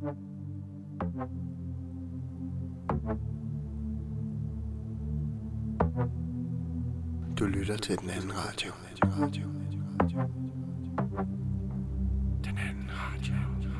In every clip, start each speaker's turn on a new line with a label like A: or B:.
A: Du lytter til den anden radio. Den anden radio.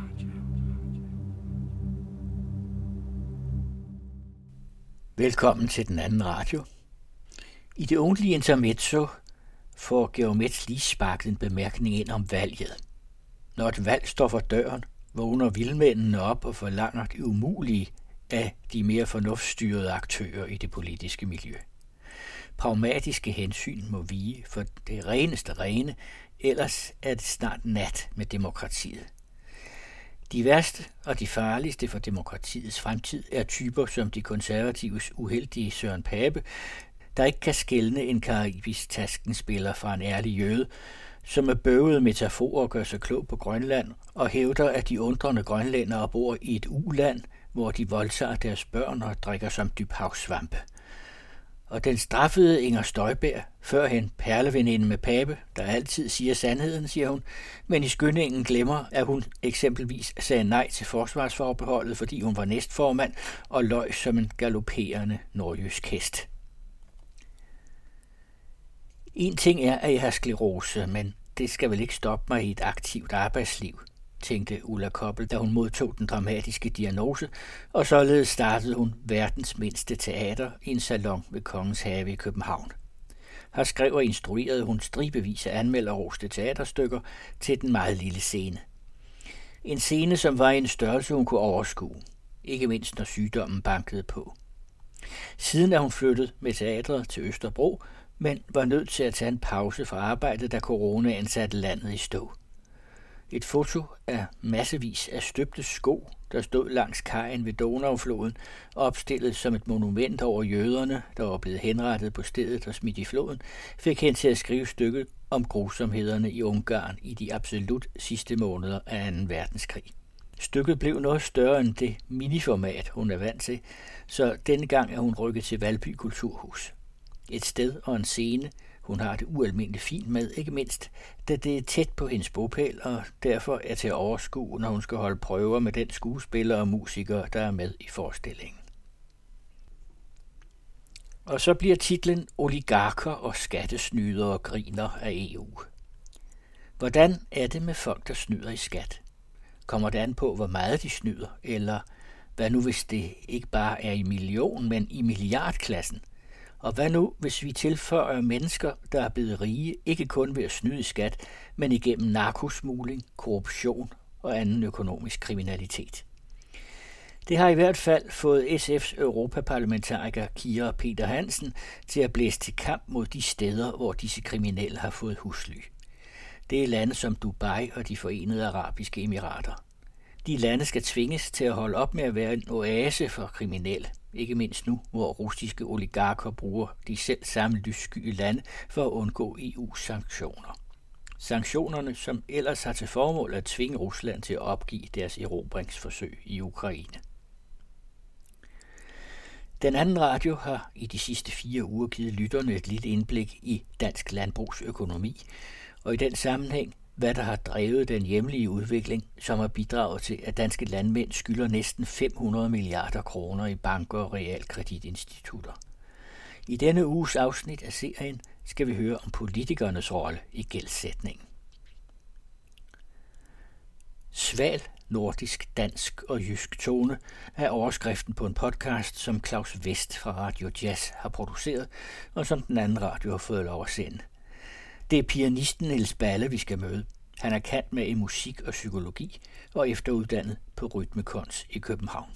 B: Velkommen til den anden radio. I det ugentlige intermezzo får Georg Metz lige sparket en bemærkning ind om valget. Når et valg står for døren, vågner vildmændene op og forlanger det umulige af de mere fornuftsstyrede aktører i det politiske miljø. Pragmatiske hensyn må vige for det reneste rene, ellers er det snart nat med demokratiet. De værste og de farligste for demokratiets fremtid er typer som de konservatives uheldige Søren Pape, der ikke kan skelne en karibisk taskenspiller fra en ærlig jøde, som med bøvede metaforer gør sig klog på Grønland og hævder, at de undrende grønlændere bor i et uland, hvor de voldtager deres børn og drikker som dybhavssvampe. Og den straffede Inger Støjberg, førhen perleveninde med Pape, der altid siger sandheden, siger hun, men i skyndingen glemmer, at hun eksempelvis sagde nej til forsvarsforbeholdet, fordi hun var næstformand og løj som en galopperende nordjysk hest. En ting er, at jeg har sklerose, men det skal vel ikke stoppe mig i et aktivt arbejdsliv, tænkte Ulla Koppel, da hun modtog den dramatiske diagnose, og således startede hun verdens mindste teater i en salon ved Kongens Have i København. Her skrev og instruerede hun stribevis af anmelderroste teaterstykker til den meget lille scene. En scene, som var i en størrelse, hun kunne overskue, ikke mindst når sygdommen bankede på. Siden er hun flyttet med teatret til Østerbro, men var nødt til at tage en pause fra arbejdet, da coronaen satte landet i stå. Et foto af massevis af støbte sko, der stod langs kajen ved Donaufloden, opstillet som et monument over jøderne, der var blevet henrettet på stedet og smidt i floden, fik hende til at skrive stykket om grusomhederne i Ungarn i de absolut sidste måneder af 2. verdenskrig. Stykket blev noget større end det miniformat, hun er vant til, så denne gang er hun rykket til Valby Kulturhus. Et sted og en scene, hun har det ualmindeligt fint med, ikke mindst, da det er tæt på hendes bopæl, og derfor er til at overskue, når hun skal holde prøver med den skuespiller og musiker, der er med i forestillingen. Og så bliver titlen Oligarker og skattesnydere griner af EU. Hvordan er det med folk, der snyder i skat? Kommer det an på, hvor meget de snyder, eller hvad nu, hvis det ikke bare er i million, men i milliardklassen? Og hvad nu, hvis vi tilføjer mennesker, der er blevet rige, ikke kun ved at snyde i skat, men igennem narkosmugling, korruption og anden økonomisk kriminalitet? Det har i hvert fald fået SF's europaparlamentariker Kira Peter Hansen til at blæse til kamp mod de steder, hvor disse kriminelle har fået husly. Det er lande som Dubai og de Forenede Arabiske Emirater. De lande skal tvinges til at holde op med at være en oase for kriminelle. Ikke mindst nu, hvor russiske oligarker bruger de selv samme lyssky lande for at undgå EU's sanktioner. Sanktionerne, som ellers har til formål at tvinge Rusland til at opgive deres erobringsforsøg i Ukraine. Den anden radio har i de sidste 4 uger givet lytterne et lille indblik i dansk landbrugsøkonomi, og i den sammenhæng, hvad der har drevet den hjemlige udvikling, som har bidraget til, at danske landmænd skylder næsten 500 milliarder kroner i banker og realkreditinstitutter. I denne uges afsnit af serien skal vi høre om politikernes rolle i gældsætningen. Sval, nordisk, dansk og jysk tone er overskriften på en podcast, som Claus Vest fra Radio Jazz har produceret, og som den anden radio har fået lov at sende. Det er pianisten Niels Balle, vi skal møde. Han er cand. Med i musik og psykologi og efteruddannet på Rytmekons i København.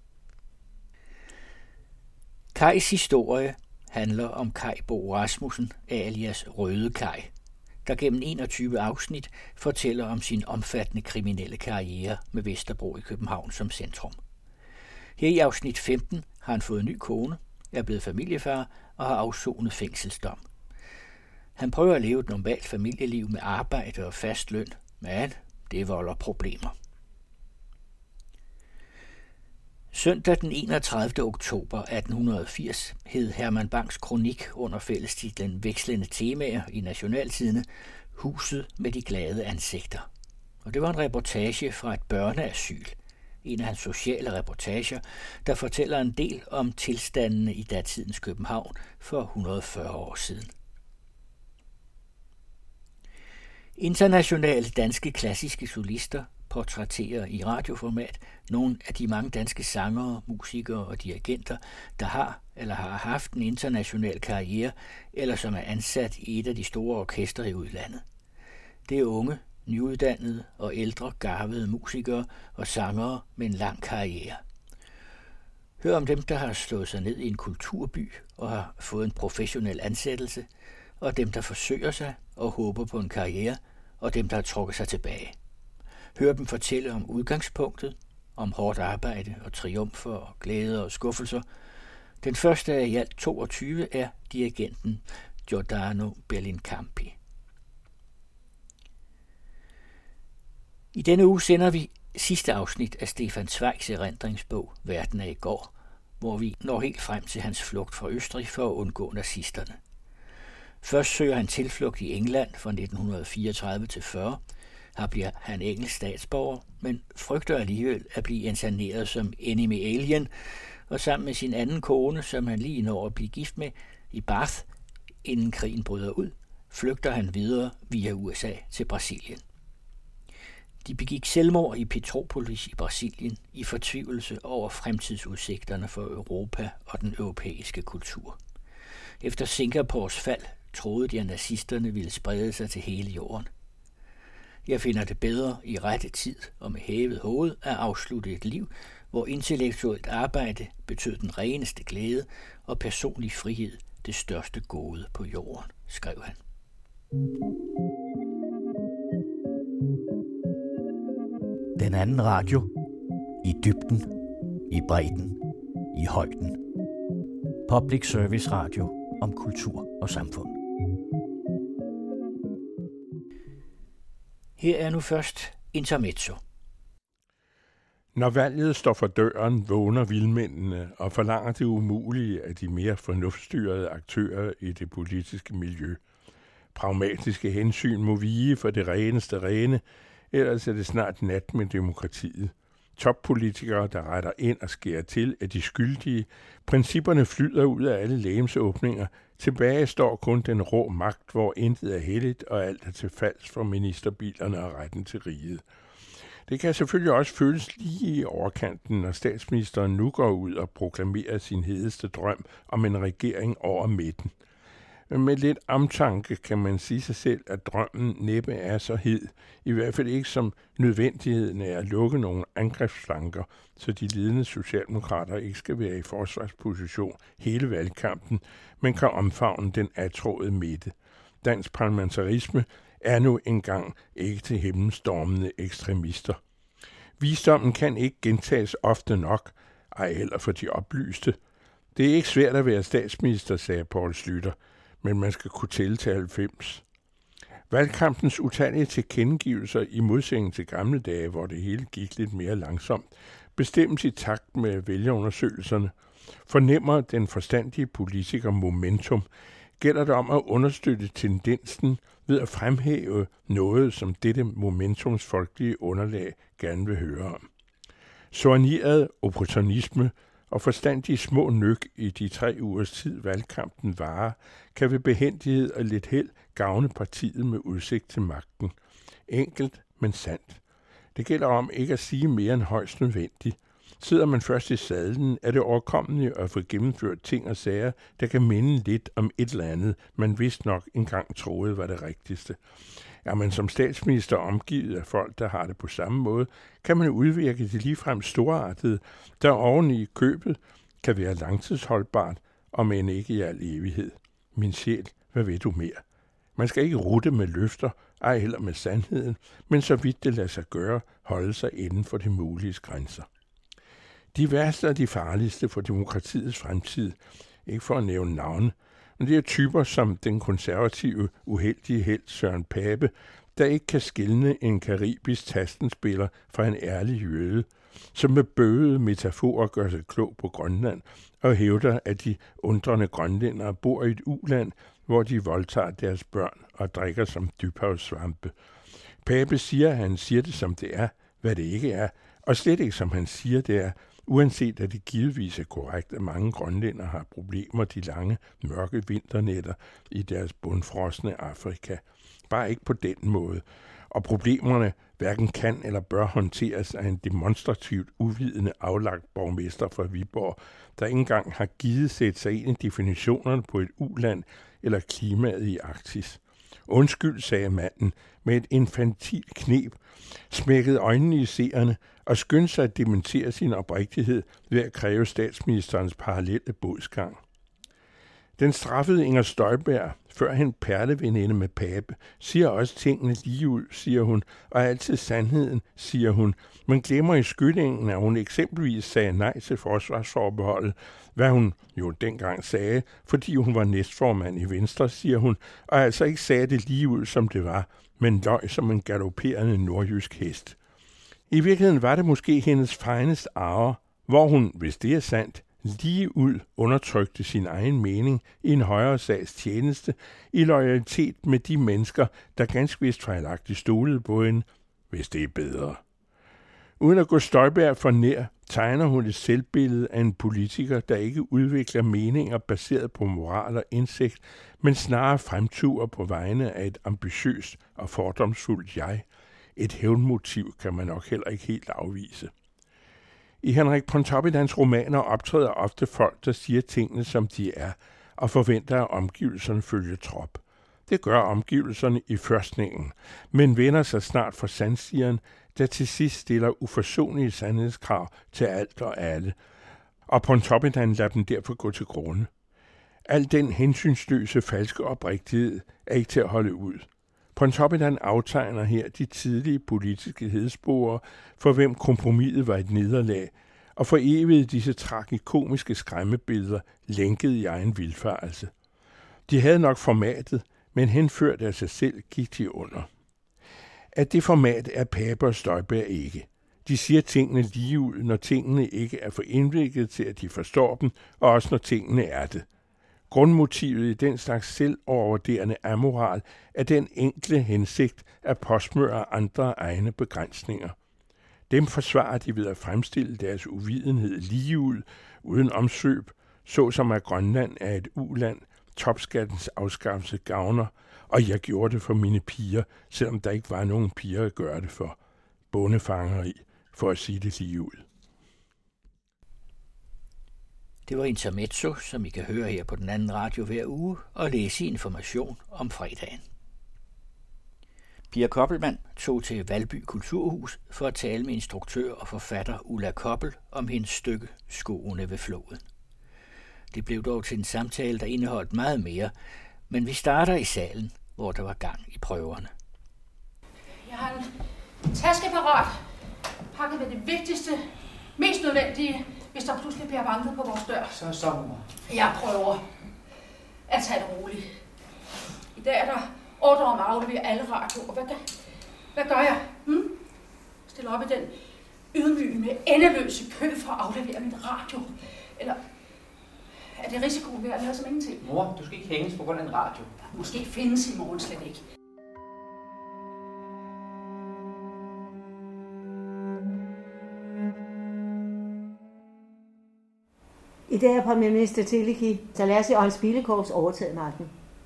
B: Kajs historie handler om Kaj Bo Rasmussen, alias Røde Kaj, der gennem 21 afsnit fortæller om sin omfattende kriminelle karriere med Vesterbro i København som centrum. Her i afsnit 15 har han fået en ny kone, er blevet familiefar og har afsonet fængselsdom. Han prøver at leve et normalt familieliv med arbejde og fast løn, men det volder problemer. Søndag den 31. oktober 1880 hed Herman Bangs kronik under fællestitlen Vekslende temaer i Nationaltidende Huset med de glade ansigter. Og det var en reportage fra et børneasyl, en af hans sociale reportager, der fortæller en del om tilstandene i datidens København for 140 år siden. Internationale danske klassiske solister portrætterer i radioformat nogle af de mange danske sangere, musikere og dirigenter, der har eller har haft en international karriere, eller som er ansat i et af de store orkestre i udlandet. Det er unge, nyuddannede og ældre garvede musikere og sangere med en lang karriere. Hør om dem, der har slået sig ned i en kulturby og har fået en professionel ansættelse, og dem, der forsøger sig og håber på en karriere, og dem, der har trukket sig tilbage. Hør dem fortælle om udgangspunktet, om hårdt arbejde og triumfer og glæder og skuffelser. Den første af i alt 22 er dirigenten Giordano Bellincampi. I denne uge sender vi sidste afsnit af Stefan Zweigs erindringsbog Verden af i går, hvor vi når helt frem til hans flugt fra Østrig for at undgå nazisterne. Først søger han tilflugt i England fra 1934 til 40. Her bliver han engelsk statsborger, men frygter alligevel at blive interneret som enemy alien, og sammen med sin anden kone, som han lige når at blive gift med, i Bath, inden krigen bryder ud, flygter han videre via USA til Brasilien. De begik selvmord i Petropolis i Brasilien i fortvivlelse over fremtidsudsigterne for Europa og den europæiske kultur. Efter Singapores fald troede de, at nazisterne ville sprede sig til hele jorden. Jeg finder det bedre i rette tid og med hævet hoved at afslutte et liv, hvor intellektuelt arbejde betød den reneste glæde og personlig frihed det største gode på jorden, skrev han. Den anden radio. I dybden, i bredden, i højden. Public Service Radio om kultur og samfund. Her er nu først intermezzo.
C: Når valget står for døren, vågner vildmændene og forlanger det umulige af de mere fornuftstyrede aktører i det politiske miljø. Pragmatiske hensyn må vige for det reneste rene, ellers er det snart nat med demokratiet. Toppolitikere, der retter ind og skærer til, er de skyldige. Principperne flyder ud af alle legemsåbninger. Tilbage står kun den rå magt, hvor intet er helligt og alt er til falds for ministerbilerne og retten til riget. Det kan selvfølgelig også føles lige i overkanten, når statsministeren nu går ud og proklamerer sin hedeste drøm om en regering over midten. Men med lidt omtanke kan man sige sig selv, at drømmen næppe er så hed, i hvert fald ikke som nødvendigheden af at lukke nogle angrebsflanker, så de ledende socialdemokrater ikke skal være i forsvarsposition hele valgkampen, men kan omfavne den atrådede midte. Dansk parlamentarisme er nu engang ikke til himmelstormende ekstremister. Visdommen kan ikke gentages ofte nok, ej heller for de oplyste. Det er ikke svært at være statsminister, sagde Poul Schlüter, men man skal kunne tælle til 90. Valgkampens utallige tilkendegivelser i modsætning til gamle dage, hvor det hele gik lidt mere langsomt, bestemmes i takt med vælgerundersøgelserne. Fornemmer den forstandige politiker momentum, gælder det om at understøtte tendensen ved at fremhæve noget, som dette momentums folkelige underlag gerne vil høre om. Soigneret opportunisme og forstandige små nyk i de 3 ugers tid valgkampen varer, kan ved behændighed og lidt held gavne partiet med udsigt til magten. Enkelt, men sandt. Det gælder om ikke at sige mere end højst nødvendigt. Sidder man først i sadlen, er det overkommeligt at få gennemført ting og sager, der kan minde lidt om et eller andet, man vist nok engang troede var det rigtigste. Er man som statsminister omgivet af folk, der har det på samme måde, kan man udvirke det ligefrem storartede, der oven i købet kan være langtidsholdbart, og men ikke i al evighed. Min sjæl, hvad ved du mere? Man skal ikke rutte med løfter, ej heller med sandheden, men så vidt det lader sig gøre, holde sig inden for det mulige grænser. De værste og de farligste for demokratiets fremtid, ikke for at nævne navne, men det er typer som den konservative, uheldige helt Søren Pape, der ikke kan skelne en karibisk tastenspiller fra en ærlig jøde, som med bøgede metaforer gør sig klog på Grønland og hævder, at de undrende grønlændere bor i et uland, hvor de voldtager deres børn og drikker som dybhavssvampe. Pape siger, at han siger det som det er, hvad det ikke er, Og slet ikke, som han siger, det er, uanset at det givetvis er korrekt, at mange grønlændere har problemer de lange, mørke vinternætter i deres bundfrosne Afrika. Bare ikke på den måde. Og problemerne hverken kan eller bør håndteres af en demonstrativt uvidende aflagt borgmester fra Viborg, der ikke engang har givet sætte sig ind i definitionerne på et uland eller klimaet i Arktis. Undskyld, sagde manden med et infantilt kneb, smækkede øjnene i seerne og skyndte sig at dementere sin oprigtighed ved at kræve statsministerens parallelle bådsgang. Den straffede Inger Støjberg, førhen perleveninde med Pape, siger også tingene lige ud, siger hun, og altid sandheden, siger hun, men glemmer i skytningen, at hun eksempelvis sagde nej til forsvarsforbeholdet, hvad hun jo dengang sagde, fordi hun var næstformand i Venstre, siger hun, og altså ikke sagde det lige ud, som det var, men løj som en galopperende nordjysk hest. I virkeligheden var det måske hendes finest hour, hvor hun, hvis det er sandt, lige ud undertrykte sin egen mening i en højere sags tjeneste i loyalitet med de mennesker, der ganske vist fejlagtigt stolede på hende, hvis det er bedre. Uden at gå Støjberg for nær, tegner hun et selvbillede af en politiker, der ikke udvikler meninger baseret på moral og indsigt, men snarere fremturer på vegne af et ambitiøst og fordomsfuldt jeg. Et hævnmotiv kan man nok heller ikke helt afvise. I Henrik Pontoppidans romaner optræder ofte folk, der siger tingene, som de er, og forventer, at omgivelserne følger trop. Det gør omgivelserne i førstningen, men vender sig snart for sandsigeren, der til sidst stiller uforsonlige sandhedskrav til alt og alle, og Pontoppidan lader dem derfor gå til grunde. Al den hensynsløse falske oprigtighed er ikke til at holde ud. Pontoppidan aftegner her de tidlige politiske hedsporer, for hvem kompromiset var et nederlag, og for evigt disse tragikomiske skræmmebilleder lænket i egen vildfarelse. De havde nok formatet, men henført af sig selv gik de under. At det format er Pape og Støjberg ikke. De siger tingene lige ud, når tingene ikke er for indviklet til, at de forstår dem, og også når tingene er det. Grundmotivet i den slags selvovervurderende amoral er den enkle hensigt at påsmøre andre egne begrænsninger. Dem forsvarer de ved at fremstille deres uvidenhed lige ud, uden omsøb, såsom at Grønland er et uland, topskattens afskaffelse gavner, og jeg gjorde det for mine piger, selvom der ikke var nogen piger at gøre det for. Bondefangeri, for at sige det lige ud.
B: Det var Intermezzo, som I kan høre her på den anden radio hver uge, og læse information om fredagen. Pia Koppelmann tog til Valby Kulturhus for at tale med instruktør og forfatter Ulla Koppel om hendes stykke Skoene ved floden. Det blev dog til en samtale, der indeholdt meget mere, men vi starter i salen, hvor der var gang i prøverne.
D: Jeg har en taske parat, pakket med det vigtigste, mest nødvendige, hvis der pludselig bliver banket på vores dør.
E: Så mor.
D: Jeg prøver at tage det roligt. I dag er der ordre om at aflevere alle radioer. Hvad gør jeg? Stiller op i den ydmygende, endeløse kø for at aflevere min radio? Eller er det risikoen ved at lade som ingenting?
E: Mor, du skal ikke hænges på grund af en radio.
D: Måske findes i morgen slet ikke.
F: I dag er premierminister Teleki Salassi og hans bilekorps overtaget magten.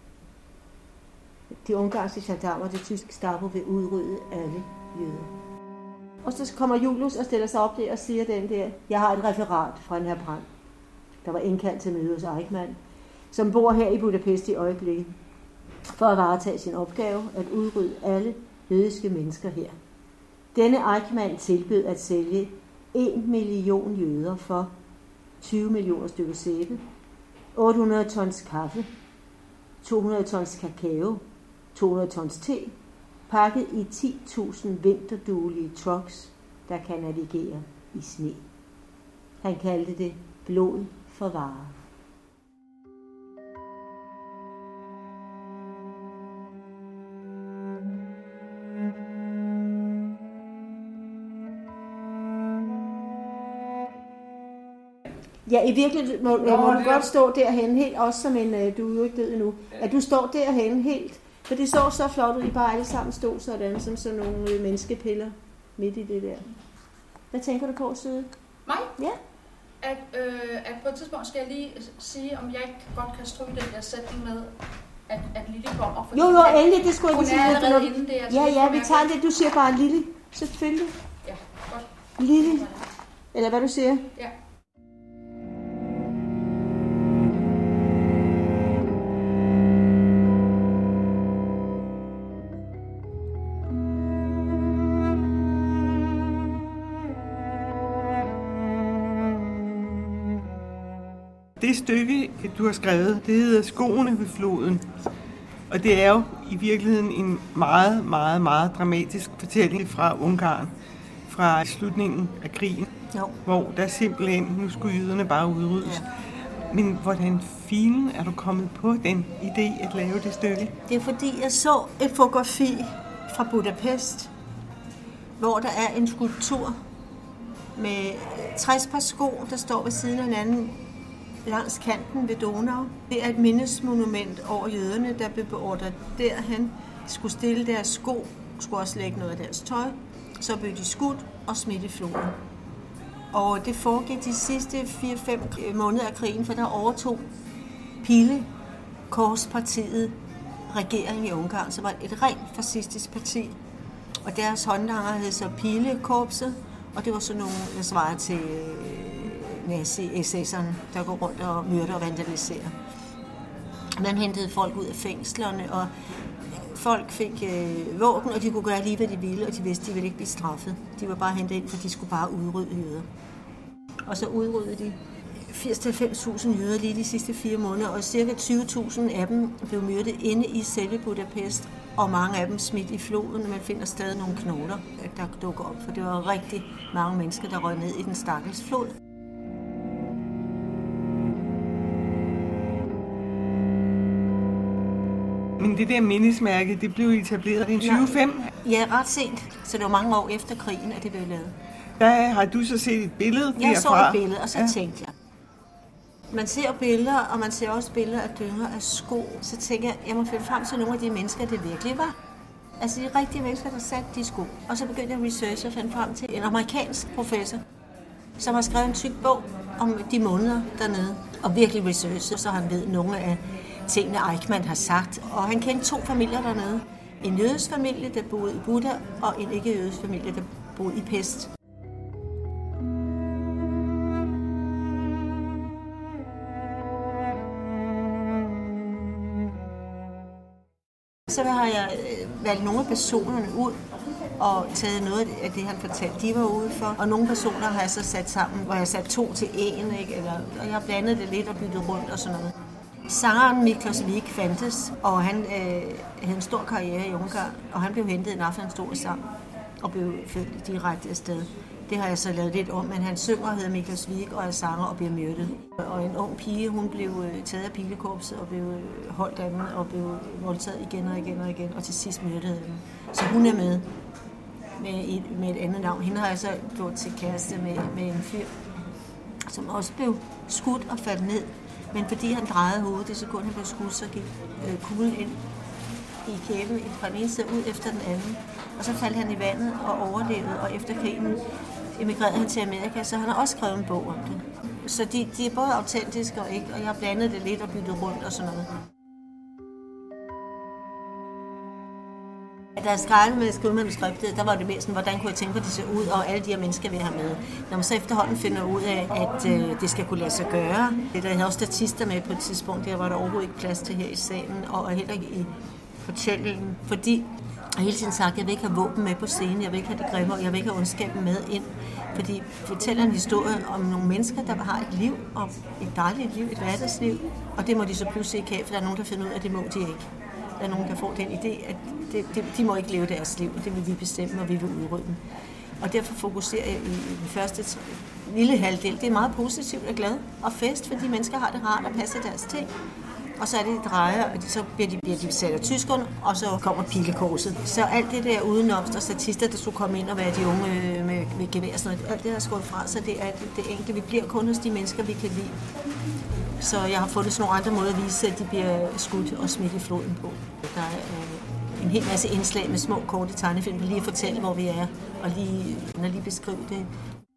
F: De ungarske gendarmer og det tyske Gestapo vil udrydde alle jøder. Og så kommer Julius og stiller sig op der og siger den der, jeg har et referat fra en her Brandt, der var indkaldt til møde hos Eichmann, som bor her i Budapest i øjeblikket, for at varetage sin opgave at udrydde alle jødiske mennesker her. Denne Eichmann tilbød at sælge 1 million jøder for 20 millioner stykker sæbe, 800 tons kaffe, 200 tons kakao, 200 tons te, pakket i 10.000 vinterduelige trucks, der kan navigere i sne. Han kaldte det blod for varer. Ja, i virkeligheden må du godt stå derhen helt, også som en, du er jo ikke død endnu, at du står derhen helt, for det så så flot ud, I bare alle sammen stod sådan, som sådan nogle menneskepiller midt i det der. Hvad tænker du på, Søde?
D: Mig?
F: Ja.
D: At på et tidspunkt skal jeg lige sige, om jeg ikke godt kan stryge den der sætning med, at Lili kommer.
F: Jo, endelig, det skulle jeg
D: sige. Hun er allerede inden det.
F: Ja, vi tager det. Du siger bare Lili. Selvfølgelig.
D: Ja, godt.
F: Lili. Eller hvad du siger?
D: Ja.
G: Det stykke, du har skrevet, det hedder Skoene ved floden. Og det er jo i virkeligheden en meget, meget, meget dramatisk fortælling fra Ungarn, fra slutningen af krigen, hvor der simpelthen, nu skulle jøderne bare udryddes. Ja. Men hvordan filen er du kommet på den idé at lave det stykke?
F: Det er fordi, jeg så et fotografi fra Budapest, hvor der er en skulptur med 60 par sko, der står ved siden af hinanden langs kanten ved Donau. Det er et mindesmonument over jøderne, der blev beordret derhen. De skulle stille deres sko, skulle også lægge noget af deres tøj. Så blev de skudt og smidt i floden. Og det foregik de sidste 4-5 måneder af krigen, for der overtog Pilekorspartiet regeringen i Ungarn, som var et rent fascistisk parti. Og deres håndlanger hed så Pilekorpset, og det var sådan nogle, der svarede til nazi-SS'erne, der går rundt og myrder og vandaliserer. Man hentede folk ud af fængslerne, og folk fik våben, og de kunne gøre lige, hvad de ville, og de vidste, de ville ikke blive straffet. De var bare hentet ind, for de skulle bare udrydde jøder. Og så udryddede de 80-90.000 jøder lige de sidste 4 måneder, og cirka 20.000 af dem blev myrdet inde i selve Budapest, og mange af dem smidt i floden. Man finder stadig nogle knogler, der dukker op, for det var rigtig mange mennesker, der røg ned i den stakkels flod.
G: Men det der mindesmærke, det blev etableret i 2005?
F: Ja, ret sent. Så det var mange år efter krigen, at det blev lavet.
G: Der har du så set et billede derfra?
F: Jeg så et billede, og så tænkte jeg. Man ser billeder, og man ser også billeder af dynger af sko. Så tænker jeg må finde frem til nogle af de mennesker, det virkelig var. Altså de rigtige mennesker, der satte de sko. Og så begyndte jeg at researche og fandt frem til en amerikansk professor, som har skrevet en tyk bog om de måneder dernede. Og virkelig researchet, så han ved nogle af tingene Eichmann har sagt. Og han kendte 2 familier dernede. En jødisk familie, der boede i Buda, og en ikke-jødisk familie, der boede i Pest. Så har jeg valgt nogle af personerne ud og taget noget af det, han fortalte, de var ude for. Og nogle personer har jeg så sat sammen, hvor jeg sat 2 til 1, ikke? Og jeg har blandet det lidt og byttet rundt og sådan noget. Sangeren Miklos Vik fandtes, og han havde en stor karriere i Ungarn, og han blev hentet en aften, han stod sammen og blev født direkte afsted. Det har jeg så lavet lidt om, men han synger og hedder Miklos Vik og er sanger og bliver myrdet. Og en ung pige, hun blev taget af Pilekorpset og blev holdt af dem og blev voldtaget igen og igen og igen, og til sidst myrdede dem. Så hun er med et andet navn. Hende har jeg så gjort til kæreste med en fyr, som også blev skudt og faldt ned. Men fordi han drejede hovedet, det sekund han blev skudt, så gik kuglen ind i kæben fra den ene side ud efter den anden. Og så faldt han i vandet og overlevede, og efter krigen emigrerede han til Amerika, så han har også skrevet en bog om det. Så de er både autentiske og ikke, og jeg har blandet det lidt og byttet rundt og sådan noget. Da jeg skrev med at skrive manuskriptet, der var det mere sådan, hvordan kunne jeg tænke på, at det ser ud, og alle de her mennesker vil have med. Når man så efterhånden finder ud af, at det skal kunne lade sig gøre. Der havde også statister med på et tidspunkt, der var der overhovedet ikke plads til her i salen, og heller ikke i fortællingen. Fordi jeg hele tiden sagt, at jeg vil ikke have våben med på scenen, jeg vil ikke have det grimme, og jeg vil ikke have ondskaben med ind. Fordi fortæller en historie om nogle mennesker, der har et liv, og et dejligt liv, et hverdagsliv. Og det må de så pludselig ikke have, for der er nogen, der finder ud af, at det må de ikke. Der er nogen, der får den idé, at de må ikke leve deres liv, og det vil vi bestemme, og vi vil udrydde dem. Og derfor fokuserer jeg i den første lille halvdel. Det er meget positivt og glad og fest, for de mennesker har det rart og passer deres ting. Og så er det, de drejer, og så bliver de sat af tyskerne, og så kommer Pilekorset. Så alt det der udenom, og statister, der skulle komme ind og være de unge med gevær og sådan noget, alt det har skåret fra, så det er det enkelte. Vi bliver kun hos de mennesker, vi kan lide. Så jeg har fundet sådan nogle andre måder at vise, at de bliver skudt og smidt i floden på. Der er en hel masse indslag med små, korte tegnefilm, for lige at fortælle, hvor vi er, og lige beskrive det.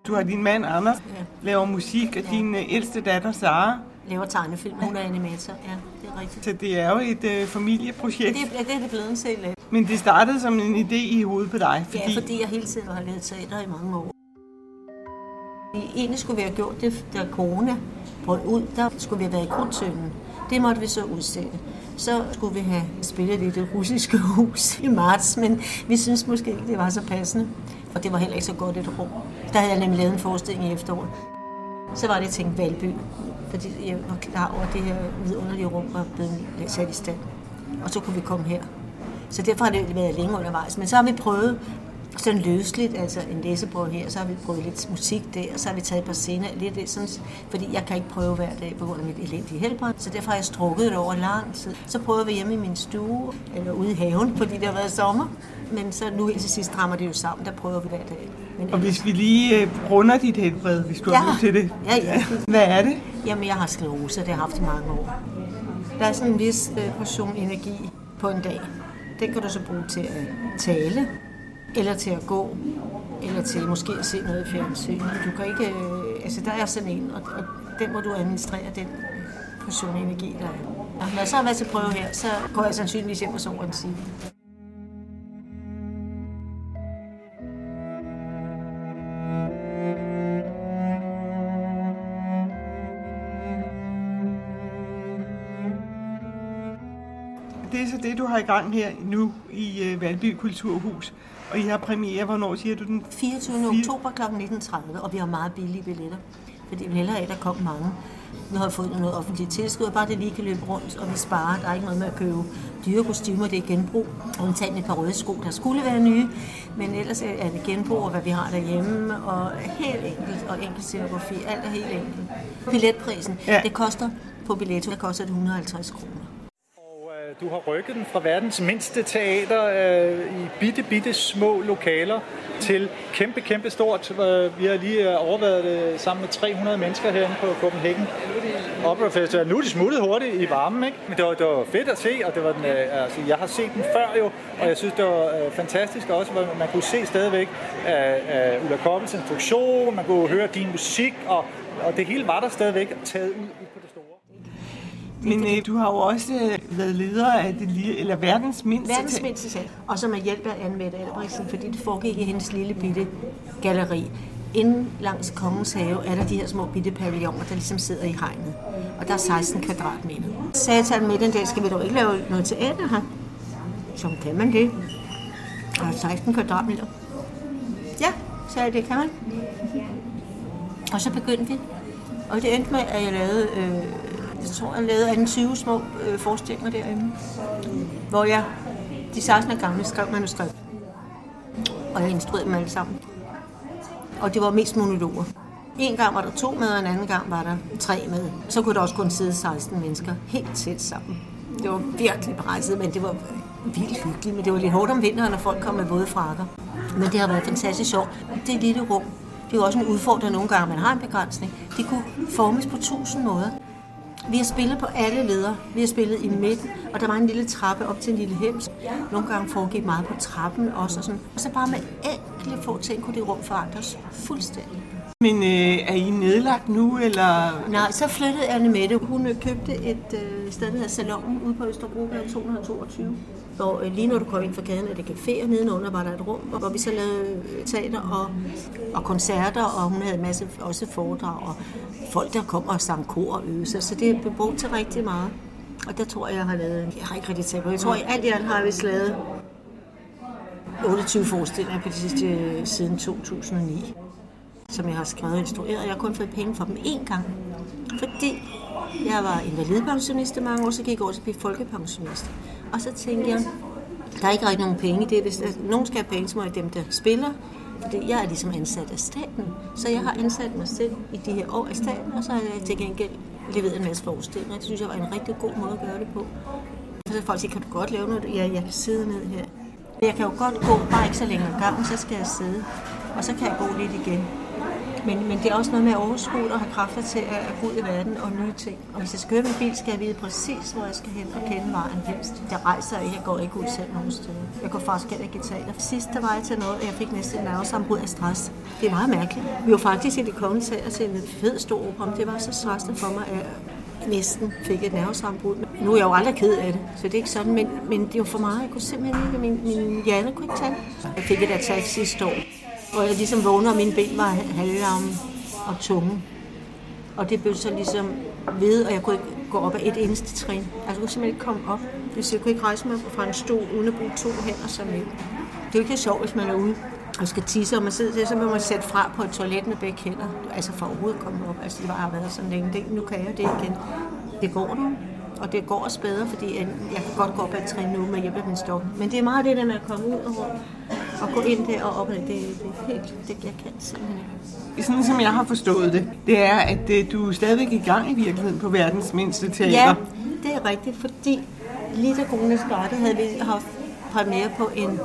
G: Du har din mand, Anders, laver musik, og din ældste datter, Sara,
F: laver tegnefilm. Hun er animator. Ja, det er rigtigt.
G: Så det er jo et familieprojekt.
F: Det er det blevet selv af.
G: Men det startede som en idé i hovedet på dig.
F: Fordi jeg hele tiden har lavet teater i mange år. Egentlig skulle vi have gjort det, da corona brød ud. Der skulle vi have været i Krudtønden. Det måtte vi så udsætte. Så skulle vi have spillet i det russiske hus i marts, men vi synes måske ikke, det var så passende. Og det var heller ikke så godt et rum. Der havde jeg nemlig lavet en forestilling i efteråret. Så var det, jeg tænkte Valby, fordi jeg var klar over, at det her vidunderlige rum var blevet sat i stand. Og så kunne vi komme her. Så derfor har det været længe undervejs. Men så har vi prøvet sådan løsligt, altså en læseprøve her, så har vi prøvet lidt musik der, og så har vi taget et par scener, lidt sådan, fordi jeg kan ikke prøve hver dag på grund af mit elendige helbred, så derfor har jeg strukket det over lang tid. Så prøver vi hjemme i min stue, eller ude i haven, fordi det har været sommer, men så nu til sidst rammer det jo sammen, der prøver vi hver dag. Men
G: og hvis vi lige runder dit helbred, hvis du har lyst til det.
F: Ja.
G: Hvad er det?
F: Jamen, jeg har sklerose, det har jeg haft i mange år. Der er sådan en vis portion energi på en dag. Den kan du så bruge til at tale, eller til at gå, eller til måske at se noget i fjernsyn. Du kan ikke, altså der er sådan en, og den må du administrere, den portion energi, der er. Når jeg så har været til prøve her, så går jeg sandsynligvis hjem og sover en time.
G: Det er så det, du har i gang her nu i Valby Kulturhus. Og I har premiere, hvornår siger du den?
F: 24. oktober kl. 19.30, og vi har meget billige billetter. Fordi vi hellere af, der kom mange. Nu har vi fået noget offentligt tilskud, og bare det lige kan løbe rundt, og vi sparer. Der er ikke noget med at købe dyre kostymer, det er genbrug. Og vi tager et par røde sko, der skulle være nye. Men ellers er det genbrug, og hvad vi har derhjemme. Og helt enkelt, og enkelt scenografi. Alt er helt enkelt. Billetprisen, det koster på Billetto, der koster det 150 kroner.
H: Du har rykket den fra verdens mindste teater i bitte små lokaler til kæmpe stort. Vi har lige overvejet det sammen med 300 mennesker herinde på Copenhagen Opera Festival. Nu er de smuttet hurtigt i varmen, ikke? Men det var fedt at se, og det var den, altså, jeg har set den før jo, og jeg synes, det var fantastisk også, hvor man kunne se stadigvæk af Ulla Koppels instruktion, man kunne høre din musik, og det hele var der stadigvæk taget ud på det store.
G: Men du har jo også været leder af verdens mindste
F: teater. Og så med hjælp af Anne-Mette Albrechtsen, fordi det foregik i hendes lille bitte galleri. Inden langs Kongens Have er der de her små bitte pavilloner, der ligesom sidder i hegnet. Og der er 16 kvadratmeter. Så sagde jeg til Anne-Mette en dag, skal vi dog ikke lave noget teater her? Så kan man det. Der er 16 kvadratmeter. Ja, sagde jeg, det kan man. Og så begyndte vi. Og det endte med, at jeg lavede... Jeg tror, jeg lavede 20 små forestillinger derinde, hvor jeg de 16 gange skrev manuskript, og jeg instruerede dem alle sammen. Og det var mest monologer. En gang var der 2 med, og en anden gang var der 3 med. Så kunne der også kun sidde 16 mennesker helt tæt sammen. Det var virkelig presset, men det var vildt hyggeligt. Men det var lidt hårdt om vinteren, når folk kom med våde frakker. Men det har været fantastisk sjovt. Det er et lille rum. Det er jo også en udfordring nogle gange, man har en begrænsning. Det kunne formes på 1000 måder. Vi har spillet på alle ledere. Vi har spillet i midten, og der var en lille trappe op til en lille hems. Nogle gange foregik meget på trappen også. Og, sådan. Og så bare med enkelte få ting kunne det rum forandres fuldstændig.
G: Men er I nedlagt nu, eller?
F: Nej, så flyttede Anne-Mette. Hun købte et sted, der hedder Salonen, ude på Østerbrogade 222. Hvor lige når du kom ind fra gaden, er det café, og nedenunder var der et rum, hvor vi så lavede teater og koncerter, og hun havde en masse også foredrag, og folk, der kom og sang kor og øvede sig. Så det er brugt til rigtig meget. Og der tror jeg har lavet, jeg har ikke rigtig talt på, jeg tror, alt i alt har vi lavet 28 forestillinger på de sidste siden 2009. Som jeg har skrevet og instrueret, og jeg har kun fået penge for dem én gang. Fordi jeg var invalidpensionist i mange år, så gik jeg over til at blive folkepensionist. Og så tænkte jeg, der er ikke rigtig nogen penge i det. Hvis nogen skal have penge, så må jeg dem, der spiller. Fordi jeg er ligesom ansat af staten. Så jeg har ansat mig selv i de her år af staten, og så har jeg til gengæld leveret en masse forestillinger. Det synes jeg var en rigtig god måde at gøre det på. Så folk siger, kan du godt lave noget? Ja, jeg kan sidde ned her. Jeg kan jo godt gå, bare ikke så længe ad gangen, så skal jeg sidde. Og så kan jeg gå lidt igen. Men det er også noget med at overskue og have kræfter til at gå ud i verden og nye ting. Og hvis jeg skal køre med bil, skal jeg vide præcis, hvor jeg skal hen og kende vejen helst. Der rejser jeg ikke, jeg går ikke ud selv nogen steder. Jeg går faktisk heller ikke i teater. Sidst der var jeg til noget, og jeg fik næsten en nervesammenbrud af stress. Det er meget mærkeligt. Vi var faktisk i Det Kongelige Teater til en fed stor opera. Det var så stressende for mig, at jeg næsten fik et nervesammenbrud. Nu er jeg jo aldrig ked af det, så det er ikke sådan, men det var for meget. Jeg kunne simpelthen ikke, min hjerne kunne ikke tage. Jeg fik et attack sidste år, hvor jeg ligesom vågnede, og mine ben var halvlarme og tunge. Og det blev så ligesom ved, og jeg kunne ikke gå op af et eneste trin. Altså, jeg kunne simpelthen ikke komme op. Jeg kunne ikke rejse mig fra en stol, uden at bruge 2 hænder som mænd. Det er jo ikke sjovt, hvis man er ude og skal tisse, og man sidder der, så må man sætte fra på et toilet med begge hænder. Altså for overhovedet at komme op. Altså, det har været sådan længe. Nu kan jeg det igen. Det går nu. Og det går også bedre, fordi jeg kan godt gå op ad et trin nu med hjælp af min stok. Men det er meget det der med at komme ud og gå ind der og op. Det er helt det, jeg kan simpelthen ikke.
G: Sådan som jeg har forstået det er, at du er stadigvæk i gang i virkeligheden på verdens mindste teater.
F: Ja, det er rigtigt, fordi lige da corona startede, havde vi haft premiere på en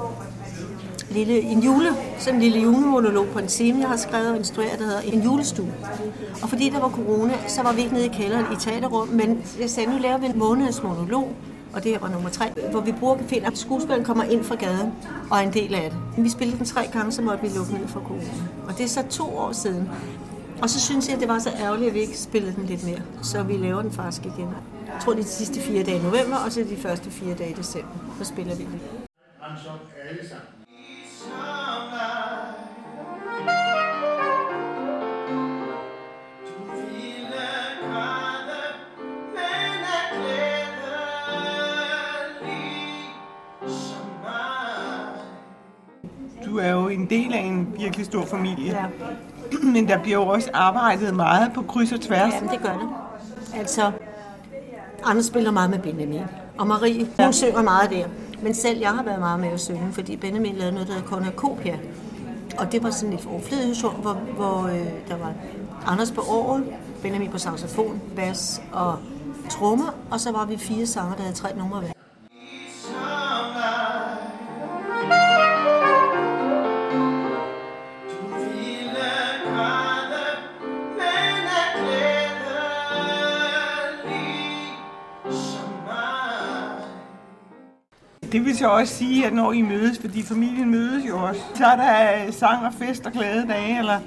F: lille julemonolog på en time, jeg har skrevet og instrueret, der hedder En julestue. Og fordi der var corona, så var vi ikke nede i kælderen i teaterrum, men jeg sagde, nu laver vi en måneds monolog, og det her var nummer 3, hvor vi finder, at skuespilleren kommer ind fra gaden og er en del af det. Vi spillede den 3 gange, så måtte vi lukke ned for corona. Og det er så 2 år siden. Og så synes jeg, at det var så ærgerligt, at vi ikke spillede den lidt mere. Så vi laver den faktisk igen. Jeg tror, det er de sidste 4 dage i november, og så de første 4 dage i december. Så spiller vi det.
G: Du er jo en del af en virkelig stor familie. Ja. Men der bliver jo også arbejdet meget på kryds og tværs.
F: Ja, det gør det. Altså, Anders spiller meget med Benjamin. Og Marie, hun synger meget der. Men selv jeg har været meget med at synge, fordi Benjamin lavede noget, der hedder Cornucopia. Og det var sådan et overflødighedsord, hvor der var Anders på orgel, Benjamin på saxofon, bas og trommer. Og så var vi 4 sanger, der havde 3 numre hver.
G: Det vil så også sige, at når I mødes, fordi familien mødes jo også, så er der sang og fest og glade dage, eller?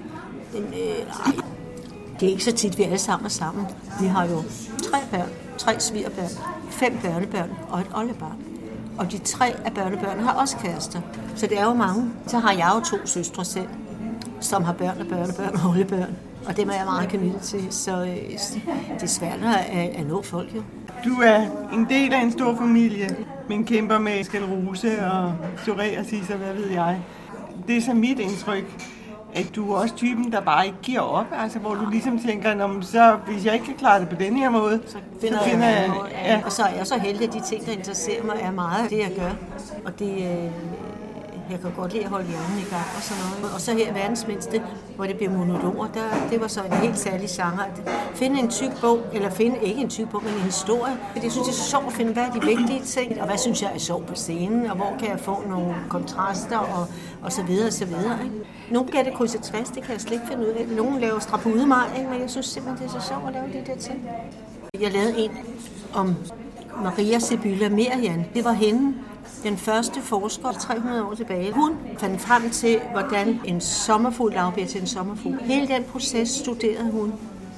F: Nej, det er ikke så tit, vi alle sammen er sammen. Vi har jo 3 børn, 3 svigerbørn, 5 børnebørn og et oldebarn. Og de 3 af børnebørnene har også kærester, så det er jo mange. Så har jeg jo 2 søstre selv, som har børn og børnebørn og oldebørn. Og dem er jeg meget knyttet til, så det er svært at nå folk jo.
G: Du er en del af en stor familie, men kæmper med sklerose og psoriasis og hvad ved jeg. Det er så mit indtryk, at du er også typen, der bare ikke giver op, altså hvor du ligesom tænker, så hvis jeg ikke kan klare det på den her måde,
F: så finder jeg noget. Ja. Og så er jeg så heldig, at de ting, der interesserer mig, er meget af det, jeg gør. Og det, jeg kan godt lide at holde hjernen i gang og sådan noget. Og så her verdens mindste, hvor det bliver monologer, det var så en helt særlig genre. At finde en tyk bog, eller finde ikke en tyk bog, men en historie. Jeg synes, det er så sjovt at finde, hvad er de vigtige ting, og hvad synes jeg er sjovt på scenen, og hvor kan jeg få nogle kontraster, og så videre, og så videre. Ikke? Nogle kan det krydse tværs, det kan jeg slet ikke finde ud af. Nogle laver strapudemej, men jeg synes simpelthen, det er så sjovt at lave de der ting. Jeg lavede en om Maria Sibylla Merian. Det var hende, den første forsker 300 år tilbage. Hun fandt frem til, hvordan en sommerfugl bliver til en sommerfugl. Hele den proces studerede hun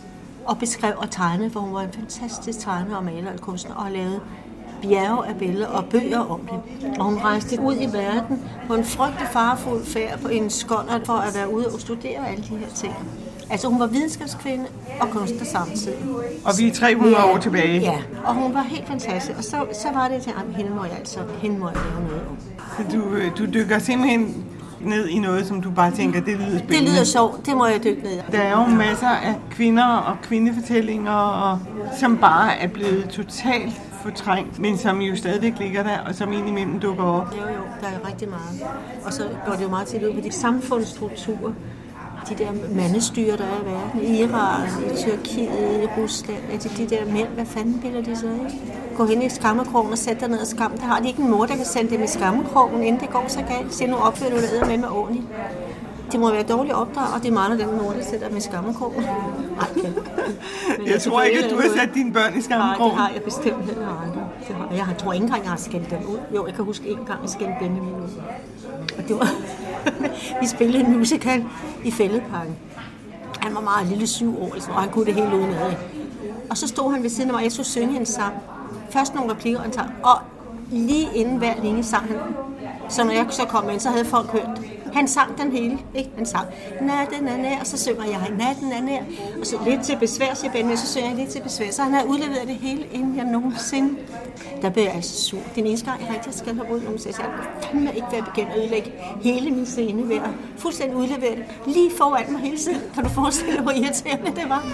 F: og beskrev og tegnede, for hun var en fantastisk tegner og maler og kunstner og lavede bjerge af billeder og bøger om det. Og hun rejste ud i verden på en frygtelig farefuld færd på en skonnert for at være ude og studere alle de her ting. Altså hun var videnskabskvinde og kunstner samtidig.
G: Og vi er 300 år tilbage.
F: Ja, og hun var helt fantastisk. Og så var det til, at hende må jeg lave noget om.
G: Så du dykker simpelthen ned i noget, som du bare tænker, det lyder spændende.
F: Det lyder sjovt, det må jeg dykke ned i.
G: Der er jo masser af kvinder og kvindefortællinger, som bare er blevet totalt fortrængt, men som jo stadigvæk ligger der, og som indimellem dukker op.
F: Jo, der er rigtig meget. Og så går det jo meget til ud på de samfundsstrukturer. De der mandestyrer, der er i verden, i Iran, i Tyrkiet, i Rusland, altså de der mænd, hvad fanden bilder de så, ikke? Gå hen i skammekrogen og sæt dig ned og skam. Der har de ikke en mor, der kan sende dem i skammekrogen, inden det går så galt. Se, nu opfører du det med ordentligt. Det må være dårligt opdrag, og det mangler den mor, der sætter med skammekrog.
G: Jeg tror ikke, at du har sat dine børn i skammekrog.
F: Nej, det har jeg bestemt heller aldrig. Jeg tror ikke engang, jeg har skældt dem ud. Jo, jeg kan huske en gang, jeg skældte Benjamin ud. Og det var... Vi spillede en musical i Fælledparken. Han var meget lille 7 år, og han kunne det hele udenad. Og så stod han ved siden af mig, jeg skulle synge en sang. Først nogle replikker, han sang, og lige inden hver linje sang han. Så når jeg så kom ind, så havde folk hørt. Han sang den hele, ikke? Han sang, natten er nær, og så synger jeg, natten er nær. Og så lidt til besvær, siger Ben, så synger jeg lidt til besvær. Så han har udleveret det hele, inden jeg nogensinde. Der blev jeg altså sur. Den eneste gang, jeg rigtig skal have ud, nogen siger, jeg kan fandme ikke være begyndt at ødelægge hele min scene ved at fuldstændig udlevere det. Lige foran mig hele tiden. Kan du forestille dig, hvor irriterende det var?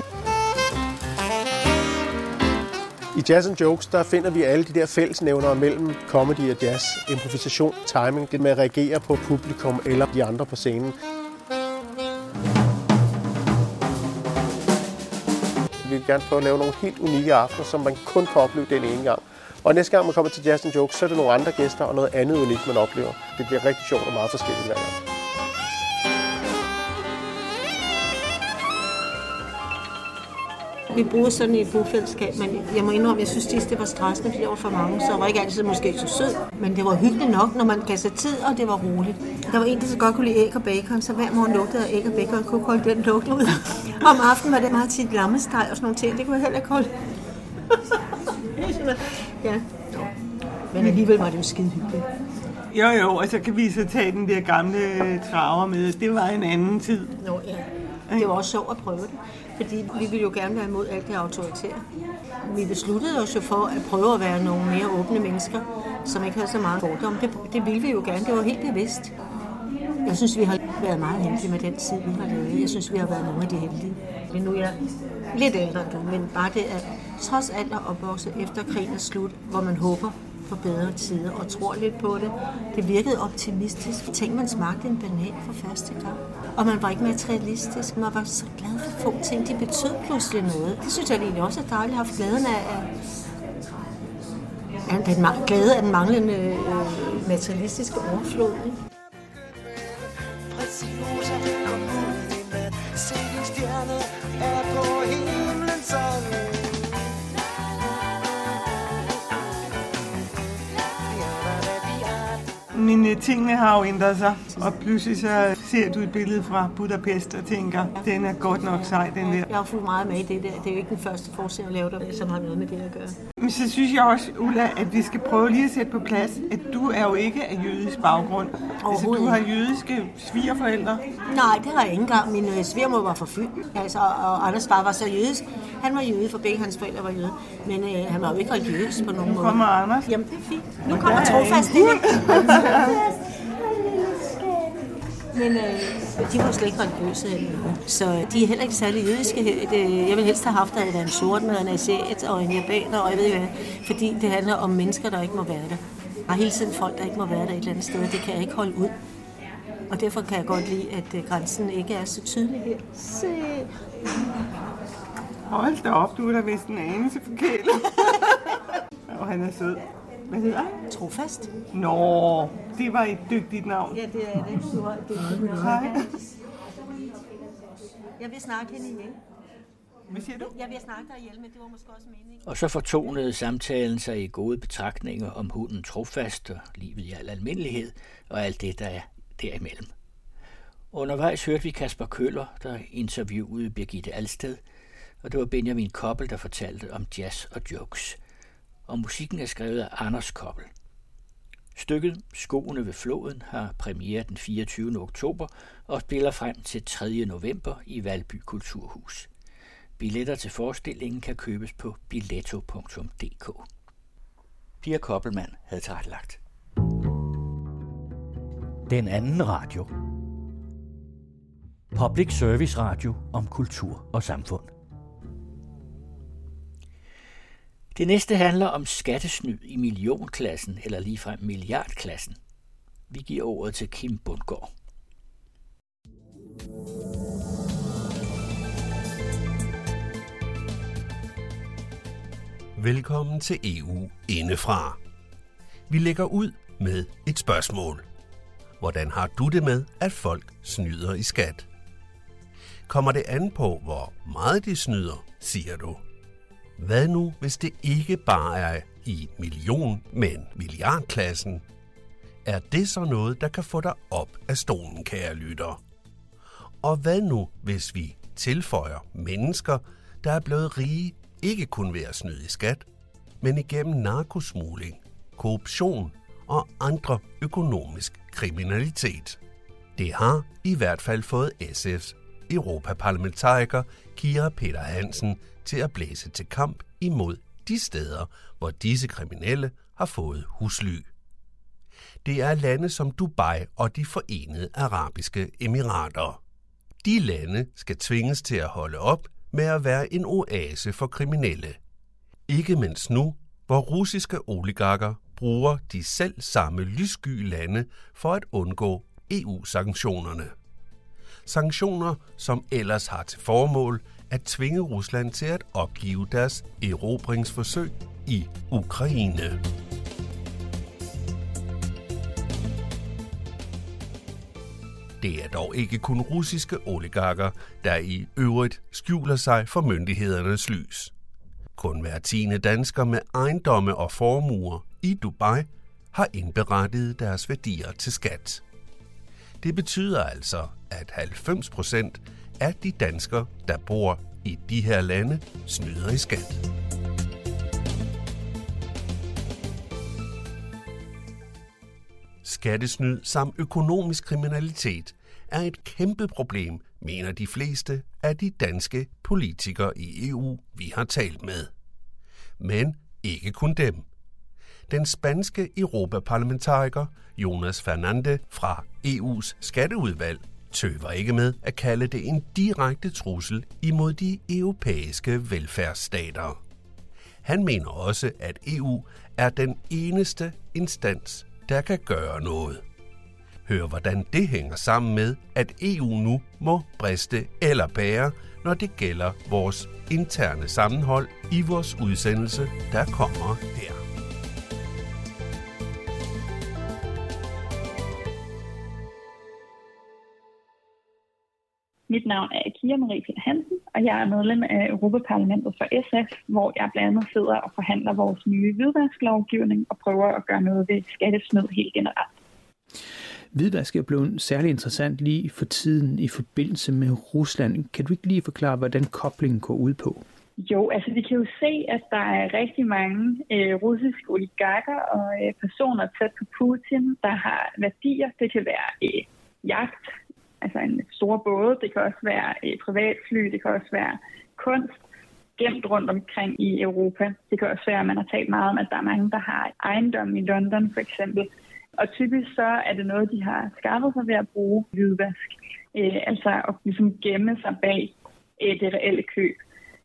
I: I Jazz & Jokes, der finder vi alle de der fællesnævnere mellem comedy og jazz. Improvisation, timing, det med at reagere på publikum eller de andre på scenen. Vi vil gerne prøve at lave nogle helt unikke aftener, som man kun kan opleve den ene gang. Og næste gang man kommer til Jazz & Jokes, så er det nogle andre gæster og noget andet unikt, man oplever. Det bliver rigtig sjovt og meget forskelligt hver gang.
F: Vi boede sådan i et bofællesskab, men jeg må indrømme, jeg synes, det var stressende, fordi der var for mange, så jeg var ikke altid måske så sød. Men det var hyggeligt nok, når man gav sig tid, og det var roligt. Der var en, der så godt kunne lide æg og bacon, så hver morgen lugtede af æg og bacon, og kunne holde den lugt ud. Om aftenen var det meget tit lammesteg og sådan nogle ting, det kunne jeg heller ikke holde. Ja. Men alligevel var det jo skide hyggeligt.
G: Jo, og så kan vi så tage den der gamle traver med. Det var en anden tid.
F: Nå, ja. Det var også sjovt at prøve det, fordi vi ville jo gerne være imod alt det autoritære. Vi besluttede os jo for at prøve at være nogle mere åbne mennesker, som ikke havde så meget fordom. Det ville vi jo gerne, det var helt bevidst. Jeg synes, vi har været meget heldige med den tid, vi har lavet. Jeg synes, vi har været nogle af de heldige. Men nu er jeg lidt ældre end du, men bare det at trods alt at opvokse efter krigen er slut, hvor man håber på bedre tider og tror lidt på det. Det virkede optimistisk. Tænk, man smagte en banan for første gang. Og man var ikke materialistisk. Man var så glad for få ting. De betød pludselig noget. Det synes jeg egentlig også er dejligt at have haft glæden af glæde af den manglende materialistiske overflod. Ikke?
G: Men tingene har jo ændret sig, og pludselig så ser du et billede fra Budapest og tænker, den er godt nok sej, den der.
F: Jeg har fulgt meget med i det der. Det er jo ikke den første forside, jeg laver der, som har noget med det at gøre.
G: Men så synes jeg også, Ulla, at vi skal prøve lige at sætte på plads, at du er jo ikke af jødisk baggrund. Altså, du har jødiske svigerforældre.
F: Nej, det har jeg ikke engang. Min svigermor var fra Fyn, altså, og Anders far var så jødisk. Han var jøde, for begge hans forældre var jøde. Men han var jo ikke religiøs på nogen måde.
G: Nu kommer Anders.
F: Jamen, det er fint. Nu kommer Trofast ind. Men de var slet ikke religiøse. Så de er heller ikke særlig jødiske. Jeg vil helst have haft en sort med en asiat og en japaner, og jeg ved ikke hvad. Fordi det handler om mennesker, der ikke må være der. Der er hele tiden folk, der ikke må være der et eller andet sted. Det kan jeg ikke holde ud. Og derfor kan jeg godt lide, at grænsen ikke er så tydelig her. Se.
G: Hold da op, du er da vist en anelse forkælet. Og han er sød. Hvad hedder han?
F: Trofast.
G: Nå, det var et dygtigt navn.
F: Ja, det er det. Du har et dygtigt navn.
G: Hej.
F: Jeg vil snakke hende ihjel.
G: Hvad siger du?
F: Jeg vil snakke dig ihjel, men det var måske også meningen.
B: Og så fortonede samtalen sig i gode betragtninger om hunden Trofast og livet i al almindelighed og alt det, der er derimellem. Undervejs hørte vi Kasper Køller, der interviewede Birgitte Alsted, og det var Benjamin Koppel, der fortalte om Jazz og Jokes. Og musikken er skrevet af Anders Koppel. Stykket Skoene ved floden har premiere den 24. oktober og spiller frem til 3. november i Valby Kulturhus. Billetter til forestillingen kan købes på billetto.dk. Pia Koppelmann havde tilrettelagt.
J: Den anden radio. Public Service Radio om kultur og samfund.
B: Det næste handler om skattesnyd i millionklassen eller ligefrem milliardklassen. Vi giver ordet til Kim Bundgaard.
K: Velkommen til EU indefra. Vi lægger ud med et spørgsmål. Hvordan har du det med, at folk snyder i skat? Kommer det an på, hvor meget de snyder, siger du? Hvad nu, hvis det ikke bare er i men milliardklassen? Er det så noget, der kan få dig op af stolen, kære lytter? Og hvad nu, hvis vi tilføjer mennesker, der er blevet rige, ikke kun ved at snyde i skat, men igennem narkosmugling, korruption og andre økonomisk kriminalitet? Det har i hvert fald fået SF's europaparlamentariker Kira Peter Hansen til at blæse til kamp imod de steder, hvor disse kriminelle har fået husly. Det er lande som Dubai og de Forenede Arabiske Emirater. De lande skal tvinges til at holde op med at være en oase for kriminelle. Ikke mindst nu, hvor russiske oligarker bruger de selv samme lyssky lande for at undgå EU-sanktionerne. Sanktioner, som ellers har til formål at tvinge Rusland til at opgive deres erobringsforsøg i Ukraine. Det er dog ikke kun russiske oligarker, der i øvrigt skjuler sig for myndighedernes lys. Kun hver 10. dansker med ejendomme og formuer i Dubai har indberettet deres værdier til skat. Det betyder altså, at 90% af de danskere, der bor i de her lande, snyder i skat. Skattesnyd samt økonomisk kriminalitet er et kæmpe problem, mener de fleste af de danske politikere i EU, vi har talt med. Men ikke kun dem. Den spanske europaparlamentariker Jonas Fernandes fra EU's skatteudvalg tøver ikke med at kalde det en direkte trussel imod de europæiske velfærdsstater. Han mener også, at EU er den eneste instans, der kan gøre noget. Hør, hvordan det hænger sammen med, at EU nu må briste eller bære, når det gælder vores interne sammenhold i vores udsendelse, der kommer her.
L: Mit navn er Kira Marie Peter Hansen, og jeg er medlem af Europaparlamentet for SF, hvor jeg blandt andet sidder og forhandler vores nye hvidvasklovgivning og prøver at gøre noget ved skattesnyd helt generelt.
M: Hvidvask er blevet særlig interessant lige for tiden i forbindelse med Rusland. Kan du ikke lige forklare, hvordan koblingen går ud på?
L: Jo, altså vi kan jo se, at der er rigtig mange russiske oligarker og personer tæt på Putin, der har værdier. Det kan være jagt, altså en stor båd, det kan også være privatfly, det kan også være kunst gemt rundt omkring i Europa. Det kan også være, at man har talt meget om, at der er mange, der har ejendom i London for eksempel. Og typisk så er det noget, de har skaffet sig ved at bruge hvidvask. Altså at ligesom gemme sig bag det reelle køb.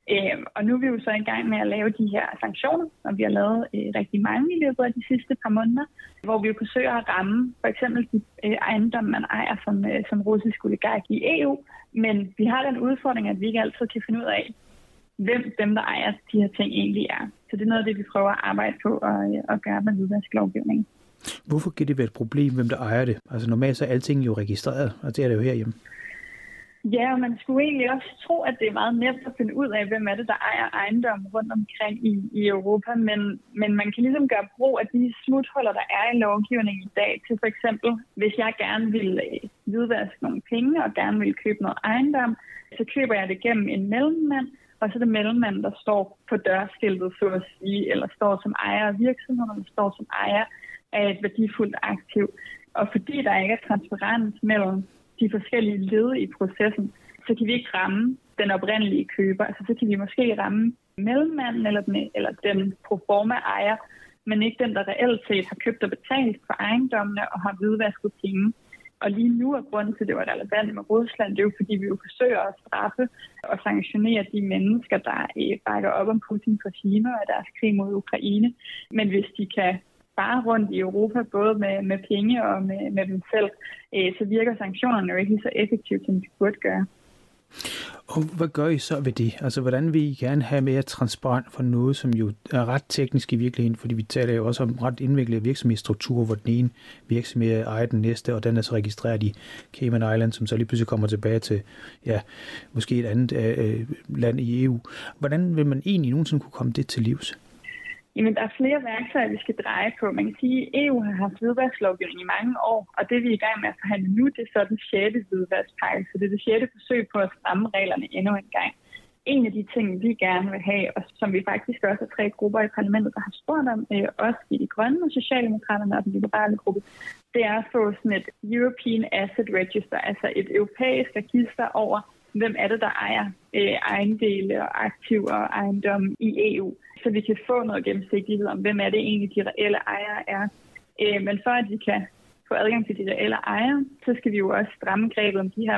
L: Og nu er vi jo så i gang med at lave de her sanktioner, og vi har lavet rigtig mange i løbet af de sidste par måneder, hvor vi jo forsøger at ramme for eksempel de ejendomme, man ejer som russisk oligark i EU. Men vi har den udfordring, at vi ikke altid kan finde ud af, hvem dem, der ejer de her ting egentlig er. Så det er noget af det, vi prøver at arbejde på og gøre med hvidvasklovgivningen.
M: Hvorfor kan det være et problem, hvem der ejer det? Altså normalt så er alting jo registreret, og det er det jo herhjemme.
L: Ja, og man skulle egentlig også tro, at det er meget nemt at finde ud af, hvem er det, der ejer ejendommen rundt omkring i Europa. Men man kan ligesom gøre brug af de smuthuller, der er i lovgivningen i dag. Til for eksempel, hvis jeg gerne vil hvidvaske nogle penge og gerne vil købe noget ejendom, så køber jeg det gennem en mellemmand, og så er det mellemmanden, der står på dørskiltet, så at sige, eller står som ejer af virksomheden, eller står som ejer af et værdifuldt aktiv. Og fordi der ikke er transparens mellem de forskellige led i processen, så kan vi ikke ramme den oprindelige køber. Altså så kan vi måske ramme mellemmanden eller den proforma ejer, men ikke den, der reelt set har købt og betalt for ejendommene og har hvidvasket penge. Og lige nu er grunden til, at det var relevant med Rusland, det er jo fordi, vi jo forsøger at straffe og sanktionere de mennesker, der bakker op om Putins regime og deres krig mod Ukraine. Men hvis de kan bare rundt i Europa, både med penge og med dem selv, så virker sanktionerne jo ikke så effektivt, som de burde gøre.
M: Og hvad gør I så ved det? Altså, hvordan vil I gerne have mere transparent for noget, som jo er ret teknisk i virkeligheden? Fordi vi taler jo også om ret indviklede virksomhedsstrukturer, hvor den ene virksomhed ejer den næste, og den er så registreret i Cayman Island, som så lige pludselig kommer tilbage til, måske et andet land i EU. Hvordan vil man egentlig nogensinde kunne komme det til livs?
L: Jamen, der er flere værktøjer, vi skal dreje på. Man kan sige, at EU har haft hvidvasklovgivning i mange år, og det vi er i gang med at forhandle nu, det er så den 6. hvidvaskpakke, så det er det 6. forsøg på at stramme reglerne endnu en gang. En af de ting, vi gerne vil have, og som vi faktisk også er 3 grupper i parlamentet, der har spurgt om, også i de grønne og Socialdemokraterne og den liberale gruppe, det er at få sådan et European Asset Register, altså et europæisk register over, hvem er det, der ejer ejendele og aktiver og ejendomme i EU, så vi kan få noget gennemsigtighed om, hvem er det egentlig, de reelle ejere er. Men for at vi kan få adgang til de reelle ejere, så skal vi jo også stramme grebet om de her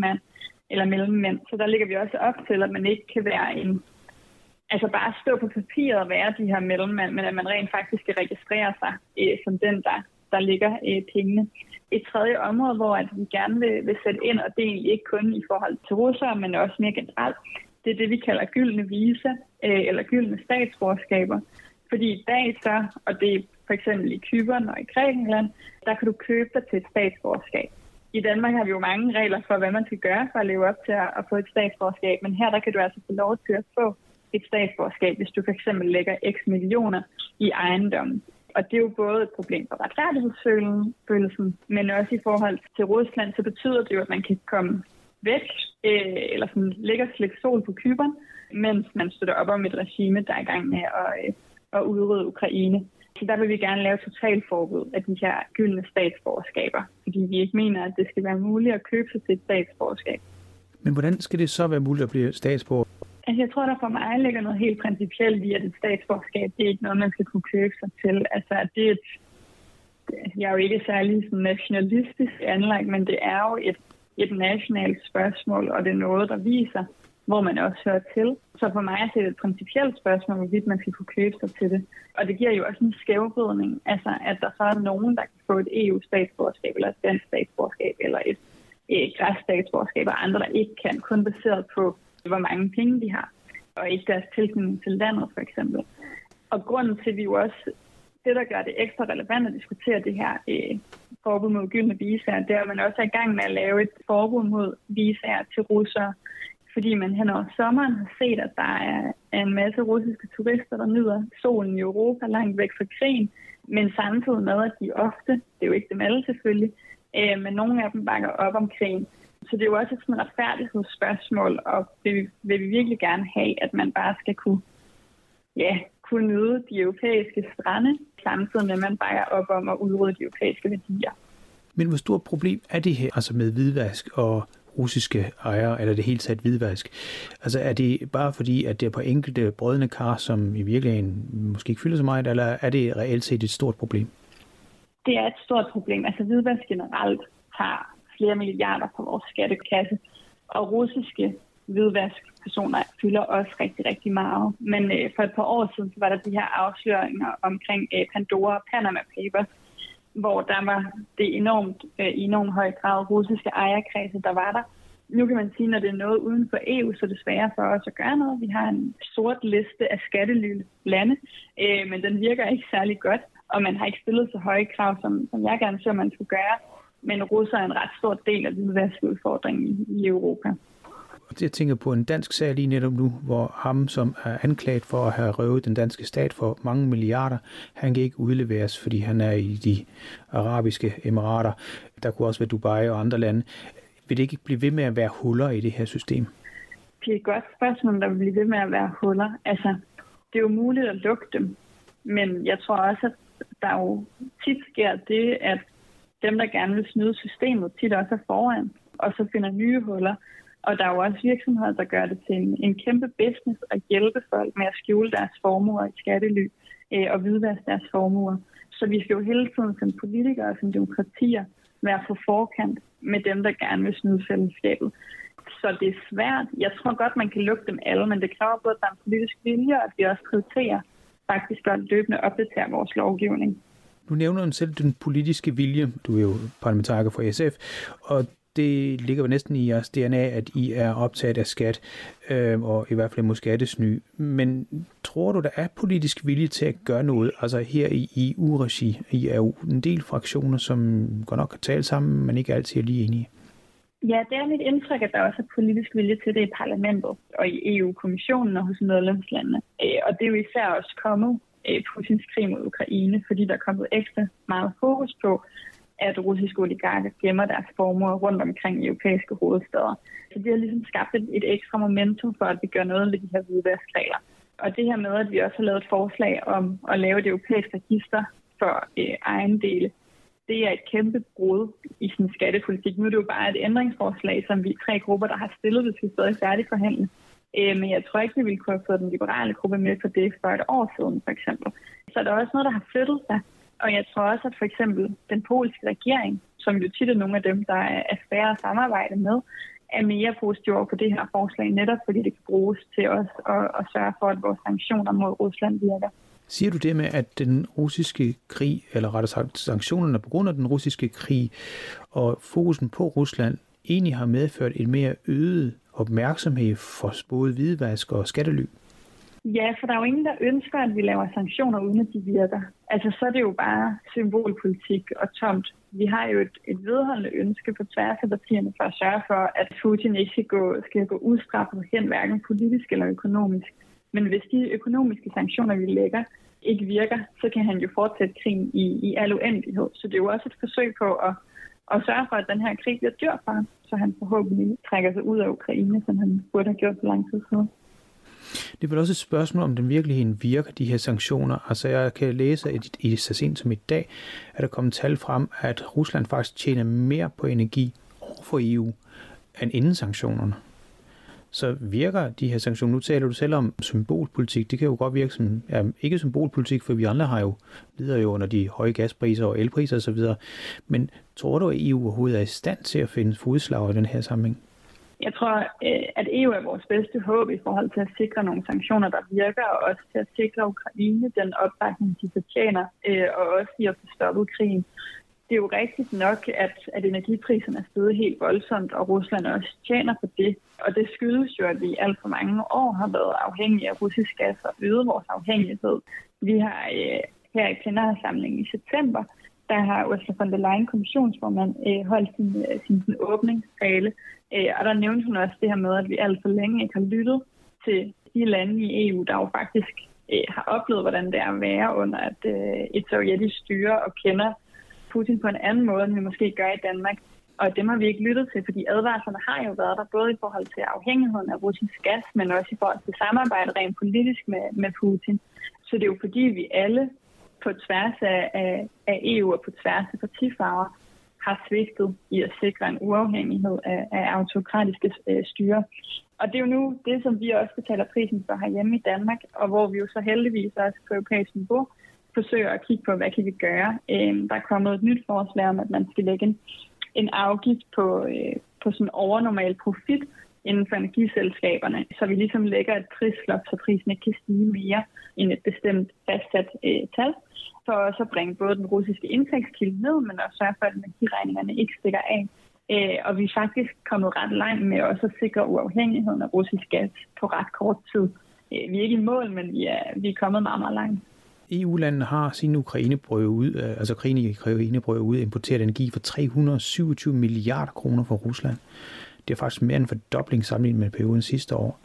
L: mellemmænd. Så der ligger vi også op til, at man ikke kan være altså bare stå på papiret og være de her mellemmænd, men at man rent faktisk skal registrere sig som den, der ligger pengene. Et tredje område, hvor at vi gerne vil sætte ind, og det er egentlig ikke kun i forhold til russere, men også mere generelt, det er det, vi kalder gyldne visa eller gyldne statsborgerskaber. Fordi i dag så, og det er for eksempel i Cypern og i Grækenland, der kan du købe dig til et statsborgerskab. I Danmark har vi jo mange regler for, hvad man skal gøre for at leve op til at få et statsborgerskab, men her der kan du altså få lov til at få et statsborgerskab, hvis du for eksempel lægger x millioner i ejendommen. Og det er jo både et problem for retfærdighedsfølelsen, men også i forhold til Rusland, så betyder det jo, at man kan komme væk, eller sådan ligge og slikke sol på Cypern, mens man støtter op om et regime, der er i gang med at udrydde Ukraine. Så der vil vi gerne lave totalforbud af de her gyldne statsborgerskaber, fordi vi ikke mener, at det skal være muligt at købe sig til et statsborgerskab.
M: Men hvordan skal det så være muligt at blive statsborger?
L: Altså, jeg tror, der for mig ligger noget helt principielt i, at et statsborgerskab, det er ikke noget, man skal kunne købe sig til. Altså, jeg er jo ikke særlig sådan nationalistisk anlagt, men det er jo et nationalt spørgsmål, og det er noget, der viser, hvor man også hører til. Så for mig er det et principielt spørgsmål, hvorvidt man skal kunne købe sig til det. Og det giver jo også en skævvridning, altså at der så er nogen, der kan få et EU-statsborgerskab, eller et dansk statsborgerskab, eller et græsk statsborgerskab, og andre, der ikke kan, kun baseret på, hvor mange penge de har, og ikke deres tilknytning til landet, for eksempel. Og grunden til, at vi jo også, det der gør det ekstra relevant at diskutere det her forbud mod gyldne visaer, det er, at man også er i gang med at lave et forbud mod visaer til russere, fordi man hen over sommeren har set, at der er en masse russiske turister, der nyder solen i Europa langt væk fra krigen, men samtidig med, at de ofte, det er jo ikke dem alle selvfølgelig, men nogle af dem bakker op om krigen. Så det er jo også et sådan retfærdighedsspørgsmål, og vil vi virkelig gerne have, at man bare skal kunne nyde de europæiske strande, samtidig med, at man bakker op om at udrydde de europæiske værdier.
M: Men hvor stort problem er det her, altså med hvidvask og russiske ejere, eller det hele taget hvidvask? Altså er det bare fordi, at det er på enkelte brødne kar, som i virkeligheden måske ikke fylder så meget, eller er det reelt set et stort problem?
L: Det er et stort problem. Altså hvidvask generelt har flere milliarder på vores skattekasse, og russiske hvidvaskpersoner fylder også rigtig, rigtig meget. Men for et par år siden, så var der de her afsløringer omkring Pandora og Panama Papers, hvor der var det i enormt høj grad russiske ejerkredse, der var der. Nu kan man sige, når det er noget uden for EU, så er det sværere for os at gøre noget. Vi har en sort liste af skattelylande, men den virker ikke særlig godt, og man har ikke stillet så høje krav, som jeg gerne så, man skulle gøre. Men russer er en ret stor del af hvidvaskudfordringen i Europa.
M: Jeg tænker på en dansk sag lige netop nu, hvor ham, som er anklaget for at have røvet den danske stat for mange milliarder, han kan ikke udleveres, fordi han er i de arabiske emirater. Der kunne også være Dubai og andre lande. Vil det ikke blive ved med at være huller i det her system?
L: Det er et godt spørgsmål, der vil blive ved med at være huller. Altså, det er jo muligt at lukke dem, men jeg tror også, at der jo tit sker det, at dem, der gerne vil snyde systemet, tit også er foran, og så finder nye huller. Og der er jo også virksomheder, der gør det til en kæmpe business at hjælpe folk med at skjule deres formuer i skattely og hvidvaske deres formuer. Så vi skal jo hele tiden som politikere og som demokratier være på forkant med dem, der gerne vil snyde fællesskabet. Så det er svært. Jeg tror godt, man kan lukke dem alle, men det kræver både, at der er en politisk vilje, og at vi også prioriterer faktisk godt løbende opdatere vores lovgivning.
M: Nu nævner du selv den politiske vilje. Du er jo parlamentariker for SF, og det ligger jo næsten i jeres DNA, at I er optaget af skat, og i hvert fald mod skattesny. Men tror du, der er politisk vilje til at gøre noget, altså her i EU-regi? I er jo en del fraktioner, som godt nok kan tale sammen, men ikke altid er lige enige.
L: Ja, det er mit indtryk, at der også er politisk vilje til det i parlamentet og i EU-kommissionen og hos medlemslandene. Og det er jo især også kommet Putins krig mod Ukraine, fordi der er kommet ekstra meget fokus på, at russiske oligarker gemmer deres formuer rundt omkring i europæiske hovedsteder. Så det har ligesom skabt et ekstra momentum for, at vi gør noget ved de her hvidvaskregler. Og det her med, at vi også har lavet et forslag om at lave et europæisk register for ejendele, det er et kæmpe brud i sin skattepolitik. Nu er det jo bare et ændringsforslag, som vi 3 grupper, der har stillet, hvis vi stadig færdigforhandle. Men jeg tror ikke, vi ville kunne have fået den liberale gruppe med på det for et år siden, for eksempel. Så der er også noget, der har flyttet sig. Og jeg tror også, at for eksempel den polske regering, som jo tit er nogle af dem, der er svære at samarbejde med, er mere positive over på det her forslag, netop fordi det kan bruges til os at sørge for, at vores sanktioner mod Rusland virker.
M: Siger du det med, at den russiske krig, eller rettere sagt sanktionerne på grund af den russiske krig og fokusen på Rusland, egentlig har medført en mere øget opmærksomhed for både hvidvask og skattely?
L: Ja, for der er jo ingen, der ønsker, at vi laver sanktioner, uden at de virker. Altså, så er det jo bare symbolpolitik og tomt. Vi har jo et vedholdende ønske på tværs af partierne for at sørge for, at Putin ikke skal gå udstraffet hen, hverken politisk eller økonomisk. Men hvis de økonomiske sanktioner, vi lægger, ikke virker, så kan han jo fortsætte krigen i al uendelighed. Så det er jo også et forsøg på at sørge for, at den her krig bliver dyr for ham, så han forhåbentlig trækker sig ud af Ukraine, som han burde have gjort for lang tid siden.
M: Det er vel også et spørgsmål, om den virkeligheden virker, de her sanktioner. Altså jeg kan læse, at i så sent som i dag, er der kommet tal frem, at Rusland faktisk tjener mere på energi over for EU, end inden sanktionerne. Så virker de her sanktioner, nu taler du selv om symbolpolitik, det kan jo godt virke som, ikke symbolpolitik, for vi andre har jo, lider jo under de høje gaspriser og elpriser osv., men tror du, at EU overhovedet er i stand til at finde fodslag i den her sammenhæng?
L: Jeg tror, at EU er vores bedste håb i forhold til at sikre nogle sanktioner, der virker, og også til at sikre Ukraine den opbakning, de fortjener, og også i at få stoppet krigen. Det er jo rigtigt nok, at energipriserne er steget helt voldsomt, og Rusland også tjener på det. Og det skyldes jo, at vi i alt for mange år har været afhængige af russisk gas og øget vores afhængighed. Vi har her i plenarsamlingen i september, der har Ursula von der Leyen, kommissionsformand, holdt sin åbningstale. Og der nævnte hun også det her med, at vi alt for længe ikke har lyttet til de lande i EU, der jo faktisk har oplevet, hvordan det er at være under et sovjetisk styre og kender Putin på en anden måde, end vi måske gør i Danmark. Og dem har vi ikke lyttet til, fordi advarslerne har jo været der, både i forhold til afhængigheden af russisk gas, men også i forhold til samarbejde rent politisk med Putin. Så det er jo fordi, vi alle på tværs af EU og på tværs af partifarver har svigtet i at sikre en uafhængighed af autokratiske styre. Og det er jo nu det, som vi også betaler prisen for herhjemme i Danmark, og hvor vi jo så heldigvis også på europæisk niveau forsøger at kigge på, hvad kan vi gøre. Der er kommet et nyt forslag om, at man skal lægge en afgift på sådan overnormal profit inden for energiselskaberne, så vi ligesom lægger et prisloft, så prisen ikke kan stige mere end et bestemt fastsat tal, for også at bringe både den russiske indtægtskilde ned, men også sørge for, at energiregningerne ikke stikker af. Og vi er faktisk kommet ret langt med også at sikre uafhængigheden af russisk gas på ret kort tid. Vi er ikke i mål, men vi er kommet meget, meget langt.
M: EU-landene har siden krigen i Ukraine brød ud, importeret energi for 327 milliarder kroner fra Rusland. Det er faktisk mere end en fordobling sammenlignet med perioden sidste år.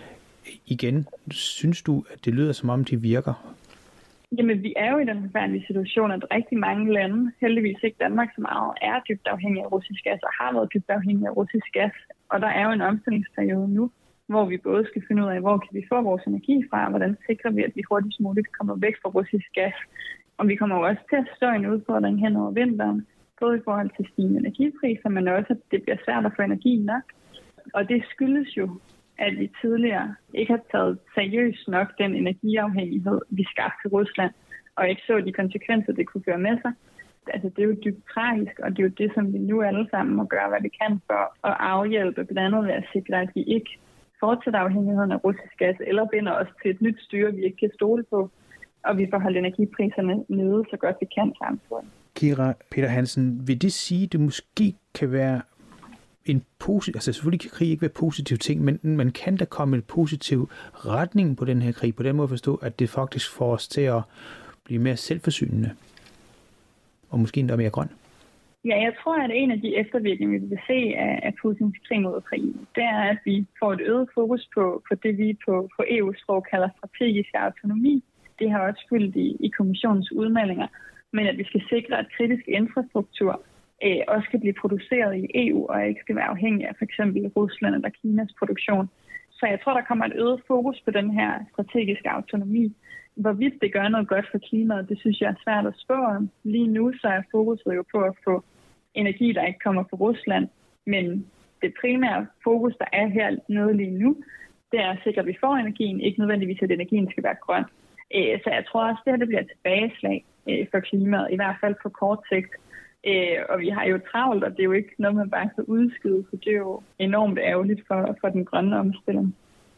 M: Igen, synes du, at det lyder som om, de virker?
L: Jamen, vi er jo i den forfærdelige situation, at rigtig mange lande, heldigvis ikke Danmark så meget, er dybt afhængige af russisk gas og har været dybt afhængige af russisk gas. Og der er jo en omstillingsperiode nu, hvor vi både skal finde ud af, hvor kan vi få vores energi fra, og hvordan sikrer vi, at vi hurtigst muligt kommer væk fra russisk gas. Og vi kommer jo også til at stå en udfordring hen over vinteren, både i forhold til stigende energipriser, men også, at det bliver svært at få energi nok. Og det skyldes jo, at vi tidligere ikke har taget seriøst nok den energiafhængighed, vi skabte til Rusland, og ikke så de konsekvenser, det kunne føre med sig. Altså, det er jo dybt tragisk, og det er jo det, som vi nu alle sammen må gøre, hvad vi kan for at afhjælpe, blandt andet ved at sikre, at vi ikke fortsætter afhængigheden af russisk gas, eller binder os til et nyt styre, vi ikke kan stole på, og vi får holdt energipriserne nede så godt vi kan samtidig.
M: Kira Peter Hansen, vil det sige, at det måske kan være altså selvfølgelig kan krig ikke være positiv ting, men man kan da komme en positiv retning på den her krig, på den måde at forstå, at det faktisk får os til at blive mere selvforsynende, og måske endda mere grøn.
L: Ja, jeg tror, at en af de eftervirkninger, vi vil se af Putins krig mod Ukraine, det er, at vi får et øget fokus på det, vi på EU-sprog kalder strategisk autonomi. Det har også fyldt i kommissionens udmeldinger, men at vi skal sikre, at kritisk infrastruktur også skal blive produceret i EU, og ikke skal være afhængig af f.eks. Rusland eller Kinas produktion. Så jeg tror, der kommer et øget fokus på den her strategiske autonomi. Hvorvidt det gør noget godt for klimaet, det synes jeg er svært at spå om. Lige nu så er fokuset jo på at få energi, der ikke kommer fra Rusland. Men det primære fokus, der er her nede lige nu, det er at sikre, at vi får energien, ikke nødvendigvis, at energien skal være grøn. Så jeg tror også, det her det bliver et tilbageslag for klimaet, i hvert fald på kort sigt. Og vi har jo travlt, og det er jo ikke noget, man bare kan udskyde, for det er jo enormt ærgerligt for den grønne omstilling.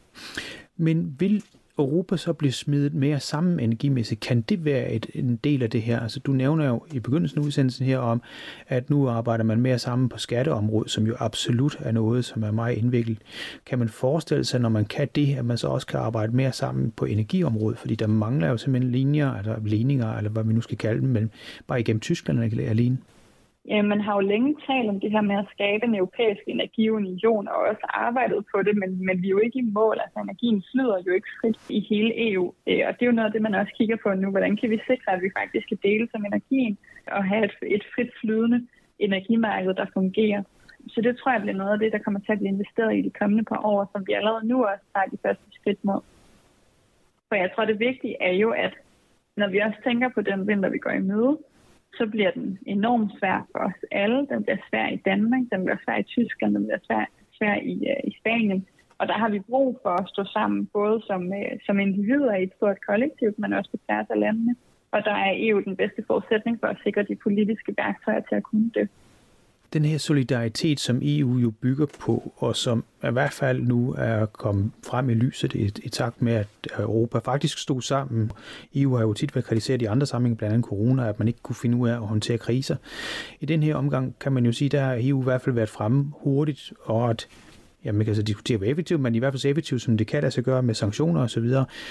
M: Men vil Europa så blive smidt mere sammen energimæssigt? Kan det være en del af det her? Altså, du nævner jo i begyndelsen af udsendelsen her om, at nu arbejder man mere sammen på skatteområdet, som jo absolut er noget, som er meget indviklet. Kan man forestille sig, når man kan det, at man så også kan arbejde mere sammen på energiområdet? Fordi der mangler jo simpelthen ledninger, eller hvad vi nu skal kalde dem, men bare igennem Tyskland alene.
L: Ja, man har jo længe talt om det her med at skabe en europæisk energiunion og også arbejdet på det, men vi er jo ikke i mål. Altså energien flyder jo ikke frit i hele EU, og det er jo noget af det, man også kigger på nu. Hvordan kan vi sikre, at vi faktisk skal dele som energien og have et frit flydende energimarked, der fungerer? Så det tror jeg bliver noget af det, der kommer til at blive investeret i de kommende par år, som vi allerede nu også tager de første skridt mod. For jeg tror, det vigtige er jo, at når vi også tænker på den vinter, vi går i møde, så bliver den enormt svær for os alle. Den bliver svær i Danmark, den bliver svær i Tyskland, den bliver svær i Spanien. Og der har vi brug for at stå sammen, både som individer i et stort kollektiv, men også på tværs af landene. Og der er EU den bedste forudsætning for at sikre de politiske værktøjer til at kunne det.
M: Den her solidaritet, som EU jo bygger på, og som i hvert fald nu er kommet frem i lyset i takt med, at Europa faktisk stod sammen. EU har jo tit været kritiseret i andre sammenhænge, blandt andet corona, at man ikke kunne finde ud af at håndtere kriser. I den her omgang kan man jo sige, der har EU i hvert fald været fremme hurtigt, og at man kan så diskutere, hvor effektivt, men i hvert fald så effektivt, som det kan lade sig gøre med sanktioner osv.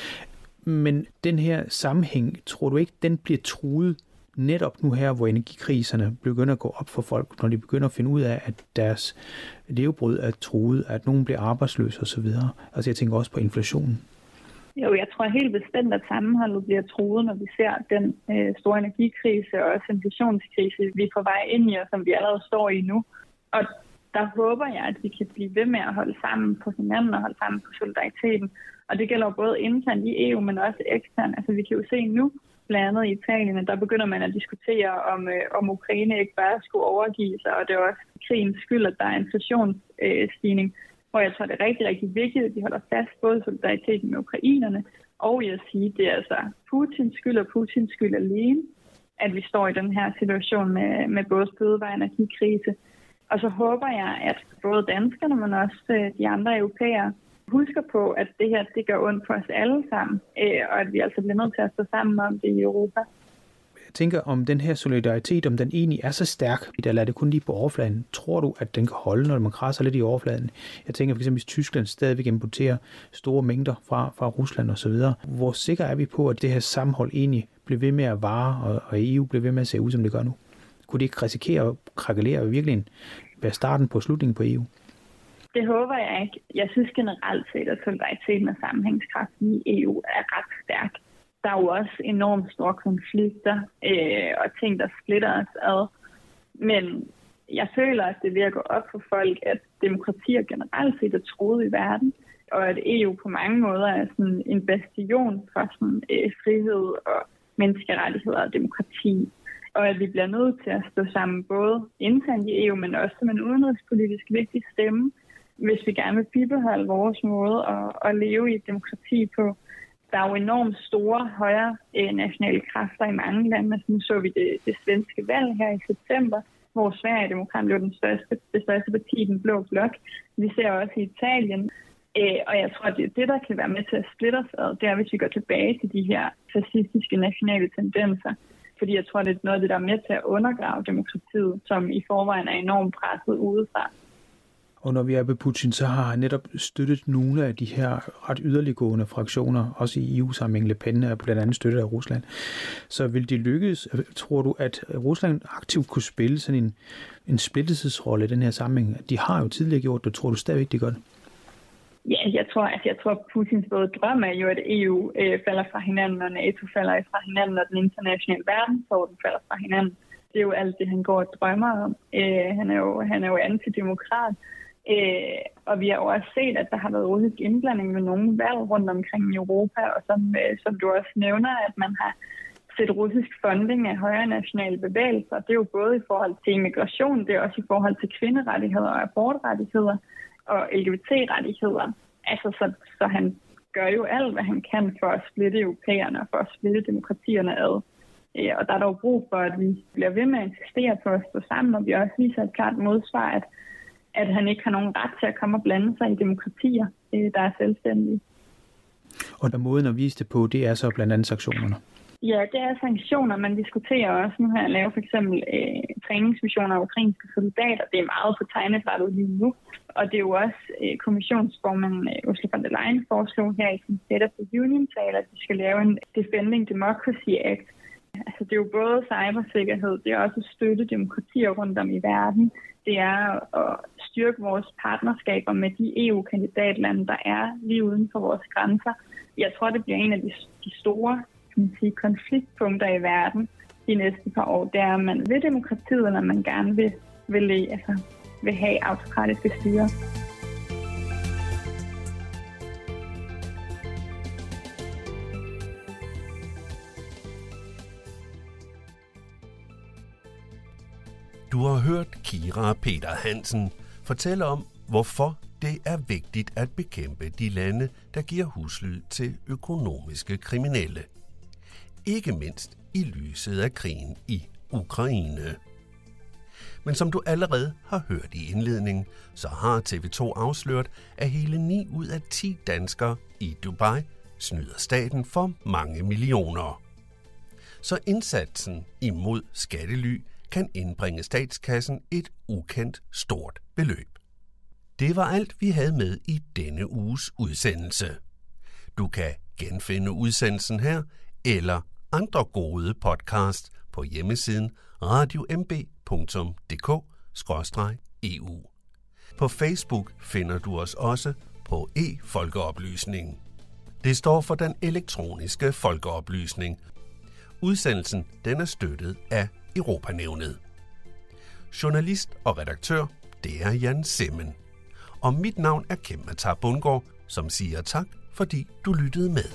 M: Men den her sammenhæng, tror du ikke, den bliver truet netop nu her, hvor energikriserne begynder at gå op for folk, når de begynder at finde ud af, at deres levebrød er truet, at nogen bliver arbejdsløse osv. Altså jeg tænker også på inflationen.
L: Jo, jeg tror helt bestemt, at sammenholdet bliver truet, når vi ser den store energikrise og også inflationskrise, vi er på vej ind i, og som vi allerede står i nu. Og der håber jeg, at vi kan blive ved med at holde sammen på hinanden og holde sammen på solidariteten. Og det gælder både internt i EU, men også eksternt. Altså vi kan jo se nu, blandt andet i Italien, der begynder man at diskutere, om Ukraine ikke bare skulle overgive sig, og det er også krigens skyld, at der er inflationsstigning, hvor jeg tror, det er rigtig, rigtig vigtigt, at vi holder fast både solidariteten med ukrainerne, og jeg siger, det er altså Putins skyld alene, at vi står i den her situation med både fødevare- og energikrise. Og så håber jeg, at både danskerne, men også de andre europæere, husker på, at det her det gør ondt for os alle sammen, og at vi altså bliver nødt til at stå sammen om det i Europa.
M: Jeg tænker, om den her solidaritet, om den egentlig er så stærk, der lader det kun lige på overfladen. Tror du, at den kan holde, når man krasser lidt i overfladen? Jeg tænker fx, hvis Tyskland stadigvæk importerer store mængder fra Rusland osv. Hvor sikker er vi på, at det her sammenhold egentlig bliver ved med at vare, og EU bliver ved med at se ud, som det gør nu? Kunne det ikke risikere at krakelere og virkelig være starten på slutningen på EU?
L: Det håber jeg ikke. Jeg synes generelt set, at solidariteten og sammenhængskraften i EU er ret stærk. Der er jo også enormt store konflikter og ting, der splitter os ad. Men jeg føler, at det er ved at gå op for folk, at demokratier generelt set er truet i verden, og at EU på mange måder er sådan en bastion for sådan, frihed og menneskerettigheder og demokrati. Og at vi bliver nødt til at stå sammen både internt i EU, men også som en udenrigspolitisk vigtig stemme, hvis vi gerne vil bibeholde vores måde at leve i et demokrati på. Der er jo enormt store højre nationale kræfter i mange lande. Altså, nu så vi det svenske valg her i september, hvor Sverigedemokraterne blev det største parti i den blå blok. Vi ser også i Italien. Og jeg tror, at det der kan være med til at splitte os ad, det er, hvis vi går tilbage til de her fascistiske nationale tendenser. Fordi jeg tror, det er noget af det, der er med til at undergrave demokratiet, som i forvejen er enormt presset udefra.
M: Og når vi er ved Putin, så har han netop støttet nogle af de her ret yderliggående fraktioner, også i EU-sammenhæng. Le Pen er blandt andet støttet af Rusland. Så vil det lykkes, tror du, at Rusland aktivt kunne spille sådan en splittelsesrolle i den her sammenhæng? De har jo tidligere gjort det, tror du stadigvæk, de gør det?
L: Ja, jeg tror, at Putins både drøm er jo, at EU falder fra hinanden, og NATO falder fra hinanden, og den internationale verdensorden falder fra hinanden. Det er jo alt det, han går og drømmer om. Han er jo antidemokrat. Og vi har jo også set, at der har været russisk indblanding med nogle valg rundt omkring i Europa, og som du også nævner, at man har set russisk funding af højre nationale bevægelser. Det er jo både i forhold til immigration, det er også i forhold til kvinderettigheder og abortrettigheder og LGBT-rettigheder. Altså, så han gør jo alt, hvad han kan for at splitte europæerne og for at splitte demokratierne ad. Og der er dog brug for, at vi bliver ved med at insistere på at stå sammen, og vi også viser et klart modsvar, at han ikke har nogen ret til at komme og blande sig i demokratier, der er selvstændige.
M: Og der måden at vise det på, det er så blandt andet sanktionerne?
L: Ja, det er sanktioner. Man diskuterer også nu her at lave for eksempel træningsmissioner af ukrainske soldater. Det er meget på tegnebrættet lige nu. Og det er jo også kommissionsformanden Ursula von der Leyen foreslog her i sin State of the Union-tale, at vi skal lave en Defending Democracy Act. Altså, det er jo både cybersikkerhed, det er også at støtte demokratier rundt om i verden. Det er at styrke vores partnerskaber med de EU-kandidatlande, der er lige uden for vores grænser. Jeg tror, det bliver en af de store konfliktpunkter i verden de næste par år. Det er, at man vil demokratiet, eller man gerne vil have autokratiske styre.
K: Du har hørt Kira Peter Hansen fortælle om, hvorfor det er vigtigt at bekæmpe de lande, der giver huslyd til økonomiske kriminelle. Ikke mindst i lyset af krigen i Ukraine. Men som du allerede har hørt i indledningen, så har TV2 afsløret, at hele 9 ud af 10 danskere i Dubai snyder staten for mange millioner. Så indsatsen imod skattely kan indbringe statskassen et ukendt stort beløb. Det var alt, vi havde med i denne uges udsendelse. Du kan genfinde udsendelsen her eller andre gode podcast på hjemmesiden radiomb.dk/EU. På Facebook finder du os også på e-folkeoplysning. Det står for den elektroniske folkeoplysning. Udsendelsen den er støttet af Europanævnet. Journalist og redaktør, det er Jan Semmen. Og mit navn er Kim Matar Bundgaard, som siger tak, fordi du lyttede med.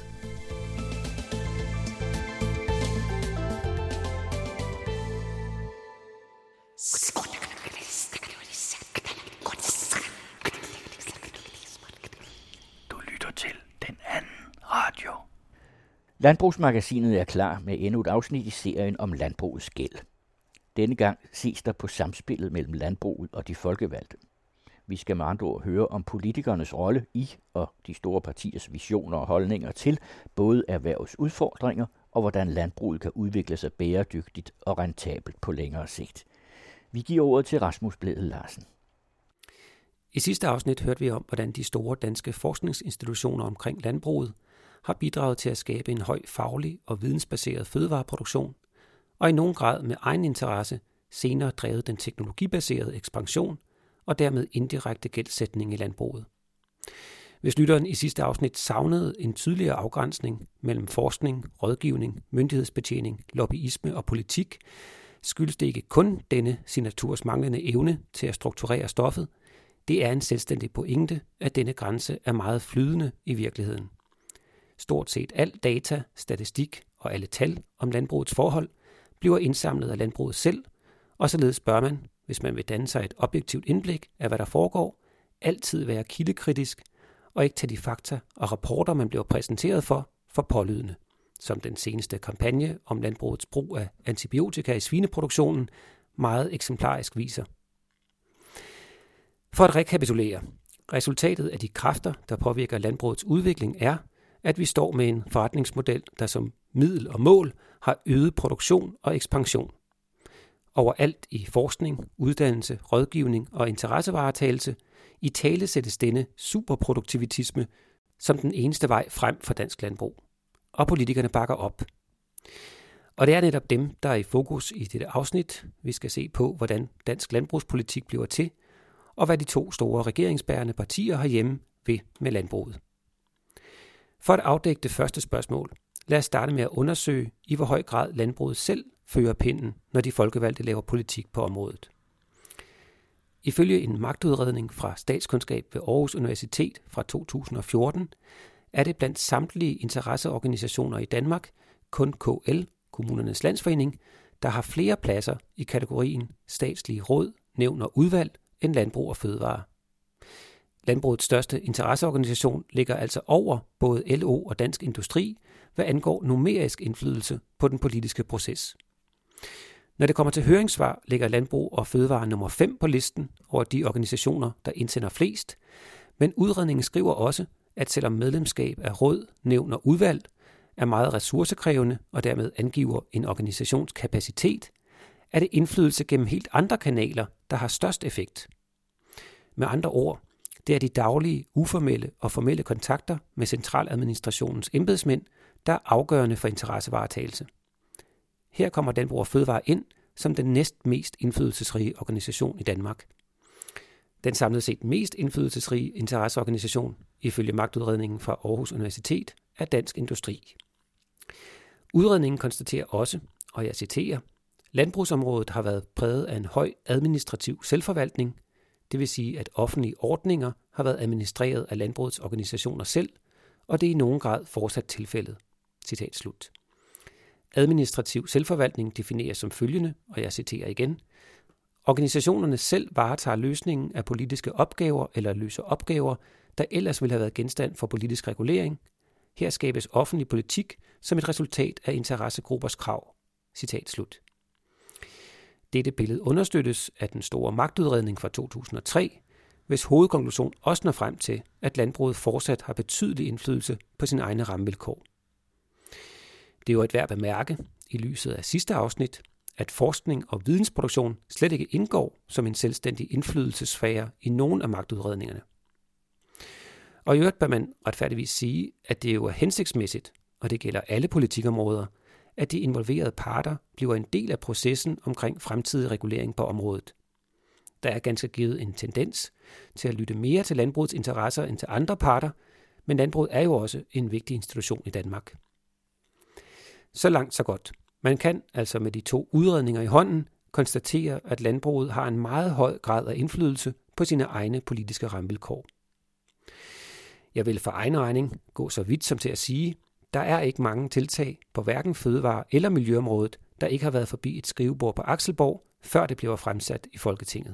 B: Du lytter til Den Anden Radio. Landbrugsmagasinet er klar med endnu et afsnit i serien om landbrugets gæld. Denne gang ses der på samspillet mellem landbruget og de folkevalgte. Vi skal med andre ord høre om politikernes rolle i og de store partiers visioner og holdninger til både erhvervets udfordringer og hvordan landbruget kan udvikle sig bæredygtigt og rentabelt på længere sigt. Vi giver ordet til Rasmus Bledel Larsen.
N: I sidste afsnit hørte vi om, hvordan de store danske forskningsinstitutioner omkring landbruget har bidraget til at skabe en høj faglig og vidensbaseret fødevareproduktion, og i nogen grad med egen interesse senere drevet den teknologibaserede ekspansion og dermed indirekte gældsætning i landbruget. Hvis lytteren i sidste afsnit savnede en tydeligere afgrænsning mellem forskning, rådgivning, myndighedsbetjening, lobbyisme og politik, skyldes det ikke kun denne signaturs manglende evne til at strukturere stoffet. Det er en selvstændig pointe, at denne grænse er meget flydende i virkeligheden. Stort set al data, statistik og alle tal om landbrugets forhold bliver indsamlet af landbruget selv, og således bør man, hvis man vil danne sig et objektivt indblik af, hvad der foregår, altid være kildekritisk og ikke tage de fakta og rapporter, man bliver præsenteret for pålydende, som den seneste kampagne om landbrugets brug af antibiotika i svineproduktionen meget eksemplarisk viser. For at rekapitulere, resultatet af de kræfter, der påvirker landbrugets udvikling, er, at vi står med en forretningsmodel, der som middel og mål har øget produktion og ekspansion. Overalt i forskning, uddannelse, rådgivning og interessevaretagelse italesættes denne superproduktivitisme som den eneste vej frem for dansk landbrug. Og politikerne bakker op. Og det er netop dem, der er i fokus i dette afsnit. Vi skal se på, hvordan dansk landbrugspolitik bliver til, og hvad de to store regeringsbærende partier herhjemme vil med landbruget. For at afdække det første spørgsmål, lad os starte med at undersøge, i hvor høj grad landbruget selv fører pinden, når de folkevalgte laver politik på området. Ifølge en magtudredning fra Statskundskab ved Aarhus Universitet fra 2014, er det blandt samtlige interesseorganisationer i Danmark kun KL, Kommunernes Landsforening, der har flere pladser i kategorien statslige råd, nævn og udvalg end Landbrug og Fødevare. Landbrugets største interesseorganisation ligger altså over både LO og Dansk Industri, hvad angår numerisk indflydelse på den politiske proces. Når det kommer til høringssvar, ligger Landbrug og Fødevare nummer 5 på listen over de organisationer, der indsender flest, men udredningen skriver også, at selvom medlemskab af råd, nævn og udvalg er meget ressourcekrævende og dermed angiver en organisations kapacitet, er det indflydelse gennem helt andre kanaler, der har størst effekt. Med andre ord, det er de daglige, uformelle og formelle kontakter med centraladministrationens embedsmænd, der er afgørende for interessevaretagelse. Her kommer Landbrug og Fødevare ind som den næst mest indflydelsesrige organisation i Danmark. Den samlet set mest indflydelsesrige interesseorganisation, ifølge magtudredningen fra Aarhus Universitet, er Dansk Industri. Udredningen konstaterer også, og jeg citerer, landbrugsområdet har været præget af en høj administrativ selvforvaltning, det vil sige, at offentlige ordninger har været administreret af landbrugets organisationer selv, og det er i nogen grad fortsat tilfældet. Citat slut. Administrativ selvforvaltning defineres som følgende, og jeg citerer igen, organisationerne selv varetager løsningen af politiske opgaver eller løser opgaver, der ellers ville have været genstand for politisk regulering. Her skabes offentlig politik som et resultat af interessegruppers krav. Citat slut. Dette billede understøttes af den store magtudredning fra 2003, hvis hovedkonklusion også når frem til, at landbruget fortsat har betydelig indflydelse på sine egne rammevilkår. Det er jo et værd at bemærke, i lyset af sidste afsnit, at forskning og vidensproduktion slet ikke indgår som en selvstændig indflydelsessfære i nogen af magtudredningerne. Og i øvrigt bør man retfærdigvis sige, at det jo er hensigtsmæssigt, og det gælder alle politikområder, at de involverede parter bliver en del af processen omkring fremtidig regulering på området. Der er ganske givet en tendens til at lytte mere til landbrugets interesser end til andre parter, men landbruget er jo også en vigtig institution i Danmark. Så langt, så godt. Man kan altså med de to udredninger i hånden konstatere, at landbruget har en meget høj grad af indflydelse på sine egne politiske rammevilkår. Jeg vil for egen regning gå så vidt som til at sige, der er ikke mange tiltag på hverken fødevare- eller miljøområdet, der ikke har været forbi et skrivebord på Akselborg, før det blev fremsat i Folketinget.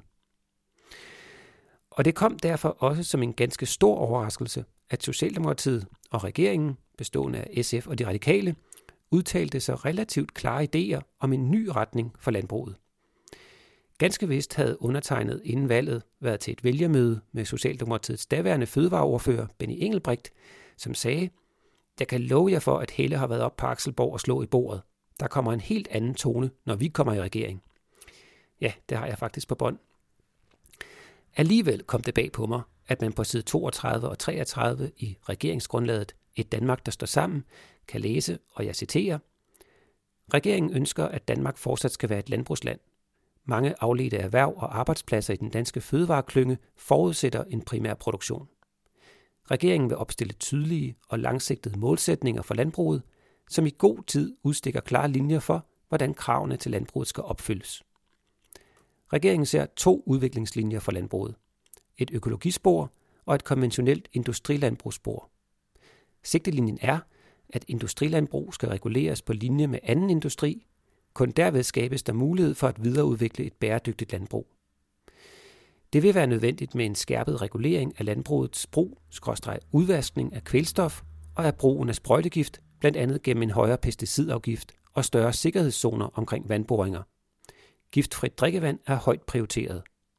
N: Og det kom derfor også som en ganske stor overraskelse, at Socialdemokratiet og regeringen, bestående af SF og de radikale, udtalte så relativt klare idéer om en ny retning for landbruget. Ganske vist havde undertegnet inden valget været til et vælgermøde med Socialdemokratiets daværende fødevareordfører Benny Engelbrecht, som sagde, jeg kan love jer for, at Helle har været op på Akselborg og slå i bordet. Der kommer en helt anden tone, når vi kommer i regering. Ja, det har jeg faktisk på bånd. Alligevel kom det bag på mig, at man på side 32 og 33 i regeringsgrundlaget Et Danmark, der står sammen, kan læse, og jeg citerer, regeringen ønsker, at Danmark fortsat skal være et landbrugsland. Mange afledte erhverv og arbejdspladser i den danske fødevareklynge forudsætter en primær produktion. Regeringen vil opstille tydelige og langsigtede målsætninger for landbruget, som i god tid udstikker klare linjer for, hvordan kravene til landbruget skal opfyldes. Regeringen ser 2 udviklingslinjer for landbruget. Et økologispor og et konventionelt industrilandbrugsspor. Sigtelinjen er, at industrilandbrug skal reguleres på linje med anden industri. Kun derved skabes der mulighed for at videreudvikle et bæredygtigt landbrug. Det vil være nødvendigt med en skærpet regulering af landbrugets brug/udvaskning af kvælstof og af brugen af sprøjtegift, blandt andet gennem en højere pesticidafgift og større sikkerhedszoner omkring vandboringer. Giftfrit drikkevand er højt prioriteret.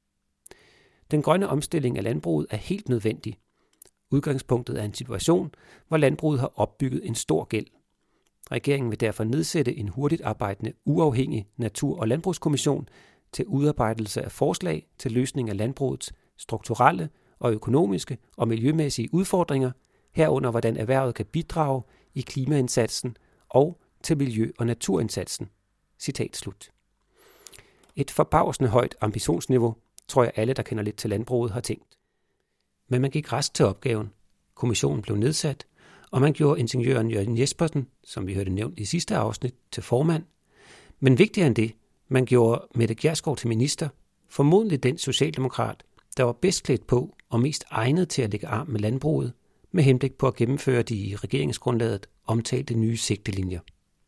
N: Den grønne omstilling af landbruget er helt nødvendig. Udgangspunktet er en situation, hvor landbruget har opbygget en stor gæld. Regeringen vil derfor nedsætte en hurtigt arbejdende, uafhængig natur- og landbrugskommission til udarbejdelse af forslag til løsning af landbrugets strukturelle og økonomiske og miljømæssige udfordringer, herunder hvordan erhvervet kan bidrage i klimaindsatsen og til miljø- og naturindsatsen. Citat slut. Et forbavsende højt ambitionsniveau, tror jeg alle, der kender lidt til landbruget, har tænkt. Men man gik rask til opgaven. Kommissionen blev nedsat, og man gjorde ingeniøren Jørgen Jespersen, som vi hørte nævnt i sidste afsnit, til formand. Men vigtigere end det, man gjorde Mette Gjerskov til minister, formodentlig den socialdemokrat, der var bedst klædt på og mest egnet til at lægge arm med landbruget, med henblik på at gennemføre de i regeringsgrundlaget omtalte nye sigtelinjer.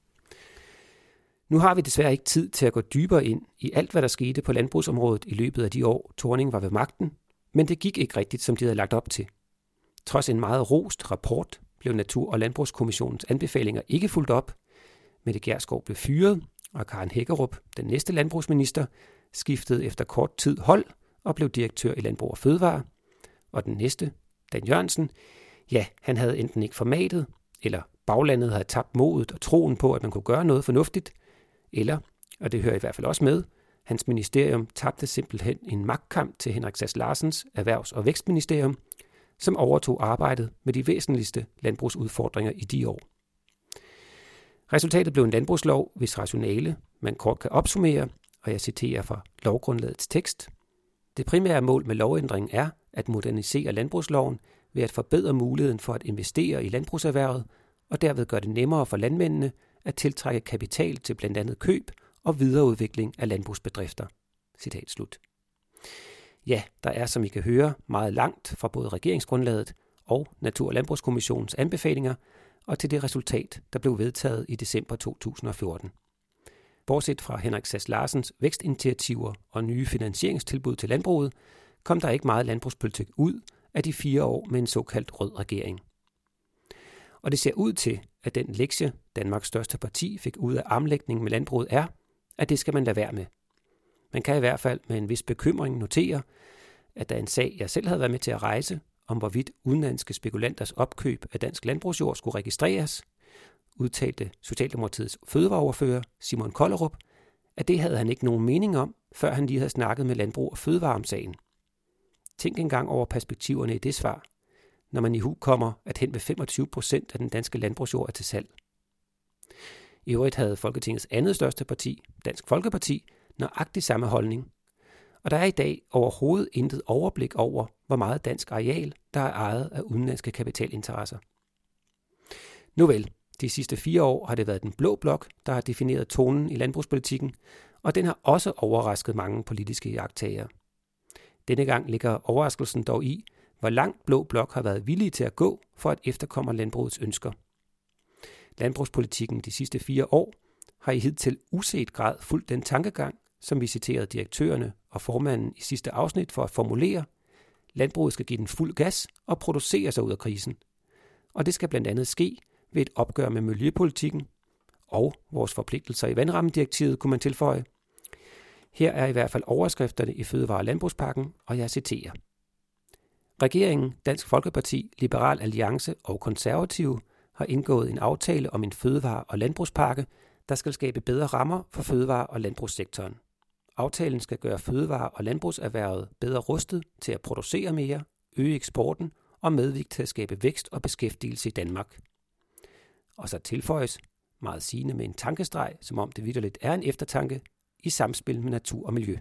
N: Nu har vi desværre ikke tid til at gå dybere ind i alt, hvad der skete på landbrugsområdet i løbet af de år, Thorning var ved magten, men det gik ikke rigtigt, som de havde lagt op til. Trods en meget rost rapport blev Natur- og Landbrugskommissionens anbefalinger ikke fulgt op. Mette Gjerskov blev fyret, og Karen Hækkerup, den næste landbrugsminister, skiftede efter kort tid hold og blev direktør i Landbrug og Fødevare. Og den næste, Dan Jørgensen, ja, han havde enten ikke formatet, eller baglandet havde tabt modet og troen på, at man kunne gøre noget fornuftigt, eller, og det hører i hvert fald også med, hans ministerium tabte simpelthen en magtkamp til Henrik Sass Larsens Erhvervs- og Vækstministerium, som overtog arbejdet med de væsentligste landbrugsudfordringer i de år. Resultatet blev en landbrugslov, hvis rationale man kort kan opsummere, og jeg citerer fra lovgrundlagets tekst. Det primære mål med lovændringen er at modernisere landbrugsloven ved at forbedre muligheden for at investere i landbrugserhvervet, og derved gøre det nemmere for landmændene at tiltrække kapital til blandt andet køb og videreudvikling af landbrugsbedrifter. Citat slut. Ja, der er, som I kan høre, meget langt fra både regeringsgrundlaget og Natur- og Landbrugskommissionens anbefalinger og til det resultat, der blev vedtaget i december 2014. Bortset fra Henrik Sass Larsens vækstinitiativer og nye finansieringstilbud til landbruget, kom der ikke meget landbrugspolitik ud af de 4 år med en såkaldt rød regering. Og det ser ud til, at den lektie, Danmarks største parti fik ud af armlægningen med landbruget, er, at det skal man lade være med. Man kan i hvert fald med en vis bekymring notere, at der er en sag, jeg selv havde været med til at rejse, om hvorvidt udenlandske spekulanters opkøb af dansk landbrugsjord skulle registreres, udtalte Socialdemokratiets fødevareordfører Simon Kollerup, at det havde han ikke nogen mening om, før han lige havde snakket med Landbrug og Fødevare om sagen. Tænk engang over perspektiverne i det svar, når man i hu kommer, at hen ved 25% af den danske landbrugsjord er til salg. I øvrigt havde Folketingets andet største parti, Dansk Folkeparti, nøjagtig samme holdning. Og der er i dag overhovedet intet overblik over, hvor meget dansk areal, der er ejet af udenlandske kapitalinteresser. Nu vel, de sidste 4 år har det været den blå blok, der har defineret tonen i landbrugspolitikken, og den har også overrasket mange politiske iagttagere. Denne gang ligger overraskelsen dog i, hvor langt blå blok har været villige til at gå for at efterkomme landbrugets ønsker. Landbrugspolitikken de sidste 4 år har i hidtil uset grad fulgt den tankegang, som vi citerede direktørerne og formanden i sidste afsnit for at formulere. Landbruget skal give den fuld gas og producere sig ud af krisen. Og det skal blandt andet ske ved et opgør med miljøpolitikken og vores forpligtelser i vandrammedirektivet, kunne man tilføje. Her er i hvert fald overskrifterne i Fødevare- og Landbrugspakken, og jeg citerer. Regeringen, Dansk Folkeparti, Liberal Alliance og Konservative har indgået en aftale om en fødevare- og landbrugspakke, der skal skabe bedre rammer for fødevare- og landbrugssektoren. Aftalen skal gøre fødevare- og landbrugserhvervet bedre rustet til at producere mere, øge eksporten og medvirke til at skabe vækst og beskæftigelse i Danmark. Og så tilføjes, meget sigende med en tankestreg, som om det vitterligt er en eftertanke, i samspil med natur og miljø.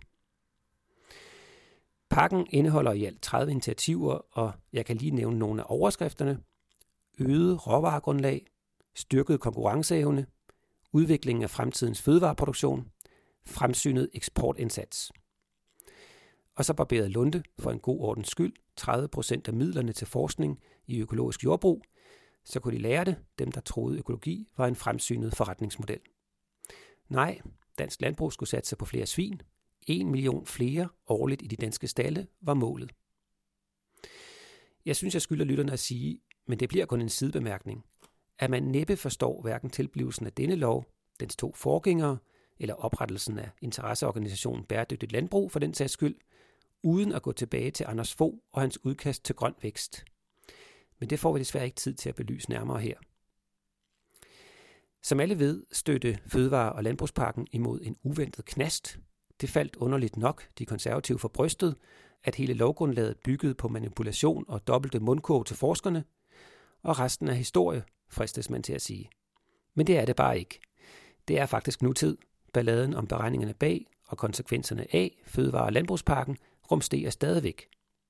N: Pakken indeholder i alt 30 initiativer, og jeg kan lige nævne nogle af overskrifterne. Øget råvaregrundlag, styrket konkurrenceevne, udvikling af fremtidens fødevareproduktion, fremsynet eksportindsats. Og så barberet lunte for en god ordens skyld 30% af midlerne til forskning i økologisk jordbrug, så kunne de lære det, dem der troede økologi var en fremsynet forretningsmodel. Nej, dansk landbrug skulle satse på flere svin. 1 million flere årligt i de danske stalde var målet. Jeg synes, jeg skylder lytterne at sige, men det bliver kun en sidebemærkning, at man næppe forstår hverken tilblivelsen af denne lov, dens 2 forgængere, eller oprettelsen af interesseorganisationen Bæredygtigt Landbrug for den sags skyld, uden at gå tilbage til Anders Fogh og hans udkast til grøn vækst. Men det får vi desværre ikke tid til at belyse nærmere her. Som alle ved, stødte Fødevare- og Landbrugspakken imod en uventet knast. Det faldt underligt nok de konservative for brystet, at hele lovgrundlaget byggede på manipulation og dobbelte mundkurv til forskerne, og resten er historie, fristes man til at sige. Men det er det bare ikke. Det er faktisk nutid. Balladen om beregningerne bag og konsekvenserne af Fødevare- og Landbrugspakken rumsterer stadigvæk.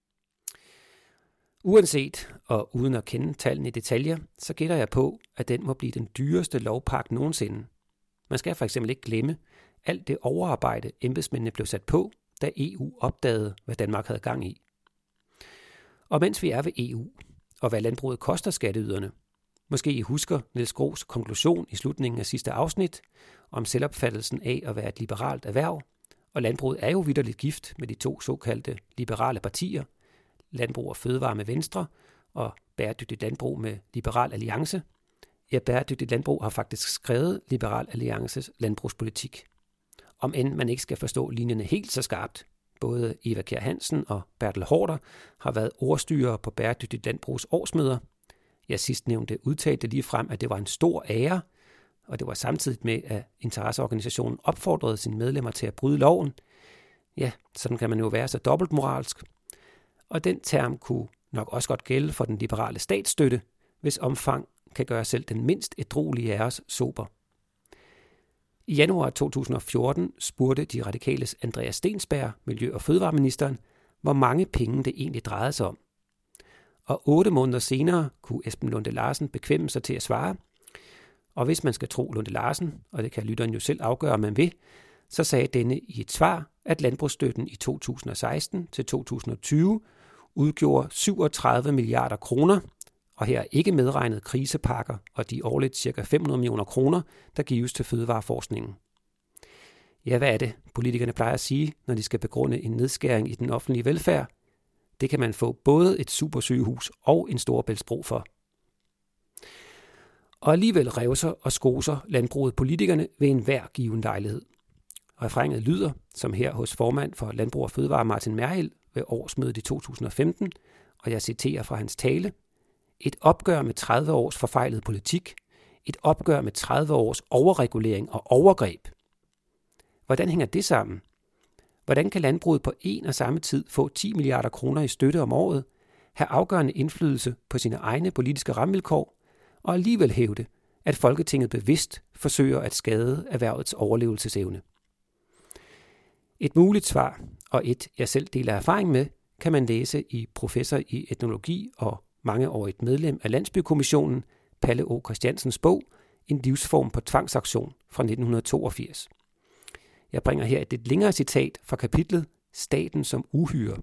N: Uanset og uden at kende tallene i detaljer, så gætter jeg på, at den må blive den dyreste lovpakke nogensinde. Man skal for eksempel ikke glemme alt det overarbejde, embedsmændene blev sat på, da EU opdagede, hvad Danmark havde gang i. Og mens vi er ved EU, og hvad landbruget koster skatteyderne, måske I husker Niels Grohs konklusion i slutningen af sidste afsnit om selvopfattelsen af at være et liberalt erhverv, og landbruget er jo vitterligt gift med de to såkaldte liberale partier, Landbrug og Fødevare med Venstre og Bæredygtigt Landbrug med Liberal Alliance. Ja, Bæredygtigt Landbrug har faktisk skrevet Liberal Alliances landbrugspolitik. Om end man ikke skal forstå linjerne helt så skarpt. Både Eva Kjær Hansen og Bertel Haarder har været ordstyrere på Bæredygtigt Landbrugs årsmøder. Jeg sidstnævnte udtalte lige frem, at det var en stor ære, og det var samtidig med, at interesseorganisationen opfordrede sine medlemmer til at bryde loven. Ja, sådan kan man jo være så dobbeltmoralsk. Og den term kunne nok også godt gælde for den liberale statsstøtte, hvis omfang kan gøre selv den mindst ædruelige af os sober. I januar 2014 spurgte de radikales Andreas Stensberg, Miljø- og Fødevareministeren, hvor mange penge det egentlig drejede sig om. Og 8 måneder senere kunne Esben Lunde Larsen bekvemme sig til at svare. Og hvis man skal tro Lunde Larsen, og det kan lytteren jo selv afgøre, om man vil, så sagde denne i et svar, at landbrugsstøtten i 2016 til 2020 udgjorde 37 milliarder kroner, og her er ikke medregnet krisepakker og de årligt ca. 500 millioner kroner, der gives til fødevareforskningen. Ja, hvad er det, politikerne plejer at sige, når de skal begrunde en nedskæring i den offentlige velfærd? Det kan man få både et supersygehus og en Storebæltsbro for. Og alligevel revser og skoser landbruget politikerne ved enhver given lejlighed. Refrænet lyder, som her hos formand for Landbrug og Fødevare Martin Merhild ved årsmødet i 2015, og jeg citerer fra hans tale: et opgør med 30 års forfejlet politik, et opgør med 30 års overregulering og overgreb. Hvordan hænger det sammen? Hvordan kan landbruget på en og samme tid få 10 milliarder kroner i støtte om året, have afgørende indflydelse på sine egne politiske rammevilkår, og alligevel hævde, at Folketinget bevidst forsøger at skade erhvervets overlevelsesevne? Et muligt svar, og et jeg selv deler erfaring med, kan man læse i professor i etnologi og mangeårigt medlem af Landsbykommissionen, Palle O. Christiansens bog, En livsform på tvangsaktion fra 1982. Jeg bringer her et lidt længere citat fra kapitlet Staten som uhyre.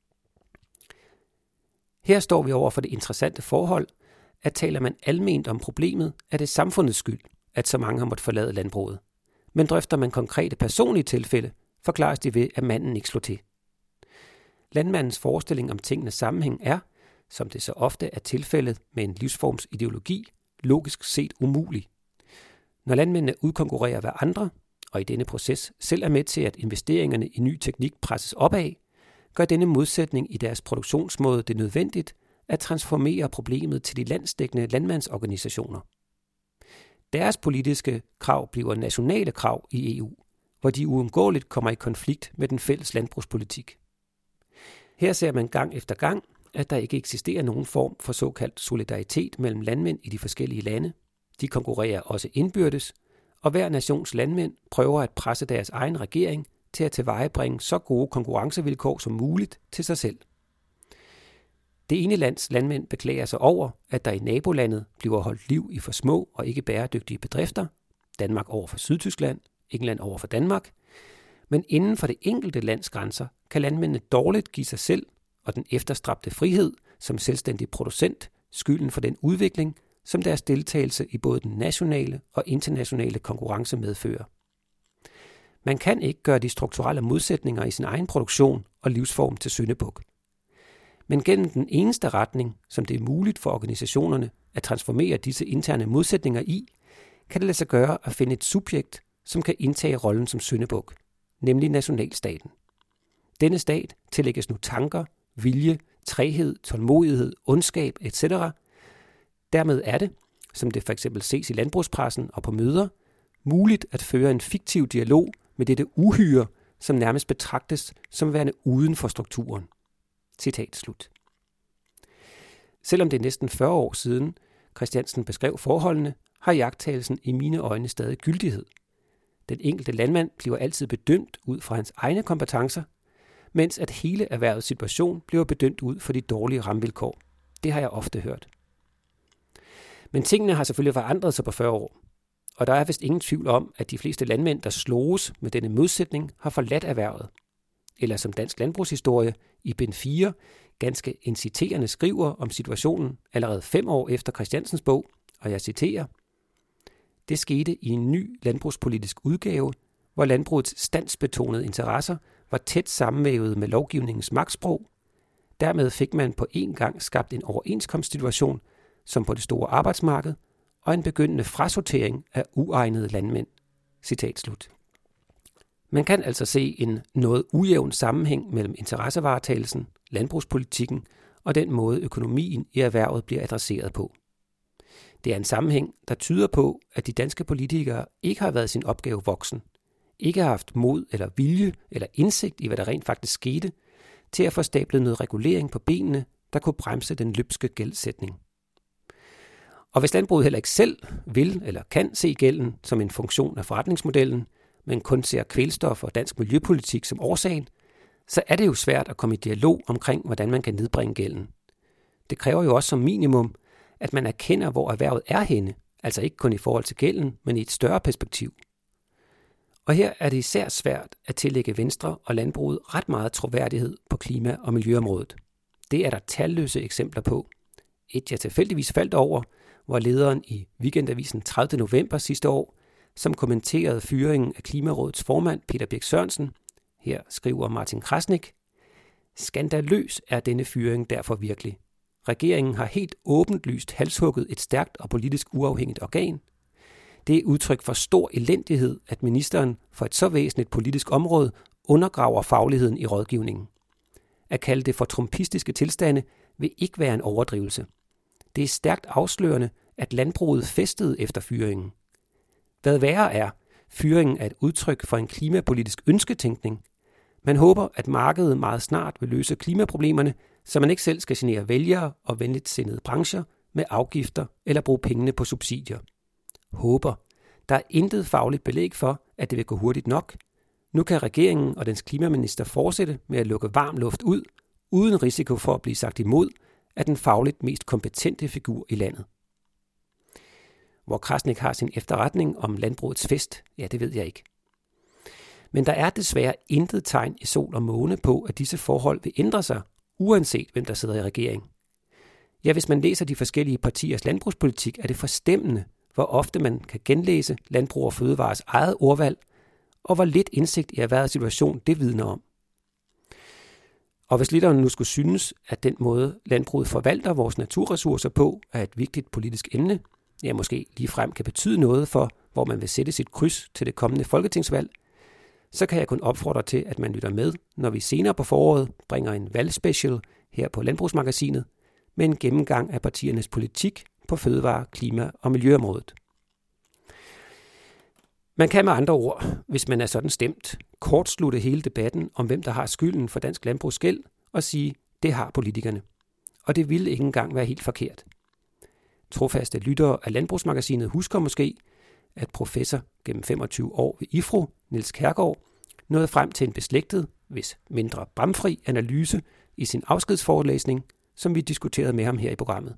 N: Her står vi over for det interessante forhold, at taler man alment om problemet, er det samfundets skyld, at så mange har måttet forlade landbruget. Men drøfter man konkrete personlige tilfælde, forklares de ved, at manden ikke slår til. Landmandens forestilling om tingenes sammenhæng er, som det så ofte er tilfældet med en livsformsideologi, logisk set umulig. Når landmændene udkonkurrerer hver andre, og i denne proces selv er med til, at investeringerne i ny teknik presses opad, gør denne modsætning i deres produktionsmåde det nødvendigt at transformere problemet til de landsdækkende landmandsorganisationer. Deres politiske krav bliver nationale krav i EU, hvor de uundgåeligt kommer i konflikt med den fælles landbrugspolitik. Her ser man gang efter gang, at der ikke eksisterer nogen form for såkaldt solidaritet mellem landmænd i de forskellige lande. De konkurrerer også indbyrdes, og hver nations landmænd prøver at presse deres egen regering til at tilvejebringe så gode konkurrencevilkår som muligt til sig selv. Det ene lands landmænd beklager sig over, at der i nabolandet bliver holdt liv i for små og ikke bæredygtige bedrifter, Danmark over for Sydtyskland, England over for Danmark, men inden for det enkelte lands grænser kan landmændene dårligt give sig selv og den efterstræbte frihed som selvstændig producent skylden for den udvikling, som deres deltagelse i både den nationale og internationale konkurrence medfører. Man kan ikke gøre de strukturelle modsætninger i sin egen produktion og livsform til syndebuk. Men gennem den eneste retning, som det er muligt for organisationerne at transformere disse interne modsætninger i, kan det lade sig gøre at finde et subjekt, som kan indtage rollen som syndebuk, nemlig nationalstaten. Denne stat tillægges nu tanker, vilje, træghed, tålmodighed, ondskab etc. Dermed er det, som det for eksempel ses i landbrugspressen og på møder, muligt at føre en fiktiv dialog med dette uhyre, som nærmest betragtes som værende uden for strukturen. Citat slut. Selvom det er næsten 40 år siden, Christiansen beskrev forholdene, har iagttagelsen i mine øjne stadig gyldighed. Den enkelte landmand bliver altid bedømt ud fra hans egne kompetencer, mens at hele erhvervets situation bliver bedømt ud for de dårlige rammevilkår. Det har jeg ofte hørt. Men tingene har selvfølgelig forandret sig på 40 år, og der er vist ingen tvivl om, at de fleste landmænd, der sloges med denne modsætning, har forladt erhvervet. Eller som Dansk Landbrugshistorie i bind 4 ganske inciterende skriver om situationen allerede 5 år efter Christiansens bog, og jeg citerer: "Det skete i en ny landbrugspolitisk udgave, hvor landbrugets standsbetonede interesser var tæt sammenvævet med lovgivningens magtsprog. Dermed fik man på en gang skabt en overenskomstsituation, som på det store arbejdsmarked, og en begyndende frasortering af uegnede landmænd." Citat slut. Man kan altså se en noget ujævn sammenhæng mellem interessevaretagelsen, landbrugspolitikken og den måde økonomien i erhvervet bliver adresseret på. Det er en sammenhæng, der tyder på, at de danske politikere ikke har været sin opgave voksen, ikke har haft mod eller vilje eller indsigt i, hvad der rent faktisk skete, til at få stablet noget regulering på benene, der kunne bremse den løbske gældsætning. Og hvis landbruget heller ikke selv vil eller kan se gælden som en funktion af forretningsmodellen, men kun ser kvælstof og dansk miljøpolitik som årsagen, så er det jo svært at komme i dialog omkring, hvordan man kan nedbringe gælden. Det kræver jo også som minimum, at man erkender, hvor erhvervet er henne, altså ikke kun i forhold til gælden, men i et større perspektiv. Og her er det især svært at tillægge Venstre og landbruget ret meget troværdighed på klima- og miljøområdet. Det er der talløse eksempler på. Et jeg tilfældigvis faldt over, hvor lederen i Weekendavisen 30. november sidste år, som kommenterede fyringen af Klimarådets formand Peter Birch Sørensen, her skriver Martin Krasnik: "Skandaløs er denne fyring derfor virkelig. Regeringen har helt åbenlyst halshugget et stærkt og politisk uafhængigt organ. Det er udtryk for stor elendighed, at ministeren for et så væsentligt politisk område undergraver fagligheden i rådgivningen. At kalde det for trumpistiske tilstande vil ikke være en overdrivelse. Det er stærkt afslørende, at landbruget festede efter fyringen. Hvad værre er, fyringen er et udtryk for en klimapolitisk ønsketænkning. Man håber, at markedet meget snart vil løse klimaproblemerne, så man ikke selv skal genere vælgere og venligt sindede brancher med afgifter eller bruge pengene på subsidier. Håber. Der er intet fagligt belæg for, at det vil gå hurtigt nok. Nu kan regeringen og dens klimaminister fortsætte med at lukke varm luft ud, uden risiko for at blive sagt imod af den fagligt mest kompetente figur i landet." Hvor Krasnik har sin efterretning om landbrugets fest, ja, det ved jeg ikke. Men der er desværre intet tegn i sol og måne på, at disse forhold vil ændre sig, uanset hvem der sidder i regering. Ja, hvis man læser de forskellige partiers landbrugspolitik, er det forstemmende, hvor ofte man kan genlæse Landbrug og Fødevares eget ordvalg, og hvor lidt indsigt i erhvervets situation det vidner om. Og hvis lytteren nu skulle synes, at den måde landbruget forvalter vores naturressourcer på er et vigtigt politisk emne, ja måske ligefrem kan betyde noget for, hvor man vil sætte sit kryds til det kommende folketingsvalg, så kan jeg kun opfordre til, at man lytter med, når vi senere på foråret bringer en valgspecial her på Landbrugsmagasinet med en gennemgang af partiernes politik på fødevare-, klima- og miljøområdet. Man kan med andre ord, hvis man er sådan stemt, kortslutte hele debatten om, hvem der har skylden for dansk landbrugsgæld, og sige, det har politikerne. Og det ville ikke engang være helt forkert. Trofaste lyttere af Landbrugsmagasinet husker måske, at professor gennem 25 år ved IFRO, Niels Kjærgaard, nåede frem til en beslægtet, hvis mindre bramfri analyse i sin afskedsforelæsning, som vi diskuterede med ham her i programmet.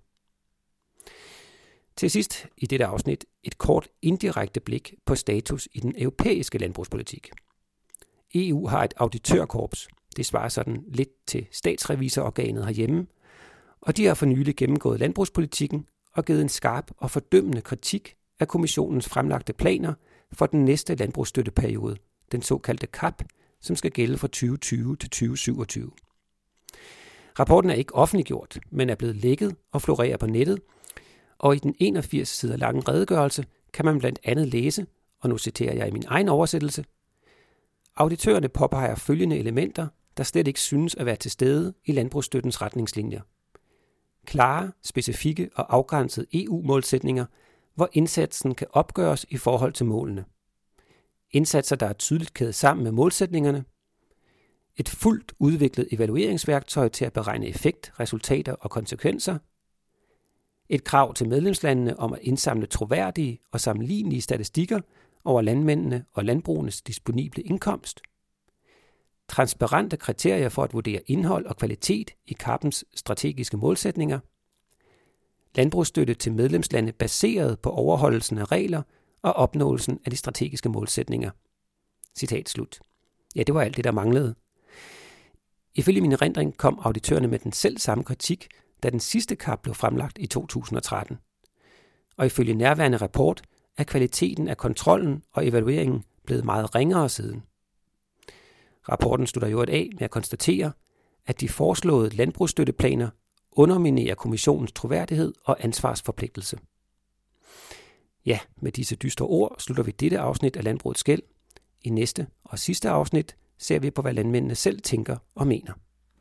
N: Til sidst i dette afsnit et kort indirekte blik på status i den europæiske landbrugspolitik. EU har et auditørkorps, det svarer sådan lidt til statsrevisororganet herhjemme, og de har for nylig gennemgået landbrugspolitikken og givet en skarp og fordømmende kritik af kommissionens fremlagte planer for den næste landbrugsstøtteperiode, den såkaldte CAP, som skal gælde fra 2020 til 2027. Rapporten er ikke offentliggjort, men er blevet lækket og florerer på nettet, og i den 81 sider lange redegørelse kan man blandt andet læse, og nu citerer jeg i min egen oversættelse: "Auditørerne påpeger følgende elementer, der slet ikke synes at være til stede i landbrugsstøttens retningslinjer. Klare, specifikke og afgrænsede EU-målsætninger hvor indsatsen kan opgøres i forhold til målene. Indsatser, der er tydeligt kædet sammen med målsætningerne. Et fuldt udviklet evalueringsværktøj til at beregne effekt, resultater og konsekvenser. Et krav til medlemslandene om at indsamle troværdige og sammenlignelige statistikker over landmændene og landbrugenes disponible indkomst. Transparente kriterier for at vurdere indhold og kvalitet i CAP'ens strategiske målsætninger. Landbrugsstøtte til medlemslande baseret på overholdelsen af regler og opnåelsen af de strategiske målsætninger. Citat slut. Ja, det var alt det, der manglede. Ifølge min erindring kom auditørerne med den selv samme kritik, da den sidste CAP blev fremlagt i 2013. Og ifølge nærværende rapport er kvaliteten af kontrollen og evalueringen blevet meget ringere siden. Rapporten slutter jo af med at konstatere, at de foreslåede landbrugsstøtteplaner underminerer kommissionens troværdighed og ansvarsforpligtelse. Ja, med disse dystre ord slutter vi dette afsnit af Landbrugets Gæld. I næste og sidste afsnit ser vi på, hvad landmændene selv tænker og mener.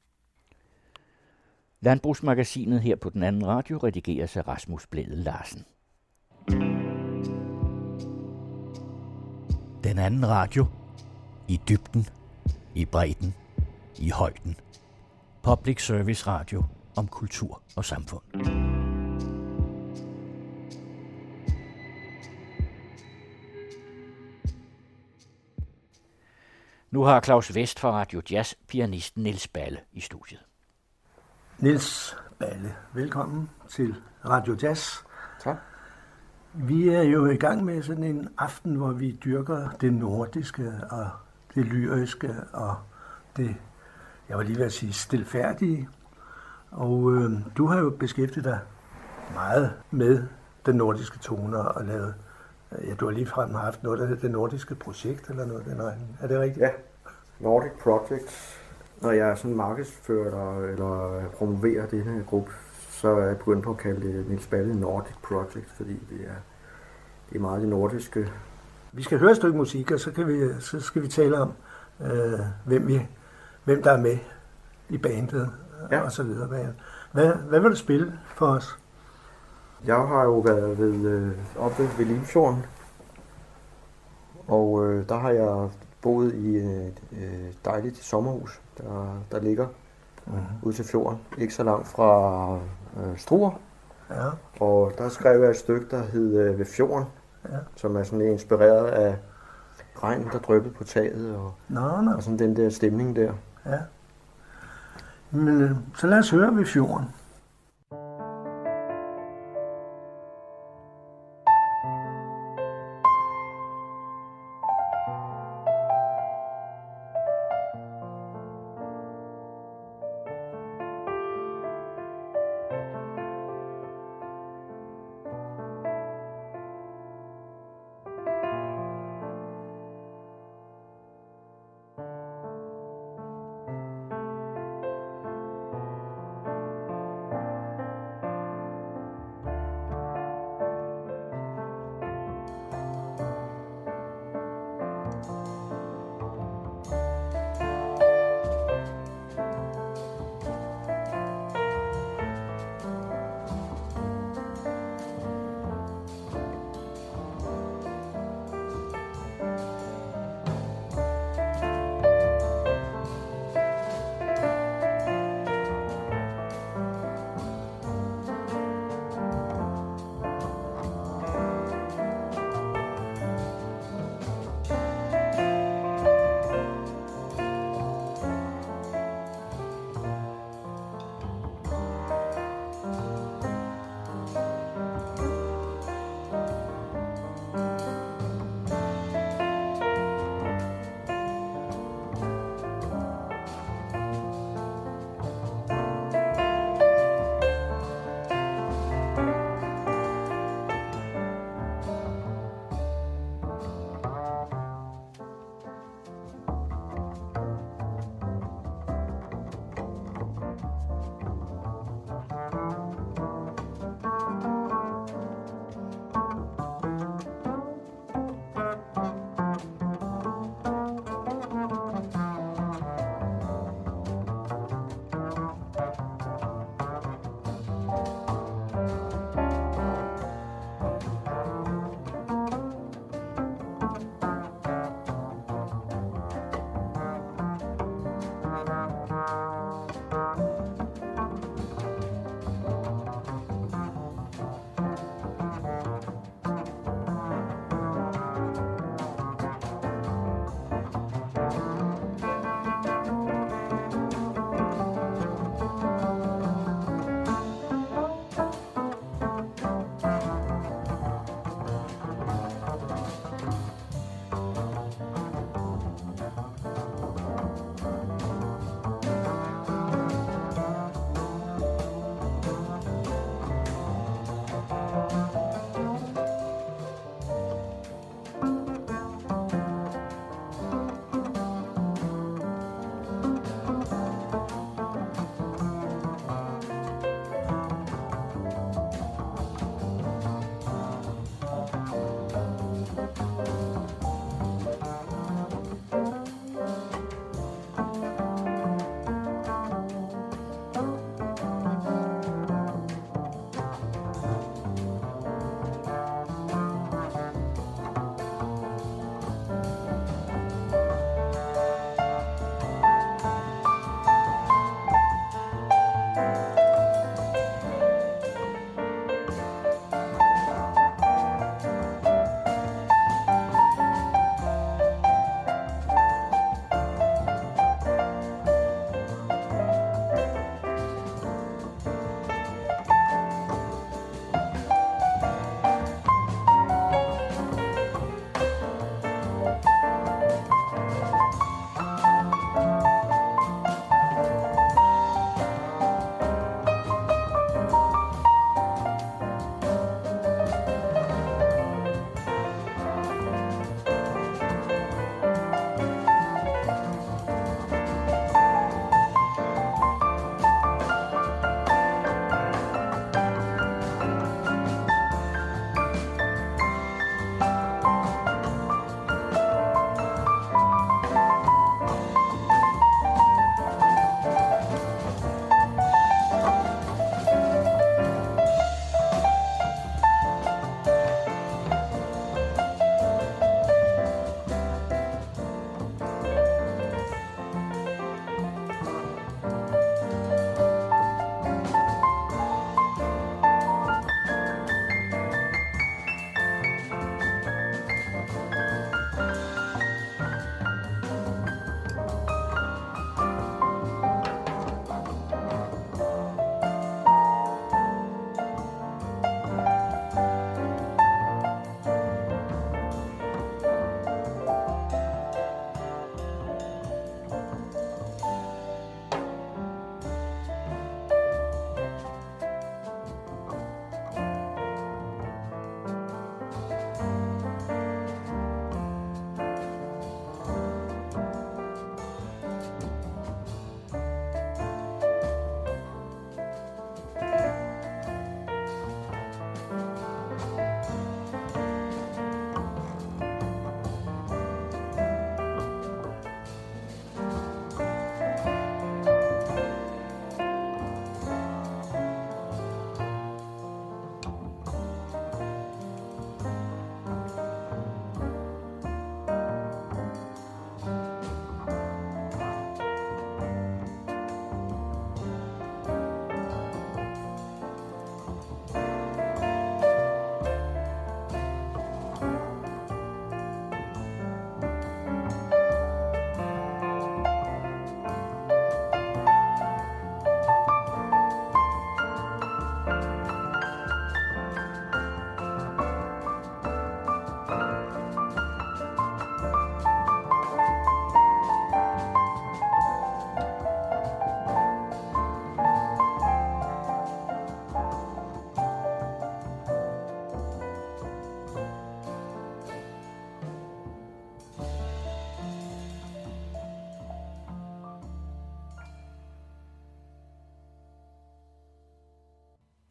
B: Landbrugsmagasinet her på den anden radio redigeres af Rasmus Blædel Larsen.
J: Den anden radio. I dybden, i bredden, i højden. Public Service Radio om kultur og samfund.
B: Nu har Claus Vest fra Radio Jazz pianisten Niels Balle i studiet.
O: Niels Balle, velkommen til Radio Jazz.
I: Tak.
O: Vi er jo i gang med sådan en aften, hvor vi dyrker det nordiske og det lyriske og det, jeg var lige ved at sige, stilfærdige. Og du har jo beskæftiget dig meget med den nordiske toner og lavet, ja, du har ligefrem haft noget, der hedder det nordiske projekt eller noget. Er det rigtigt?
P: Ja, Nordic Project. Når jeg er sådan markedsfører eller promoverer denne gruppe, så er jeg begyndt på at kalde det Niels Balle Nordic Project, fordi det er meget det nordiske.
O: Vi skal høre et stykke musik, og så skal vi tale om, hvem der er med i bandet, ja, og så videre. Hvad vil du spille for os?
P: Jeg har jo været oppe ved Limfjorden, og der har jeg boet i et dejligt sommerhus, der ligger ude til fjorden, ikke så langt fra Struer.
O: Ja.
P: Og der skrev jeg et stykke, der hed Ved fjorden, ja, som er sådan inspireret af regnen, der dryppede på taget, og sådan den der stemning der.
O: Ja. Men så lad os høre Ved fjorden.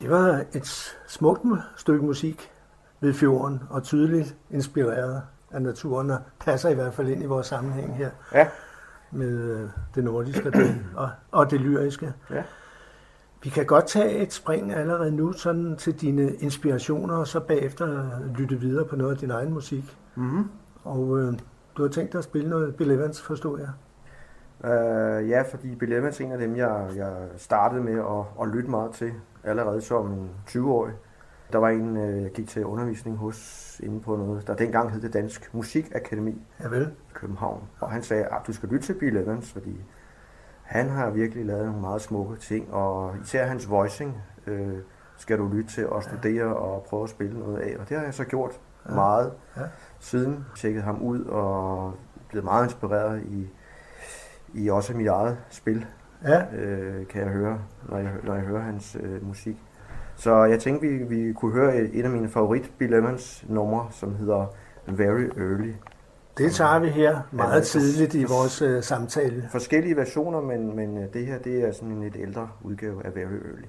O: Det var et smukt stykke musik ved fjorden, og tydeligt inspireret af naturen, og passer i hvert fald ind i vores sammenhæng her.
P: Ja.
O: Med det nordiske og det lyriske.
P: Ja.
O: Vi kan godt tage et spring allerede nu sådan til dine inspirationer, og så bagefter lytte videre på noget af din egen musik.
P: Mm-hmm.
O: Og du har tænkt dig at spille noget Bill Evans, forstår jeg?
P: Ja, fordi Bill Evans er en af dem, jeg startede med at lytte meget til allerede som 20-årig. Der var en, jeg gik til undervisning hos inde på noget, der dengang hed det Dansk Musikakademi
O: i
P: København. Og han sagde, at du skal lytte til Bill Evans, fordi han har virkelig lavet nogle meget smukke ting, og især hans voicing skal du lytte til og studere og prøve at spille noget af. Og det har jeg så gjort meget siden. Tjekket ham ud og blevet meget inspireret i også mit eget spil, kan jeg høre, når jeg hører hans musik. Så jeg tænkte, vi kunne høre et af mine favorit Bill Evans numre, som hedder Very Early.
O: Det tager vi her meget tidligt i vores samtale.
P: Forskellige versioner, men det her det er sådan en lidt ældre udgave af Very Early.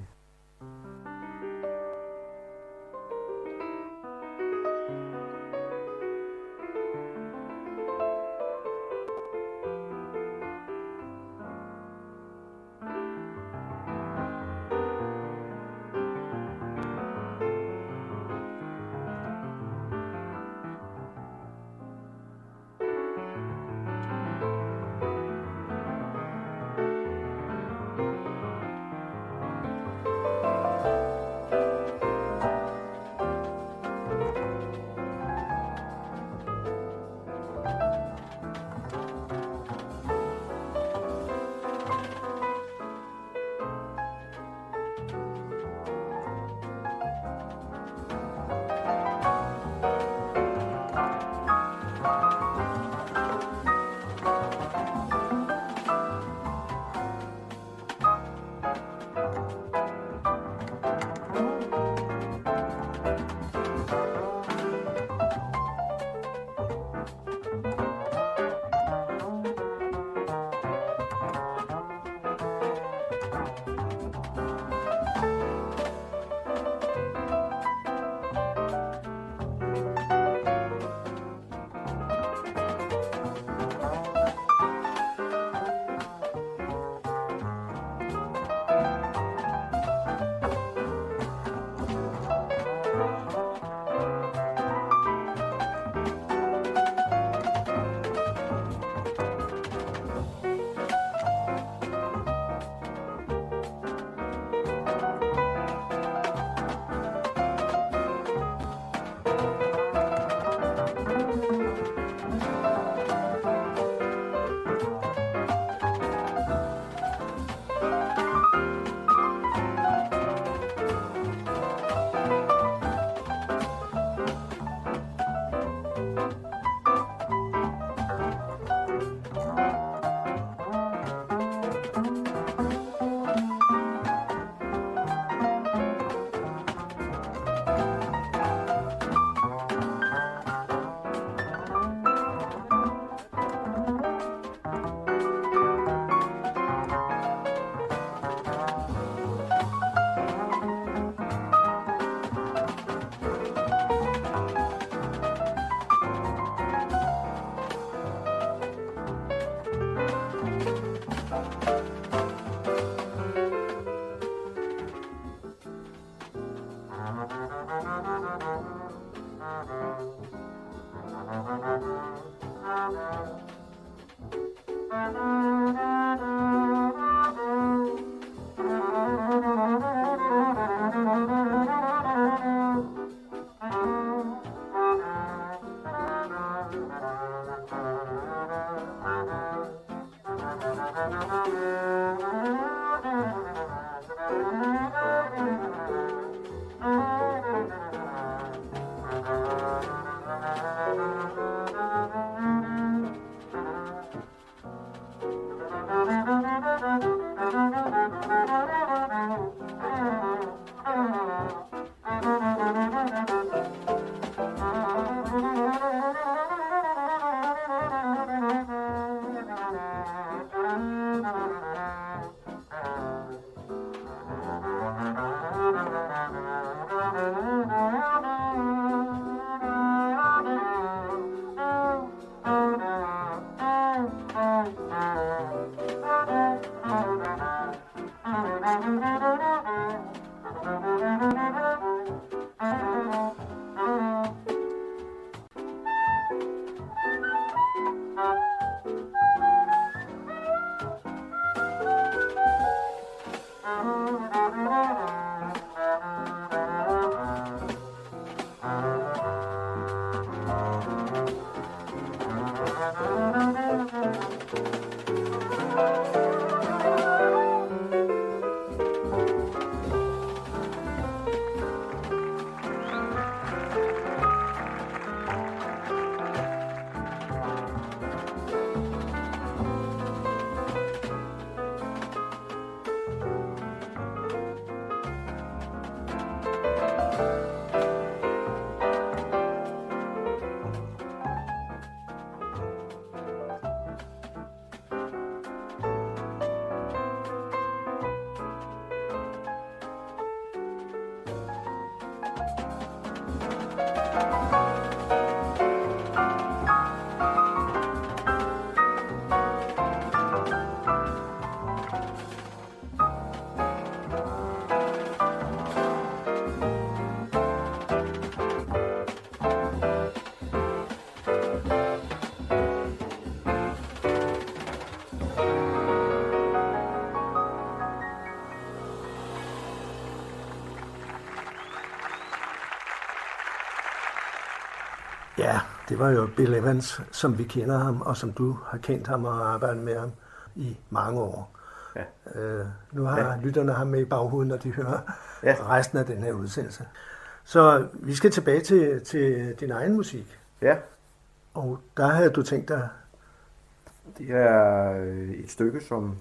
O: Ja, det var jo Bill Evans, som vi kender ham, og som du har kendt ham og arbejdet med ham i mange år.
P: Ja.
O: Nu har lytterne ham med i baghovedet, når de hører resten af den her udsendelse. Så vi skal tilbage til din egen musik.
P: Ja.
O: Og der havde du tænkt dig...
P: Det er et stykke, som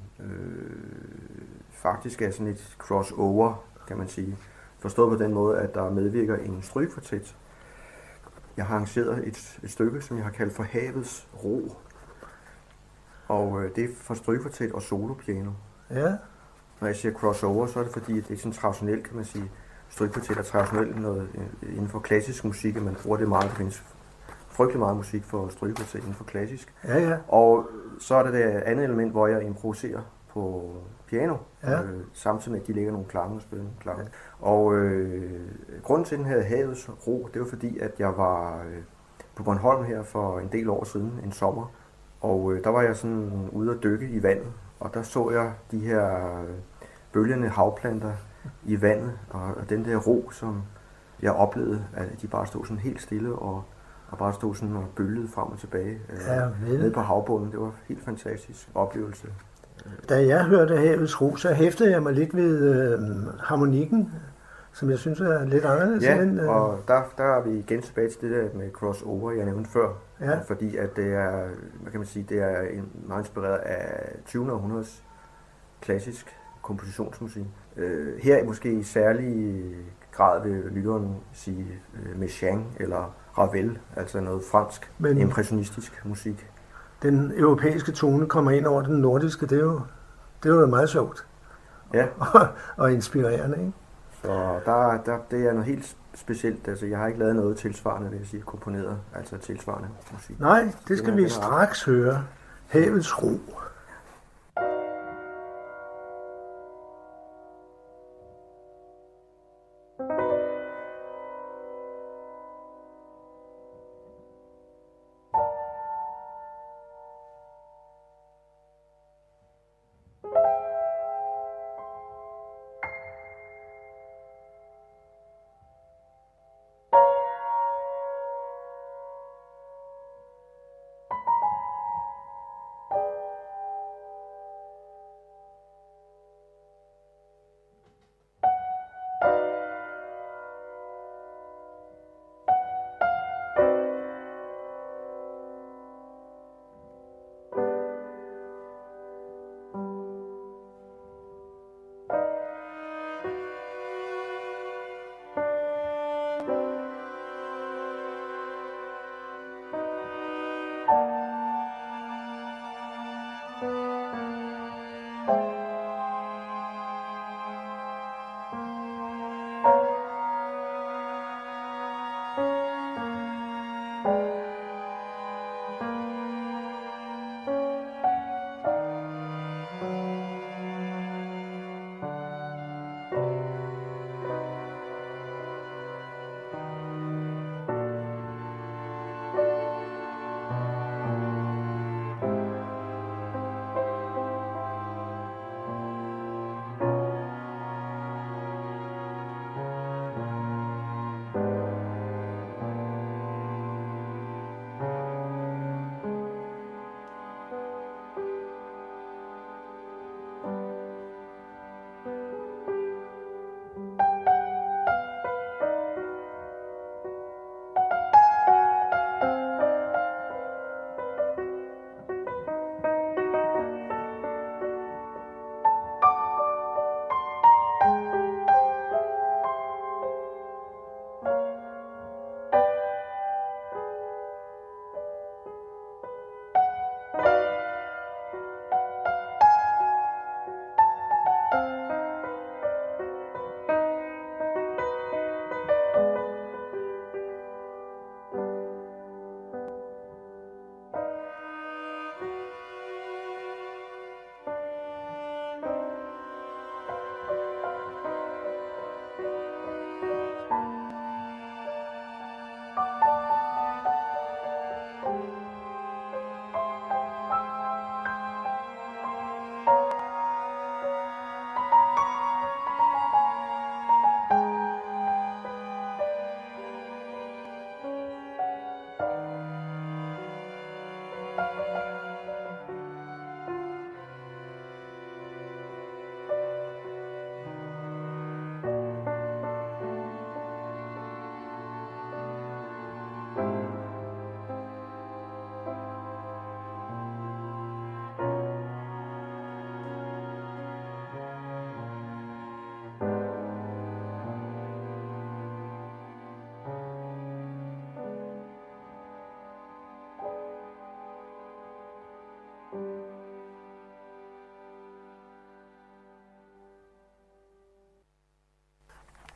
P: faktisk er sådan et crossover, kan man sige. Forstået på den måde, at der medvirker en strygekvartet. Jeg har arrangeret et stykke, som jeg har kaldt for Havets Ro. Og det er for strygekvartet og solopiano.
O: Ja.
P: Når jeg siger crossover, så er det fordi, det er sådan traditionelt, kan man sige. Strygekvartet er traditionelt noget inden for klassisk musik, at man bruger det meget. Der findes frygtelig meget musik for strygekvartet inden for klassisk.
O: Ja, ja.
P: Og så er der det andet element, hvor jeg improviserer på piano, samtidig med, at de lægger nogle klange og spiller nogle klange. Ja. Og grunden til den her Havets Ro, det var fordi, at jeg var på Bornholm her for en del år siden, en sommer. Og der var jeg sådan ude at dykke i vandet, og der så jeg de her bølgende havplanter i vandet, og den der ro, som jeg oplevede, at de bare stod sådan helt stille og bare stod sådan og bølgede frem og tilbage ned på havbunden. Det var en helt fantastisk oplevelse.
O: Da jeg hørte Havets Ro, så hæftede jeg mig lidt ved harmonikken, som jeg synes er lidt anderledes.
P: Ja, og der er vi igen tilbage til det der med crossover, jeg nævnte før. Ja. Fordi at det er, hvad kan man sige, det er meget inspireret af 20. århundredes klassisk kompositionsmusik. Her er måske i særlig grad vil lytteren sige Messiaen eller Ravel, altså noget fransk, impressionistisk musik.
O: Den europæiske tone kommer ind over den nordiske, det er jo meget sjovt.
P: Ja.
O: Og inspirerende, ikke?
P: Så det er noget helt specielt. Altså, jeg har ikke lavet noget tilsvarende, vil jeg sige, komponeret, altså tilsvarende musik.
O: Nej, det skal vi straks høre. Havets Ro.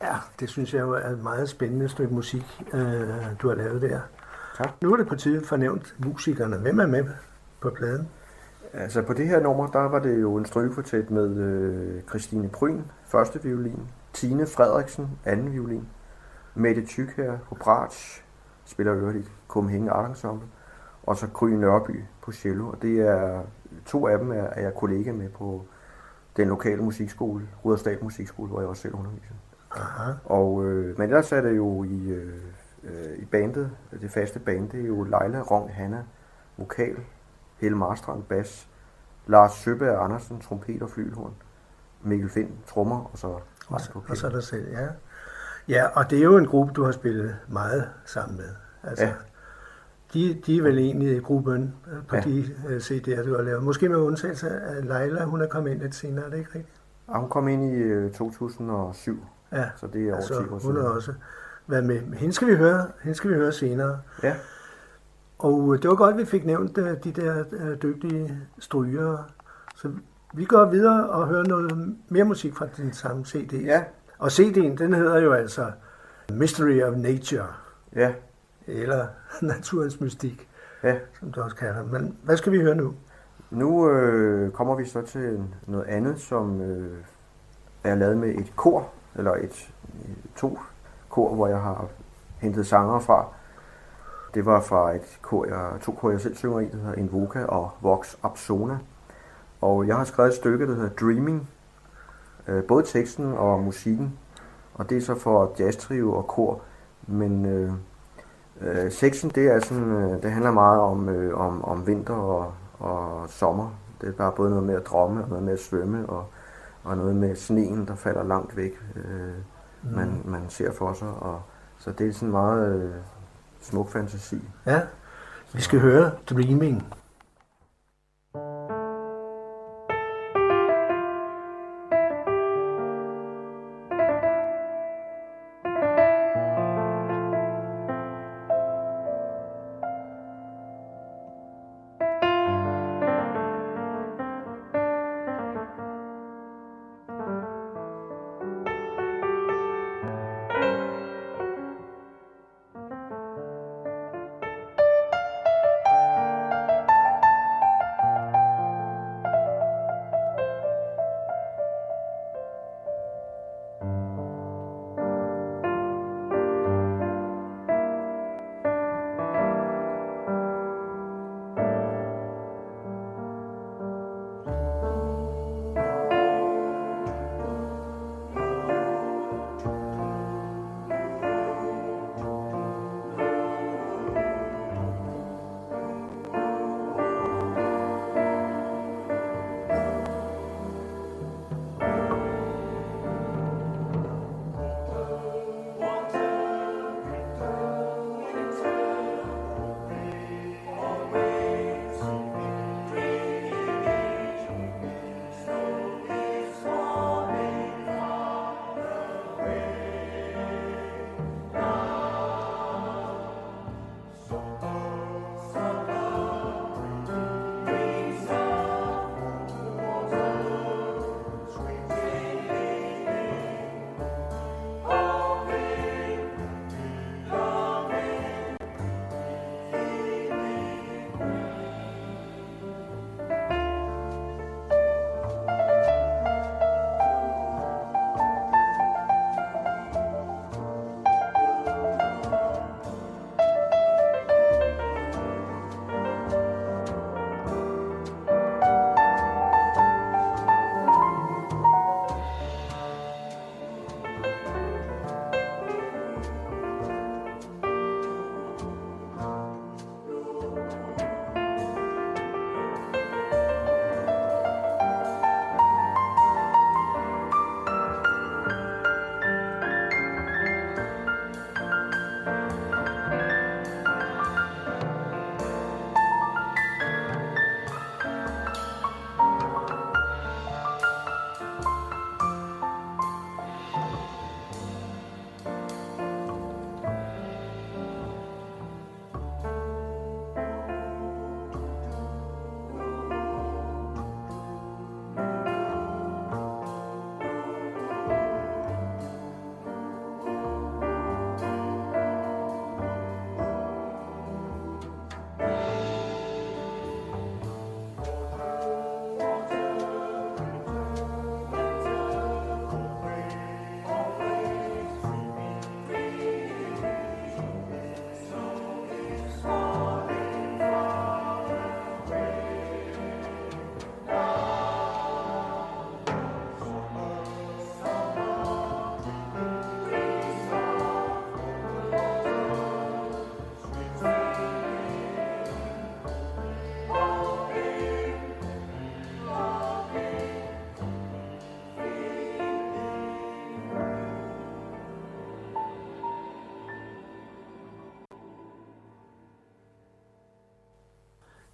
O: Ja, det synes jeg jo er et meget spændende stykke musik, du har lavet der.
P: Tak.
O: Nu er det på tide fornævnt musikerne. Hvem er med på pladen?
P: Altså på det her nummer, der var det jo en strygekvartet med Christine Pryn, første violin, Tine Frederiksen, anden violin, Mette Thyk på bratsch, spiller øvrigt i Copenhagen Art Ensemble, og så Gry Nørby på cello, og det er 2 af dem er jeg kollega med på den lokale musikskole, Rudersdal Musikskole, hvor jeg også selv underviser.
O: Aha.
P: Og, men ellers er det jo i bandet, det faste band, det er jo Leila Rong Hanna, vokal, Helle Marstrand, bas, Lars Søberg Andersen, trompet og flygelhorn, Mikkel Finn, trommer, og så
O: og så der selv, ja. Ja, og det er jo en gruppe, du har spillet meget sammen med. Altså,
P: ja.
O: De er vel egentlig i gruppen på de CD'er, du har lavet. Måske med undtagelse af Leila, hun er kommet ind lidt senere, er det ikke rigtigt?
P: Ja, hun kom ind i 2007,
O: ja.
P: Så det er over 10 år siden.
O: Hun har også været med. Hende skal vi høre senere.
P: Ja.
O: Og det var godt, at vi fik nævnt de der dygtige strygere. Så vi går videre og hører noget mere musik fra den samme CD.
P: Ja.
O: Og CD'en, den hedder jo altså Mystery of Nature.
P: Ja.
O: Eller naturens mystik,
P: ja.
O: Som du også kalder. Men hvad skal vi høre nu?
P: Nu kommer vi så til noget andet, som er lavet med et kor, eller to kor, hvor jeg har hentet sangere fra. Det var fra to kor, jeg selv synger i, der hedder Invoca og Vox Absona. Og jeg har skrevet et stykke, der hedder Dreaming. Både teksten og musikken. Og det er så for jazztrio og kor. Men teksten, det er sådan, det handler meget om vinter og sommer. Det er bare både noget med at drømme og noget med at svømme og noget med sneen, der falder langt væk, man ser for sig. Og så det er sådan meget smuk fantasi.
O: Ja, vi skal høre Dreaming.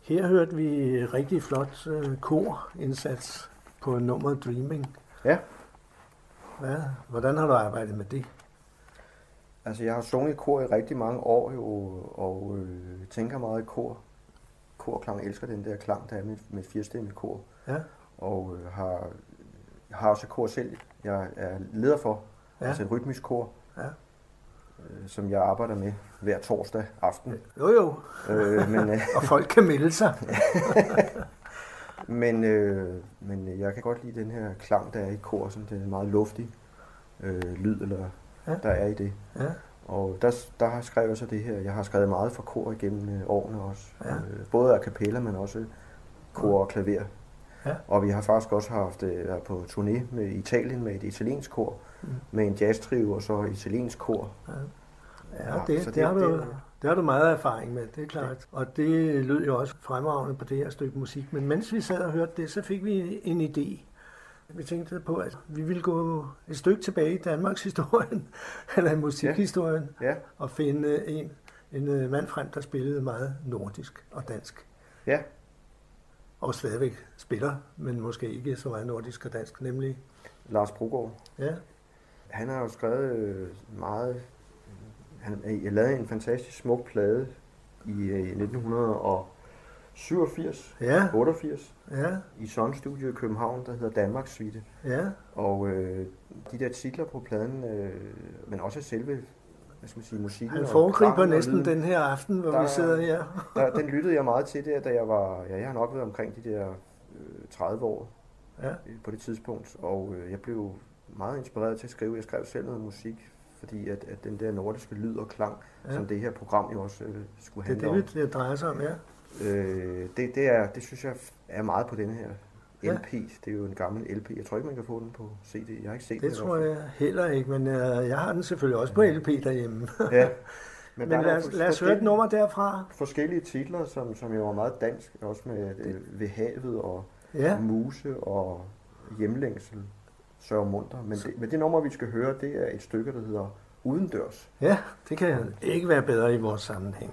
O: Her hørte vi rigtig flot korindsats på nummeret Dreaming.
P: Ja.
O: Hvordan har du arbejdet med det?
P: Altså, jeg har sunget i kor i rigtig mange år jo, og tænker meget i kor. Korklang, elsker den der klang, der er med et firestemmigt kor.
O: Ja.
P: Og jeg har også et kor selv, jeg er leder for, altså et rytmisk kor, som jeg arbejder med hver torsdag aften.
O: Jo. Og folk kan melde sig.
P: men jeg kan godt lide den her klang, der er i kor, sådan det er en meget luftig lyd, der er i det.
O: Ja.
P: Og der har jeg skrevet så det her. Jeg har skrevet meget for kor igennem årene også. Ja. Både a cappella, men også kor og klaver.
O: Ja.
P: Og vi har faktisk også haft på turné med Italien med et italiensk kor, med en jazztrio og så et italiensk kor.
O: Det har du meget erfaring med, det er klart. Og det lød jo også fremragende på det her stykke musik. Men mens vi sad og hørte det, så fik vi en idé. Vi tænkte på, at vi ville gå et stykke tilbage i Danmarks historien, eller musikhistorien, og finde en mand frem, der spillede meget nordisk og dansk.
P: Ja.
O: Og stadigvæk spiller, men måske ikke så meget nordisk og dansk, nemlig
P: Lars Brogaard.
O: Ja.
P: Han har jo skrevet meget. Han lavede en fantastisk smuk plade i 1987, 88, i Sun Studio i København, der hedder Danmarks Suite.
O: Ja.
P: Og de der titler på pladen, men også selve, hvad skal man sige, musikken.
O: Han foregriber næsten den her aften, hvor vi sidder her.
P: Den lyttede jeg meget til der, da jeg var, jeg har nok været omkring de der 30 år på det tidspunkt, og jeg blev meget inspireret til at skrive. Jeg skrev selv noget musik, fordi at den der nordiske lyd og klang, som det her program jo også skulle handle om.
O: Det er det drejer sig om,
P: det synes jeg er meget på den her LP. Det er jo en gammel LP. Jeg tror ikke, man kan få den på CD. Jeg har ikke set
O: det. Det tror jeg heller ikke, men jeg har den selvfølgelig også på LP derhjemme.
P: Ja.
O: Men lad os høre et nummer derfra.
P: Forskellige titler, som jo var meget dansk, også med Ved havet og Muse og Hjemlængsel. Sørmunter. Men det nummer, vi skal høre, det er et stykke, der hedder Udendørs.
O: Ja, det kan ikke være bedre i vores sammenhæng.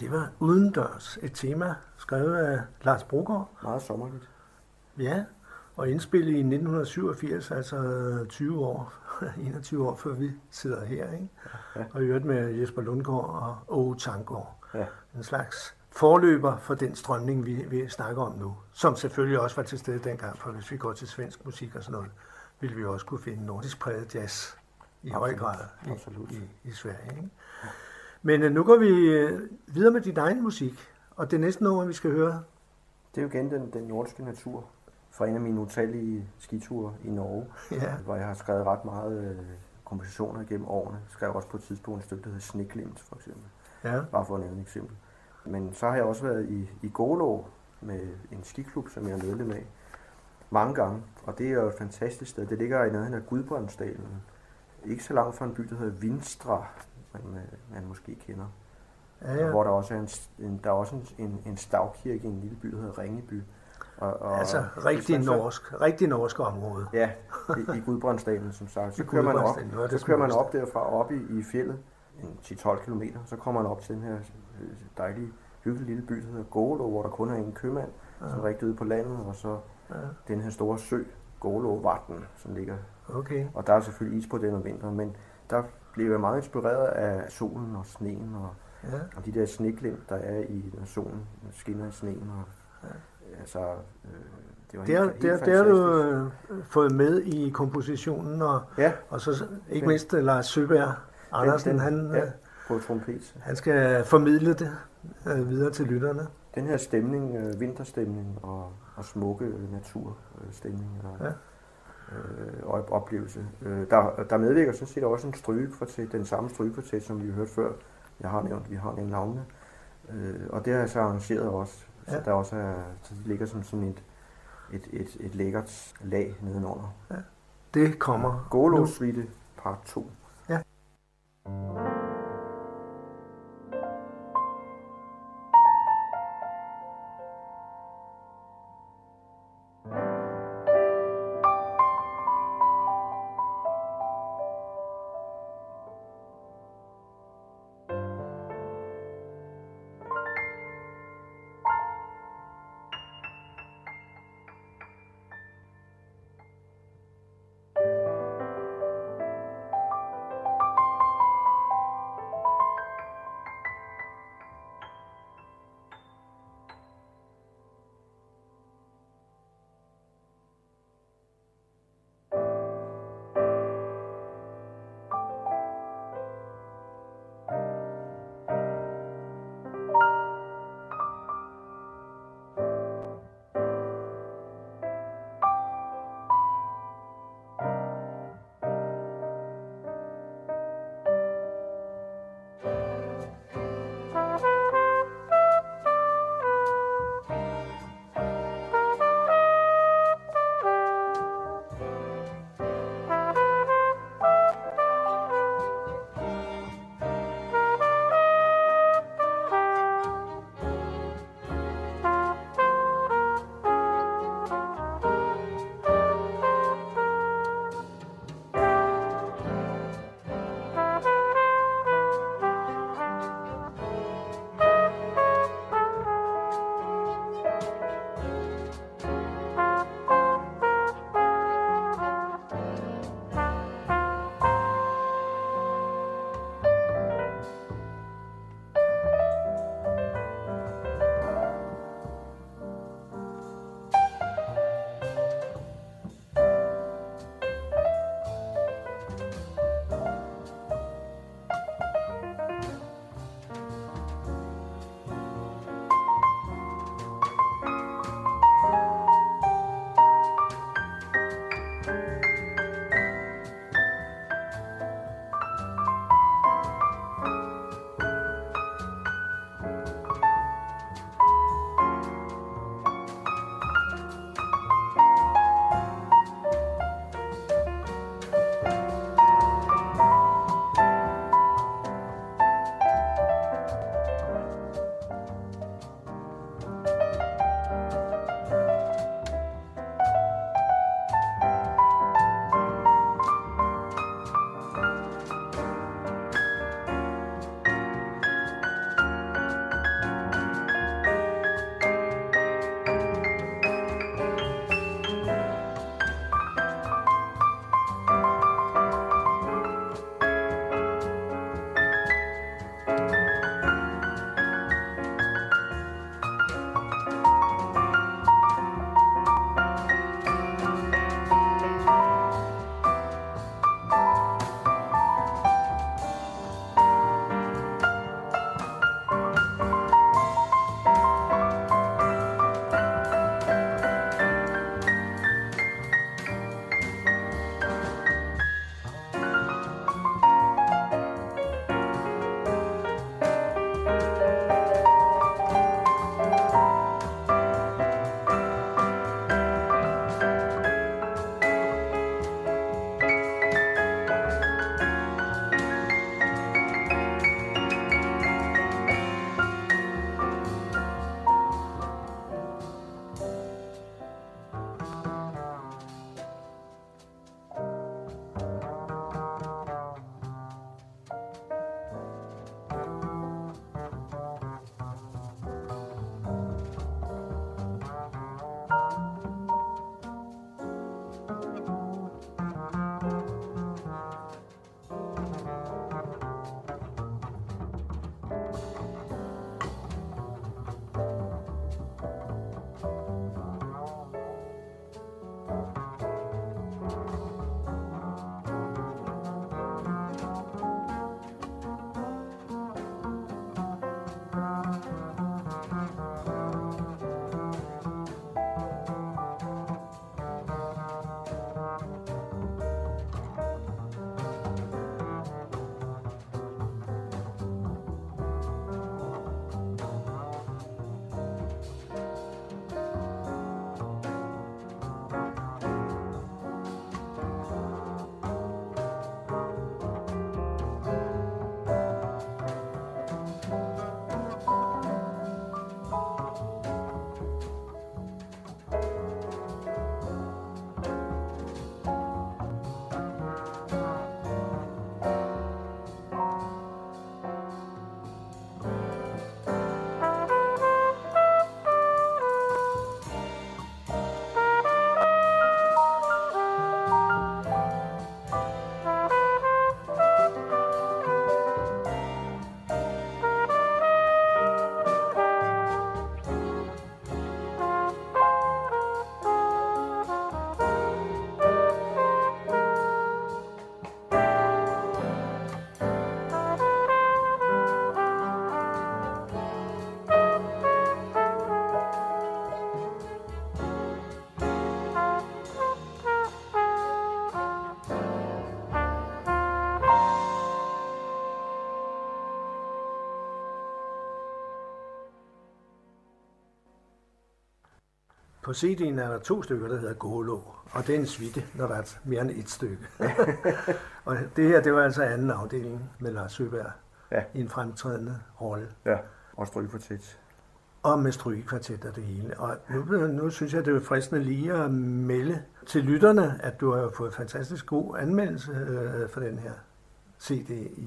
O: Det var udendørs. Et tema skrevet af Lars Brogaard.
P: Meget sommerligt.
O: Ja, og indspillet i 1987, altså 20 år, 21 år før vi sidder her, ikke? Ja. Og i øvrigt med Jesper Lundgaard og Åge Tanggaard. Ja. En slags forløber for den strømning, vi snakker om nu. Som selvfølgelig også var til stede dengang, for hvis vi går til svensk musik og sådan noget, ville vi også kunne finde nordisk præget jazz i høj grad i Sverige. Ikke? Ja. Men nu går vi videre med din egen musik, og det næste nummer, vi skal høre.
P: Det er jo igen den nordiske natur fra en af mine utallige skiture i Norge, hvor jeg har skrevet ret meget kompositioner gennem årene. Jeg skrev også på et tidspunkt et stykke, der hedder Sneglimt, for eksempel. Ja. Bare for at nævne et eksempel. Men så har jeg også været i Gålå med en skiklub, som jeg er medlem af, mange gange. Og det er jo et fantastisk sted. Det ligger i nærheden af Gudbrandsdalen. Ikke så langt fra en by, der hedder Vinstra, man måske kender. Ja. Hvor der også er en stavkirke i en lille by, der hedder Ringeby.
O: Altså rigtig norsk område.
P: Ja, i Gudbrandsdalen, som sagt. Så kører man op derfra, op i fjeldet, 10-12 kilometer. Så kommer man op til den her dejlige, hyggelige lille by, der hedder Gålå, hvor der kun er en købmand, som er rigtig ude på landet, og så den her store sø, Gålåvatn, som ligger. Okay. Og der er selvfølgelig is på den om vinteren, men der blev jeg meget inspireret af solen og sneen og de der sneglimt, der er når solen skinner i sneen. Og, altså, det var helt fantastisk.
O: Det har du fået med i kompositionen, og så ikke mindst Lars Søberg Andersen,
P: på trompet.
O: Han skal formidle det videre til lytterne.
P: Den her stemning, vinterstemning og smukke naturstemning og oplevelse. Der medvirker sådan set også en strygekvartet, den samme strygekvartet, som vi har hørt før. Vi har nævnt navnene. Og det har jeg så arrangeret også. Så der også så det ligger som sådan et lækkert lag nedenunder. Ja.
O: Det kommer.
P: Gålå Suite part 2.
O: Ja. På CD'en er der 2 stykker, der hedder Golo, og det er en suite, når der er mere end 1 stykke. Og det her, det var altså anden afdeling med Lars Søberg i en fremtrædende rolle.
P: Ja, og strygekvartet.
O: Og med strygekvartet og det hele. Og nu synes jeg, det er fristende lige at melde til lytterne, at du har fået fantastisk god anmeldelse for den her CD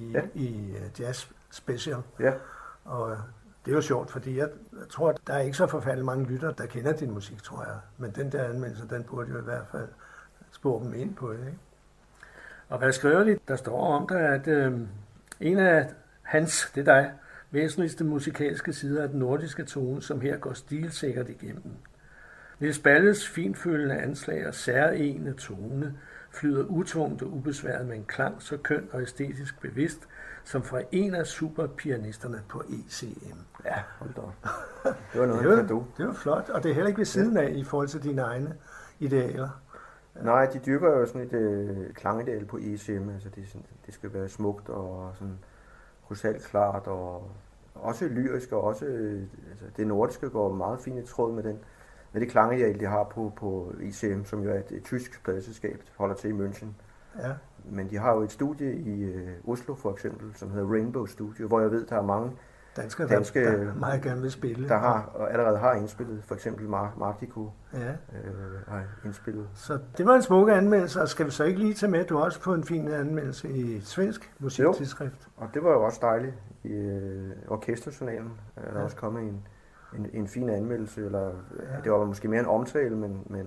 O: i Jazz Special.
P: Ja.
O: Og det er jo sjovt, fordi jeg tror, at der er ikke så forfærdeligt mange lyttere, der kender din musik, tror jeg. Men den der anmeldelse, den burde jo i hvert fald spore dem ind på det. Ikke? Og hvad skriver de? Der står om der, at en af hans, det er dig, væsentligste musikalske sider af den nordiske tone, som her går stilsikkert igennem. Niels Balles finfølende anslag og særegne tone flyder utungt og ubesværet med en klang så køn og æstetisk bevidst, som fra en af superpianisterne på ECM.
P: Ja, hold da. Det var noget
O: det var flot, og det er heller ikke ved siden af i forhold til dine egne idealer.
P: Nej, de dyrker jo sådan et klangideal på ECM, altså det skal være smukt og sådan krystalklart og også lyrisk, og også altså det nordiske går meget fint i tråd med det klangideal, de har på ECM, som jo er et tysk pladeselskab, der holder til i München.
O: Ja.
P: Men de har jo et studie i Oslo for eksempel, som hedder Rainbow Studio, hvor jeg ved, der er mange
O: danske der meget gerne vil spille.
P: Der allerede har indspillet, for eksempel Martico har indspillet.
O: Så det var en smuk anmeldelse, og skal vi så ikke lige tage med, at du også fået en fin anmeldelse i svensk musiktidsskrift?
P: Og det var jo også dejligt. I Orkesterjournalen er der også kommet en fin anmeldelse, eller det var måske mere en omtale, men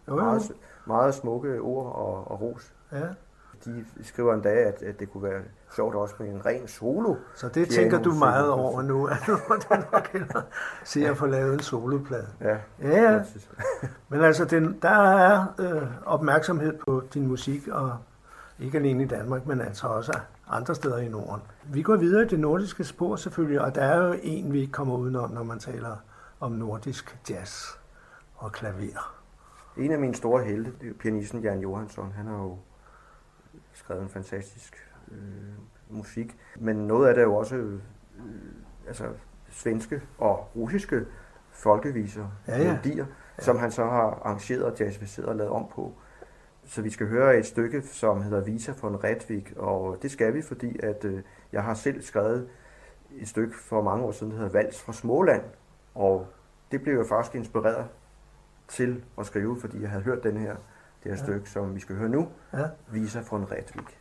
P: meget smukke ord og ros.
O: Ja.
P: De skriver en dag, at det kunne være sjovt også med en ren solo.
O: Så det tænker du meget over nu, at du nok hellere se at få lavet en soloplade. Ja. Men altså, der er opmærksomhed på din musik, og ikke alene i Danmark, men altså også andre steder i Norden. Vi går videre i det nordiske spor selvfølgelig, og der er jo en, vi ikke kommer udenom, når man taler om nordisk jazz og klaver.
P: En af mine store helte, det er pianisten Jan Johansson. Han har jo skrevet en fantastisk musik, men noget af det er jo også altså svenske og russiske folkeviser, melodier, som han så har arrangeret og jazzviseret og lavet om på. Så vi skal høre et stykke, som hedder Visa von Rättvik, og det skal vi, fordi at jeg har selv skrevet et stykke for mange år siden, der hedder Vals fra Småland, og det blev jeg faktisk inspireret til at skrive, fordi jeg havde hørt det her stykke, som vi skal høre nu, Visa von Rättvik.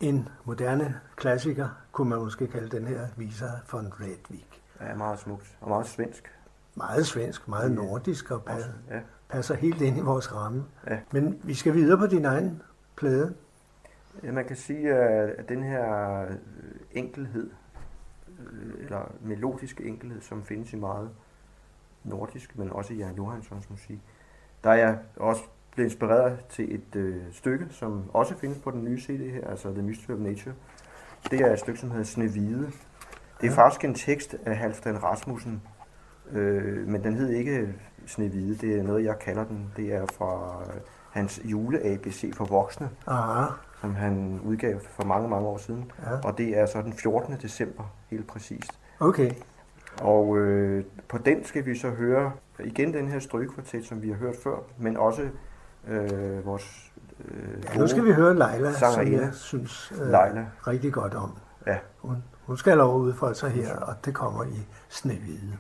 O: En moderne klassiker, kunne man måske kalde den her Visa von Redvik.
P: Ja, meget smukt og meget svensk.
O: Meget svensk, meget nordisk og passer helt ind i vores ramme. Ja. Men vi skal videre på din egen plade.
P: Ja, man kan sige, at den her enkelhed, eller melodiske enkelhed, som findes i meget nordisk, men også i Jan Johanssons musik, der er jeg også blevet inspireret til et stykke, som også findes på den nye CD her, altså The Mystery of Nature. Det er et stykke, som hedder Snehvide. Det er faktisk en tekst af Halfdan Rasmussen, men den hedder ikke Snehvide. Det er noget, jeg kalder den. Det er fra hans jule-ABC for voksne, som han udgav for mange, mange år siden. Ja. Og det er så den 14. december, helt præcist.
O: Okay.
P: Og på den skal vi så høre igen den her strygekvartet, som vi har hørt før, men også vores
O: nu skal vi høre Leila, som jeg synes rigtig godt om.
P: Ja.
O: Hun skal have lov at udfolde sig her, og det kommer i Snehvide.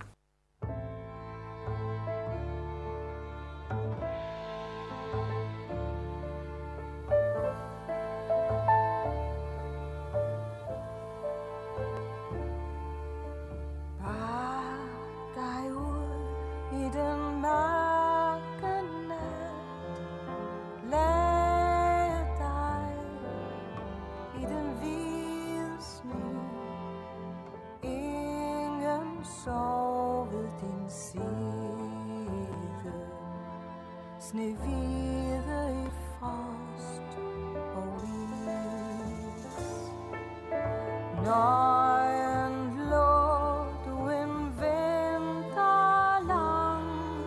Q: Snehvide i frost og is. Nøgen lå du en vinter lang,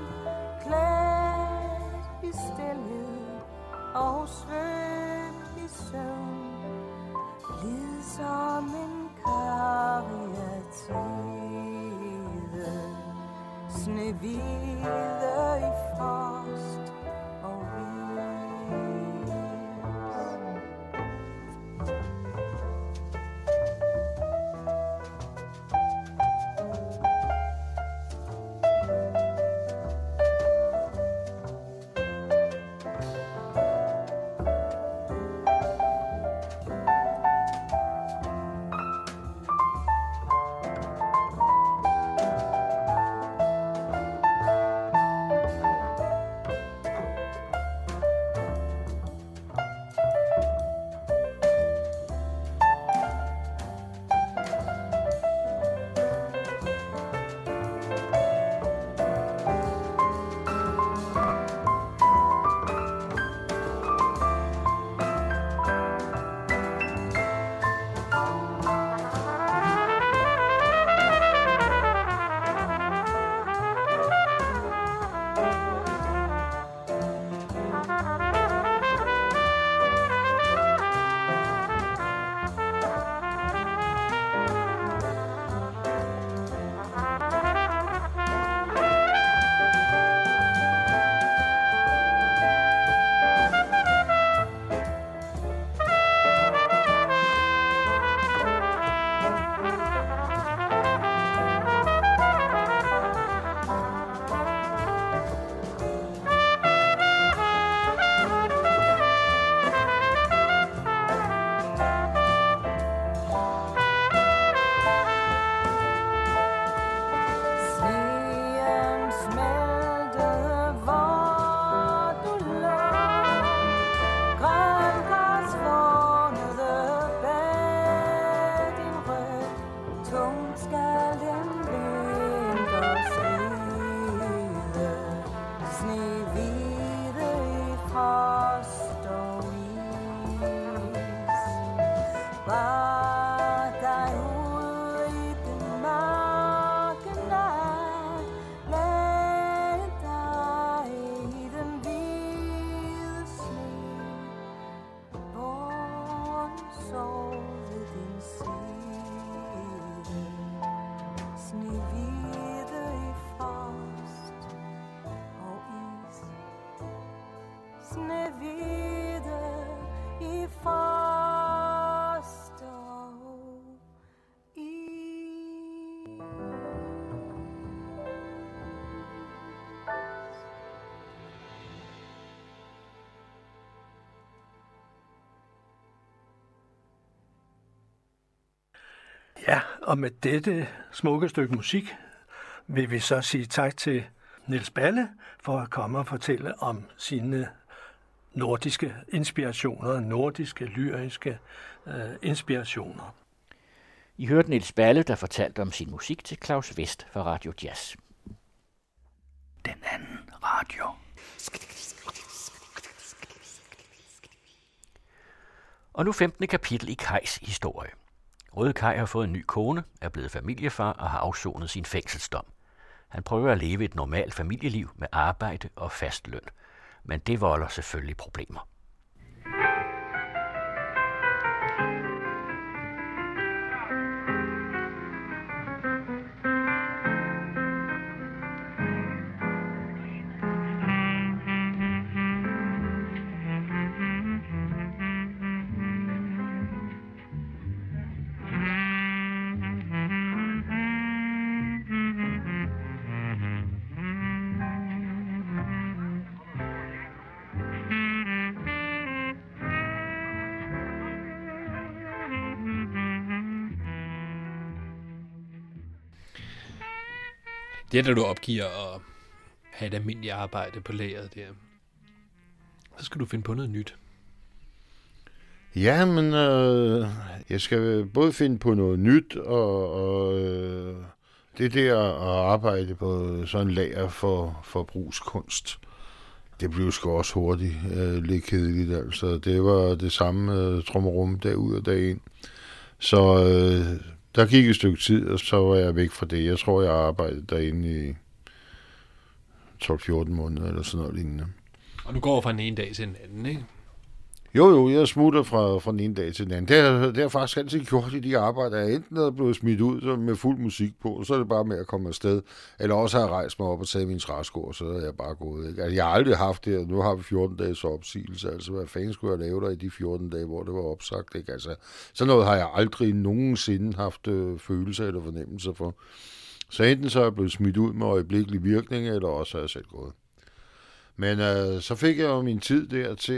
Q: klædt i stilhed og svøbt i søvn, ligesom en karyatide. Snehvide i frost og
O: Ja, og med dette smukke stykke musik vil vi så sige tak til Niels Balle for at komme og fortælle om sine nordiske inspirationer, nordiske lyriske inspirationer.
B: I hørte Niels Balle, der fortalte om sin musik til Claus Vest fra Radio Jazz.
J: Den anden radio. Og nu 15. kapitel i Kajs historie. Røde Kaj har fået en ny kone, er blevet familiefar og har afsonet sin fængselsdom. Han prøver at leve et normalt familieliv med arbejde og fast løn. Men det volder selvfølgelig problemer.
R: Det er, da du opgiver at have et almindeligt arbejde på lageret der, så skal du finde på noget nyt.
S: Ja, men jeg skal både finde på noget nyt, og det der at arbejde på sådan en lager for brugskunst, det blev sgu også hurtigt lidt kedeligt. Altså. Det var det samme trommerum dag ud og dag ind. Så der gik et stykke tid, og så var jeg væk fra det. Jeg tror, jeg arbejdede derinde i 12-14 måneder eller sådan noget lignende.
R: Og du går fra den ene dag til den anden, ikke?
S: Jo, jeg smutter fra den ene dag til den anden. Det har jeg faktisk altid gjort i de arbejder. Jeg enten er blevet smidt ud med fuld musik på, og så er det bare med at komme afsted. Eller også har jeg rejst mig op og taget mine træsko, og så er jeg bare gået. Ikke? Altså, jeg har aldrig haft det, nu har vi 14 dages opsigelse. Altså, hvad fanden skulle jeg lave der i de 14 dage, hvor det var opsagt? Ikke? Altså, sådan noget har jeg aldrig nogensinde haft følelse eller fornemmelse for. Så enten så er jeg blevet smidt ud med øjeblikkelig virkning, eller også er jeg selv gået. Men så fik jeg jo min tid der til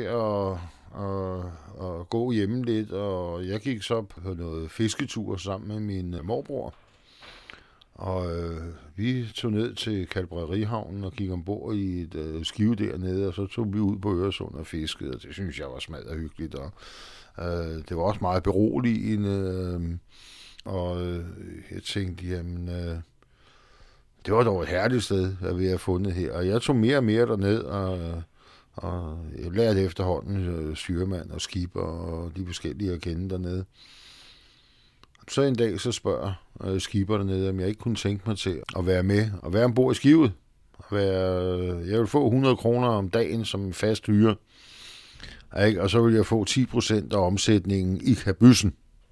S: at gå hjemme lidt, og jeg gik så på noget fisketur sammen med min morbror. Og vi tog ned til Kalbrerihavnen og gik ombord i et skive dernede, og så tog vi ud på Øresund og fiskede, og det synes jeg var smadret hyggeligt. Og det var også meget beroligende, og jeg tænkte, jamen, det var dog et herligt sted, at vi har fundet her. Og jeg tog mere og mere derned, og jeg lærte efterhånden styrmand og skipper og de forskellige at kende dernede. Så en dag så spørger skipper dernede, om jeg ikke kunne tænke mig til at være med og være ombord i skibet. Jeg vil få 100 kroner om dagen som en fast hyre. Og så vil jeg få 10% af omsætningen i kabyssen.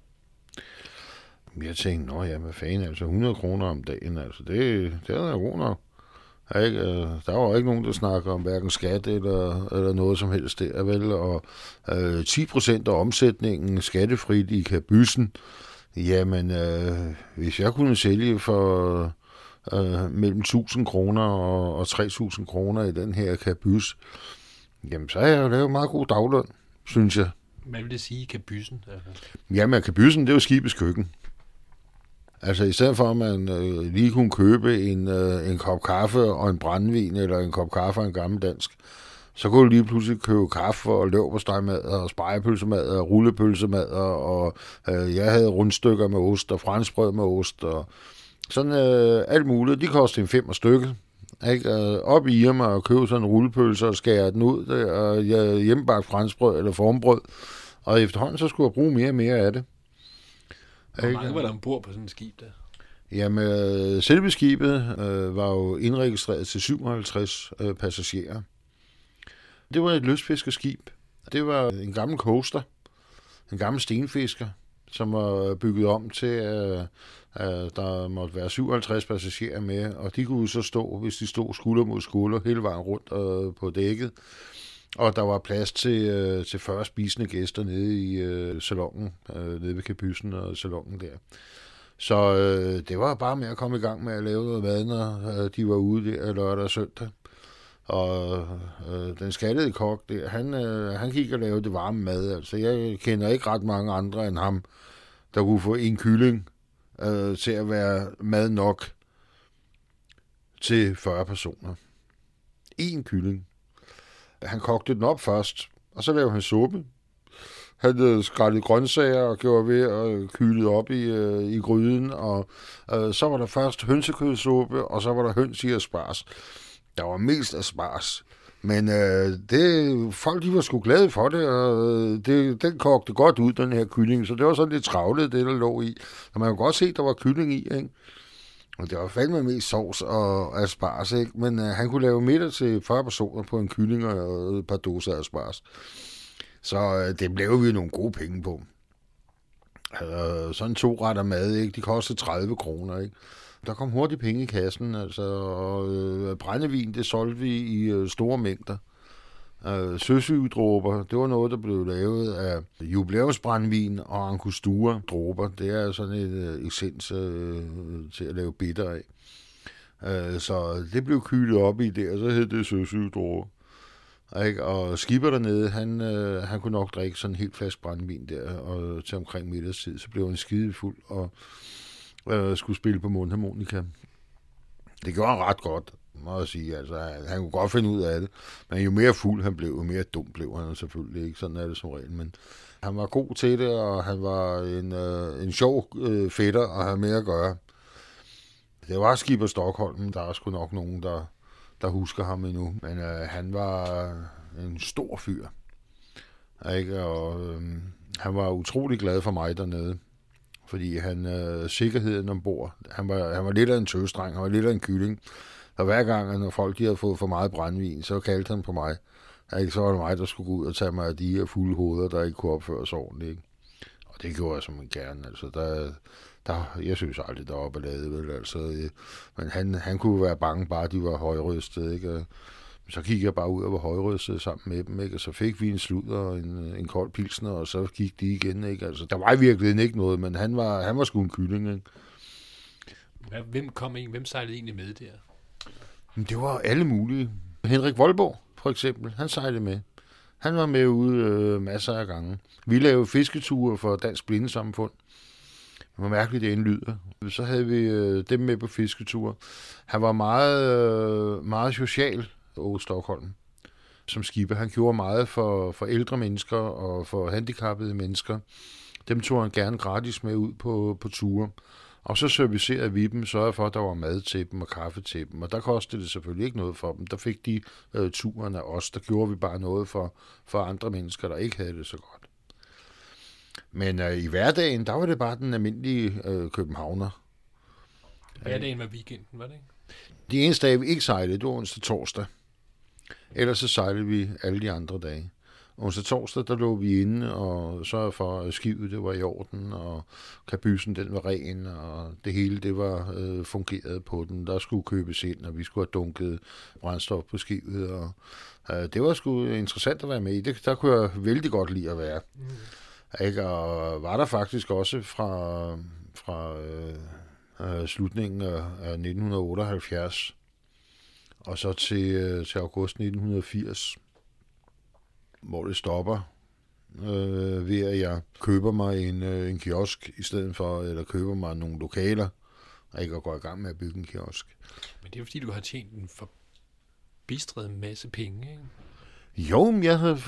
S: Jeg tænkte, hvad fanden, altså 100 kroner om dagen, altså det er da god nok. Der var ikke nogen, der snakker om hverken skat eller noget som helst der, vel? Og 10% af omsætningen skattefrit i kabyssen. Jamen, hvis jeg kunne sælge for mellem 1.000 kroner og 3.000 kroner i den her kabys, jamen, så har jeg jo lavet meget god dagløn, synes jeg.
R: Hvad vil det sige, kabyssen?
S: Jamen, kabyssen, det er jo skibets køkken. Altså, i stedet for, at man lige kunne købe en kop kaffe og en brændevin, eller en kop kaffe og en gammeldansk, så kunne du lige pludselig købe kaffe og leverpostejmad og spegepølsemad og rullepølsemad, og jeg havde rundstykker med ost og franskbrød med ost, og sådan alt muligt. De kostede en 5 stykke. Ikke? Op i Irma og købe sådan en rullepølse og skære den ud, og hjemmebagt franskbrød eller formbrød, og efterhånden så skulle jeg bruge mere og mere af det.
R: Hvor mange var der ombord på sådan et skib der?
S: Jamen, selve skibet var jo indregistreret til 57 passagerer. Det var et lystfiskerskib. Det var en gammel coaster, en gammel stenfisker, som var bygget om til, at der måtte være 57 passagerer med, og de kunne så stå, hvis de stod skulder mod skulder, hele vejen rundt på dækket. Og der var plads til 40 spisende gæster nede i salonen, nede ved kabyssen og salonen der. Så det var bare med at komme i gang med at lave noget mad, når de var ude der lørdag og søndag. Og den skaldede kok der, han gik og lavede det varme mad. Altså, jeg kender ikke ret mange andre end ham, der kunne få en kylling til at være mad nok til 40 personer. 1 kylling. Han kogte den op først, og så lavede han suppe. Han skrællede grøntsager og gjorde ved at kylede op i gryden, og så var der først hønsekødsuppe, og så var der høns i asparges. Der var mest asparges. Men folk de var sgu glade for det, og den kogte godt ud, den her kylling, så det var sådan lidt travlet, det der lå i. Og man kunne godt se, der var kylling i, ikke? Og det var fandme mest sovs og asparges, ikke? Men han kunne lave middag til 40 personer på en kylling og et par dåser asparges. Så det blev vi nogle gode penge på. Sådan 2 retter mad, ikke? De kostede 30 kroner, ikke? Der kom hurtigt penge i kassen, altså, og brændevin, det solgte vi i store mængder. Søsygedråber, det var noget, der blev lavet af jubilæumsbrændevin og angostura-dråber. Det er sådan et essens til at lave bitter af. Så det blev kylet op i det, og så hed det søsygedråber. Og Skipper dernede, han kunne nok drikke sådan en helt flaske brændevin der, og til omkring middagstid, så blev han skidefuld og skulle spille på mundharmonika. Det gjorde han ret godt, må jeg sige. Altså, han kunne godt finde ud af det, men jo mere fuld han blev, jo mere dum blev han selvfølgelig. Ikke? Sådan er det som regel, men han var god til det, og han var en sjov fætter at have med at gøre. Det var Skipper Stockholm, der er sgu nok nogen, der husker ham endnu, men han var en stor fyr. Ikke? Og han var utrolig glad for mig dernede, fordi sikkerheden ombord, han var lidt af en tøsdreng, han var lidt af en kylling, og hver gang, når folk de havde fået for meget brændvin, så kaldte han på mig. Ikke? Så var det mig, der skulle gå ud og tage mig af de her fulde hoveder, der ikke kunne opføre sig ordentligt. Ikke? Og det gjorde jeg som en gerne. Altså, jeg synes aldrig, der var ballade, vel? Altså, men han kunne være bange, bare de var højrystede, ikke? Så gik jeg bare ud og var højrystet sammen med dem, ikke? Og så fik vi en sludder og en kold pilsner, og så gik de igen, ikke? Altså, der var i virkeligheden ikke noget, men han var sgu en kylling, ikke?
R: Hvem sejlede egentlig med der?
S: Det var alle mulige. Henrik Voldborg, for eksempel, han sejlede med. Han var med ude masser af gange. Vi lavede fisketure for Dansk Blindesamfund. Det var mærkeligt, det indlyder. Så havde vi dem med på fisketure. Han var meget social over Stockholm som skipper. Han gjorde meget for ældre mennesker og for handicappede mennesker. Dem tog han gerne gratis med ud på ture. Og så servicerede vi dem, sørgede for, at der var mad til dem og kaffe til dem. Og der kostede det selvfølgelig ikke noget for dem. Der fik de turen af os. Der gjorde vi bare noget for andre mennesker, der ikke havde det så godt. Men i hverdagen, der var det bare den almindelige københavner.
R: Hverdagen var weekenden, var det ikke?
S: De eneste dage, vi ikke sejlede, det var onsdag torsdag. Ellers så sejlede vi alle de andre dage. Onsdag torsdag, der lå vi inde og sørgede for, at skibet det var i orden, og kabysen den var ren, og det hele det var fungeret på den. Der skulle købes ind, og vi skulle have dunket brændstof på skibet, og det var sgu interessant at være med i. Der kunne jeg vældig godt lide at være. Ikke? Og var der faktisk også fra slutningen af 1978 og så til august 1980, hvor det stopper ved, at jeg køber mig en kiosk i stedet for, eller køber mig nogle lokaler, og ikke går i gang med at bygge en kiosk.
R: Men det er jo fordi, du har tjent en forbistret masse penge, ikke?
S: Jo, jeg havde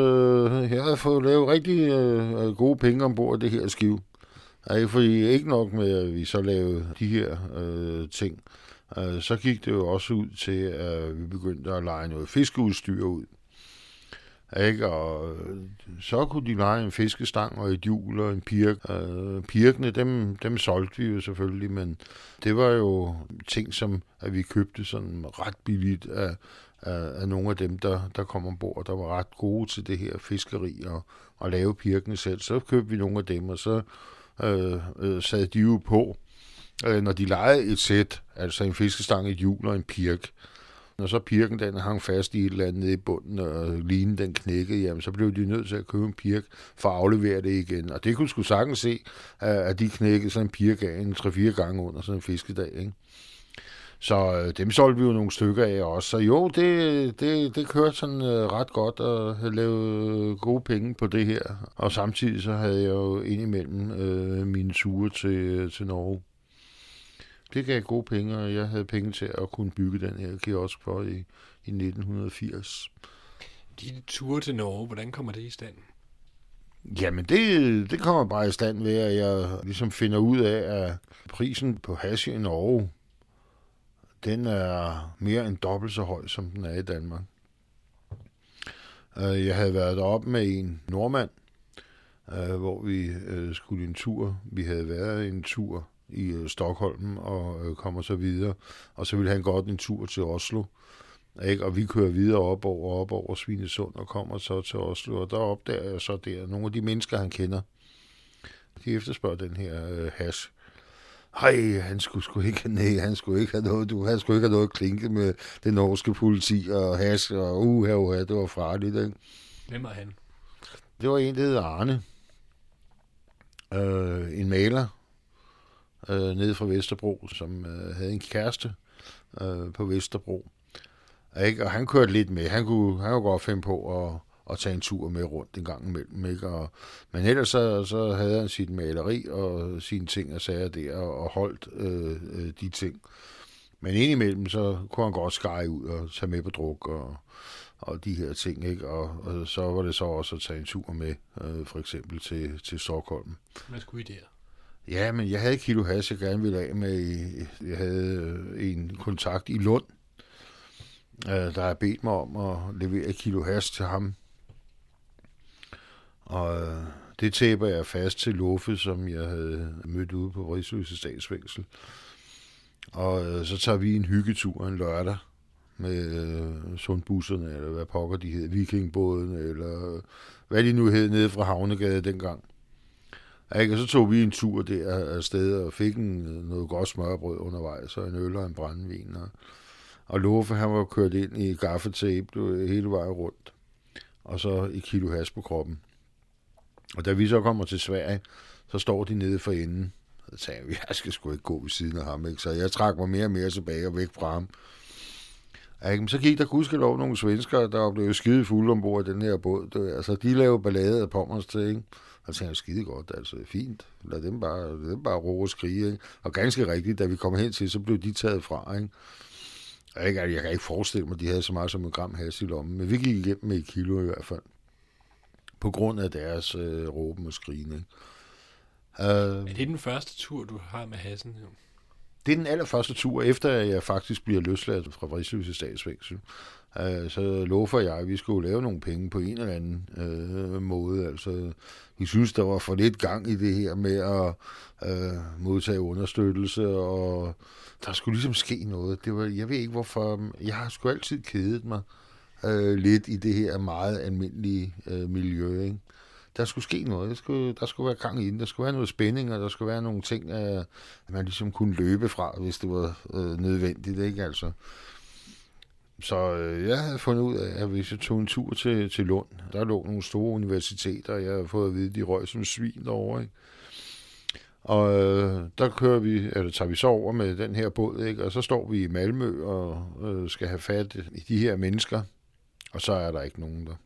S: fået lavet rigtig gode penge ombord det her skib. Fordi ikke nok med, at vi så lavede de her ting, så gik det jo også ud til, at vi begyndte at lege noget fiskeudstyr ud. Ikke? Og så kunne de lege en fiskestang og et hjul og en pirk. Pirkene, dem solgte vi jo selvfølgelig, men det var jo ting, som at vi købte sådan ret billigt af nogle af dem, der kom ombord, der var ret gode til det her fiskeri og lave pirkene selv. Så købte vi nogle af dem, og så sad de jo på, når de legede et sæt, altså en fiskestang, et hjul og en pirk. Når så pirken den hang fast i et eller andet nede i bunden, og linen den knækkede, jamen så blev de nødt til at købe en pirk for at aflevere det igen. Og det kunne sgu sagtens se, at de knækkede sådan en pirk af en 3-4 gange under sådan en fiskedag, ikke? Så dem solgte vi jo nogle stykker af også. Så jo, det kørte sådan ret godt og havde lavet gode penge på det her. Og samtidig så havde jeg jo indimellem mine ture til Norge. Det gav gode penge, og jeg havde penge til at kunne bygge den her kiosk for i 1980.
R: De ture til Norge, hvordan kommer det i stand?
S: Jamen, det kommer bare i stand ved, at jeg ligesom finder ud af, at prisen på hash i Norge, den er mere end dobbelt så høj, som den er i Danmark. Jeg havde været deroppe med en nordmand, hvor vi skulle en tur. Vi havde været en tur i Stockholm og kommer så videre. Og så ville han godt en tur til Oslo. Ikke? Og vi kører videre op over Svinesund og kommer så til Oslo. Og der opdager jeg så der nogle af de mennesker, han kender. De efterspørger den her hash. Hej, han skulle ikke have noget klinke med det norske politi og hash og det var farligt. Ikke?
R: Hvem var han?
S: Det var en, der hedder Arne. En maler nede fra Vesterbro, som havde en kæreste på Vesterbro. Ikke? Og han kørte lidt med. Han kunne godt finde på at tage en tur med rundt en gang imellem. Ikke? Men ellers så havde han sit maleri og sine ting og sager der, og holdt de ting. Men indimellem så kunne han godt skære ud og tage med på druk og de her ting. Ikke? Og så var det så også at tage en tur med, for eksempel til Stockholm.
R: Hvad skulle I der?
S: Ja, men jeg havde et kilo hash, jeg gerne ville af med. Jeg havde en kontakt i Lund, der har bedt mig om at levere et kilo hash til ham. Og det tæber jeg fast til Loffe, som jeg havde mødt ude på Vridsløse Statsfængsel. Og så tager vi en hyggetur en lørdag med sundbusserne, eller hvad pokker de hed, Vikingbåden, eller hvad de nu hed nede fra Havnegade dengang. Og så tog vi en tur der afsted og fik noget godt smørbrød undervejs, og en øl og en brændevin. Og Loffe, han var kørt ind i gaffetape hele vejen rundt. Og så et kilo hash på kroppen. Og da vi så kommer til Sverige, så står de nede for enden. Og så sagde jeg skal sgu ikke gå ved siden af ham. Ikke? Så jeg trak mig mere og mere tilbage og væk fra ham. Så gik der gudskelov nogle svenskere, der blev skide fulde ombord i den her båd. Altså, de lavede ballade af Pommers til, ikke? Og så tænkte jeg, skide godt, altså fint. Lad dem bare ro og skrige, ikke? Og ganske rigtigt, da vi kom hen til, så blev de taget fra, ikke? Jeg kan ikke forestille mig, at de havde så meget som en gram hash i lommen, men vi gik igennem med et kilo i hvert fald. På grund af deres råben og skrigende.
R: Er det den første tur, du har med hashen? Jo?
S: Det er den allerførste tur, efter jeg faktisk bliver løsladt fra Vridsløse Statsfængsel. Så Loffe jeg, vi skulle lave nogle penge på en eller anden måde. Altså, vi synes, der var for lidt gang i det her med at modtage understøttelse, og der skulle ligesom ske noget. Jeg ved ikke hvorfor. Jeg har sgu altid kedet mig lidt i det her meget almindelige miljø, ikke? Der skulle ske noget. Der skulle være gang i den. Der skulle være noget spænding, og der skulle være nogle ting, at man ligesom kunne løbe fra, hvis det var nødvendigt, ikke altså. Så jeg havde fundet ud af, at hvis jeg tog en tur til Lund, der lå nogle store universiteter, og jeg havde fået at vide, at de røg som svin derovre, ikke? Og der tager vi så over med den her båd, ikke? Og så står vi i Malmø og skal have fat i de her mennesker, og så er der ikke nogen der.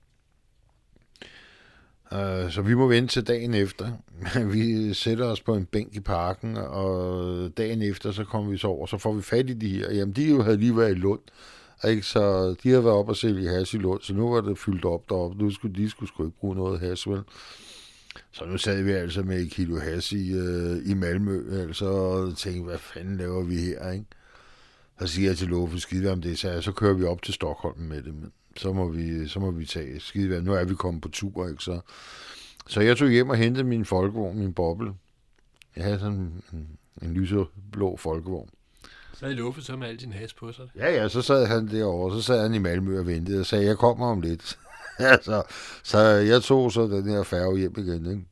S: Så vi må vente til dagen efter. Vi sætter os på en bænk i parken, og dagen efter, så kommer vi så over, så får vi fat i de her. Jamen, de havde lige været i Lund, ikke? Så de havde været op og sælge hash i Lund, så nu var det fyldt op deroppe. Nu skulle de sgu ikke bruge noget hash, vel? Så nu sad vi altså med et kilo hash i Malmø, altså, og tænkte, hvad fanden laver vi her, ikke? Så siger jeg til Loffe, skide om det, så kører vi op til Stockholm med det, men så må vi tage skide. Nu er vi kommet på tur, ikke? Så jeg tog hjem og hentede min folkevogn, min boble. Jeg havde sådan en lyseblå folkevogn.
R: Så havde Loffe så med al din hash på sig?
S: Ja, så sad han derovre, så sad han i Malmø og ventede, og sagde, jeg kommer om lidt. så jeg tog så den her færge hjem igen, ikke?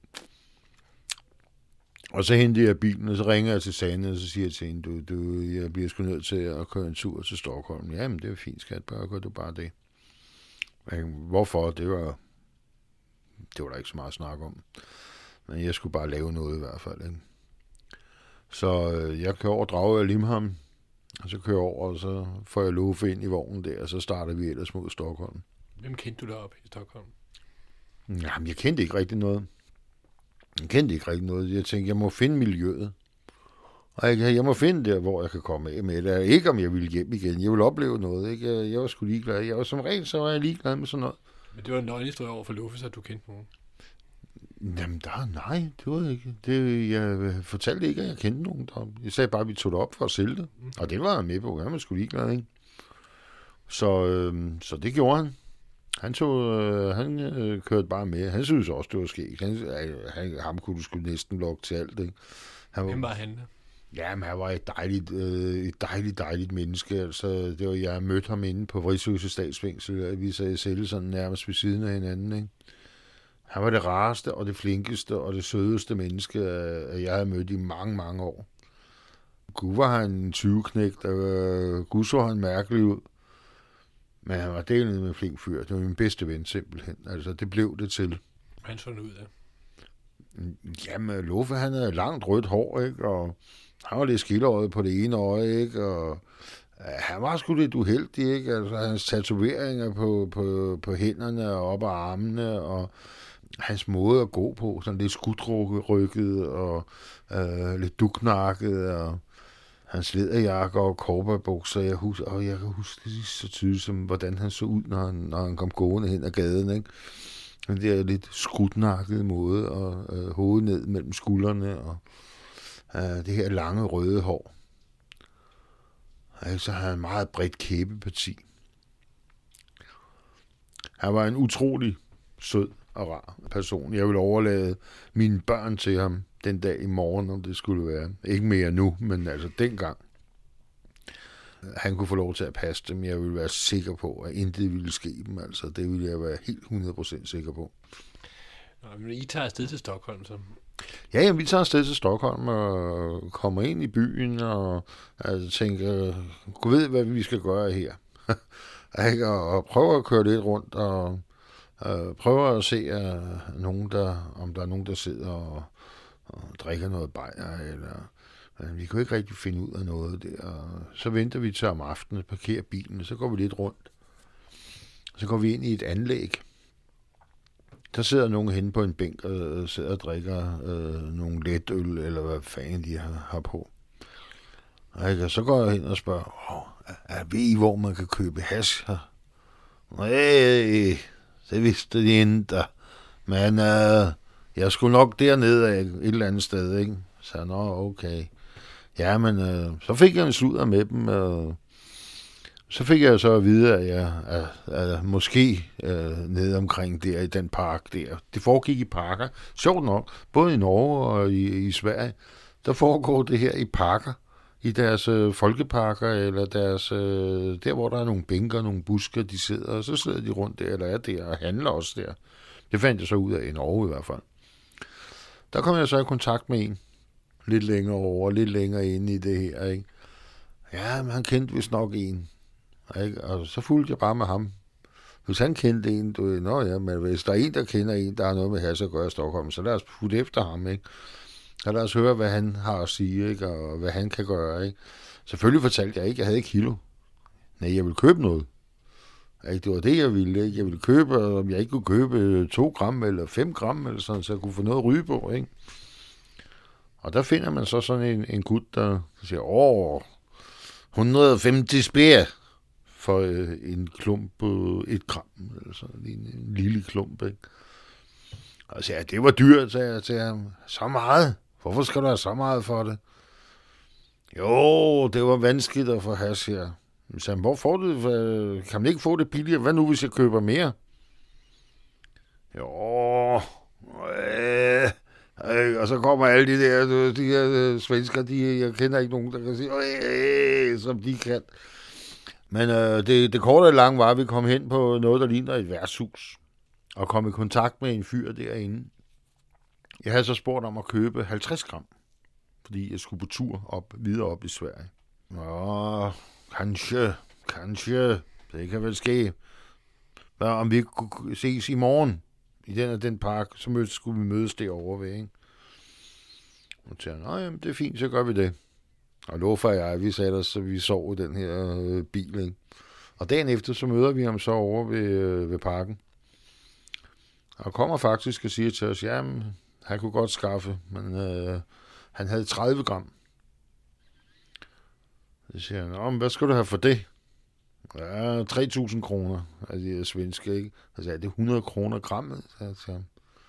S: Og så hentede jeg bilen, og så ringer jeg til Sanne, og så siger jeg til hende, jeg bliver sgu nødt til at køre en tur til Stockholm. Jamen, det er fint, skat, gør du bare det. Hvorfor? Det var der ikke så meget at snakke om. Men jeg skulle bare lave noget i hvert fald, ikke? Så jeg kører over Dragør og Limhamn, Og så kører jeg over, og så får jeg Loffe ind i vognen der, og så starter vi ellers mod Stockholm.
R: Hvem kendte du deroppe i Stockholm?
S: Jamen, jeg kendte ikke rigtig noget. Jeg tænkte, jeg må finde miljøet. Og jeg må finde der, hvor jeg kan komme af med det. Ikke om jeg ville hjem igen. Jeg ville opleve noget. Ikke? Jeg var sgu ligeglad. Jeg var som regel, så var jeg ligeglad med sådan noget.
R: Men det var en nøglehistorie over for Loffe, så du kendte nogen?
S: Jamen, nej, det var ikke. Jeg fortalte ikke, at jeg kendte nogen der. Jeg sagde bare, at vi tog det op for at sælge det. Og det var jeg med på. Jeg var sgu ligeglad, ikke? Så det gjorde han. Han kørte bare med. Han synes også, det var skægt. Ham kunne du sgu næsten lokke til alt, ikke?
R: Hvem var han?
S: Jamen, han var et dejligt menneske. Altså, jeg mødte ham inde på Vridshuset Statsfængsel, og vi sad i celle sådan nærmest ved siden af hinanden, ikke? Han var det rareste og det flinkeste og det sødeste menneske, jeg havde mødt i mange, mange år. Gud var han en 20-knægt, og Gud så han mærkelig ud. Men han var delen med en flink fyr. Det var min bedste ven simpelthen. Altså, det blev det til.
R: Han så ud af?
S: Jamen, Loffe, han havde langt rødt hår, ikke? Og han var lidt skildøjet på det ene øje, ikke? Og han var sgu lidt uheldig, ikke? Altså, hans tatoveringer på hænderne og op ad armene, og hans måde at gå på, sådan lidt skudrykket og lidt duknakket, og hans læderjakke og cowboybukser. Jeg kan huske det så tydeligt, som hvordan han så ud, når han kom gående hen ad gaden, ikke? Den der lidt skudnakkede måde, og hovedet ned mellem skuldrene, og det her lange røde hår. Så har han meget bredt kæbeparti. Han var en utrolig sød og rar person. Jeg ville overlade mine børn til ham den dag i morgen, om det skulle være. Ikke mere nu, men altså dengang. Han kunne få lov til at passe dem. Jeg ville være sikker på, at intet ville ske dem. Altså, det ville jeg være helt 100% sikker på.
R: Nå, men I tager afsted til Stockholm, så?
S: Ja, jamen, vi tager afsted til Stockholm og kommer ind i byen og tænker, Gud ved, hvad vi skal gøre her. Og prøver at køre lidt rundt og prøver at se, om der er nogen, der sidder og drikker noget bajer, eller vi kan ikke rigtig finde ud af noget der. Så venter vi til om aftenen, parkerer bilen, så går vi lidt rundt. Så går vi ind i et anlæg. Der sidder nogen henne på en bænk og sidder og drikker nogle letøl, eller hvad fanden de har på. Og så går jeg hen og spørger, ved I, hvor man kan købe hash her? Nej, det vidste de ikke. Men jeg skulle nok dernede af et eller andet sted, ikke? Så okay. Ja, men så fik jeg en sludder med dem, og så fik jeg så at vide, at jeg er måske nede omkring der i den park der. Det foregik i parker. Sjovt nok, både i Norge og i Sverige, der foregår det her i parker. I deres folkeparker, eller deres, der hvor der er nogle bænker, nogle busker, de sidder, og så sidder de rundt der, eller er der, og handler også der. Det fandt jeg så ud af i Norge i hvert fald. Der kom jeg så i kontakt med en, lidt længere over, lidt længere inde i det her, ikke? Ja, men han kendte vist nok en, ikke? Og så fulgte jeg bare med ham. Hvis han kendte en, men hvis der er en, der kender en, der har noget med hash at gøre i Stockholm, så lad os fulgte efter ham, ikke? Og lad os høre, hvad han har at sige, ikke? Og hvad han kan gøre, ikke? Selvfølgelig fortalte jeg ikke, jeg havde ikke kilo. Nej, jeg ville købe noget. Ikke? Det var det, jeg ville, ikke? Jeg ville købe, om jeg ikke kunne købe 2 gram eller 5 gram, eller sådan, så jeg kunne få noget at ryge på, ikke? Og der finder man så sådan en gut, der siger, 150 spær for en klump på 1 gram, eller sådan en lille klump, ikke? Og så siger jeg, det var dyrt, sagde jeg til ham. Så meget? Hvorfor skal du have så meget for det? Jo, det var vanskeligt at få hash her. Så hvor får du det? Kan man ikke få det billigere? Hvad nu, hvis jeg køber mere? Jo, og så kommer alle de her svensker, jeg kender ikke nogen, der kan sige, som de kan. Men det korte og lange var, at vi kom hen på noget, der ligner et værtshus, og kom i kontakt med en fyr derinde. Jeg havde så spurgt om at købe 50 gram, fordi jeg skulle på tur videre op i Sverige. Kanskje, det kan vel ske. Om vi kunne ses i morgen i den park, så skulle vi mødes derovre ved, ikke? Og tænkte, jamen, det er fint, så gør vi det. Og Lofa og jeg, vi satte os, så vi sov i den her bil, ikke? Og dagen efter, så møder vi ham så over ved parken. Og kommer faktisk og siger til os, jamen, han kunne godt skaffe, men han havde 30 gram. Så siger han, hvad skal du have for det? Ja, 3.000 kroner, altså de er svenske, ikke? Så sagde jeg, det er 100 kroner grammet, sagde han.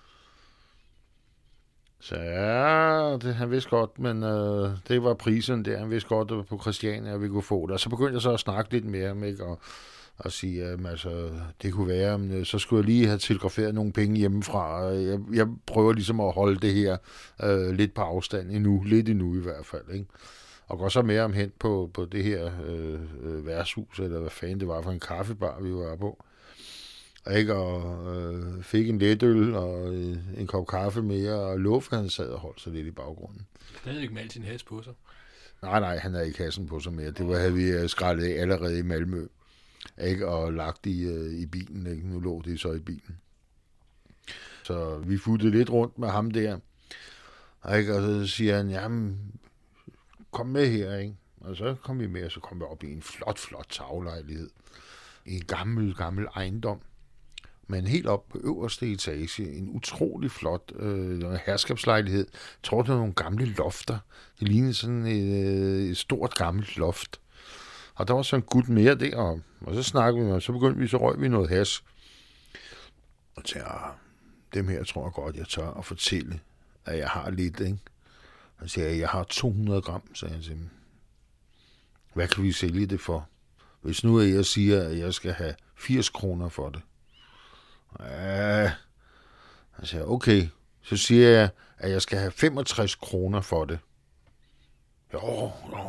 S: Så ja, det, han vidste godt, men det var prisen der. Han vidste godt, at på Christiania vi kunne få det. Og så begyndte jeg så at snakke lidt mere om, ikke? Og sige, altså, det kunne være, men så skulle jeg lige have telegraferet nogle penge hjemmefra. Jeg prøver ligesom at holde det her lidt på afstand lidt endnu i hvert fald, ikke? Og går så med ham hen på det her værtshus, eller hvad fanden det var for en kaffebar, vi var på. Ikke? Og fik en letøl og en kop kaffe mere, og Luffe, han sad og holdt sig lidt i baggrunden.
R: Han havde ikke med al sin has på sig.
S: Nej, han havde ikke hassen på sig mere. Det havde vi skrællet af allerede i Malmø. Ikke? Og lagt i bilen. Ikke? Nu lå det så i bilen. Så vi futtede lidt rundt med ham der. Ikke? Og så siger han, jamen, kom med her. Ikke? Og så kom vi med, og så kom vi op i en flot taglejlighed. I en gammel ejendom. Men helt op på øverste etage, en utrolig flot herskabslejlighed. Jeg tror, det var nogle gamle lofter. Det lignede sådan et stort gammelt loft. Og der var så en gut mere deroppe. Og så snakkede vi, og så begyndte vi, så røg vi noget hash. Og tænkte, dem her tror jeg godt, jeg tør at fortælle, at jeg har lidt, ikke? Og så siger jeg 200 gram, sagde jeg til dem. Hvad kan vi sælge det for? Hvis nu jeg siger, at jeg skal have 80 kroner for det. Ja, jeg siger, okay, så siger jeg, at jeg skal have 65 kroner for det. Jo.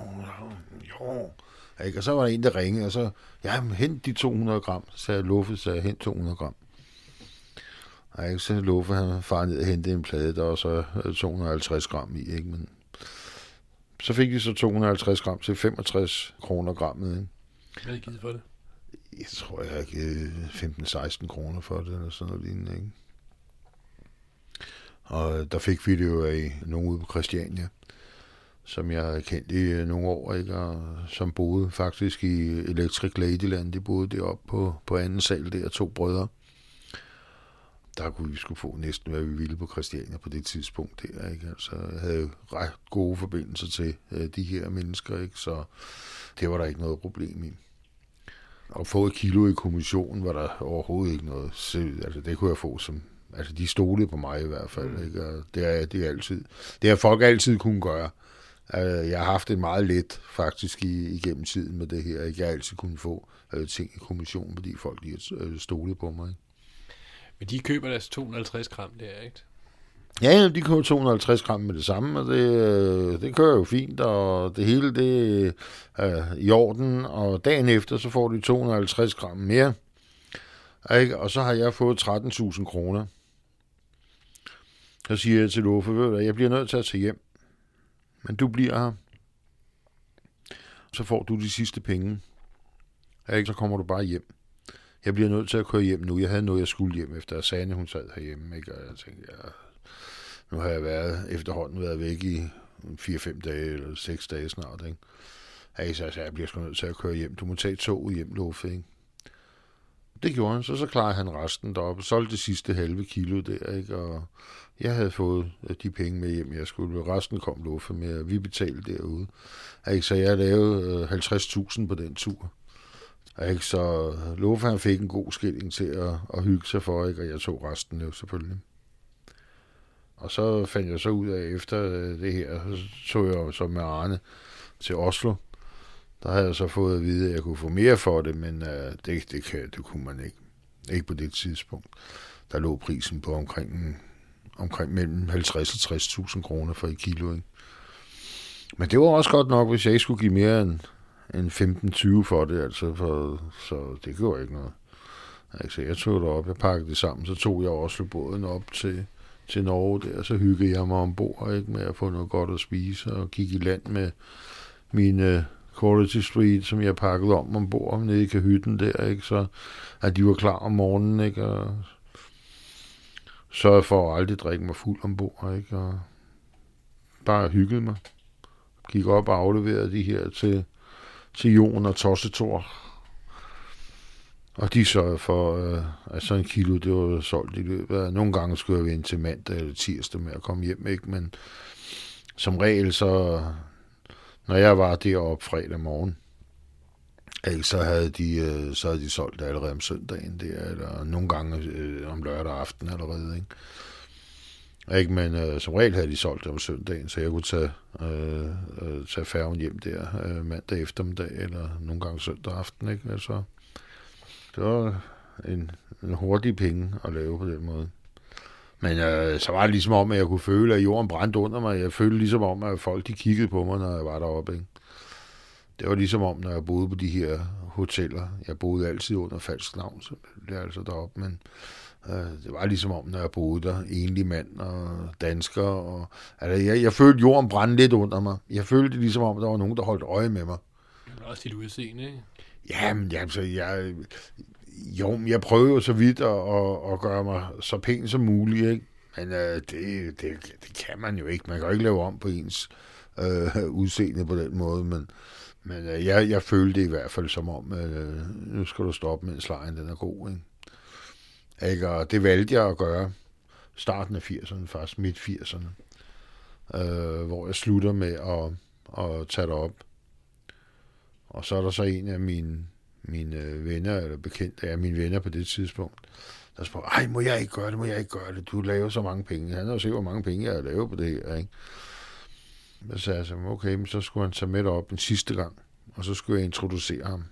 S: Ikke? Og så var der en, der ringede, og så, hent de 200 gram. Så sagde Luffe, hent 200 gram. Ikke? Så Luffe, han far ned og hentede en plade, der var så 250 gram i, ikke? Men så fik de så 250 gram til 65 kroner grammet, ikke?
R: Hvad havde I givet for det?
S: Jeg tror, jeg har givet 15-16 kroner for det, eller sådan noget lignende, ikke? Og der fik vi det jo af nogen ude på Christiania, som jeg har kendt i nogle år, ikke? Og som boede faktisk i Electric Ladyland. De boede deroppe på anden sal der, 2 brødre. Der kunne vi skulle få næsten, hvad vi ville på Christiania på det tidspunkt der, ikke? Altså, jeg havde ret gode forbindelser til de her mennesker, ikke? Så det var der ikke noget problem i. Og få 1 kilo i kommissionen var der overhovedet ikke noget. Altså, det kunne jeg få som... Altså, de stolede på mig i hvert fald, ikke? Og det er altid... Det har folk altid kunne gøre. Jeg har haft det meget let, faktisk, igennem tiden med det her. Ikke? Jeg har altid kunne få ting i kommissionen, fordi folk lige har stolet på mig, ikke?
R: Men de køber deres 250 gram der, ikke?
S: Ja, de køber 250 gram med det samme, og det kører jo fint, og det hele det er i orden, og dagen efter, så får de 250 gram mere, ikke? Og så har jeg fået 13.000 kroner. Så siger jeg til Luffe, jeg bliver nødt til at tage hjem, men du bliver her. Så får du de sidste penge, ikke? Så kommer du bare hjem. Jeg bliver nødt til at køre hjem nu. Jeg havde noget, jeg skulle hjem efter, at Sanne, hun sad herhjemme, ikke? Og jeg tænkte, nu har jeg efterhånden været væk i 4-5 dage, eller 6 dage snart, ikke? Så jeg bliver sgu nødt til at køre hjem. Du må tage toget hjem, Luffe, ikke? Det gjorde han, så klarede han resten deroppe. Solgte det sidste halve kilo der, ikke? Og jeg havde fået de penge med hjem, jeg skulle. Resten kom Luffe med, og vi betalte derude. Ikke? Så jeg lavede 50.000 på den tur. Ikke? Så Luffe, han fik en god skilling til at hygge sig for, ikke? Og jeg tog resten jo selvfølgelig. Og så fandt jeg så ud af, efter det her, så tog jeg så med Arne til Oslo. Der havde jeg så fået at vide, at jeg kunne få mere for det, men det kunne man ikke. Ikke på det tidspunkt. Der lå prisen på omkring mellem 50 og 60.000 kroner for 1 kilo, ikke? Men det var også godt nok, hvis jeg ikke skulle give mere end 15-20 for det, altså, så det gjorde ikke noget. Altså, jeg tog det op, jeg pakkede det sammen, så tog jeg også båden op til Norge der, så hyggede jeg mig ombord, ikke, med at få noget godt at spise, og gik i land med mine Quality Street, som jeg pakkede ombord nede i kahytten der, ikke, så at de var klar om morgenen, ikke, og sørgede for at aldrig drikke mig fuld ombord, ikke, og bare hyggede mig. Gik op og afleverede de her til Jon og Tossetor. Og de sørgede for, at sådan en kilo, det var solgt i løbet af. Nogle gange skulle jeg ind til mandag eller tirsdag med at komme hjem, ikke? Men som regel, så når jeg var deroppe fredag morgen, så havde de solgt det allerede om søndagen der, eller nogle gange om lørdag aften allerede, ikke? Men som regel havde de solgt det om søndagen, så jeg kunne tage færgen hjem der mandag eftermiddag, eller nogle gange søndag aften, ikke? Altså, det var en hurtig penge at lave på den måde. Men så var det ligesom om, at jeg kunne føle, at jorden brændte under mig. Jeg følte ligesom om, at folk de kiggede på mig, når jeg var deroppe, ikke? Det var ligesom om, når jeg boede på de her hoteller. Jeg boede altid under falsk navn, så det er altså deroppe, men det var ligesom om, når jeg boede der, enlig mand og dansker. Og, altså, jeg følte, jorden brændte lidt under mig. Jeg følte det ligesom om, der var nogen, der holdt øje med mig.
R: Det var også dit udseende, ikke?
S: Jamen, altså, jeg prøver jo så vidt at gøre mig så pæn som muligt, ikke? Men det kan man jo ikke. Man kan jo ikke lave om på ens udseende på den måde, men jeg følte det i hvert fald som om, nu skal du stoppe, mens lejen den er god, ikke? Og det valgte jeg at gøre starten af 80'erne, faktisk midt 80'erne, hvor jeg slutter med at tage det op. Og så er der så en af mine venner, eller bekendte af mine venner på det tidspunkt, der spørger, ej, må jeg ikke gøre det, du laver så mange penge. Han har jo set, hvor mange penge jeg har lavet på det her, ikke? Så sagde jeg så, okay, men så skulle han tage med op en sidste gang, og så skulle jeg introducere ham.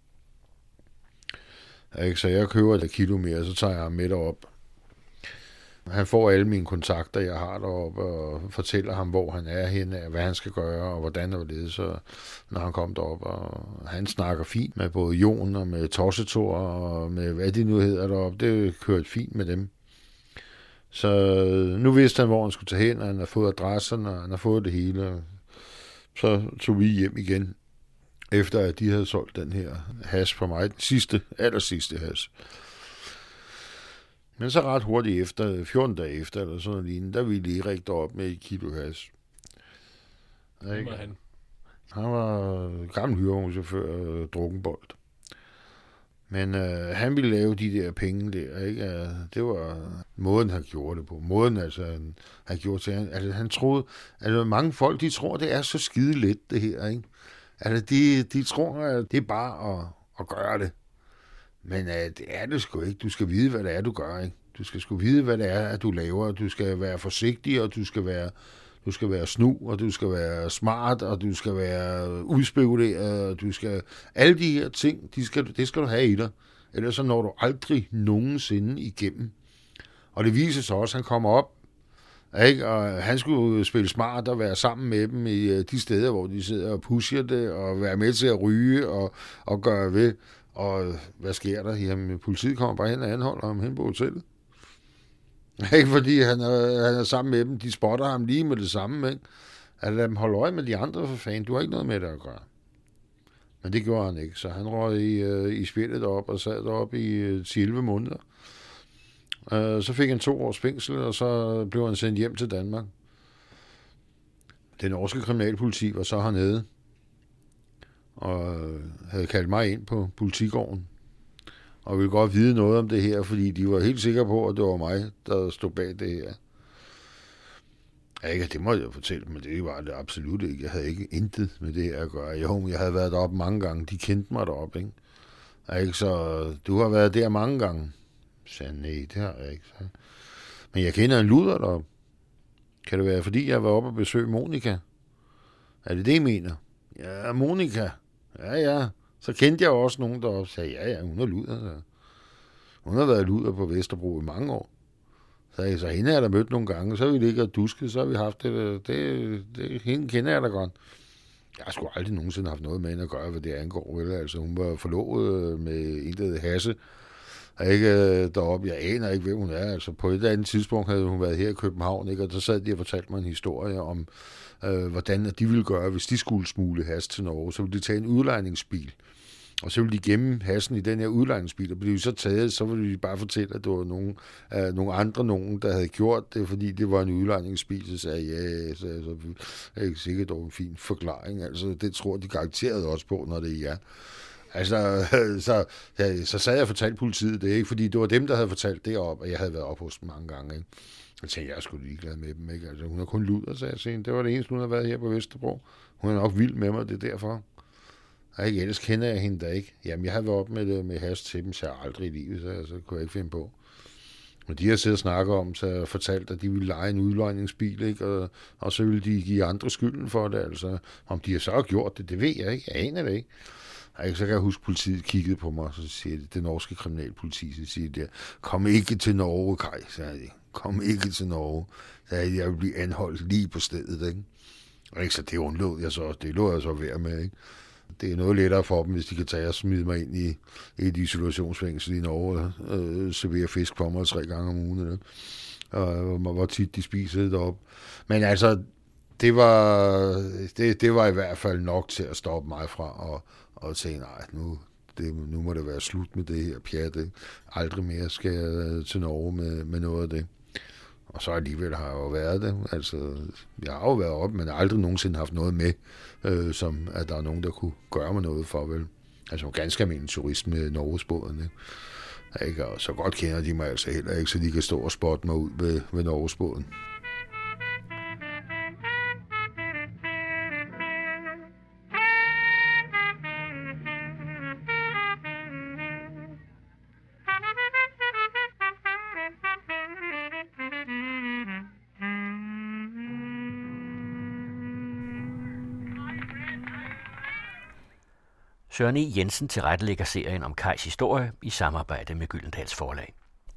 S: Så jeg køber et kilo mere, så tager jeg ham med derop. Han får alle mine kontakter, jeg har deroppe, og fortæller ham, hvor han er henne, hvad han skal gøre, og hvordan og det, så når han kom derop. Og han snakker fint med både Jon og med Tossetor, og med hvad de nu hedder deroppe. Det kørte fint med dem. Så nu vidste han, hvor han skulle tage hen, og han har fået adresserne, og han har fået det hele. Så tog vi hjem igen, efter at de havde solgt den her hash på mig. Den allersidste hash. Men så ret hurtigt efter, 14 dage efter, eller sådan noget lignende, der ville lige rigtig op med 1 kilo hash.
R: Hvem var han?
S: Han var gammel hyrevognschauffør, drukkenbold. Men han ville lave de der penge der, ikke? Det var måden, han gjorde det på. Måden, altså, han gjorde til. Altså, han troede, altså, mange folk, de tror, det er så skide let, det her, ikke? Altså, de tror, at det er bare at gøre det. Men det er det sgu ikke. Du skal vide, hvad det er, du gør, ikke? Du skal sgu vide, hvad det er, at du laver. Du skal være forsigtig, og du skal være snu, og du skal være smart, og du skal være udspekuleret, og du skal... Alle de her ting, det skal du have i dig. Ellers så når du aldrig nogensinde igennem. Og det viser sig også, at han kommer op, ikke? Og han skulle spille smart og være sammen med dem i de steder, hvor de sidder og pusher det, og være med til at ryge og gøre ved. Og hvad sker der? Jamen, politiet kommer bare hen og anholder ham hen på hotellet. Ikke fordi han er sammen med dem. De spotter ham lige med det samme, ikke? At lade dem holde øje med de andre, for fanden. Du har ikke noget med det at gøre. Men det gjorde han ikke. Så han røg i spillet op og sad deroppe i 11 måneder. Så fik han 2 års fængsel, og så blev han sendt hjem til Danmark. Det norske kriminalpoliti var så hernede og havde kaldt mig ind på politigården, og ville godt vide noget om det her, fordi de var helt sikre på, at det var mig, der stod bag det her. Ikke, det må jeg fortælle, men det var det absolut ikke. Jeg havde ikke intet med det her at gøre. Jo, jeg havde været deroppe mange gange. De kendte mig deroppe, ikke? Så du har været der mange gange. Så nej, det har jeg ikke. Så. Men jeg kender en luder deroppe. Kan det være, fordi jeg var oppe og besøge Monika? Er det det, I mener? Ja, Monika. Ja. Så kendte jeg også nogen deroppe. Så ja, hun er luder. Så. Hun har været luder på Vesterbro i mange år. Så hende har der mødt nogle gange. Så har vi ligget og dusket. Så har vi haft det. Hende kender jeg da godt. Jeg har sgu aldrig nogensinde haft noget med hende at gøre, hvad det angår. Vel? Altså, hun var forlovet med en, der hed Hasse. Ikke deroppe. Jeg aner ikke, hvem hun er. Altså, på et eller andet tidspunkt havde hun været her i København, ikke? Og så sad de og fortalte mig en historie om, hvordan de ville gøre, hvis de skulle smule hash til Norge. Så ville de tage en udlejningsbil Og så ville de gemme hassen i den her udlejningsbil, og blev så taget, så ville de bare fortælle, at det var nogle andre, der havde gjort det, fordi det var en udlejningsbil. Så sagde jeg, så er det sikkert en fin forklaring. Altså, det tror de garanteret også på, når det er jer. Altså, så sad jeg og fortalte politiet det, ikke? Fordi det var dem, der havde fortalt det op, og jeg havde været op hos dem mange gange, ikke? Jeg tænkte, jeg skulle ligeglad med dem, ikke? Altså, hun har kun luder, sagde jeg sen. Det var det eneste, hun har været her på Vesterbro. Hun er nok vild med mig, det er derfor. Og ikke, ellers kender jeg hende da ikke. Jamen, jeg har været op med has til dem, så jeg aldrig i livet, så kunne jeg ikke finde på. Og de har siddet og snakket om, så jeg fortalt, at de ville leje en udlejningsbil, ikke? Og så ville de give andre skylden for det, altså. Om de har så gjort det, det ved jeg ikke. Jeg aner det ikke. Så kan jeg huske, politiet kiggede på mig, og så siger det norske kriminalpoliti, så siger de, kom ikke til Norge, Kaj, sagde de. Kom ikke til Norge. Så jeg vil blive anholdt lige på stedet, ikke? Så det undlod jeg så, det lå jeg så være med, ikke? Det er noget lettere for dem, hvis de kan tage og smide mig ind i et isolationsfængsel i Norge, og servere fisk for mig 3 gange om ugen, ikke? Og hvor tit de spiser det deroppe. Men altså, det var i hvert fald nok til at stoppe mig fra og tænke, nej, nu må det være slut med det her pjat, ikke? Aldrig mere skal jeg til Norge med noget af det. Og så alligevel har jeg jo været det. Altså, jeg har jo været op, men aldrig nogensinde haft noget med, som at der er nogen, der kunne gøre mig noget for, vel. Altså, ganske almindelig turist med Norgesbåden, ikke? Og så godt kender de mig altså heller ikke, så de kan stå og spotte mig ud ved Norgesbåden.
J: Søren E. Jensen tilrettelægger serien om Kajs historie i samarbejde med Gyldendals Forlag.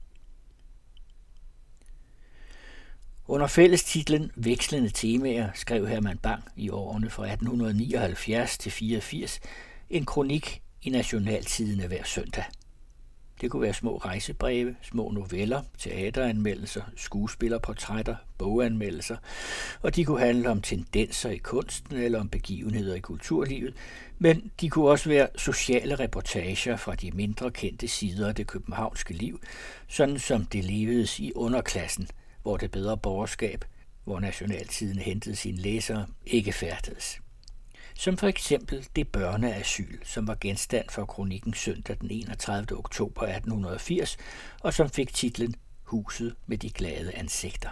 B: Under fællestitlen Vekslende temaer skrev Herman Bang i årene fra 1879 til 84 en kronik i Nationaltidende hver søndag. Det kunne være små rejsebreve, små noveller, teateranmeldelser, skuespillerportrætter, boganmeldelser, og de kunne handle om tendenser i kunsten eller om begivenheder i kulturlivet, men de kunne også være sociale reportager fra de mindre kendte sider af det københavnske liv, sådan som det levedes i underklassen, hvor det bedre borgerskab, hvor Nationaltiden hentede sine læsere, ikke færdedes. Som for eksempel det børneasyl, som var genstand for kronikken søndag den 31. oktober 1880, og som fik titlen Huset med de glade ansigter.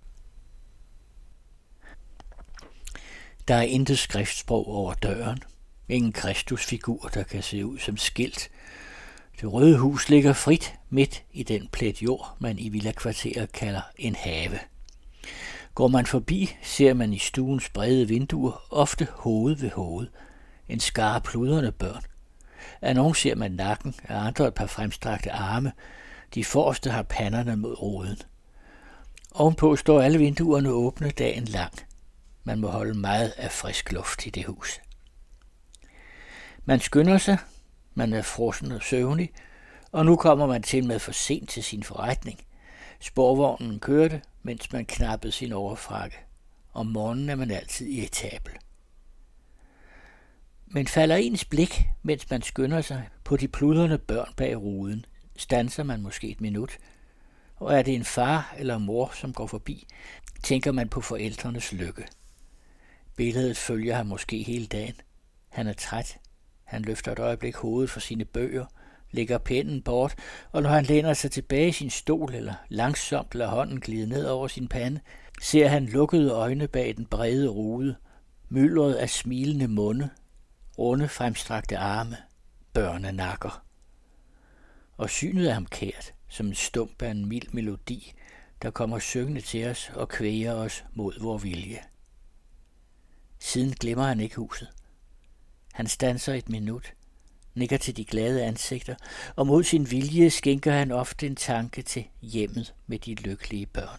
B: Der er intet skriftsprog over døren, ingen kristusfigur, der kan se ud som skilt. Det røde hus ligger frit midt i den plet jord, man i villakvarteret kalder en have. Går man forbi, ser man i stuens brede vinduer ofte hoved ved hoved, en skare pludrende børn. Af nogen ser man nakken, af andre et par fremstrakte arme. De forreste har panderne mod roden. Ovenpå står alle vinduerne åbne dagen lang. Man må holde meget af frisk luft i det hus. Man skynder sig, man er frossen og søvnig, og nu kommer man til med for sent til sin forretning. Sporvognen kørte, mens man knappede sin overfrakke. Om morgenen er man altid irritabel. Men falder ens blik, mens man skynder sig på de pludrende børn bag ruden, standser man måske et minut, og er det en far eller mor, som går forbi, tænker man på forældrenes lykke. Billedet følger ham måske hele dagen. Han er træt. Han løfter et øjeblik hovedet for sine bøger, lægger pennen bort, og når han læner sig tilbage i sin stol eller langsomt lader hånden glide ned over sin pande, ser han lukkede øjne bag den brede rude, myldret af smilende munde, runde fremstrakte arme, børnenakker. Og synet er ham kært, som en stump af en mild melodi, der kommer syngende til os og kvæger os mod vor vilje. Siden glemmer han ikke huset. Han standser et minut, nikker til de glade ansigter, og mod sin vilje skænker han ofte en tanke til hjemmet med de lykkelige børn.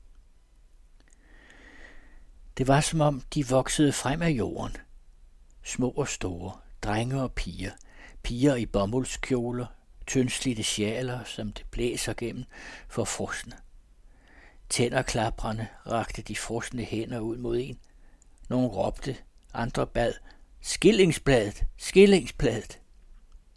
B: Det var som om de voksede frem af jorden. Små og store, drenge og piger, piger i bomuldskjoler, tyndslidte sjaler, som det blæser gennem for frosne. Tænderklaprende rakte de frosne hænder ud mod en. Nogle råbte, andre bad, skillingsbladet, skillingsbladet.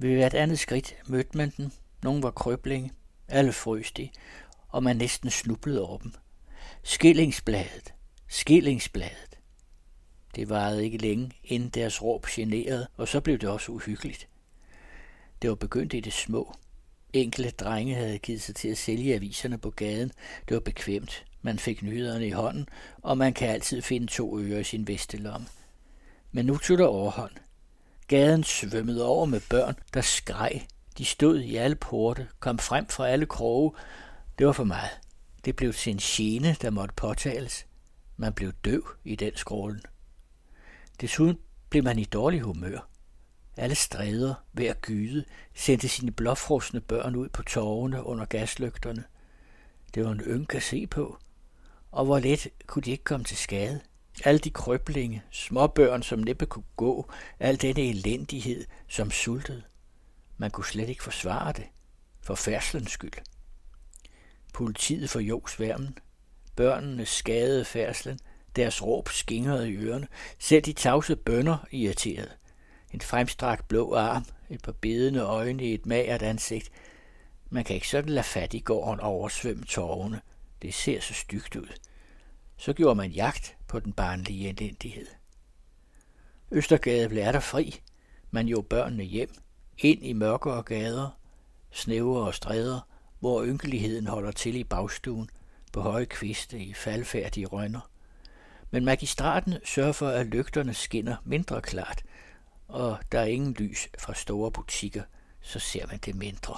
B: Ved hvert andet skridt mødte man dem. Nogle var krøblinge, alle frøs de, og man næsten snublede over dem. Skillingsbladet, skillingsbladet. Det varede ikke længe, inden deres råb generede, og så blev det også uhyggeligt. Det var begyndt i det små. Enkelte drenge havde givet sig til at sælge aviserne på gaden. Det var bekvemt. Man fik nyhederne i hånden, og man kan altid finde 2 øre i sin vestelomme. Men nu tog der overhånd. Gaden svømmede over med børn, der skreg. De stod i alle porte, kom frem fra alle kroge. Det var for meget. Det blev til en gene, der måtte påtales. Man blev døv i den skrålen. Desuden blev man i dårlig humør. Alle stræder, hver gyde, sendte sine blåfrosne børn ud på torvene under gaslygterne. Det var en ynk at se på. Og hvor let kunne de ikke komme til skade. Alle de krøblinge, småbørn, som næppe kunne gå, al denne elendighed, som sultede. Man kunne slet ikke forsvare det, for færdslens skyld. Politiet forjog sværmen. Børnene skadede færdslen. Deres råb skingrede i ørerne. Selv de tavse bønner irriterede. En fremstrakt blå arm, et par bedende øjne i et magert ansigt. Man kan ikke sådan lade fattiggården oversvømme torvene. Det ser så stygt ud. Så gjorde man jagt på den barnlige elendighed. Østergade blev der fri. Man jog børnene hjem, ind i mørkere gader, snævre stræder, hvor ynkeligheden holder til i bagstuen, på høje kviste i faldfærdige rønner. Men magistraten sørger for, at lygterne skinner mindre klart, og der er ingen lys fra store butikker, så ser man det mindre.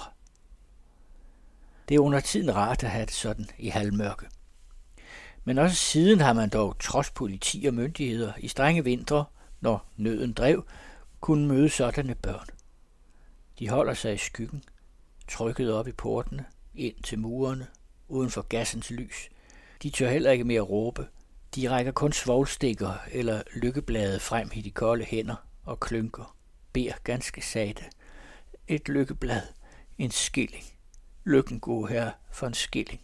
B: Det er under tiden rart at have det sådan i halvmørke. Men også siden har man dog, trods politi og myndigheder, i strenge vintre, når nøden drev, kunne møde sådanne børn. De holder sig i skyggen, trykket op i portene, ind til murene, uden for gassens lys. De tør heller ikke mere råbe. De rækker kun svovlstikker eller lykkeblade frem i de kolde hænder og klynker, beder ganske sagte. Et lykkeblad, en skilling. Lykken god herre for en skilling.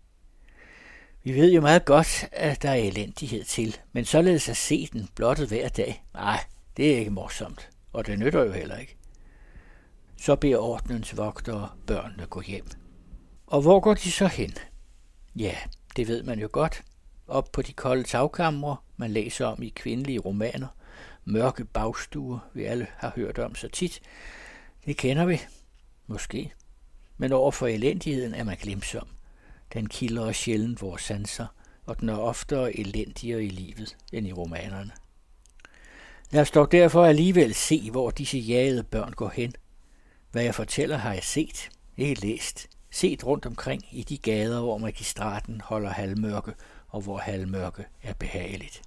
B: Vi ved jo meget godt, at der er elendighed til, men således at se den blottet hver dag, nej, det er ikke morsomt, og det nytter jo heller ikke. Så beder ordnens vogtere børnene gå hjem. Og hvor går de så hen? Ja, det ved man jo godt. Op på de kolde tagkamre, man læser om i kvindelige romaner, mørke bagstuer, vi alle har hørt om så tit. Det kender vi, måske. Men over for elendigheden er man glemsom. Den kilder sjældent vores sanser, og den er oftere elendigere i livet end i romanerne. Lad os dog derfor alligevel se, hvor disse jagede børn går hen. Hvad jeg fortæller, har jeg set, ikke læst, set rundt omkring i de gader, hvor magistraten holder halvmørke, og hvor halvmørke er behageligt.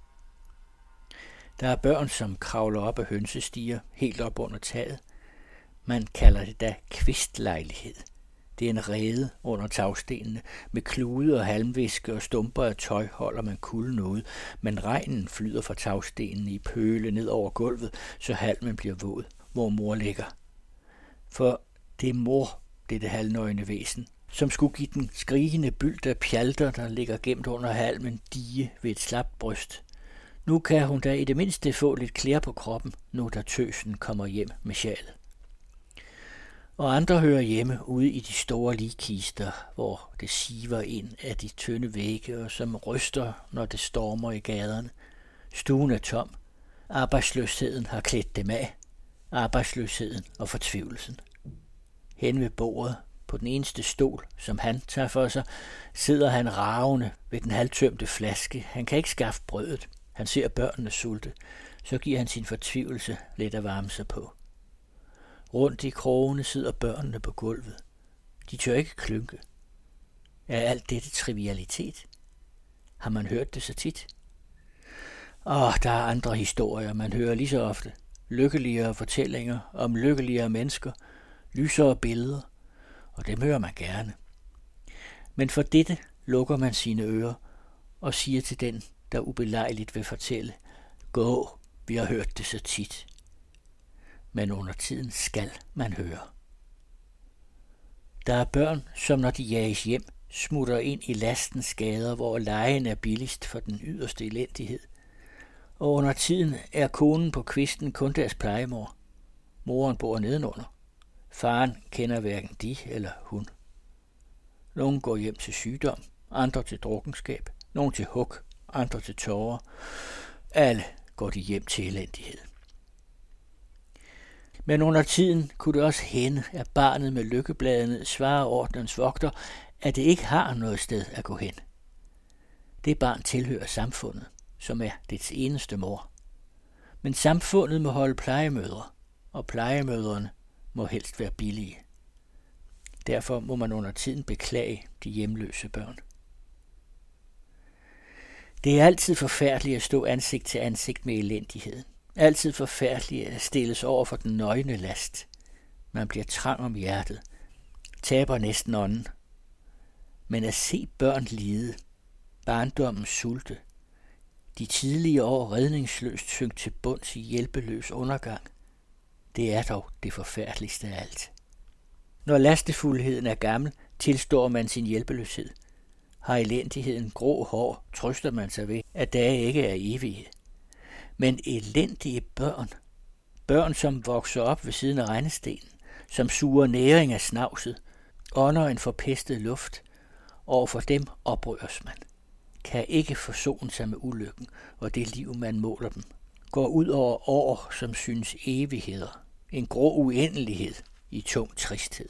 B: Der er børn, som kravler op af hønsestiger, helt op under taget. Man kalder det da kvistlejlighed. Det er en rede under tagstenene. Med klude og halmviske og stumper af tøj holder man kulden ude, men regnen flyder fra tagstenene i pøle ned over gulvet, så halmen bliver våd, hvor mor ligger. For det er mor, dette halvnøgne væsen, som skulle give den skrigende bylt af pjalter, der ligger gemt under halmen, dige ved et slapt bryst. Nu kan hun da i det mindste få lidt klæder på kroppen, nu da tøsen kommer hjem med sjalet. Og andre hører hjemme ude i de store ligkister, hvor det siver ind af de tynde vægge, og som ryster, når det stormer i gaderne. Stuen er tom. Arbejdsløsheden har klædt dem af. Arbejdsløsheden og fortvivlelsen. Hen ved bordet, på den eneste stol, som han tager for sig, sidder han ravende ved den halvtømte flaske. Han kan ikke skaffe brødet. Han ser børnene sulte. Så giver han sin fortvivlelse lidt at varme sig på. Rundt i krogene sidder børnene på gulvet. De tør ikke klynke. Er alt dette trivialitet? Har man hørt det så tit? Der er andre historier, man hører lige så ofte. Lykkeligere fortællinger om lykkeligere mennesker, lysere billeder, og dem hører man gerne. Men for dette lukker man sine ører og siger til den, der ubelejligt vil fortælle, gå, vi har hørt det så tit. Men under tiden skal man høre. Der er børn, som når de jages hjem, smutter ind i lastens gader, hvor lejen er billigst for den yderste elendighed. Og under tiden er konen på kvisten kun deres plejemor. Moren bor nedenunder. Faren kender hverken de eller hun. Nogle går hjem til sygdom, andre til drukkenskab, nogle til hug, andre til tårer. Alle går de hjem til elendighed. Men under tiden kunne det også hænde, at barnet med lykkebladene svarer ordenens vogter, at det ikke har noget sted at gå hen. Det barn tilhører samfundet, som er dets eneste mor. Men samfundet må holde plejemødre, og plejemødrene må helst være billige. Derfor må man under tiden beklage de hjemløse børn. Det er altid forfærdeligt at stå ansigt til ansigt med elendigheden. Altid forfærdeligt at stilles over for den nøgne last. Man bliver trang om hjertet, taber næsten ånden. Men at se børn lide, barndommen sulte, de tidlige år redningsløst synke til bunds i hjælpeløs undergang, det er dog det forfærdeligste af alt. Når lastefuldheden er gammel, tilstår man sin hjælpeløshed. Har elendigheden grå hår, trøster man sig ved, at dage ikke er evige. Men elendige børn som vokser op ved siden af regnestenen, som suger næring af snavset, ånder en forpestet luft, overfor dem oprøres man, kan ikke forsone sig med ulykken og det liv, man måler dem, går ud over år, som synes evigheder, en grå uendelighed i tung tristhed.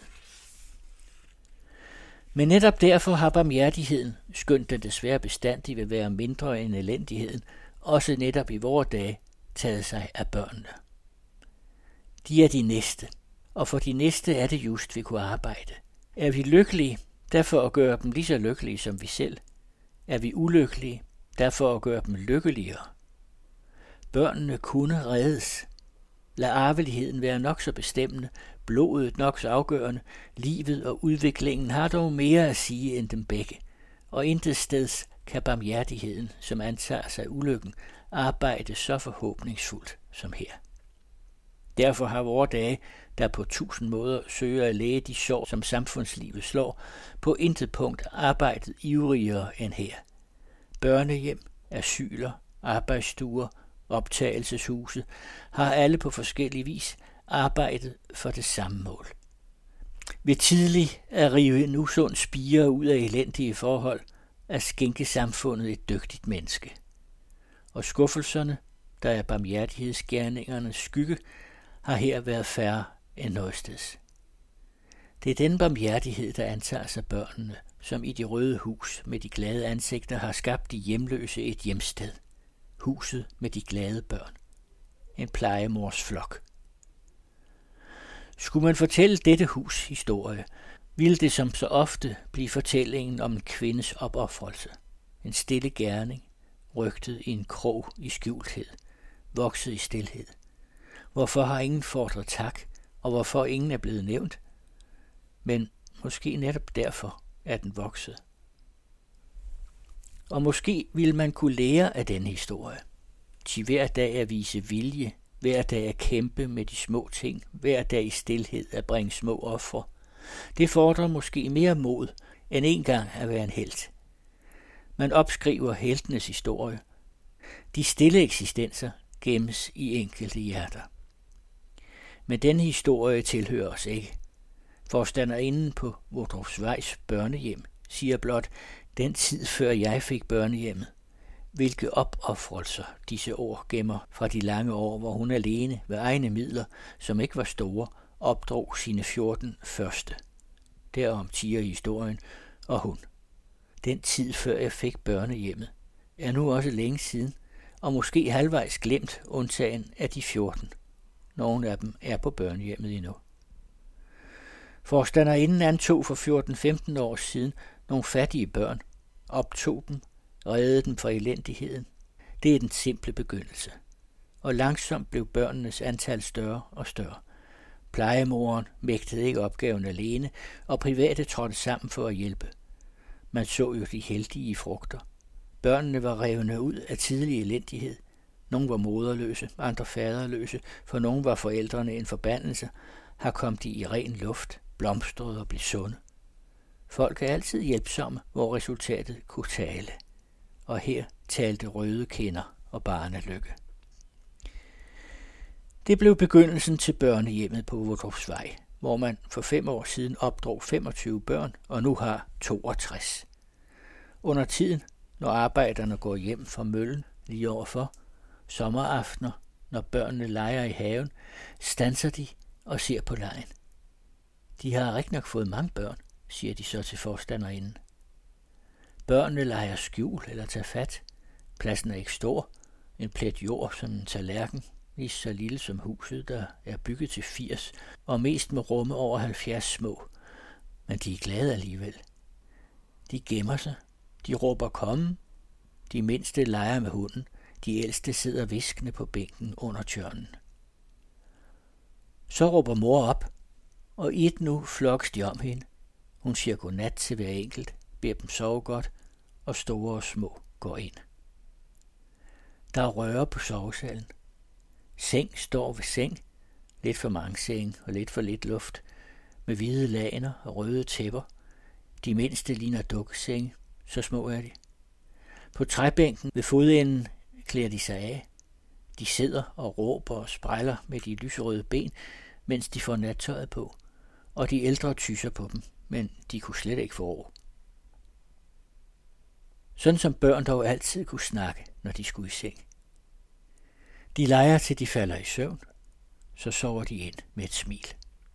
B: Men netop derfor har barmhjertigheden, skønt den desværre bestandig vil være mindre end elendigheden, også netop i vore dage taget sig af børnene. De er de næste, og for de næste er det just, vi kunne arbejde. Er vi lykkelige, derfor at gøre dem lige så lykkelige som vi selv. Er vi ulykkelige, derfor at gøre dem lykkeligere. Børnene kunne reddes. Lad arveligheden være nok så bestemmende, blodet nok så afgørende, livet og udviklingen har dog mere at sige end dem begge, og intet steds kan barmhjertigheden, som antager sig ulykken, arbejde så forhåbningsfuldt som her. Derfor har vore dage, der på 1000 måder søger at læge de sår, som samfundslivet slår, på intet punkt arbejdet ivrigere end her. Børnehjem, asyler, arbejdsstuer, optagelseshuse har alle på forskellig vis arbejdet for det samme mål. Ved tidligt at rive en usund spire ud af elendige forhold, at skænke samfundet et dygtigt menneske. Og skuffelserne, der er barmhjertighedsgerningernes skygge, har her været færre end noget steds. Det er den barmhjertighed, der antager sig børnene, som i det røde hus med de glade ansigter har skabt de hjemløse et hjemsted. Huset med de glade børn. En plejemors flok. Skulle man fortælle dette hus historie, ville det som så ofte blive fortællingen om en kvindes opofrelse. En stille gerning, rygtet i en krog i skjulthed, vokset i stilhed. Hvorfor har ingen fordret tak, og hvorfor ingen er blevet nævnt? Men måske netop derfor er den vokset. Og måske ville man kunne lære af denne historie. Til hver dag at vise vilje, hver dag at kæmpe med de små ting, hver dag i stilhed at bringe små ofre. Det fordrer måske mere mod, end engang at være en helt. Man opskriver heltenes historie. De stille eksistenser gemmes i enkelte hjerter. Men denne historie tilhører os ikke. Forstanderinden på Vodrupsvejs børnehjem siger blot, den tid før jeg fik børnehjemmet. Hvilke opoffrelser disse ord gemmer fra de lange år, hvor hun alene ved egne midler, som ikke var store, opdrog sine 14 første. Derom tiger historien, og hun. Den tid før jeg fik børnehjemmet er nu også længe siden, og måske halvvejs glemt, undtagen af de 14. Nogle af dem er på børnehjemmet endnu. Forstanderinden antog for 14-15 år siden nogle fattige børn, optog dem, reddede dem fra elendigheden. Det er den simple begyndelse. Og langsomt blev børnenes antal større og større. Plejemoren mægtede ikke opgaven alene, og private trådte sammen for at hjælpe. Man så jo de heldige frugter. Børnene var revne ud af tidlig elendighed. Nogle var moderløse, andre faderløse, for nogle var forældrene en forbandelse. Her kom de i ren luft, blomstrede og blev sunde. Folk er altid hjælpsomme, hvor resultatet kunne tale. Og her talte røde kinder og barnelykke. Det blev begyndelsen til børnehjemmet på Vodrupsvej, hvor man for 5 år siden opdrog 25 børn og nu har 62. Under tiden, når arbejderne går hjem fra møllen lige overfor, sommeraftener, når børnene leger i haven, standser de og ser på legen. De har rigtig nok fået mange børn, siger de så til forstanderinden. Børnene leger skjul eller tager fat. Pladsen er ikke stor. En plet jord som en tallerken, lige så lille som huset, der er bygget til 80, og mest med rumme over 70 små. Men de er glade alligevel. De gemmer sig. De råber komme. De mindste leger med hunden. De ældste sidder viskende på bænken under tjørnen. Så råber mor op, og i et nu flokkes de om hende. Hun siger godnat til hver enkelt, beder dem sove godt, og store og små går ind. Der er røre på sovesalen. Seng står ved seng, lidt for mange senge og lidt for lidt luft, med hvide lagener og røde tæpper. De mindste ligner dukkesenge, så små er de. På træbænken ved fodenden klæder de sig af. De sidder og råber og spræller med de lyserøde ben, mens de får nattøjet på, og de ældre tysser på dem, men de kunne slet ikke få ro. Sådan som børn dog altid kunne snakke, når de skulle i seng. De leger til de falder i søvn, så sover de ind med et smil.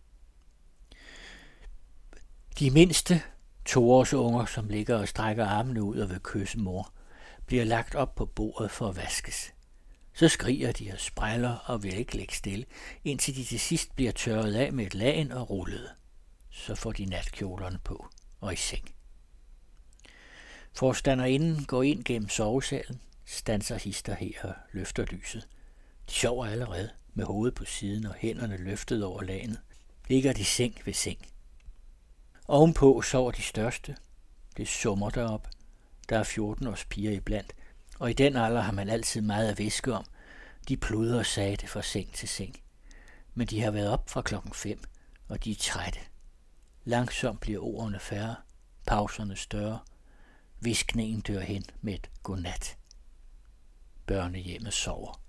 B: De mindste 2-årsunger, som ligger og strækker armene ud og vil kysse mor, bliver lagt op på bordet for at vaskes. Så skriger de og spræller og vil ikke ligge stille, indtil de til sidst bliver tørret af med et lagen og rullet. Så får de natkjolerne på og i seng. Forstanderinden går ind gennem sovesalen, standser hister her og løfter lyset. De sover allerede med hovedet på siden og hænderne løftet over lagenet. Ligger de seng ved seng. Ovenpå sover de største. Det summer derop. Der er 14-års piger iblandt, og i den alder har man altid meget at viske om. De pludrer sagde fra seng til seng. Men de har været op fra 5:00, og de er trætte. Langsomt bliver ordene færre, pauserne større. Viskningen dør hen med et godnat. Børnehjemmet sover.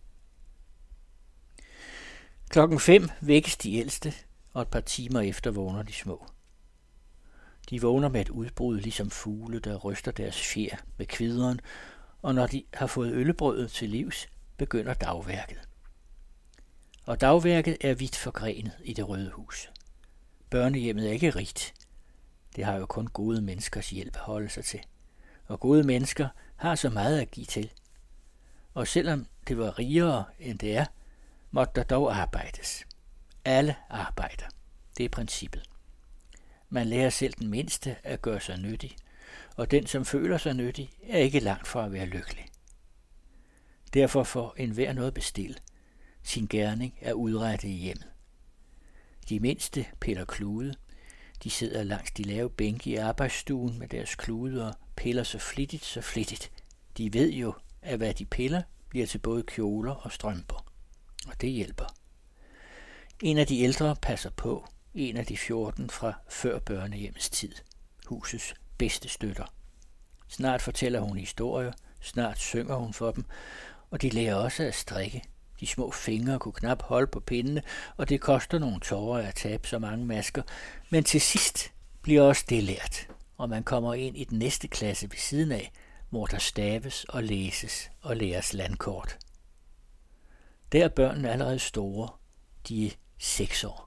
B: 5:00 vækkes de ældste, og et par timer efter vågner de små. De vågner med et udbrud ligesom fugle, der ryster deres fjer med kvideren, og når de har fået øllebrødet til livs, begynder dagværket. Og dagværket er vidt forgrenet i det røde hus. Børnehjemmet er ikke rigt. Det har jo kun gode menneskers hjælp at holde sig til. Og gode mennesker har så meget at give til. Og selvom det var rigere end det er, måtte der dog arbejdes. Alle arbejder. Det er princippet. Man lærer selv den mindste at gøre sig nyttig, og den, som føler sig nyttig, er ikke langt fra at være lykkelig. Derfor får enhver noget bestilt. Sin gerning er udrettet i hjemmet. De mindste piller klude. De sidder langs de lave bænke i arbejdsstuen med deres klude og piller så flittigt. De ved jo, at hvad de piller, bliver til både kjoler og strømper. Og det hjælper. En af de ældre passer på. En af de 14 fra før børnehjemmets tid. Husets bedste støtter. Snart fortæller hun historier. Snart synger hun for dem. Og de lærer også at strikke. De små fingre kunne knap holde på pindene, og det koster nogle tårer at tabe så mange masker. Men til sidst bliver også det lært, og man kommer ind i den næste klasse ved siden af, hvor der staves og læses og læres landkort. Der er børnene allerede store. De er 6 år.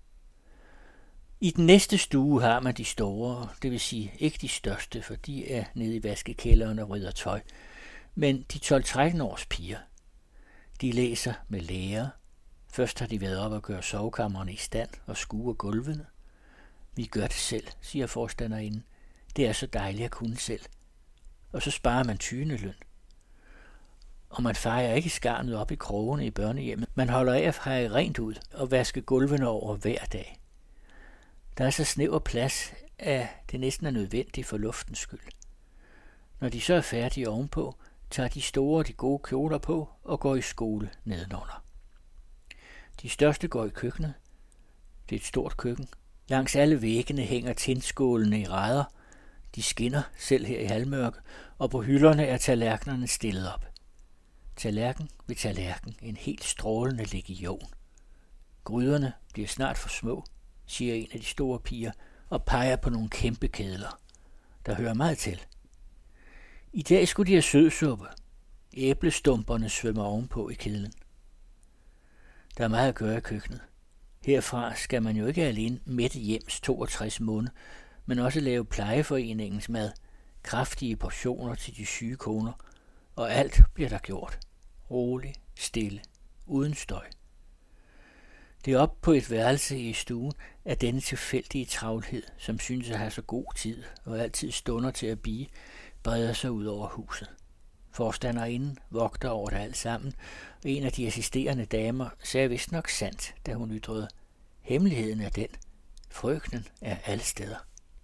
B: I den næste stue har man de store, det vil sige ikke de største, for de er nede i vaskekælderen og rydder tøj, men de 12-13 års piger. De læser med lærer. Først har de været op og gøre sovekammerne i stand og skure gulvene. Vi gør det selv, siger forstanderinden. Det er så dejligt at kunne selv. Og så sparer man tygendeløn. Og man fejer ikke skarnet op i krogene i børnehjemmet. Man holder af at feje rent ud og vaske gulvene over hver dag. Der er så snæver plads, at det næsten er nødvendigt for luftens skyld. Når de så er færdige ovenpå, tager de store de gode kjoler på og går i skole nedenunder. De største går i køkkenet. Det er et stort køkken. Langs alle væggene hænger tindskålene i ræder. De skinner selv her i halvmørke, og på hylderne er tallerkenerne stillet op. Tallerken ved tallerken, en helt strålende legion. Gryderne bliver snart for små. siger en af de store piger og peger på nogle kæmpe kedler, der hører meget til. I dag skulle de have sødsuppe. Æblestumperne svømmer ovenpå i kedlen. Der er meget at gøre i køkkenet. Herfra skal man jo ikke alene mætte hjems 62 måneder, men også lave plejeforeningens mad, kraftige portioner til de syge koner, og alt bliver der gjort. Roligt, stille, uden støj. Det er op på et værelse i stuen, at denne tilfældige travlhed, som synes at have så god tid og altid stunder til at bige, breder sig ud over huset. Forstanderinden vogter over det alt sammen, og en af de assisterende damer sagde vist nok sandt, da hun ytrede: hemmeligheden er den. Frøkenen er alle steder.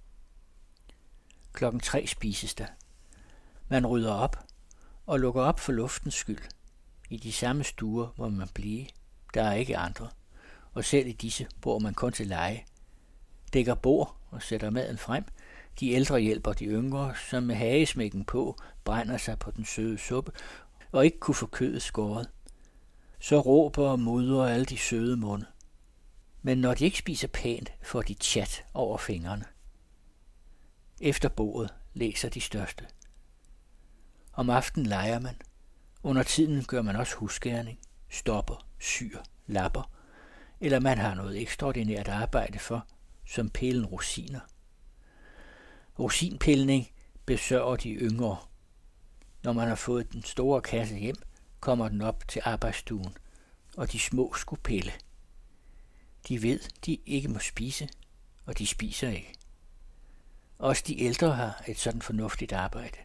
B: 3:00 spises der. Man rydder op og lukker op for luftens skyld. I de samme stuer må man blive. Der er ikke andre. Og selv i disse bor man kun til leje. Dækker bord og sætter maden frem. De ældre hjælper de yngre, som med hagesmækken på brænder sig på den søde suppe og ikke kunne få kødet skåret. Så råber og mudrer alle de søde munde. Men når de ikke spiser pænt, får de tjat over fingrene. Efter bordet læser de største. Om aftenen leger man. Under tiden gør man også husgerning, stopper, syr, lapper, eller man har noget ekstraordinært arbejde for, som pælen rosiner. Rosinpilning besørger de yngre. Når man har fået den store kasse hjem, kommer den op til arbejdsstuen, og de små skulle pille. De ved, de ikke må spise, og de spiser ikke. Også de ældre har et sådan fornuftigt arbejde.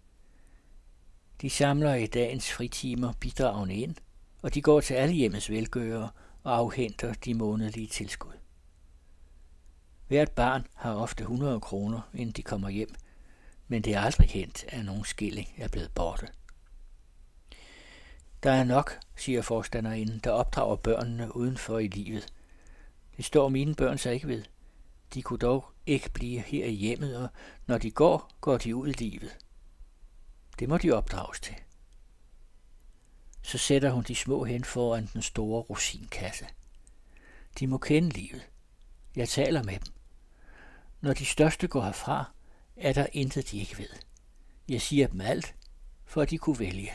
B: De samler i dagens fritimer bidragene ind, og de går til alle hjemmets velgørere og afhenter de månedlige tilskud. Hvert barn har ofte 100 kroner, inden de kommer hjem, men det er aldrig hent, at nogen skilling er blevet borte. Der er nok, siger forstanderinden, der opdrager børnene udenfor i livet. Det står mine børn sig ikke ved. De kunne dog ikke blive her i hjemmet, og når de går, går de ud i livet. Det må de opdrages til. Så sætter hun de små hen foran den store rosinkasse. De må kende livet. Jeg taler med dem. Når de største går herfra, er der intet, de ikke ved. Jeg siger dem alt, for at de kunne vælge.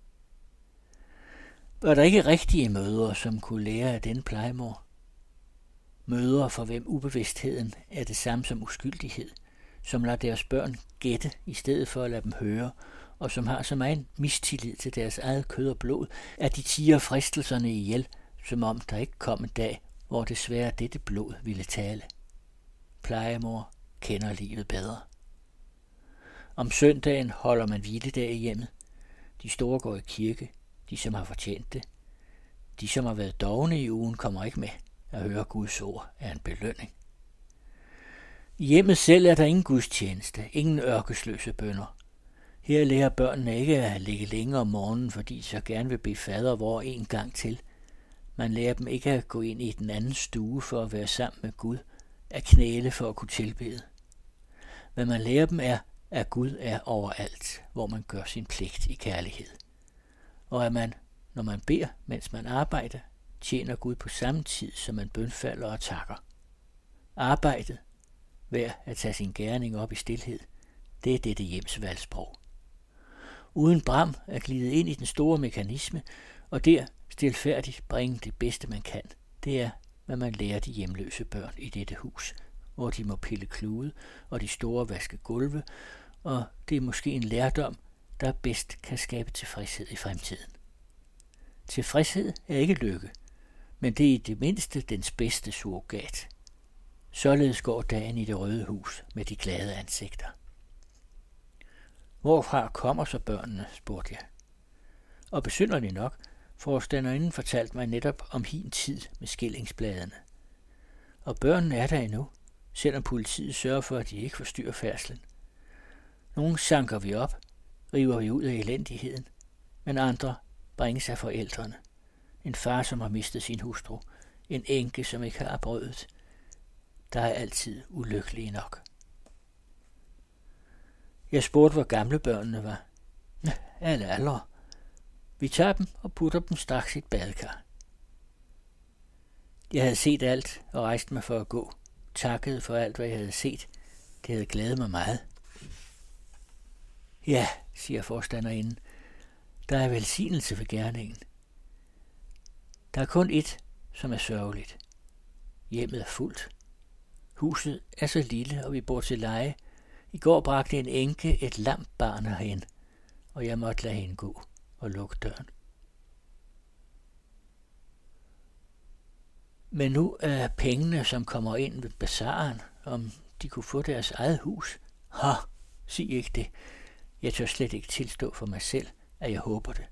B: Var der ikke rigtige mødre, som kunne lære af den plejemor? Mødre, for hvem ubevidstheden er det samme som uskyldighed, som lader deres børn gætte i stedet for at lade dem høre, og som har så meget mistillid til deres eget kød og blod, at de tiger fristelserne ihjel, som om der ikke kom en dag, hvor desværre dette blod ville tale. Plejemor kender livet bedre. Om søndagen holder man hviledag i hjemmet. De store går i kirke, de som har fortjent det. De som har været dovne i ugen kommer ikke med. At høre Guds ord er en belønning. I hjemmet selv er der ingen gudstjeneste, ingen ørkesløse bønner. Her lærer børnene ikke at ligge længe om morgenen, fordi de så gerne vil bede fader vor en gang til. Man lærer dem ikke at gå ind i den anden stue for at være sammen med Gud, at knæle for at kunne tilbede. Hvad man lærer dem er, at Gud er overalt, hvor man gør sin pligt i kærlighed. Og at man, når man beder, mens man arbejder, tjener Gud på samme tid, som man bønfalder og takker. Arbejdet, hver at tage sin gerning op i stilhed, det er dette hjems valgsprog. Uden bram at glide ind i den store mekanisme, og der stilfærdigt bringe det bedste man kan, det er, hvad man lærer de hjemløse børn i dette hus, hvor de må pille klude, og de store vaske gulve, og det er måske en lærdom, der bedst kan skabe tilfredshed i fremtiden. Tilfredshed er ikke lykke, men det er i det mindste dens bedste surrogat. Således går dagen i det røde hus med de glade ansigter. Hvorfra kommer så børnene, spurgte jeg. Og besynderligt nok, forstanderinden fortalte mig netop om hin tid med skillingsbladene. Og børnene er der endnu, selvom politiet sørger for, at de ikke forstyrrer færdslen. Nogle sanker vi op, river vi ud af elendigheden, men andre bringes af forældrene. En far, som har mistet sin hustru, en enke, som ikke har brødet. Der er altid ulykkelige nok. Jeg spurgte, hvor gamle børnene var. Alle aldre. Vi tager dem og putter dem straks i et badekar. Jeg havde set alt og rejste mig for at gå. Takkede for alt, hvad jeg havde set. Det havde glædet mig meget. Ja, siger forstanderinden. Der er velsignelse ved gerningen. Der er kun ét, som er sørgeligt. Hjemmet er fuldt. Huset er så lille, og vi bor til leje. I går bragte en enke et lamt barn herhen, og jeg måtte lade hende gå og lukke døren. Men nu er pengene, som kommer ind ved bazaren, om de kunne få deres eget hus. Sig ikke det. Jeg tør slet ikke tilstå for mig selv, at jeg håber det.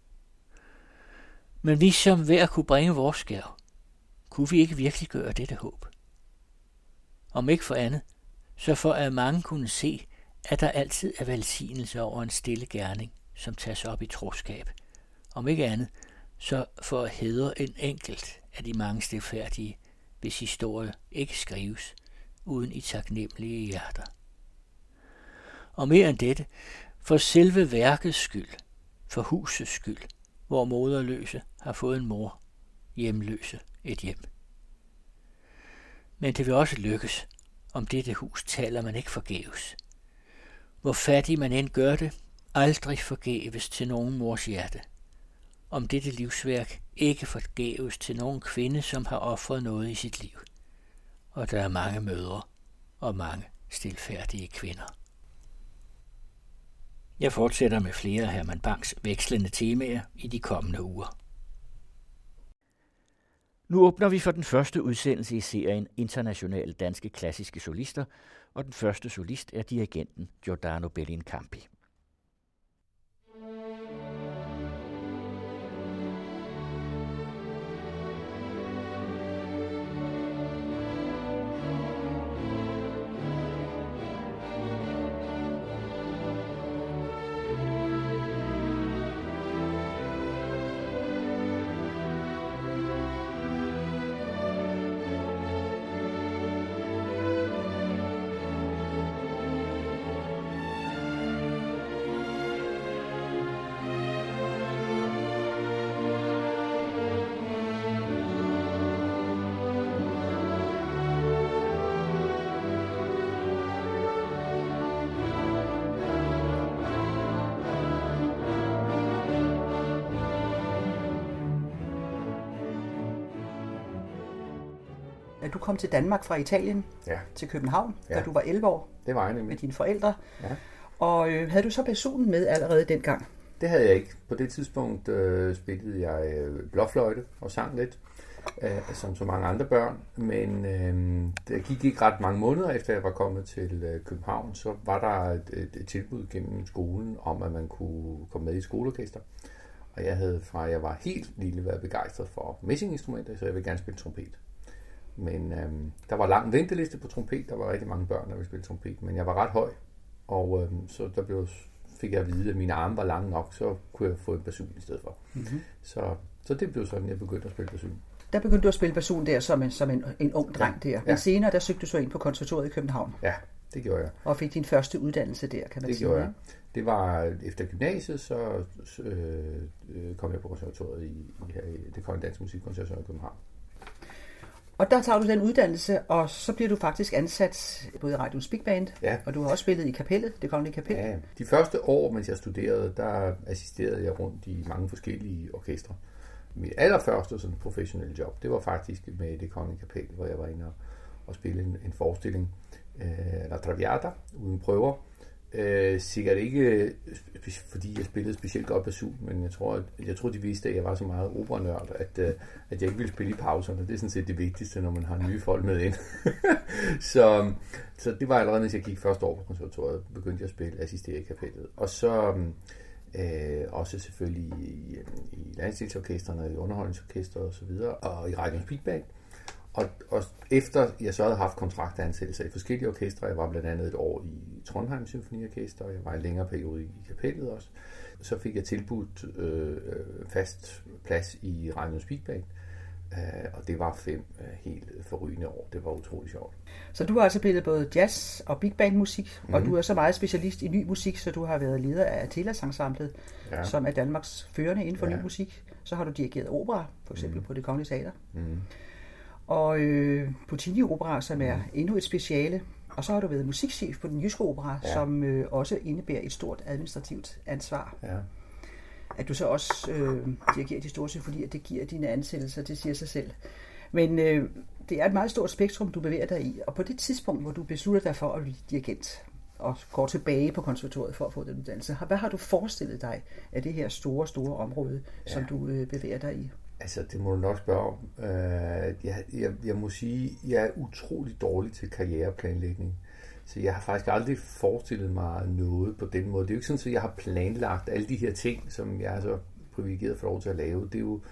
B: Men vi som hver kunne bringe vores skærv, kunne vi ikke virkelig gøre dette håb? Om ikke for andet, så for at mange kunne se, at der altid er velsignelse over en stille gerning, som tages op i troskab. Om ikke andet, så for at hædre en enkelt af de mange stilfærdige, hvis historie ikke skrives, uden i taknemmelige hjerter. Og mere end dette, for selve værkets skyld, for husets skyld, hvor moderløse har fået en mor, hjemløse et hjem. Men det vil også lykkes, om dette hus taler man ikke forgæves. Hvor fattig man end gør det, aldrig forgæves til nogen mors hjerte. Om dette livsværk ikke forgæves til nogen kvinde, som har ofret noget i sit liv. Og der er mange mødre og mange stilfærdige kvinder. Jeg fortsætter med flere af Herman Bangs vekslende temaer i de kommende uger. Nu åbner vi for den første udsendelse i serien Internationale Danske Klassiske Solister, og den første solist er dirigenten Giordano Bellincampi.
T: Du kom til Danmark fra Italien til København, da du var 11 år.
U: Det var jeg nemlig.
T: Med dine forældre.
U: Ja.
T: Og havde du så basunen med allerede dengang?
U: Det havde jeg ikke. På det tidspunkt spillede jeg blåfløjte og sang lidt, som så mange andre børn. Men det gik ikke ret mange måneder efter jeg var kommet til København, så var der et tilbud gennem skolen om, at man kunne komme med i skoleorkester. Og jeg havde fra jeg var helt lille været begejstret for messinginstrumenter, så jeg ville gerne spille trompet. Men der var lang venteliste på trompet. Der var rigtig mange børn, der ville spille trompet. Men jeg var ret høj, og så fik jeg at vide, at mine arme var lange nok, så kunne jeg få en basun i stedet for. Mm-hmm. Så det blev sådan, jeg begyndte at spille basun.
T: Der begyndte du at spille basun der som en ung dreng der. Men senere, der søgte du så ind på konservatoriet i København.
U: Ja, det gjorde jeg.
T: Og fik din første uddannelse der, kan man sige.
U: Det gjorde jeg. Det var efter gymnasiet, så kom jeg på konservatoriet i Det Kongelige Danske Musikkonservatorium i København.
T: Og der tager du den uddannelse, og så bliver du faktisk ansat både i Radios Big Band, og du har også spillet i kapellet, Det Kongelige Kapel.
U: Ja, de første år, mens jeg studerede, der assisterede jeg rundt i mange forskellige orkestre. Mit allerførste sådan professionelle job, det var faktisk med Det Kongelige Kapel, hvor jeg var inde og spille en forestilling, La Traviata, uden prøver. Sikkert ikke, fordi jeg spillede specielt godt basun, men jeg tror de vidste, at jeg var så meget operanørd, at jeg ikke ville spille i pauserne. Det er sådan set det vigtigste, når man har nye folk med ind. så det var allerede, mens jeg gik første år på konservatoriet, begyndte jeg at spille, assistere i kapellet. Og så også selvfølgelig i landsdelsorkestrene, i underholdningsorkestret og så videre, og i Radios Big Band. Og efter jeg så havde haft kontraktansættelser i forskellige orkestre, jeg var blandt andet et år i Trondheim Symfoniorkester, og jeg var en længere periode i kapellet også, så fik jeg tilbudt fast plads i Radios Big Band, og det var 5 helt forrygende år. Det var utrolig sjovt.
T: Så du har altså spillet både jazz og big band musik, og du er så meget specialist i ny musik, så du har været leder af Telas-ensemblet, som er Danmarks førende inden for ny musik. Så har du dirigeret opera, for eksempel på Det Kongelige Teater. og Puccini Opera, som er endnu et speciale. Og så har du været musikchef på den Jyske Opera, som også indebærer et stort administrativt ansvar.
U: Ja.
T: At du så også dirigerer de store symfonier, det giver dine ansættelser, det siger sig selv. Men det er et meget stort spektrum, du bevæger dig i, og på det tidspunkt, hvor du beslutter dig for at blive dirigent, og går tilbage på konservatoriet for at få den uddannelse, hvad har du forestillet dig af det her store, store område, som du bevæger dig i?
U: Altså, det må du nok spørge om. Jeg må sige, jeg er utrolig dårlig til karriereplanlægning. Så jeg har faktisk aldrig forestillet mig noget på den måde. Det er jo ikke sådan, at jeg har planlagt alle de her ting, som jeg er så privilegeret for lov til at lave. Det er jo...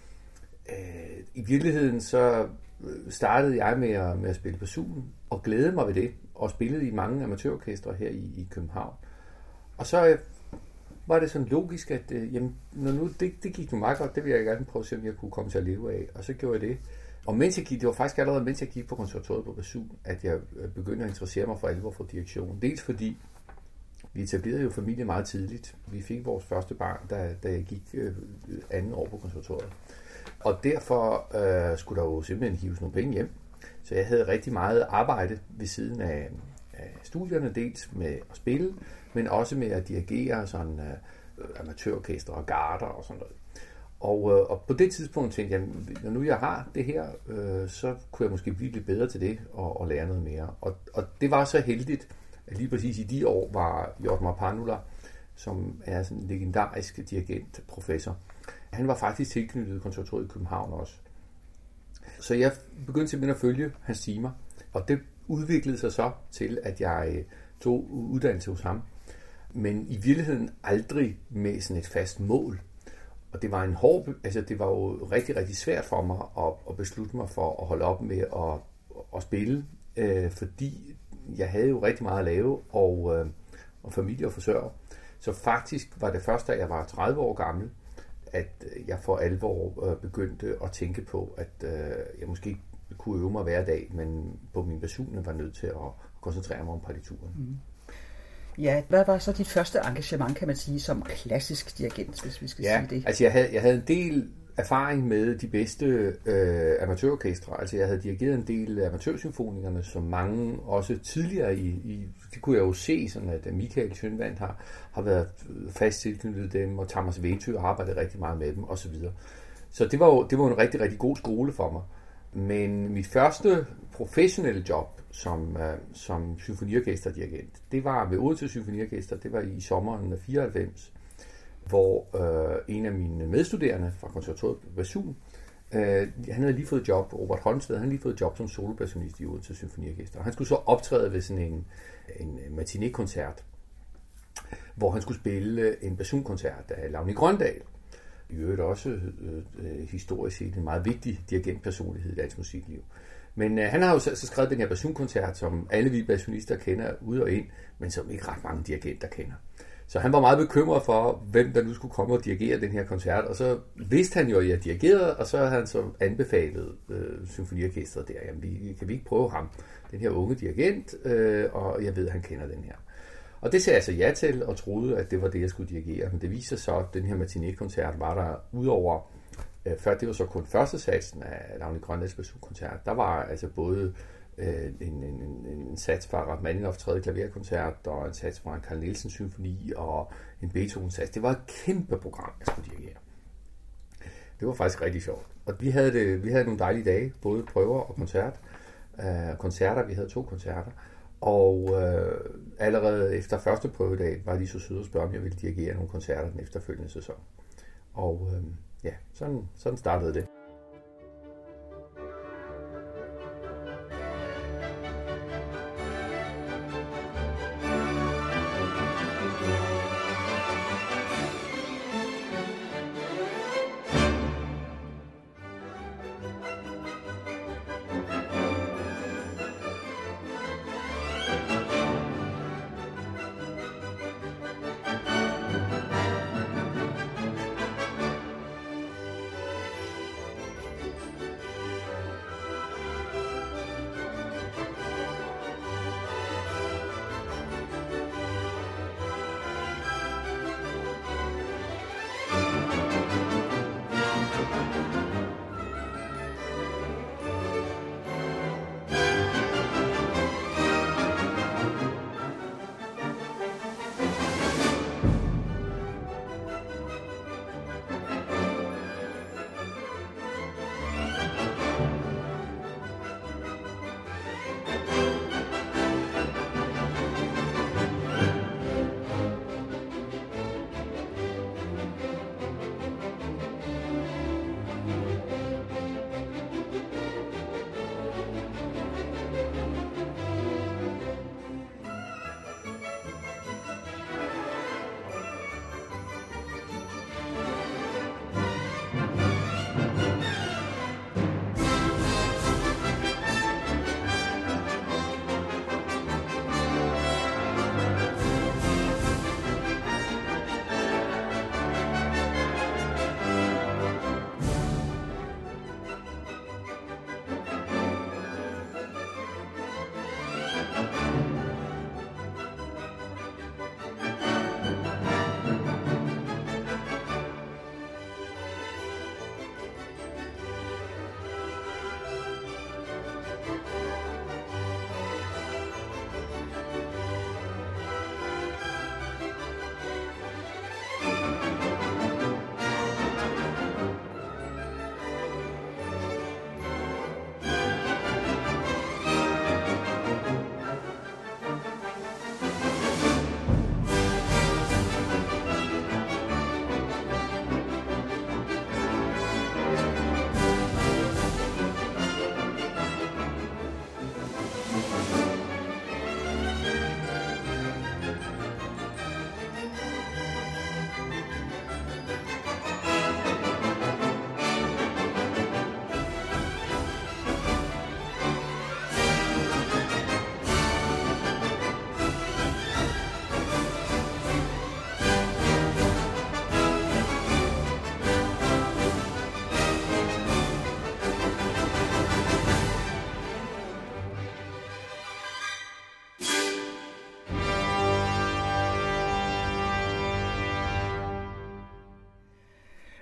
U: I virkeligheden så startede jeg med at spille basun, og glædede mig ved det, og spillede i mange amatørorkestre her i København. Og så var det sådan logisk, at når nu det gik nu meget godt, det ville jeg gerne prøve at se, om jeg kunne komme til at leve af. Og så gjorde jeg det. Og det var faktisk allerede, mens jeg gik på konservatoriet på basun, at jeg begyndte at interessere mig for alvor for direktion. Dels fordi vi etablerede jo familie meget tidligt. Vi fik vores første barn, da jeg gik andet år på konservatoriet. Og derfor skulle der jo simpelthen hives nogle penge hjem. Så jeg havde rigtig meget arbejde ved siden af studierne, dels med at spille, men også med at dirigere sådan amatørorkestre og garder og sådan noget. Og på det tidspunkt tænkte jeg, når nu jeg har det her, så kunne jeg måske blive lidt bedre til det og lære noget mere. Og det var så heldigt, at lige præcis i de år var Jorma Panula, som er sådan en legendarisk dirigent, professor. Han var faktisk tilknyttet konservatoriet i København også. Så jeg begyndte simpelthen at følge hans timer, og det udviklede sig så til, at jeg tog uddannelse hos ham. Men i virkeligheden aldrig med sådan et fast mål. Og det var det var jo rigtig, rigtig svært for mig at beslutte mig for at holde op med at spille, fordi jeg havde jo rigtig meget at lave, og familie og forsørge. Så faktisk var det først, da jeg var 30 år gammel, at jeg for alvor begyndte at tænke på, at jeg måske kunne øve mig hver dag, men på min basun var nødt til at koncentrere mig om partituren.
T: Mm. Ja, hvad var så dit første engagement, kan man sige, som klassisk dirigent, hvis vi skal sige det?
U: Altså jeg havde en del erfaring med de bedste amatørorkestre. Altså jeg havde dirigeret en del af amatørsymfonikerne, som mange også tidligere det kunne jeg jo se, sådan at Michael Schønwandt har været fast tilknyttet dem, og Thomas Ventø har arbejdet rigtig meget med dem, osv. Så det var en rigtig, rigtig god skole for mig. Men mit første professionelle job som symfoniorkesterdirigent, det var ved Odense Symfoniorkester, det var i sommeren 94, hvor en af mine medstuderende fra konservatoriet på basun, han havde lige fået job, Robert Holmsted, han havde lige fået job som solobasunist i Odense Symfoniorkester, og han skulle så optræde ved sådan en matiné-koncert, hvor han skulle spille en basunkoncert af Lavnie Grøndal. I øvrigt også historisk set en meget vigtig dirigentpersonlighed i dansk musikliv. Men han har jo så skrevet den her basunkoncert, som alle vi basunister kender ud og ind, men som ikke ret mange dirigenter kender. Så han var meget bekymret for, hvem der nu skulle komme og dirigere den her koncert, og så vidste han jo, at jeg dirigerede, og så havde han så anbefalet symfoniorkestret der. Jamen, kan vi ikke prøve ham, den her unge dirigent, og jeg ved, at han kender den her. Og det sagde jeg så ja til, og troede, at det var det, jeg skulle dirigere. Men det viser så, at den her matiné-koncert var der udover, før det var så kun første satsen af Lavnie Grøndals basunkoncert. Der var altså både en sats fra Rachmaninoff 3. klaverkoncert, og en sats fra en Carl Nielsen symfoni, og en Beethoven-sats. Det var et kæmpe program, jeg skulle dirigere. Det var faktisk rigtig sjovt. Og vi havde nogle dejlige dage, både prøver og koncerter. Vi havde 2 koncerter. Og allerede efter første prøvedag var de så søde at spørge, om jeg ville dirigere nogle koncerter den efterfølgende sæson. Og sådan startede det.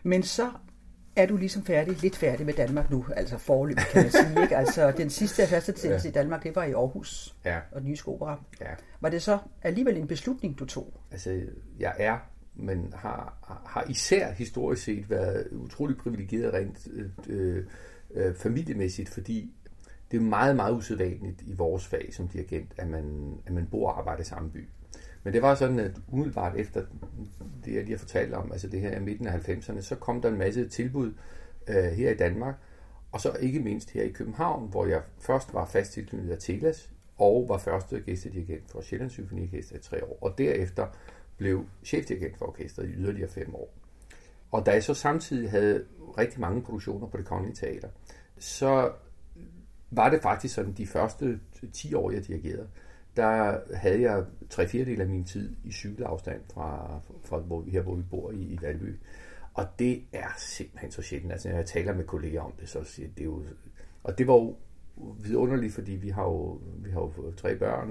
T: Men så er du ligesom lidt færdig med Danmark nu, altså foreløbig, kan man sige, ikke? Altså, den sidste fastansættelse i Danmark, det var i Aarhus og Den Jyske Opera. Ja. Var det så alligevel en beslutning, du tog?
U: Altså, jeg men har især historisk set været utrolig privilegeret rent familiemæssigt, fordi det er meget, meget usædvanligt i vores fag som dirigent, at man bor og arbejder i samme by. Men det var sådan, at umiddelbart efter det, jeg lige har fortalt om, altså det her i midten af 90'erne, så kom der en masse tilbud her i Danmark, og så ikke mindst her i København, hvor jeg først var fast tilknyttet af Telas, og var første gæstedirigent for Sjællands Symfoniorkester i 3 år, og derefter blev chefdirigent for orkestret i yderligere 5 år. Og da jeg så samtidig havde rigtig mange produktioner på Det Kongelige Teater, så var det faktisk sådan, de første 10 år, jeg dirigerede, der havde jeg 3/4 af min tid i cykelafstand fra hvor vi bor i Valby. Og det er simpelthen så sjældent. Altså, når jeg taler med kolleger om det, så siger det jo... Og det var jo vidunderligt, fordi vi har jo 3 børn,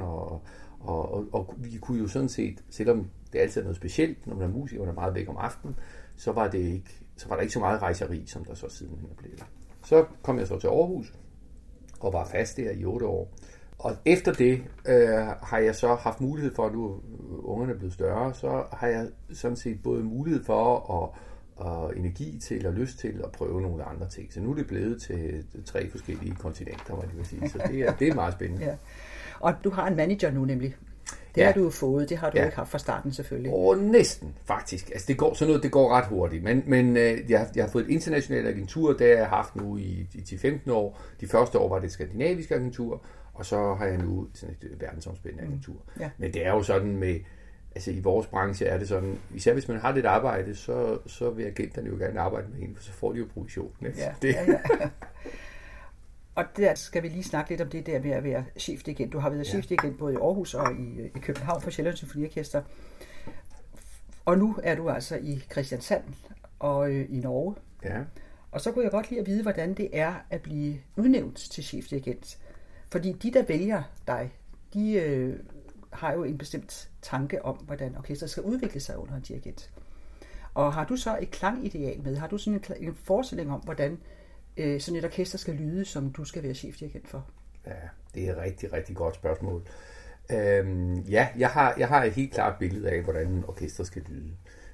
U: og vi kunne jo sådan set, selvom det altid er noget specielt, når man er musiker, og er meget væk om aftenen, så var der ikke så meget rejseri, som der så sidenhen er blevet. Så kom jeg så til Aarhus, og var fast der i 8 år. Og efter det har jeg så haft mulighed for, at nu ungerne er blevet større, så har jeg sådan set både mulighed for og energi til og lyst til at prøve nogle andre ting. Så nu er det blevet til 3 forskellige kontinenter, må jeg sige. Så det er meget spændende. Ja.
T: Og du har en manager nu nemlig. Det har du jo fået. Det har du ikke haft fra starten selvfølgelig.
U: Næsten faktisk. Altså det går ret hurtigt. Men jeg har fået et internationalt agentur, det har jeg haft nu i 10-15 år. De første år var det et skandinavisk agentur, og så har jeg nu sådan et verdensomspændende agentur. Ja. Men det er jo sådan med, altså i vores branche er det sådan, især hvis man har lidt arbejde, så vil agenterne jo gerne arbejde med en, for så får de jo provision.
T: Ja. Og der skal vi lige snakke lidt om det der med at være chefdirigent. Du har været chefdirigent både i Aarhus og i København for Sjællands Symfoniorkester. Og nu er du altså i Kristiansand og i Norge.
U: Ja.
T: Og så kunne jeg godt lide at vide, hvordan det er at blive udnævnt til chefdirigent. Fordi de, der vælger dig, de har jo en bestemt tanke om, hvordan orkestret skal udvikle sig under en dirigent. Og har du så et klangideal med? Har du sådan en forestilling om, hvordan sådan et orkester skal lyde, som du skal være chefdirigent for?
U: Ja, det er et rigtig, rigtig godt spørgsmål. Jeg har et helt klart billede af, hvordan orkestret skal lyde.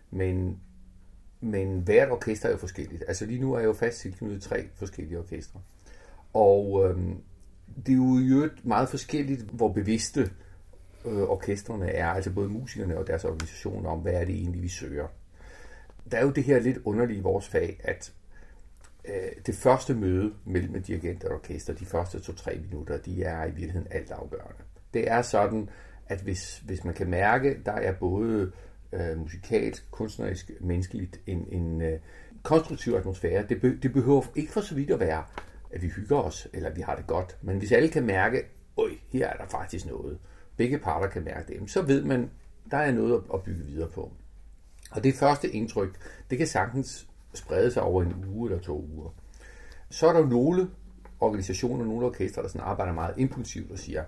U: Men hvert orkester er jo forskelligt. Altså lige nu er jeg jo fast tilknyttet 3 forskellige orkestre. Og det er jo meget forskelligt, hvor bevidste orkestrene er, altså både musikerne og deres organisationer, om hvad er det egentlig, vi søger. Der er jo det her lidt underlige i vores fag, at det første møde mellem en dirigent og orkester, de første 2-3 minutter, de er i virkeligheden altafgørende. Det er sådan, at hvis man kan mærke, der er både musikalsk, kunstnerisk, menneskeligt en konstruktiv atmosfære. Det behøver ikke for så vidt at være, at vi hygger os, eller at vi har det godt. Men hvis alle kan mærke, her er der faktisk noget, begge parter kan mærke det, så ved man, der er noget at bygge videre på. Og det første indtryk, det kan sagtens sprede sig over en uge eller 2 uger. Så er der nogle organisationer, nogle orkestre, der sådan arbejder meget impulsivt og siger,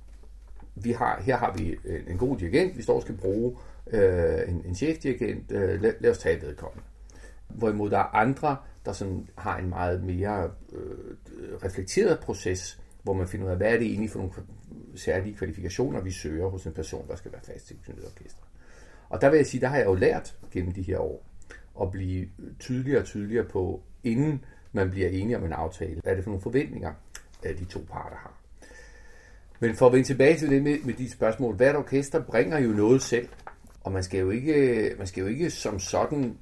U: her har vi en god dirigent, vi står og skal bruge en chefdirigent, lad os tage vedkommende. Hvorimod der er andre, der sådan har en meget mere reflekteret proces, hvor man finder ud af, hvad er det egentlig for nogle særlige kvalifikationer, vi søger hos en person, der skal være fast tilknyttet orkester. Og der vil jeg sige, der har jeg jo lært gennem de her år, at blive tydeligere og tydeligere på, inden man bliver enige om en aftale, hvad er det for nogle forventninger, de 2 parter har. Men for at vende tilbage til det med de spørgsmål, hvert orkester bringer jo noget selv, og man skal jo ikke som sådan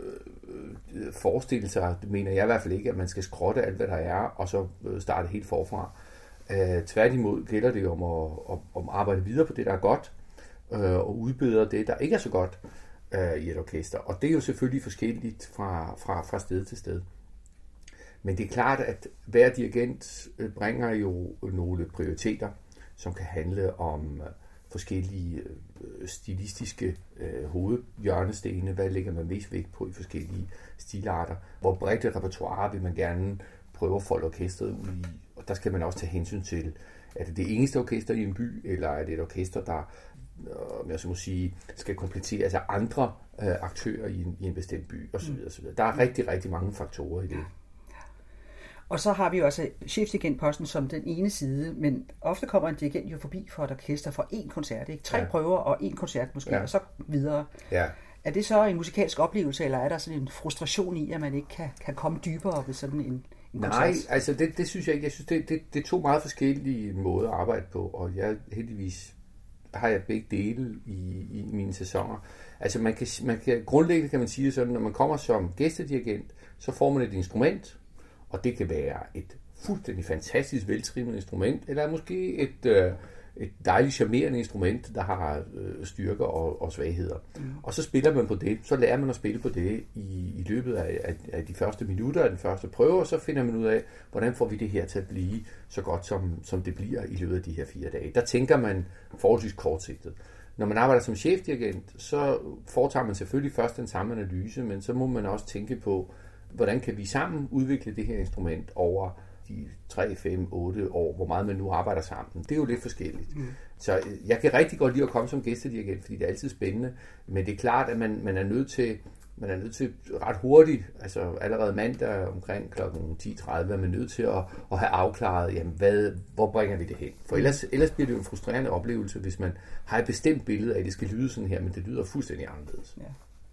U: forestille sig, det mener jeg i hvert fald ikke, at man skal skrotte alt, hvad der er, og så starte helt forfra. Tværtimod gælder det jo om at arbejde videre på det, der er godt, og udbedre det, der ikke er så godt i et orkester. Og det er jo selvfølgelig forskelligt fra sted til sted. Men det er klart, at hver dirigent bringer jo nogle prioriteter, som kan handle om forskellige stilistiske hovedhjørnestene. Hvad lægger man mest vægt på i forskellige stilarter? Hvor bredt et repertoire vil man gerne prøve at folde orkestret ud i? Og der skal man også tage hensyn til, er det eneste orkester i en by, eller er det et orkester, der om jeg så må sige, skal kompletteres af andre aktører i en bestemt by osv. osv. Der er rigtig, rigtig mange faktorer i det.
T: Og så har vi jo også chefdirigentposten som den ene side, men ofte kommer en dirigent jo forbi for et orkester for én koncert, ikke? 3 prøver og 1 koncert måske, og så videre.
U: Ja.
T: Er det så en musikalsk oplevelse, eller er der sådan en frustration i, at man ikke kan komme dybere ved sådan en koncert?
U: Nej, altså det synes jeg ikke. Jeg synes, det er 2 meget forskellige måder at arbejde på, og jeg heldigvis har jeg begge dele i mine sæsoner. Altså man kan grundlæggende kan man sige sådan, når man kommer som gæstedirigent, så får man et instrument, og det kan være et fuldstændig fantastisk veltrinet instrument, eller måske et dejligt charmerende instrument, der har styrker og svagheder. Og så spiller man på det, så lærer man at spille på det i løbet af de første minutter af den første prøve, og så finder man ud af, hvordan får vi det her til at blive så godt, som det bliver i løbet af de her 4 dage. Der tænker man forholdsvis kortsigtet. Når man arbejder som chefdirigent, så foretager man selvfølgelig først den samme analyse, men så må man også tænke på, hvordan kan vi sammen udvikle det her instrument over de 3, 5, 8 år, hvor meget man nu arbejder sammen. Det er jo lidt forskelligt. Så jeg kan rigtig godt lide at komme som gæstedirigent, fordi det er altid spændende, men det er klart, at man er nødt til ret hurtigt, altså allerede mandag omkring kl. 10.30, er man nødt til at have afklaret, jamen hvor bringer vi det hen? For ellers bliver det jo en frustrerende oplevelse, hvis man har et bestemt billede af, at det skal lyde sådan her, men det lyder fuldstændig anderledes. Ja.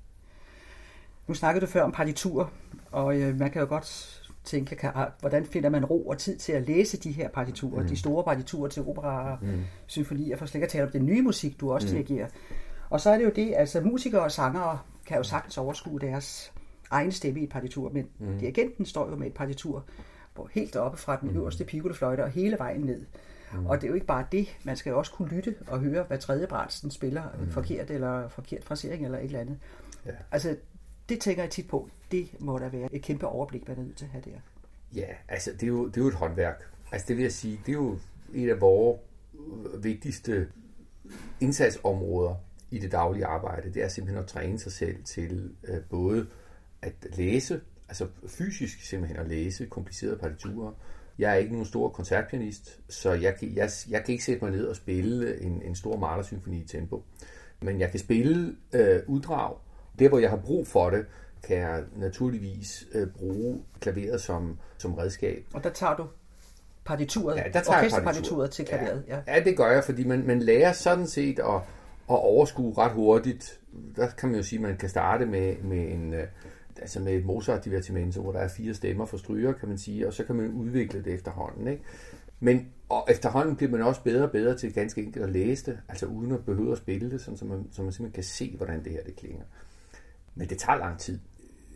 T: Nu snakkede du før om partiturer, og man kan jo godt tænke, hvordan finder man ro og tid til at læse de her partiturer, de store partiturer til opera, symfonier, for slet ikke at tale om den nye musik, du også dirigerer. Og så er det jo det, altså musikere og sangere kan jo sagtens overskue deres egen stemme i et partitur, men dirigenten står jo med et partitur, hvor helt oppe fra den øverste piccolofløjte og hele vejen ned. Og det er jo ikke bare det, man skal jo også kunne lytte og høre, hvad tredjebratsen spiller forkert frasering eller et eller andet. Ja. Altså, det tænker jeg tit på. Det må da være et kæmpe overblik, man er nødt til at have der.
U: Ja, altså det er jo et håndværk. Altså det vil jeg sige, det er jo et af vores vigtigste indsatsområder i det daglige arbejde. Det er simpelthen at træne sig selv til både at læse, altså fysisk simpelthen at læse komplicerede partiturer. Jeg er ikke nogen stor koncertpianist, så jeg kan ikke sætte mig ned og spille en stor Mahler-symfoni i tempo. Men jeg kan spille uddrag. Der, hvor jeg har brug for det, kan jeg naturligvis bruge klaveret som redskab.
T: Og der tager du partituret, orkesterpartituret til klaveret?
U: Ja, det gør jeg, fordi man lærer sådan set at overskue ret hurtigt. Der kan man jo sige, at man kan starte med et Mozart-divertimento, hvor der er 4 stemmer for stryger, kan man sige, og så kan man udvikle det efterhånden, ikke? Men og efterhånden bliver man også bedre og bedre til ganske enkelt at læse det, altså uden at behøve at spille det, så man simpelthen kan se, hvordan det her det klinger. Men det tager lang tid.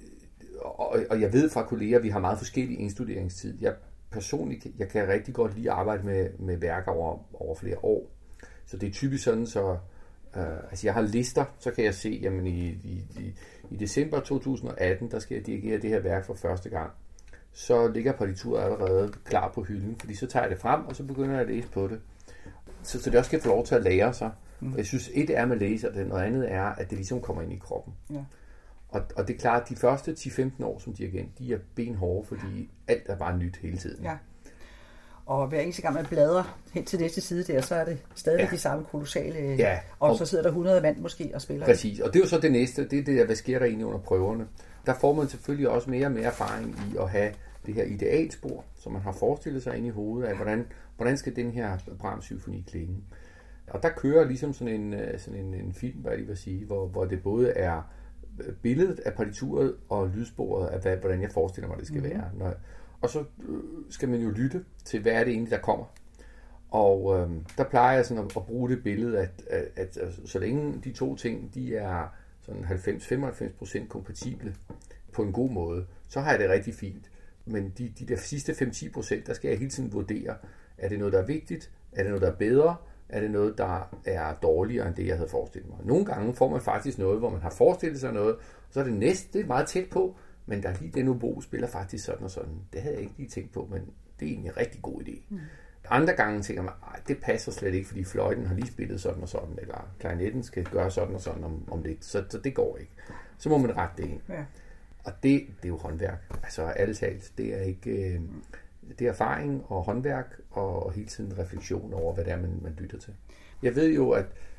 U: Og jeg ved fra kolleger, at vi har meget forskellig indstuderingstid. Jeg personligt, jeg kan rigtig godt lide at arbejde med værker over flere år. Så det er typisk sådan, så altså jeg har lister, så kan jeg se, jamen i december 2018, der skal jeg dirigere det her værk for første gang. Så ligger partituret allerede klar på hylden, fordi så tager jeg det frem, og så begynder jeg at læse på det. Så det også kan få lov til at lære sig. Jeg synes, et er med at læse, og det noget andet er, at det ligesom kommer ind i kroppen. Ja. Og det er klart, at de første 10-15 år som dirigent, de er benhårde, fordi alt er bare nyt hele tiden. Ja.
T: Og hver eneste gang man bladrer hen til næste side der, så er det stadig de samme kolossale, og så sidder der 100 mand måske og spiller.
U: Præcis, og det er jo så det næste, det er det der, hvad sker der egentlig under prøverne. Der får man selvfølgelig også mere og mere erfaring i at have det her idealspor, som man har forestillet sig ind i hovedet af, hvordan skal den her Brahms-symfoni klinge. Og der kører ligesom sådan en film, hvad jeg vil sige, hvor det både er billedet af partituret og lydsporet af, hvordan jeg forestiller mig, det skal være. Og så skal man jo lytte til, hvad er det egentlig, der kommer. Og der plejer jeg sådan at bruge det billede, at så længe de 2 ting, de er sådan 90-95% kompatible på en god måde, så har jeg det rigtig fint. Men de der sidste 5-10%, der skal jeg hele tiden vurdere, er det noget, der er vigtigt? Er det noget, der er bedre? Er det noget, der er dårligere end det, jeg havde forestillet mig? Nogle gange får man faktisk noget, hvor man har forestillet sig noget, og så er det næste meget tæt på, men der er lige den obo spiller faktisk sådan og sådan. Det havde jeg ikke lige tænkt på, men det er egentlig en rigtig god idé. Andre gange tænker man, det passer slet ikke, fordi fløjten har lige spillet sådan og sådan, eller klarinetten skal gøre sådan og sådan om lidt, så det går ikke. Så må man rette det ind. Ja. Og det er jo håndværk. Altså ærligt talt, det er ikke... Det er erfaring og håndværk og hele tiden refleksion over, hvad det er, man lytter til. Jeg ved jo,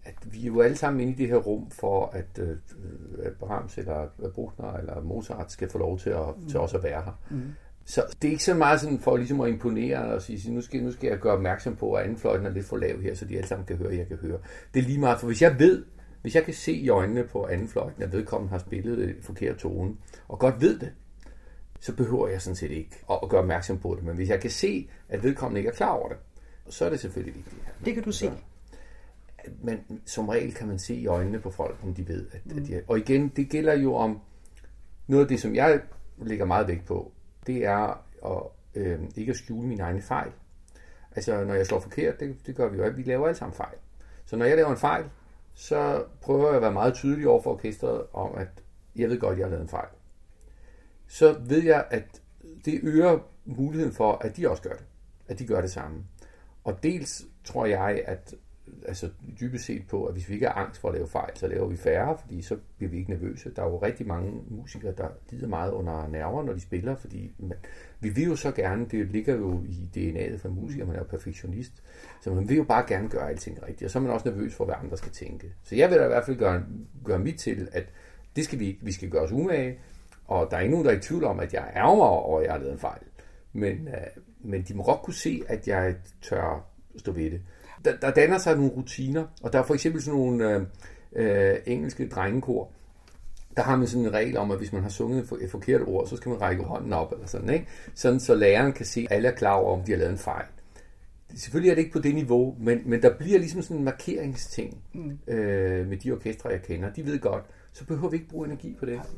U: at vi er jo alle sammen inde i det her rum for, at Brahms eller Bruckner eller Mozart skal få lov til også at være her. Så det er ikke så meget sådan for ligesom at imponere og sige, nu skal jeg gøre opmærksom på, at andenfløjten er lidt for lav her, så de alle sammen kan høre, jeg kan høre. Det er lige meget, for hvis jeg kan se i øjnene på andenfløjten, at vedkommende har spillet et forkert tone, og godt ved det, så behøver jeg sådan set ikke at gøre opmærksom på det. Men hvis jeg kan se, at vedkommende ikke er klar over det, så er det selvfølgelig vigtigt.
T: Det kan du se.
U: Men som regel kan man se i øjnene på folk, om de ved, at de... Og igen, det gælder jo om noget af det, som jeg lægger meget vægt på, det er ikke at skjule mine egne fejl. Altså, når jeg slår forkert, det gør vi jo, vi laver alle sammen fejl. Så når jeg laver en fejl, så prøver jeg at være meget tydelig over for orkestret om, at jeg ved godt, at jeg har lavet en fejl. Så ved jeg, at det øger muligheden for, at de også gør det. At de gør det samme. Og dels tror jeg, at altså dybest set på, at hvis vi ikke har angst for at lave fejl, så laver vi færre, fordi så bliver vi ikke nervøse. Der er jo rigtig mange musikere, der lider meget under nerver, når de spiller, fordi vi vil jo så gerne, det ligger jo i DNA'et for musikere, man er jo perfektionist, så man vil jo bare gerne gøre alting rigtigt, og så er man også nervøs for, hvad andre skal tænke. Så jeg vil da i hvert fald gøre mit til, at det skal vi skal gøre os umage, og der er ikke nogen, der er i tvivl om, at jeg ærger mig over, at jeg har lavet en fejl. Men de må godt kunne se, at jeg tør stå ved det. Der danner sig nogle rutiner, og der er for eksempel sådan nogle engelske drengekor. Der har man sådan en regel om, at hvis man har sunget et forkert ord, så skal man række hånden op, eller sådan, ikke? Sådan, så læreren kan se, at alle er klar over, om de har lavet en fejl. Selvfølgelig er det ikke på det niveau, men der bliver ligesom sådan en markeringsting med de orkestre, jeg kender. De ved godt, så behøver vi ikke bruge energi på det.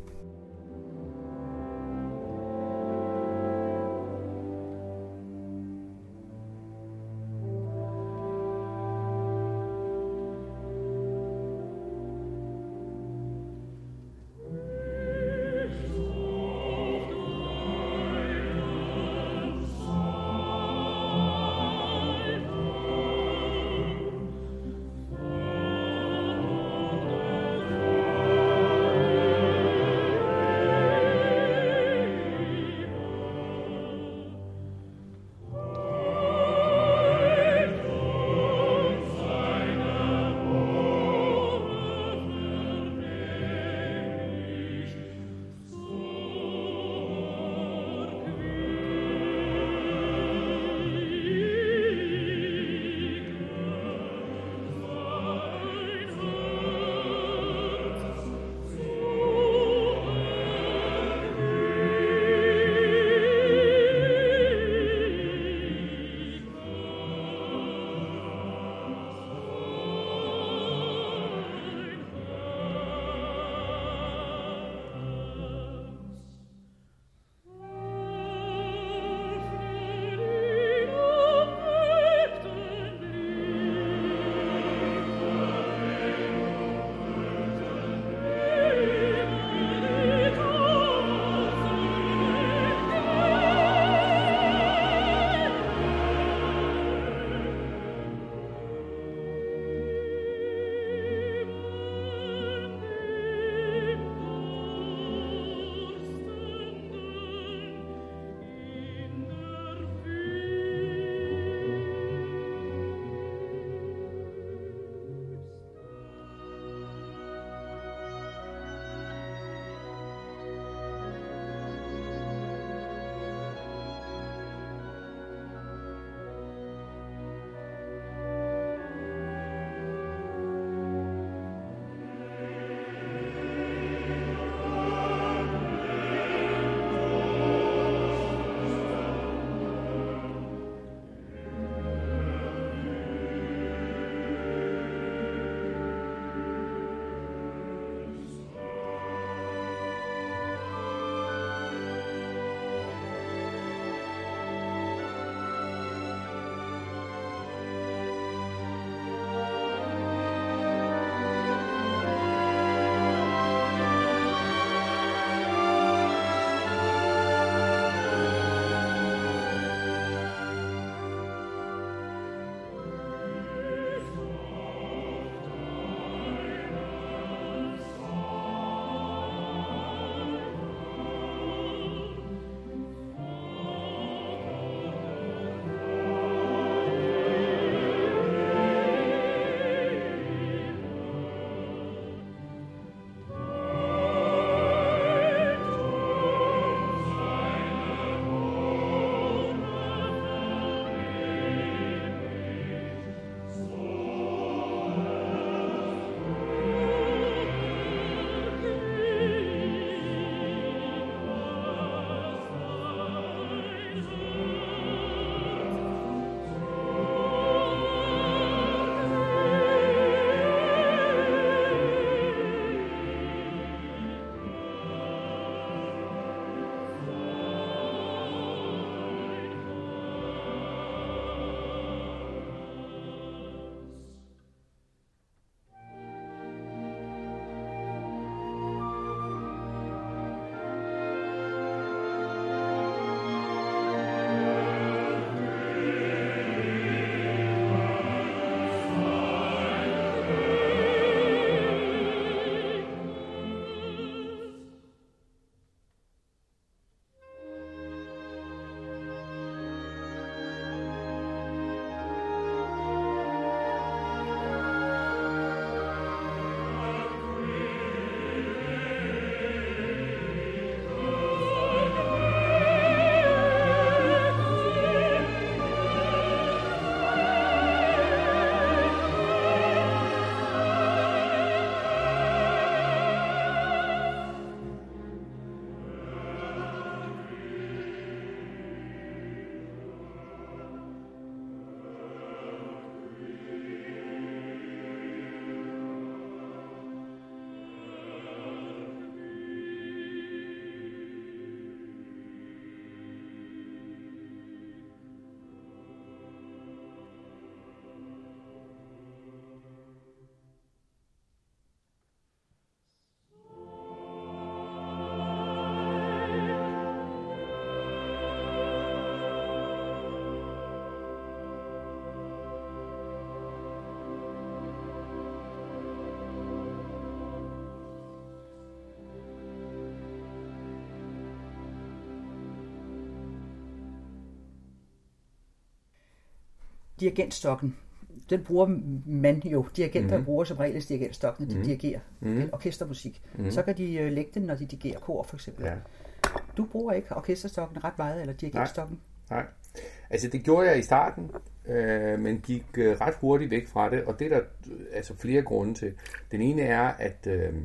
T: dirigentstokken. Den bruger man jo. Dirigenter bruger som regel dirigentstokken, når de dirigerer orkestermusik. Så kan de lægge den, når de dirigerer kor, for eksempel. Ja. Du bruger ikke orkesterstokken ret meget, eller dirigentstokken?
U: Nej. Altså det gjorde jeg i starten, men gik ret hurtigt væk fra det, og det er der altså flere grunde til. Den ene er, at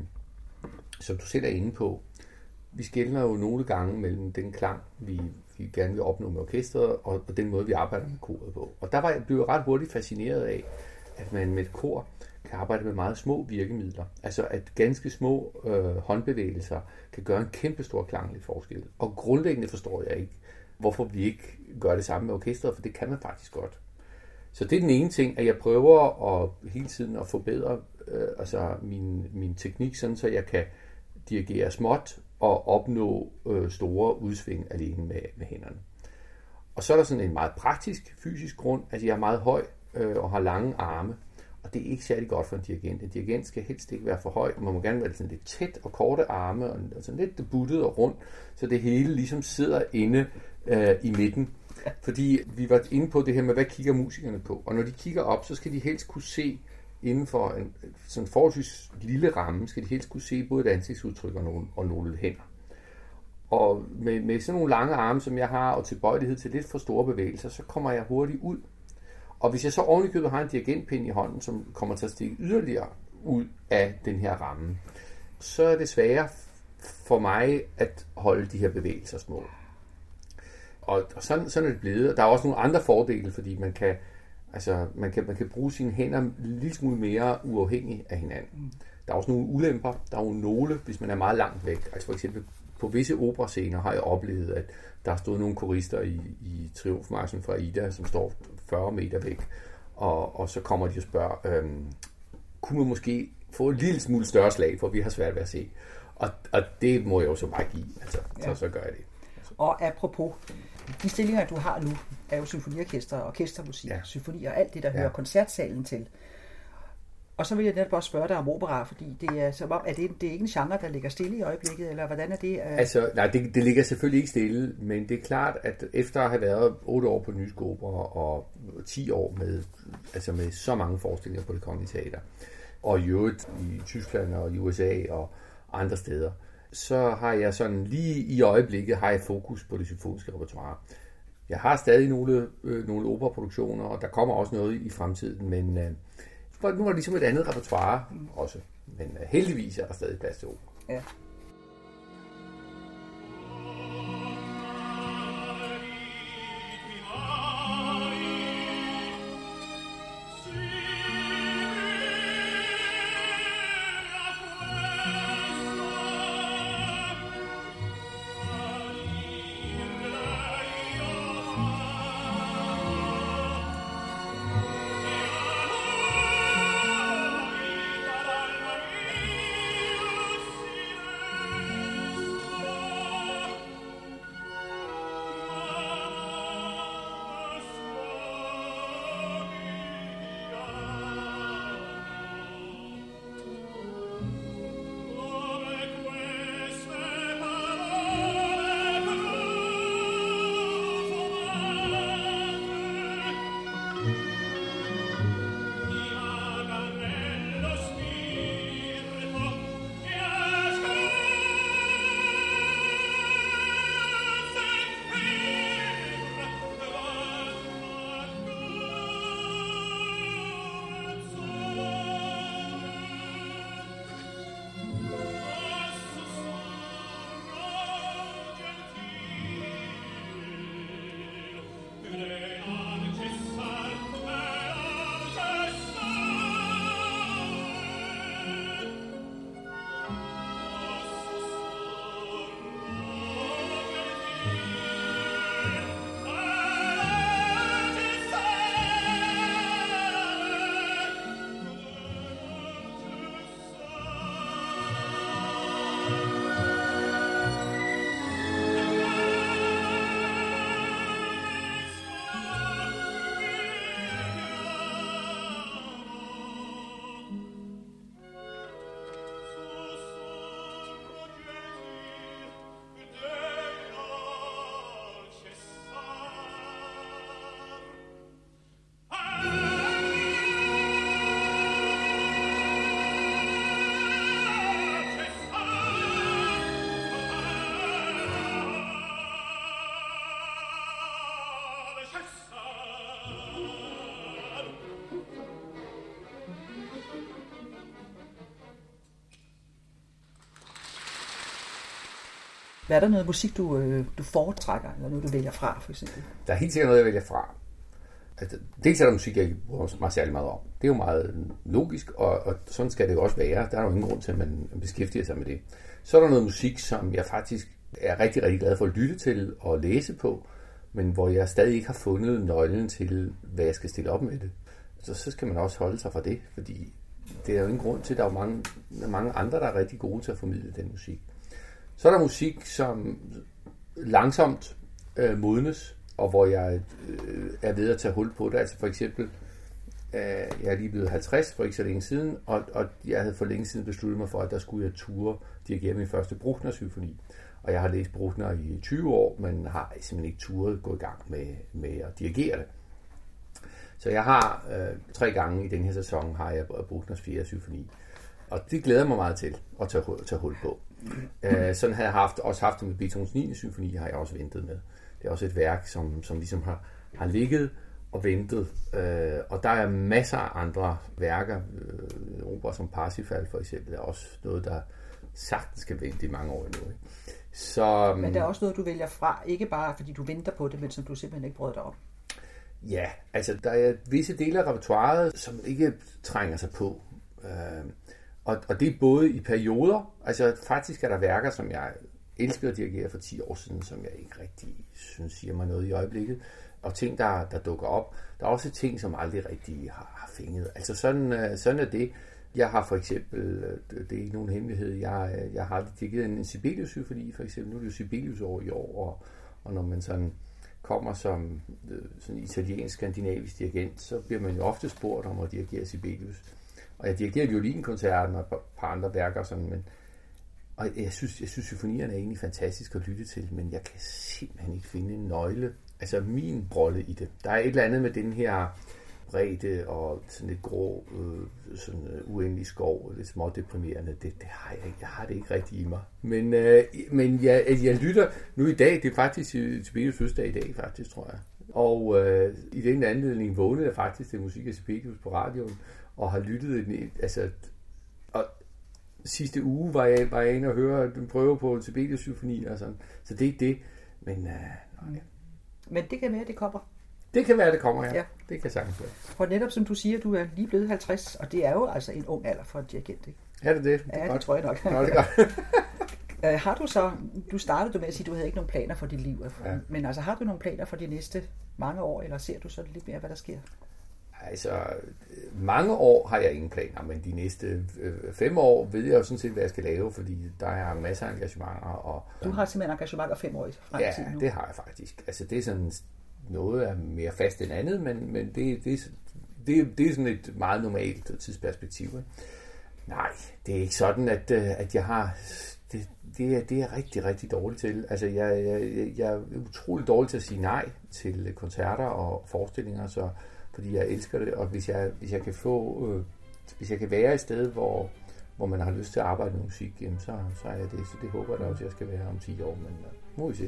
U: som du selv er inde på, vi skelner jo nogle gange mellem den klang, vi gerne vil opnå med orkestret, og den måde, vi arbejder med koret på. Og der blev jeg ret hurtigt fascineret af, at man med et kor kan arbejde med meget små virkemidler. Altså at ganske små håndbevægelser kan gøre en kæmpe stor klanglig forskel. Og grundlæggende forstår jeg ikke, hvorfor vi ikke gør det samme med orkestret, for det kan man faktisk godt. Så det er den ene ting, at jeg prøver hele tiden at forbedre min teknik, sådan så jeg kan dirigere småt og opnå store udsving alene med hænderne. Og så er der sådan en meget praktisk, fysisk grund. Altså jeg er meget høj og har lange arme, og det er ikke særlig godt for en dirigent. En dirigent skal helst ikke være for høj. Man må gerne være sådan lidt tæt og korte arme, og sådan lidt buttet og rundt, så det hele ligesom sidder inde i midten. Fordi vi var inde på det her med, hvad kigger musikerne på. Og når de kigger op, så skal de helst kunne se inden for en sådan forholdsvis lille ramme, skal de helst kunne se både et ansigtsudtryk og nogle hænder. Og med sådan nogle lange arme, som jeg har, og tilbøjelighed til lidt for store bevægelser, så kommer jeg hurtigt ud. Og hvis jeg så ovenikøbet har en dirigentpind i hånden, som kommer til at stikke yderligere ud af den her ramme, så er det sværere for mig at holde de her bevægelser små. Og sådan er det blevet. Og der er også nogle andre fordele, fordi man kan bruge sine hænder en lille smule mere uafhængigt af hinanden. Der er også nogle ulemper. Der er jo nogle, hvis man er meget langt væk. Altså for eksempel på visse operascener har jeg oplevet, at der har stået nogle korister i Triumfmarchen fra Ida, som står 40 meter væk. Og så kommer de og spørger, kunne man måske få en lille smule større slag, for vi har svært ved at se. Og det må jeg jo så bare give. Altså, så gør jeg det.
T: Og apropos, de stillinger, du har nu, er jo symfoniorkester, orkestermusik, symfoni og alt det, der hører koncertsalen til. Og så vil jeg netop også spørge dig om opera, fordi det er som om, at det er ikke en genre, der ligger stille i øjeblikket, eller hvordan er det?
U: Altså, nej, det ligger selvfølgelig ikke stille, men det er klart, at efter at have været 8 år på Den Jyske Opera og 10 år med så mange forestillinger på Det Kongelige Teater, og i øvrigt i Tyskland og i USA og andre steder, så har jeg sådan lige i øjeblikket har jeg fokus på det symfoniske repertoire. Jeg har stadig nogle operaproduktioner, og der kommer også noget i fremtiden, men nu er det ligesom et andet repertoire også. Men heldigvis er der stadig plads til opera.
T: Ja. Hvad er der noget musik, du foretrækker, eller noget, du vælger fra, for eksempel?
U: Der er helt sikkert noget, jeg vælger fra. Altså, dels er der musik, jeg ikke bruger mig særlig meget om. Det er jo meget logisk, og sådan skal det jo også være. Der er jo ingen grund til, at man beskæftiger sig med det. Så er der noget musik, som jeg faktisk er rigtig, rigtig glad for at lytte til og læse på, men hvor jeg stadig ikke har fundet nøglen til, hvad jeg skal stille op med det. Så skal man også holde sig fra det, fordi det er jo ingen grund til, at der er mange andre, der er rigtig gode til at formidle den musik. Så er der musik, som langsomt modnes, og hvor jeg er ved at tage hul på det. Altså for eksempel, jeg er lige blevet 50 for ikke så længe siden, og jeg havde for længe siden besluttet mig for, at der skulle jeg ture dirigere min første Bruckner-symfoni. Og jeg har læst Bruckner i 20 år, men har simpelthen ikke turet gå i gang med at dirigere det. Så jeg har 3 gange i den her sæson har jeg Bruckners 4. symfoni. Og det glæder mig meget til at tage hul på. Sådan har jeg også haft det med Beethovens 9. symfoni, har jeg også ventet med. Det er også et værk, som ligesom har ligget og ventet. Og der er masser af andre værker. Opera som Parsifal for eksempel er også noget, der sagtens skal vente i mange år endnu. Så,
T: men der er også noget, du vælger fra, ikke bare fordi du venter på det, men som du simpelthen ikke brød dig om.
U: Ja, altså der er visse dele af repertoiret, som ikke trænger sig på. Og det er både i perioder, altså faktisk er der værker, som jeg elskede at dirigere for 10 år siden, som jeg ikke rigtig synes siger mig noget i øjeblikket, og ting, der dukker op. Der er også ting, som aldrig rigtig har fænget. Altså sådan er det. Jeg har for eksempel, det er ikke nogen hemmelighed, jeg har dirigeret en Sibelius-symfoni for eksempel. Nu er det jo Sibelius år i år, og når man sådan kommer som sådan italiensk, skandinavisk dirigent, så bliver man jo ofte spurgt om at dirigere Sibelius. Og jeg dirigerer violinkoncerten og et par andre værker, sådan, og jeg synes symfonierne er egentlig fantastisk at lytte til, men jeg kan simpelthen ikke finde en nøgle, altså min rolle i det. Der er et eller andet med den her bredde og sådan lidt grå, sådan uendelig skov, lidt smådeprimerende, det har jeg ikke. Jeg har det ikke rigtig i mig. Men jeg lytter nu i dag, det er faktisk Sibelius fødselsdag i dag, faktisk, tror jeg. Og i den anledning vågnede jeg faktisk til musik af Sibelius på radioen, og har lyttet, altså, og sidste uge var jeg inde og høre en prøve på Sibelius symfoni og sådan, så det er ikke det, men nej.
T: Men det kan være, det kommer.
U: Det kan være, det kommer, ja. Det kan sagtens være.
T: For netop som du siger, du er lige blevet 50, og det er jo altså en ung alder for en dirigent, ikke?
U: Er det det?
T: Ja, det tror jeg nok.
U: Nå, det er
T: har du så, du startede med at sige, at du havde ikke nogen planer for dit liv, men altså har du nogle planer for de næste mange år, eller ser du så lidt mere, hvad der sker?
U: Altså, mange år har jeg ingen planer, men de næste 5 år ved jeg jo sådan set, hvad jeg skal lave, fordi der er masser af engagementer. Og
T: du har simpelthen engagementer 5 år i fremtiden nu?
U: Ja, det har jeg faktisk. Altså, det er sådan noget er mere fast end andet, men det er sådan et meget normalt tidsperspektiv. Ikke? Nej, det er ikke sådan, at jeg har... Det er jeg rigtig, rigtig dårlig til. Altså, jeg er utrolig dårlig til at sige nej til koncerter og forestillinger, så fordi jeg elsker det, og hvis jeg kan få, hvis jeg kan være et sted, hvor man har lyst til at arbejde med musik, jamen så er jeg det. Så det håber jeg da også, jeg skal være om 10 år, men må vi se.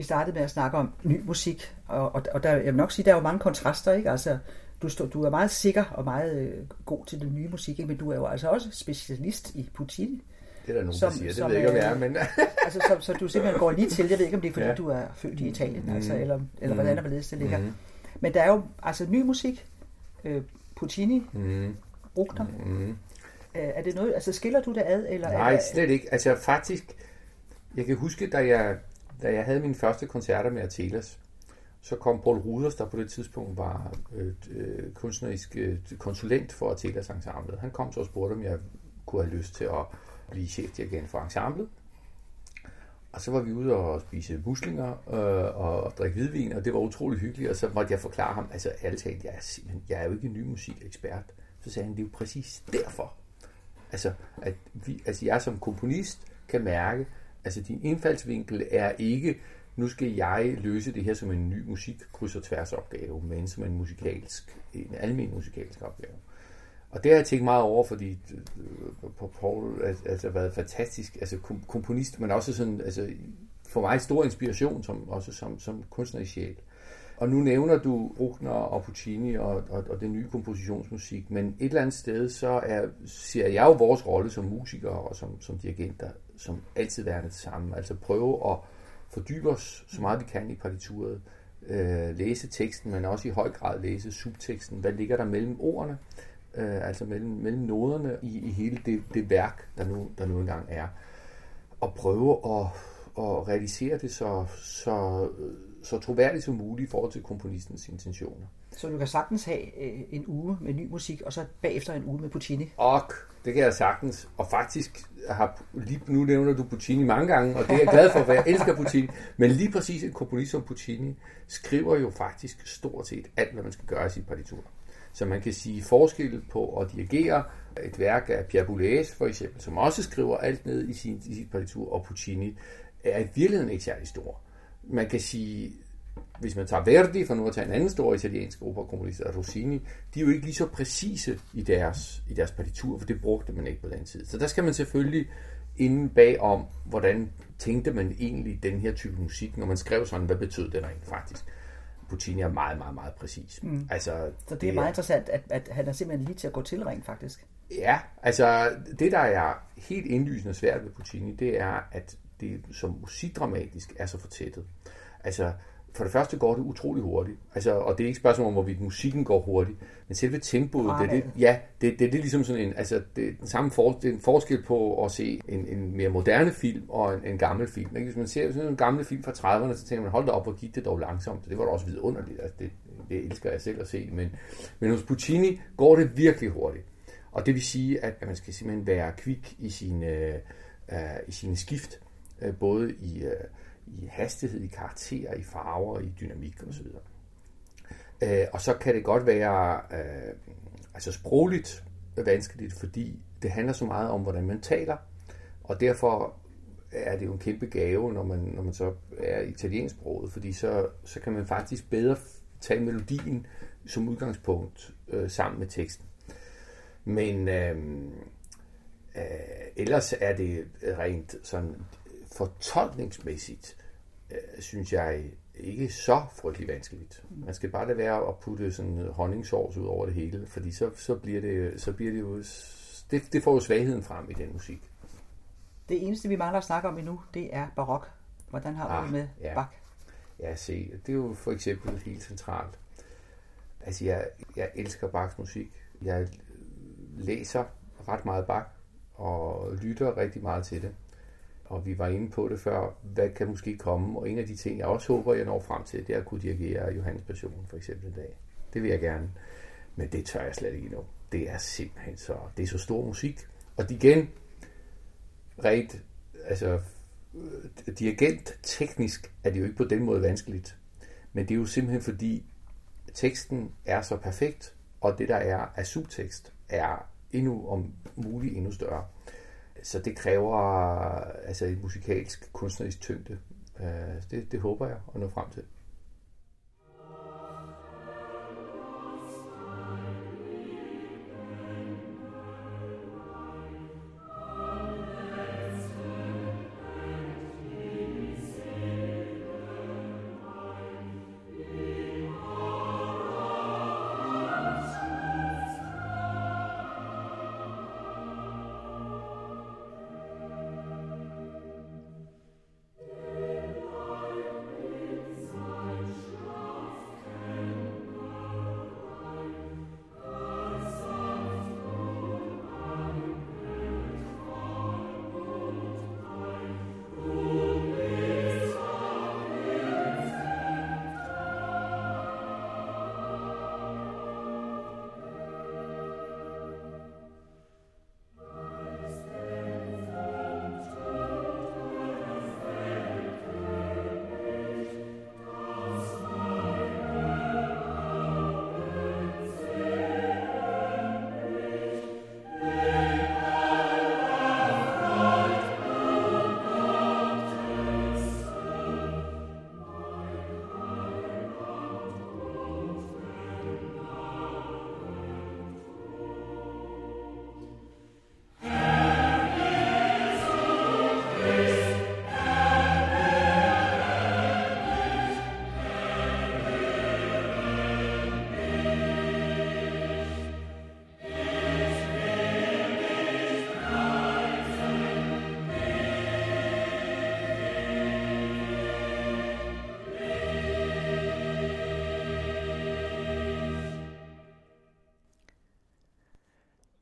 T: vi startede med at snakke om ny musik, og der, jeg vil nok sige, der er jo mange kontraster, ikke? Altså, du er meget sikker og meget god til den nye musik, ikke? Men du er jo altså også specialist i Puccini.
U: Det er der nogen, der siger. Det ved jeg ikke, om jeg er, men...
T: altså, så du simpelthen går lige til. Jeg ved ikke, om det er, fordi du er født i Italien, altså, eller hvordan der det ligger. Men der er jo altså ny musik, Puccini, Bruckner. Er det noget, altså skiller du det ad? Eller
U: nej, slet ikke. Altså faktisk, jeg kan huske, da jeg havde mine første koncerter med Artelas, så kom Paul Ruders, der på det tidspunkt var kunstnerisk konsulent for Artelas ensemblet. Han kom så og spurgte, om jeg kunne have lyst til at blive chefdirigent for ensemblet. Og så var vi ude og spise muslinger og drikke hvidvin, og det var utrolig hyggeligt, og så måtte jeg forklare ham, altså ærligt talt, jeg er jo ikke en ny musikekspert. Så sagde han, det er jo præcis derfor. Altså, at jeg som komponist kan mærke, altså din indfaldsvinkel er ikke, nu skal jeg løse det her som en ny musik-kryds- og tværsopgave, men som en almen musikalsk opgave. Og det har jeg tænkt meget over, fordi Paul har været fantastisk, altså komponist, men også sådan, altså for mig stor inspiration som kunstnerisk sjæl. Og nu nævner du Bruckner og Puccini og den nye kompositionsmusik, men et eller andet sted ser jeg jo vores rolle som musikere og som dirigenter som altid værende det samme. Altså prøve at fordybe os så meget vi kan i partituret, læse teksten, men også i høj grad læse subteksten. Hvad ligger der mellem ordene? Altså mellem noderne i hele det værk, der nu engang er. Og prøve at realisere det så troværdigt som muligt i forhold til komponistens intentioner.
T: Så du kan sagtens have en uge med ny musik, og så bagefter en uge med Puccini?
U: Det kan jeg sagtens. Og faktisk nu nævner du Puccini mange gange, og det er jeg glad for, for jeg elsker Puccini. Men lige præcis en komponist som Puccini skriver jo faktisk stort set alt, hvad man skal gøre i sit partitur. Så man kan sige forskel på at dirigere et værk af Pierre Boulez for eksempel, som også skriver alt ned i sit partitur, og Puccini er i virkeligheden ikke særlig stor. Man kan sige, hvis man tager Verdi, for nu at tage en anden stor italiensk operakomponist, Rossini, de er jo ikke lige så præcise i deres partitur, for det brugte man ikke på den tid. Så der skal man selvfølgelig inde bag om, hvordan tænkte man egentlig den her type musik, når man skrev sådan, hvad betød det rent faktisk. Puccini er meget, meget, meget præcis. Altså,
T: så det er meget interessant, at han er simpelthen lige til at gå til rent faktisk.
U: Ja, altså det, der er helt indlysende svært ved Puccini, det er, at det som musikdramatisk er så fortættet. Altså, for det første går det utrolig hurtigt. Altså, og det er ikke et spørgsmål om, hvorvidt musikken går hurtigt, men selve tempoet, det er ligesom sådan en, altså, det er en forskel på at se en mere moderne film og en gammel film. Ikke? Hvis man ser sådan en gammel film fra 30'erne, så tænker man, hold da op, hvor gik det dog langsomt. Det var da også vidunderligt. Altså, det elsker jeg selv at se. Men hos Puccini går det virkelig hurtigt. Og det vil sige, at man skal simpelthen være kvik i sine skift, både i hastighed, i karakterer, i farver, i dynamik osv. Og så kan det godt være altså sprogligt vanskeligt, fordi det handler så meget om, hvordan man taler, og derfor er det jo en kæmpe gave, når man så er italiensksproget, fordi så kan man faktisk bedre tage melodien som udgangspunkt sammen med teksten. Men ellers er det rent sådan fortolkningsmæssigt, synes jeg ikke så frygtelig vanskeligt. Man skal bare lade være at putte sådan honningsauce ud over det hele, fordi så bliver det jo, det får jo svagheden frem i den musik.
T: Det eneste, vi mangler at snakke om endnu, det er barok. Hvordan har du det med Bach?
U: Ja, se, det er jo for eksempel helt centralt. Altså, jeg elsker Bachs musik. Jeg læser ret meget Bach, og lytter rigtig meget til det. Og vi var inde på det før, hvad kan måske komme, og en af de ting, jeg også håber, jeg når frem til, det er at kunne dirigere Johannes Passion for eksempel i dag. Det vil jeg gerne, men det tør jeg slet ikke endnu. Det er simpelthen det er så stor musik. Og igen, rent, altså dirigent teknisk er det jo ikke på den måde vanskeligt, men det er jo simpelthen fordi teksten er så perfekt, og det der er af subtekst er om muligt endnu større. Så det kræver altså et musikalsk kunstnerisk tyngde. Det håber jeg at nå frem til.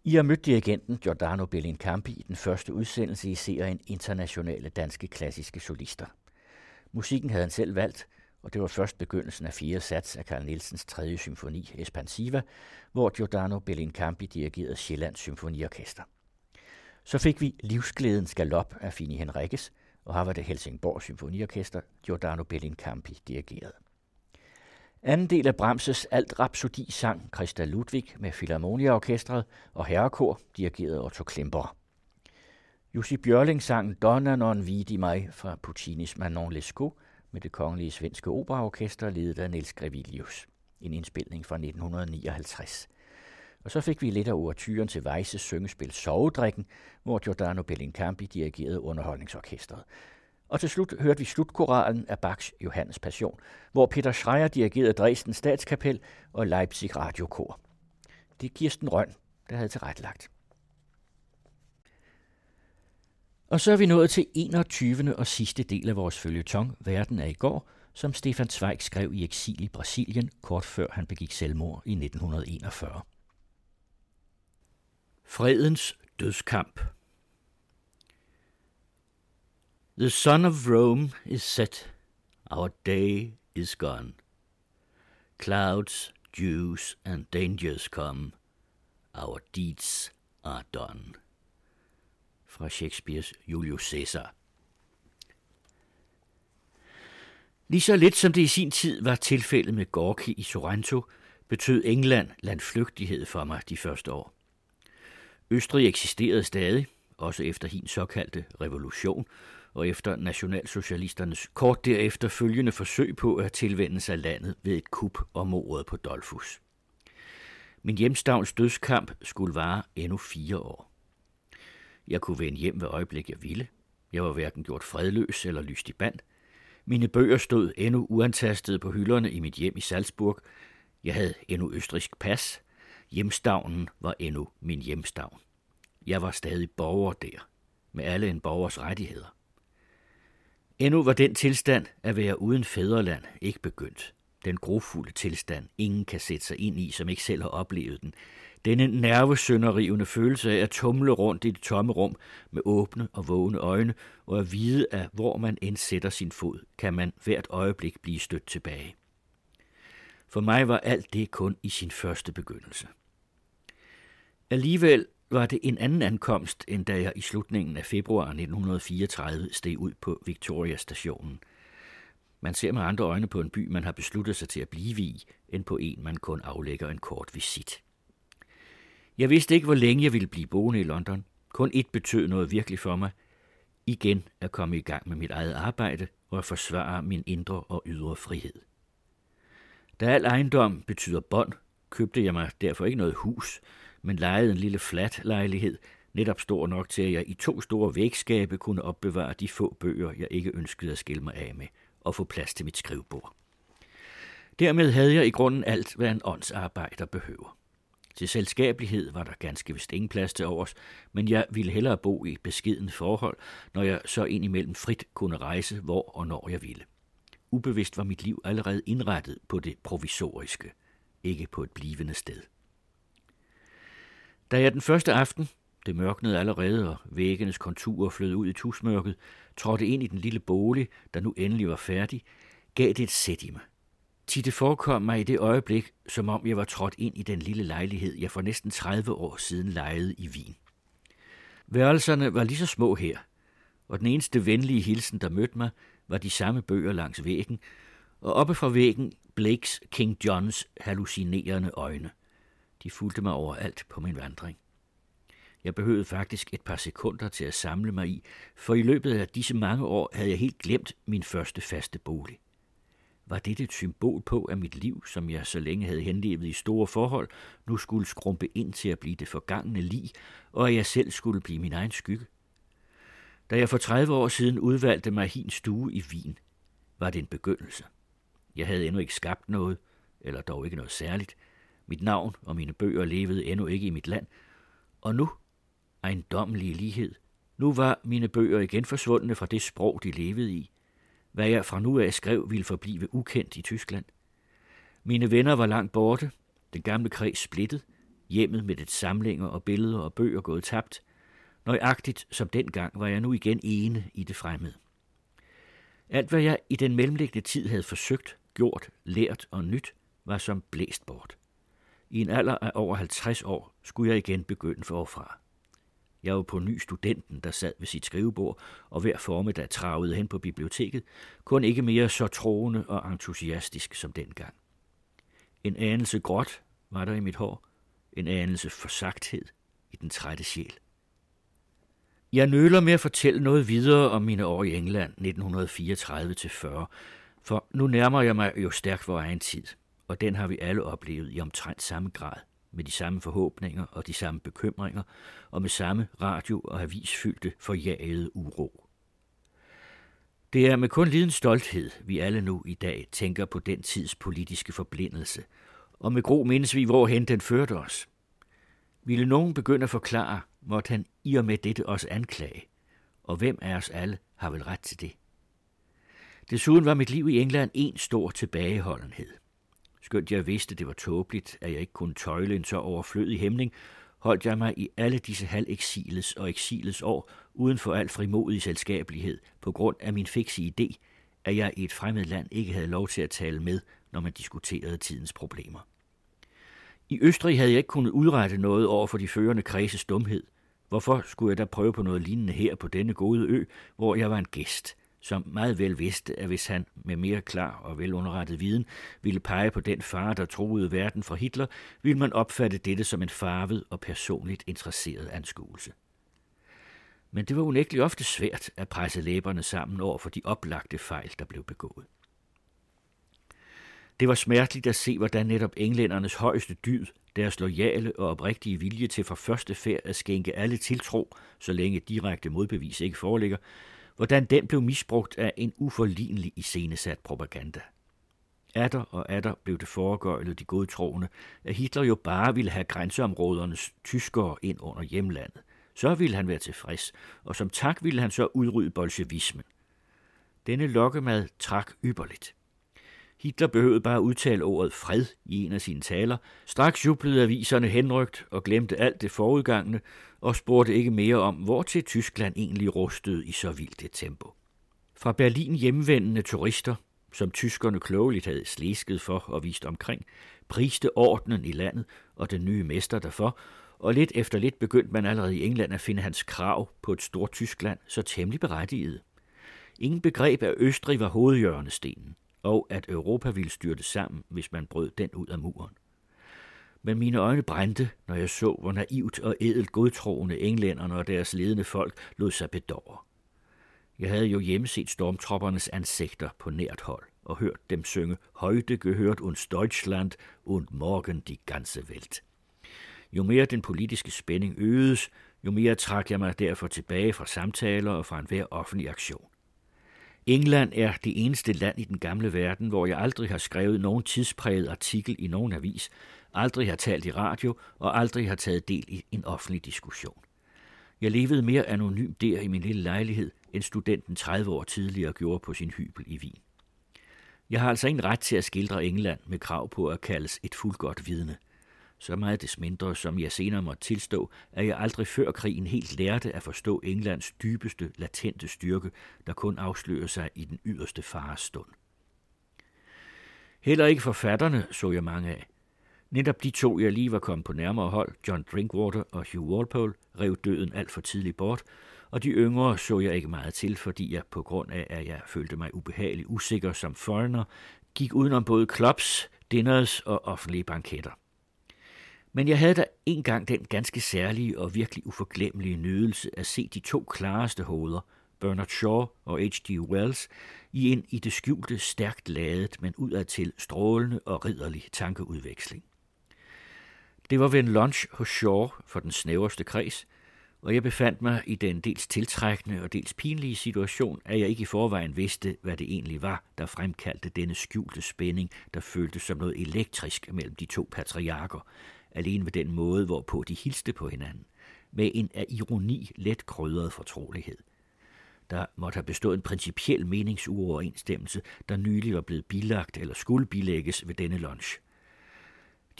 B: I har mødt dirigenten Giordano Bellincampi i den første udsendelse i serien Internationale Danske Klassiske Solister. Musikken havde han selv valgt, og det var først begyndelsen af 4. sats af Carl Nielsens 3. symfoni Espansiva, hvor Giordano Bellincampi dirigerede Sjællands Symfoniorkester. Så fik vi Livsglædens galop af Fini Henriques, og her var det Helsingborg Symfoniorkester, Giordano Bellincampi dirigerede. Anden del af Brahms' alt-rapsodi sang Christa Ludwig med Philharmonia-orkestret og herrekor dirigeret Otto Klemperer. Jussi Björling sang Donna non vidi mai fra Puccinis Manon Lescaut med det kongelige svenske operaorkester ledet af Niels Grevilius. En indspilning fra 1959. Og så fik vi lidt af ouverturen til Weisses syngespil Sovedrikken, hvor Giordano Bellincampi dirigerede underholdningsorkestret. Og til slut hørte vi slutkoralen af Bachs Johannes Passion, hvor Peter Schreier dirigerede Dresden Statskapel og Leipzig Radiokor. Det er Kirsten Rønn, der havde tilrettelagt. Og så er vi nået til 21. og sidste del af vores føljeton, Verden er i går, som Stefan Zweig skrev i eksil i Brasilien, kort før han begik selvmord i 1941. Fredens dødskamp. The sun of Rome is set, our day is gone. Clouds, dews and dangers come, our deeds are done. Fra Shakespeares Julius Caesar. Lige så lidt som det i sin tid var tilfældet med Gorki i Sorrento, betød England landflygtighed for mig de første år. Østrig eksisterede stadig, også efter hin såkaldte revolution, og efter nationalsocialisternes kort derefter følgende forsøg på at tilvende sig landet ved et kup og mordet på Dollfuss. Min hjemstavns dødskamp skulle vare endnu 4 år. Jeg kunne vende hjem ved øjeblik jeg ville. Jeg var hverken gjort fredløs eller lyst i band. Mine bøger stod endnu uantastede på hylderne i mit hjem i Salzburg. Jeg havde endnu østrigsk pas. Hjemstavnen var endnu min hjemstavn. Jeg var stadig borger der, med alle en borgers rettigheder. Endnu var den tilstand at være uden fædreland ikke begyndt. Den grofulde tilstand, ingen kan sætte sig ind i, som ikke selv har oplevet den. Denne nervesønderrivende følelse af at tumle rundt i det tomme rum med åbne og vågne øjne, og at vide, at hvor man end sætter sin fod, kan man hvert øjeblik blive stødt tilbage. For mig var alt det kun i sin første begyndelse. Alligevel var det en anden ankomst, end da jeg i slutningen af februar 1934 steg ud på Victoria-stationen. Man ser med andre øjne på en by, man har besluttet sig til at blive i, end på en, man kun aflægger en kort visit. Jeg vidste ikke, hvor længe jeg ville blive boende i London. Kun ét betød noget virkelig for mig. Igen at komme i gang med mit eget arbejde og at forsvare min indre og ydre frihed. Da al ejendom betyder bånd, købte jeg mig derfor ikke noget hus, men lejede en lille flat-lejlighed, netop stor nok til, at jeg i 2 store vægskabe kunne opbevare de få bøger, jeg ikke ønskede at skille mig af med, og få plads til mit skrivebord. Dermed havde jeg i grunden alt, hvad en åndsarbejder behøver. Til selskabelighed var der ganske vist ingen plads til overs, men jeg ville hellere bo i et beskedent forhold, når jeg så indimellem frit kunne rejse, hvor og når jeg ville. Ubevidst var mit liv allerede indrettet på det provisoriske, ikke på et blivende sted. Da jeg den første aften, det mørknede allerede, og væggenes konturer flød ud i tusmørket, trådte ind i den lille bolig, der nu endelig var færdig, gav det et sæt i mig. Det forekom mig i det øjeblik, som om jeg var trådt ind i den lille lejlighed, jeg for næsten 30 år siden lejede i Wien. Værelserne var lige så små her, og den eneste venlige hilsen, der mødte mig, var de samme bøger langs væggen, og oppe fra væggen Blakes King Johns hallucinerende øjne. De fulgte mig overalt på min vandring. Jeg behøvede faktisk et par sekunder til at samle mig i, for i løbet af disse mange år havde jeg helt glemt min første faste bolig. Var det et symbol på, at mit liv, som jeg så længe havde henlevet i store forhold, nu skulle skrumpe ind til at blive det forgangne lig, og at jeg selv skulle blive min egen skygge? Da jeg for 30 år siden udvalgte mig hin stue i Wien, var det en begyndelse. Jeg havde endnu ikke skabt noget, eller dog ikke noget særligt. Mit navn og mine bøger levede endnu ikke i mit land, og nu, ejendommelige lighed, nu var mine bøger igen forsvundne fra det sprog, de levede i. Hvad jeg fra nu af skrev, ville forblive ukendt i Tyskland. Mine venner var langt borte, den gamle kreds splittet.
J: Hjemmet med dets samlinger og billeder og bøger gået tabt. Nøjagtigt som dengang var jeg nu igen ene i det fremmede. Alt hvad jeg i den mellemliggende tid havde forsøgt, gjort, lært og nyt, var som blæst bort. I en alder af over 50 år skulle jeg igen begynde forfra. Jeg var på ny studenten, der sad ved sit skrivebord og hver formiddag travede hen på biblioteket, kun ikke mere så troende og entusiastisk som dengang. En anelse gråt var der i mit hår, en anelse forsagthed i den trætte sjæl. Jeg nøler med at fortælle noget videre om mine år i England 1934-40, for nu nærmer jeg mig jo stærkt vor egen tid, og den har vi alle oplevet i omtrent samme grad, med de samme forhåbninger og de samme bekymringer, og med samme radio- og avisfyldte forjagede uro. Det er med kun liden stolthed, vi alle nu i dag tænker på den tids politiske forblindelse, og med gro mindes vi, hvorhen den førte os. Ville nogen begynde at forklare, måtte han i og med dette også anklage, og hvem af os alle har vel ret til det? Desuden var mit liv i England en stor tilbageholdenhed. Skønt jeg vidste, det var tåbeligt, at jeg ikke kunne tøjle en så overflødig hæmning, holdt jeg mig i alle disse halveksilets og eksilets år uden for al frimodig selskabelighed på grund af min fikse idé, at jeg i et fremmed land ikke havde lov til at tale med, når man diskuterede tidens problemer. I Østrig havde jeg ikke kunnet udrette noget over for de førende kredses dumhed. Hvorfor skulle jeg da prøve på noget lignende her på denne gode ø, hvor jeg var en gæst, som meget vel vidste, at hvis han med mere klar og velunderrettet viden ville pege på den fare, der truede verden fra Hitler, ville man opfatte dette som en farvet og personligt interesseret anskuelse. Men det var unægteligt ofte svært at presse læberne sammen over for de oplagte fejl, der blev begået. Det var smerteligt at se, hvordan netop englændernes højeste dyd, deres loyale og oprigtige vilje til for første færd at skænke alle tiltro, så længe direkte modbevis ikke foreligger, hvordan den blev misbrugt af en uforlignelig iscenesat propaganda. Atter blev det foregøjlet de godtroende, at Hitler jo bare ville have grænseområdernes tyskere ind under hjemlandet. Så ville han være tilfreds, og som tak ville han så udrydde bolsjevismen. Denne lokkemad trak ypperligt. Hitler behøvede bare udtale ordet fred i en af sine taler. Straks jublede aviserne henrygt og glemte alt det forudgangne og spurgte ikke mere om, hvor til Tyskland egentlig rustede i så vildt et tempo. Fra Berlin hjemvendende turister, som tyskerne klogeligt havde slæsket for og vist omkring, priste ordenen i landet og den nye mester derfor, og lidt efter lidt begyndte man allerede i England at finde hans krav på et stort Tyskland så temmelig berettiget. Ingen begreb af Østrig var hovedhjørnestenen, og at Europa ville styrte sammen, hvis man brød den ud af muren. Men mine øjne brændte, når jeg så, hvor naivt og ædelt godtroende englænderne og deres ledende folk lod sig bedåre. Jeg havde jo hjemmeset stormtroppernes ansigter på nært hold og hørt dem synge Heute gehört uns Deutschland und morgen die ganze Welt. Jo mere den politiske spænding øgedes, jo mere trak jeg mig derfor tilbage fra samtaler og fra enhver offentlig aktion. England er det eneste land i den gamle verden, hvor jeg aldrig har skrevet nogen tidspræget artikel i nogen avis, aldrig har talt i radio og aldrig har taget del i en offentlig diskussion. Jeg levede mere anonymt der i min lille lejlighed, end studenten 30 år tidligere gjorde på sin hybel i Wien. Jeg har altså ingen ret til at skildre England med krav på at kaldes et fuldgodt vidne. Så meget des mindre, som jeg senere måtte tilstå, at jeg aldrig før krigen helt lærte at forstå Englands dybeste, latente styrke, der kun afslører sig i den yderste fares stund. Heller ikke forfatterne så jeg mange af. Netop de to, jeg lige var kommet på nærmere hold, John Drinkwater og Hugh Walpole, rev døden alt for tidligt bort, og de yngre så jeg ikke meget til, fordi jeg på grund af, at jeg følte mig ubehageligt usikker som foreigner, gik udenom både clubs, dinners og offentlige banketter. Men jeg havde da engang den ganske særlige og virkelig uforglemmelige nydelse at se de to klareste hoveder, Bernard Shaw og H.G. Wells, i en i det skjulte stærkt ladet, men udadtil strålende og ridderlig tankeudveksling. Det var ved en lunch hos Shaw for den snæverste kreds, og jeg befandt mig i den dels tiltrækkende og dels pinlige situation, at jeg ikke i forvejen vidste, hvad det egentlig var, der fremkaldte denne skjulte spænding, der føltes som noget elektrisk mellem de to patriarker, alene ved den måde, hvorpå de hilste på hinanden, med en af ironi let krydret fortrolighed. Der måtte have bestået en principiel meningsuoverensstemmelse, der nylig var blevet bilagt eller skulle bilægges ved denne lunch.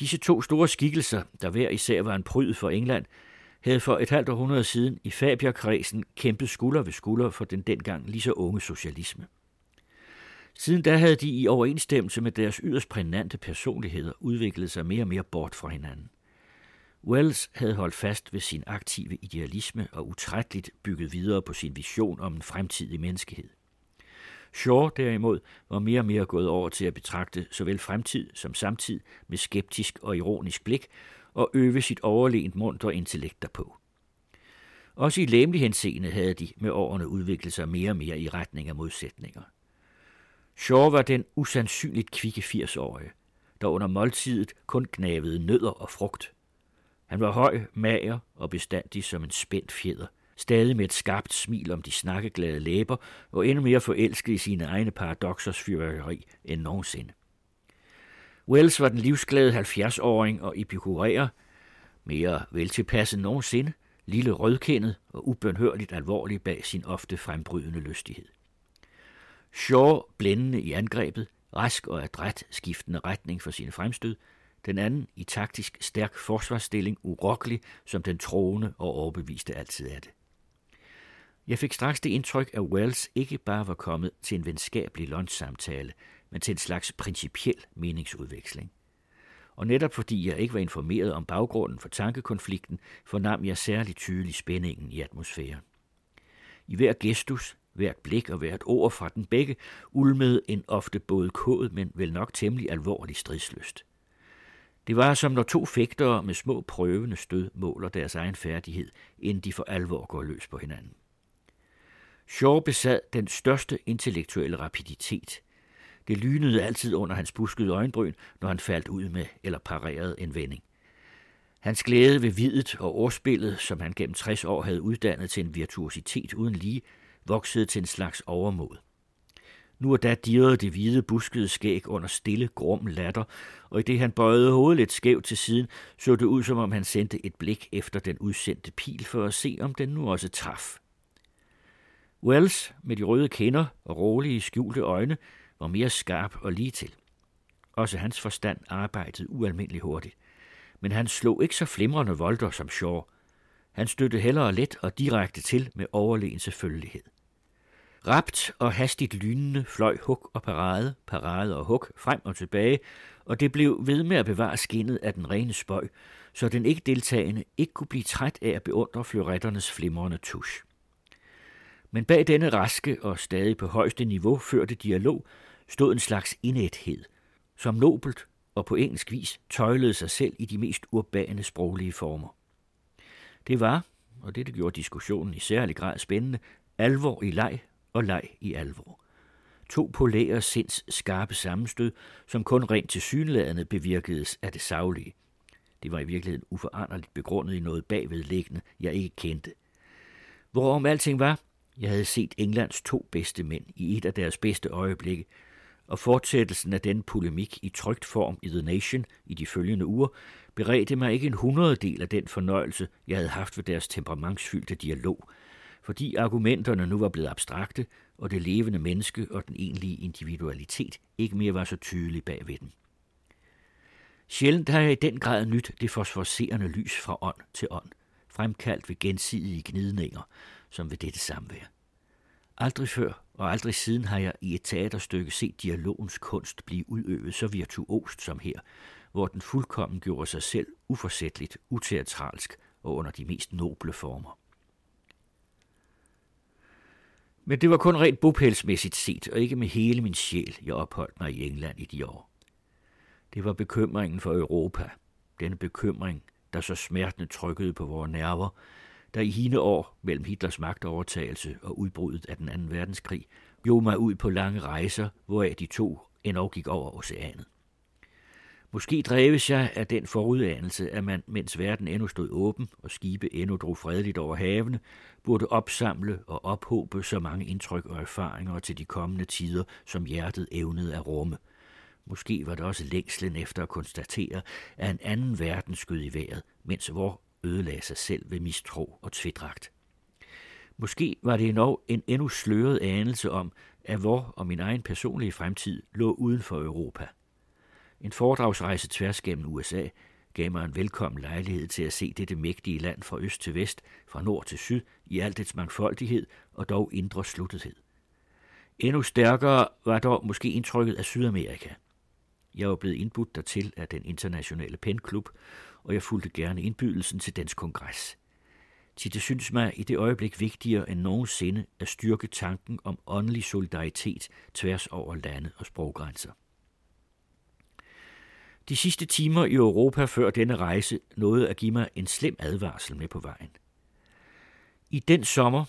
J: Disse to store skikkelser, der hver især var en pryd for England, havde for et halvt århundrede siden i Fabierkredsen kæmpet skulder ved skulder for den dengang lige så unge socialisme. Siden da havde de i overensstemmelse med deres yderst prægnante personligheder udviklet sig mere og mere bort fra hinanden. Wells havde holdt fast ved sin aktive idealisme og utrætteligt bygget videre på sin vision om en fremtidig menneskehed. Shaw derimod var mere og mere gået over til at betragte såvel fremtid som samtid med skeptisk og ironisk blik og øve sit overlegent muntre intellekt derpå. Også i legemlig henseende havde de med årene udviklet sig mere og mere i retning af modsætninger. Shaw var den usandsynligt kvikke 80-årige, der under måltidet kun gnavede nødder og frugt. Han var høj, mager og bestandig som en spændt fjeder, stadig med et skarpt smil om de snakkeglade læber og endnu mere forelsket i sine egne paradoksers fyrværkeri end nogensinde. Wells var den livsglade 70-åring og epikuræer, mere veltilpasset end nogensinde, lille rødkendet og ubønhørligt alvorlig bag sin ofte frembrydende lystighed. Shaw blændende i angrebet, rask og adræt skiftende retning for sine fremstød, den anden i taktisk stærk forsvarsstilling, urokkelig som den troende og overbeviste altid af det. Jeg fik straks det indtryk, at Wells ikke bare var kommet til en venskabelig lunchsamtale, men til en slags principiel meningsudveksling. Og netop fordi jeg ikke var informeret om baggrunden for tankekonflikten, fornam jeg særligt tydeligt spændingen i atmosfæren. I hver gestus, hvert blik og hvert ord fra den begge ulmede en ofte både kåd, men vel nok temmelig alvorlig stridslyst. Det var som når to fægtere med små prøvende stød måler deres egen færdighed, inden de for alvor går løs på hinanden. Shaw besad den største intellektuelle rapiditet. Det lynede altid under hans buskede øjenbryn, når han faldt ud med eller parerede en vending. Hans glæde ved videt og ordspillet, som han gennem 60 år havde uddannet til en virtuositet uden lige, voksede til en slags overmod. Nu og da dirrede det hvide buskede skæg under stille, grum latter, og i det han bøjede hovedet lidt skævt til siden, så det ud som om han sendte et blik efter den udsendte pil for at se, om den nu også traf. Wells med de røde kinder og rolige, skjulte øjne var mere skarp og ligetil. Også hans forstand arbejdede ualmindeligt hurtigt, men han slog ikke så flimrende volter som Shaw. Han stødte hellere let og direkte til med overlegen selvfølgelighed. Rapt og hastigt lynende fløj hug og parade og hug frem og tilbage, og det blev ved med at bevare skinnet af den rene spøg, så den ikke deltagende ikke kunne blive træt af at beundre fleuretternes flimrende tusch. Men bag denne raske og stadig på højeste niveau førte dialog stod en slags indæthed, som nobelt og på engelsk vis tøjlede sig selv i de mest urbane sproglige former. Det var, og det gjorde diskussionen i særlig grad spændende, alvor i leg og leg i alvor. To polære sinds skarpe sammenstød, som kun rent tilsyneladende bevirkedes af det saglige. Det var i virkeligheden uforanderligt begrundet i noget bagvedliggende, jeg ikke kendte. Hvorom alting var, jeg havde set Englands to bedste mænd i et af deres bedste øjeblikke, og fortsættelsen af den polemik i trykt form i The Nation i de følgende uger beredte mig ikke en 100-del af den fornøjelse, jeg havde haft ved deres temperamentsfyldte dialog, fordi argumenterne nu var blevet abstrakte, og det levende menneske og den egentlige individualitet ikke mere var så tydelige bagved den. Sjældent har jeg i den grad nyt det fosforserende lys fra ånd til ånd, fremkaldt ved gensidige gnidninger, som ved dette samvær. Aldrig før og aldrig siden har jeg i et teaterstykke set dialogens kunst blive udøvet så virtuost som her, hvor den fuldkommen gjorde sig selv uforsætteligt, uteatralsk og under de mest noble former. Men det var kun rent bopælsmæssigt set, og ikke med hele min sjæl, jeg opholdt mig i England i de år. Det var bekymringen for Europa, denne bekymring, der så smertende trykkede på vores nerver, der i hine år mellem Hitlers magtovertagelse og udbruddet af den anden verdenskrig, bjog mig ud på lange rejser, hvoraf de to endnu gik over oceanet. Måske dreves jeg af den forudanelse, at man, mens verden endnu stod åben og skibe endnu drog fredeligt over havene, burde opsamle og ophobe så mange indtryk og erfaringer til de kommende tider, som hjertet evnede at rumme. Måske var det også længslen efter at konstatere, at en anden verden skød i vejret, mens vor ødelagde sig selv ved mistro og tvedragt. Måske var det endnu en endnu sløret anelse om, at vor og min egen personlige fremtid lå uden for Europa. En foredragsrejse tværs gennem USA gav mig en velkommen lejlighed til at se dette mægtige land fra øst til vest, fra nord til syd, i al dets mangfoldighed og dog indre sluttethed. Endnu stærkere var dog måske indtrykket af Sydamerika. Jeg var blevet indbudt dertil af den internationale penklub, og jeg fulgte gerne indbydelsen til dens kongres. Til det synes mig i det øjeblik vigtigere end nogensinde at styrke tanken om åndelig solidaritet tværs over lande og sproggrænser. De sidste timer i Europa før denne rejse nåede at give mig en slem advarsel med på vejen. I den sommer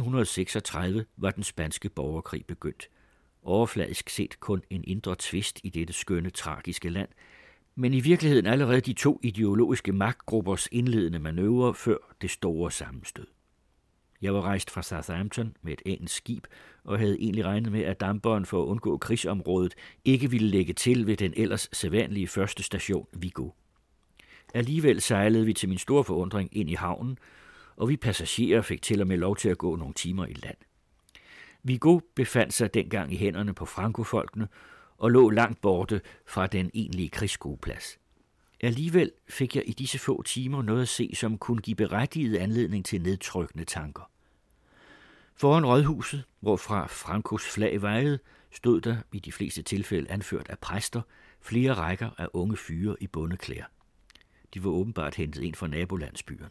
J: 1936 var den spanske borgerkrig begyndt. Overfladisk set kun en indre tvist i dette skønne, tragiske land, men i virkeligheden allerede de to ideologiske magtgruppers indledende manøvrer før det store sammenstød. Jeg var rejst fra Southampton med et engelsk skib og havde egentlig regnet med, at damperen for at undgå krigsområdet ikke ville lægge til ved den ellers sædvanlige første station Vigo. Alligevel sejlede vi til min store forundring ind i havnen, og vi passagerer fik til og med lov til at gå nogle timer i land. Vigo befandt sig dengang i hænderne på frankofolkene og lå langt borte fra den egentlige krigsskueplads. Alligevel fik jeg i disse få timer noget at se, som kunne give berettiget anledning til nedtrykkende tanker. Foran rådhuset, hvorfra Frankos flag vejede, stod der, i de fleste tilfælde anført af præster, flere rækker af unge fyre i bondeklæder. De var åbenbart hentet ind fra nabolandsbyerne.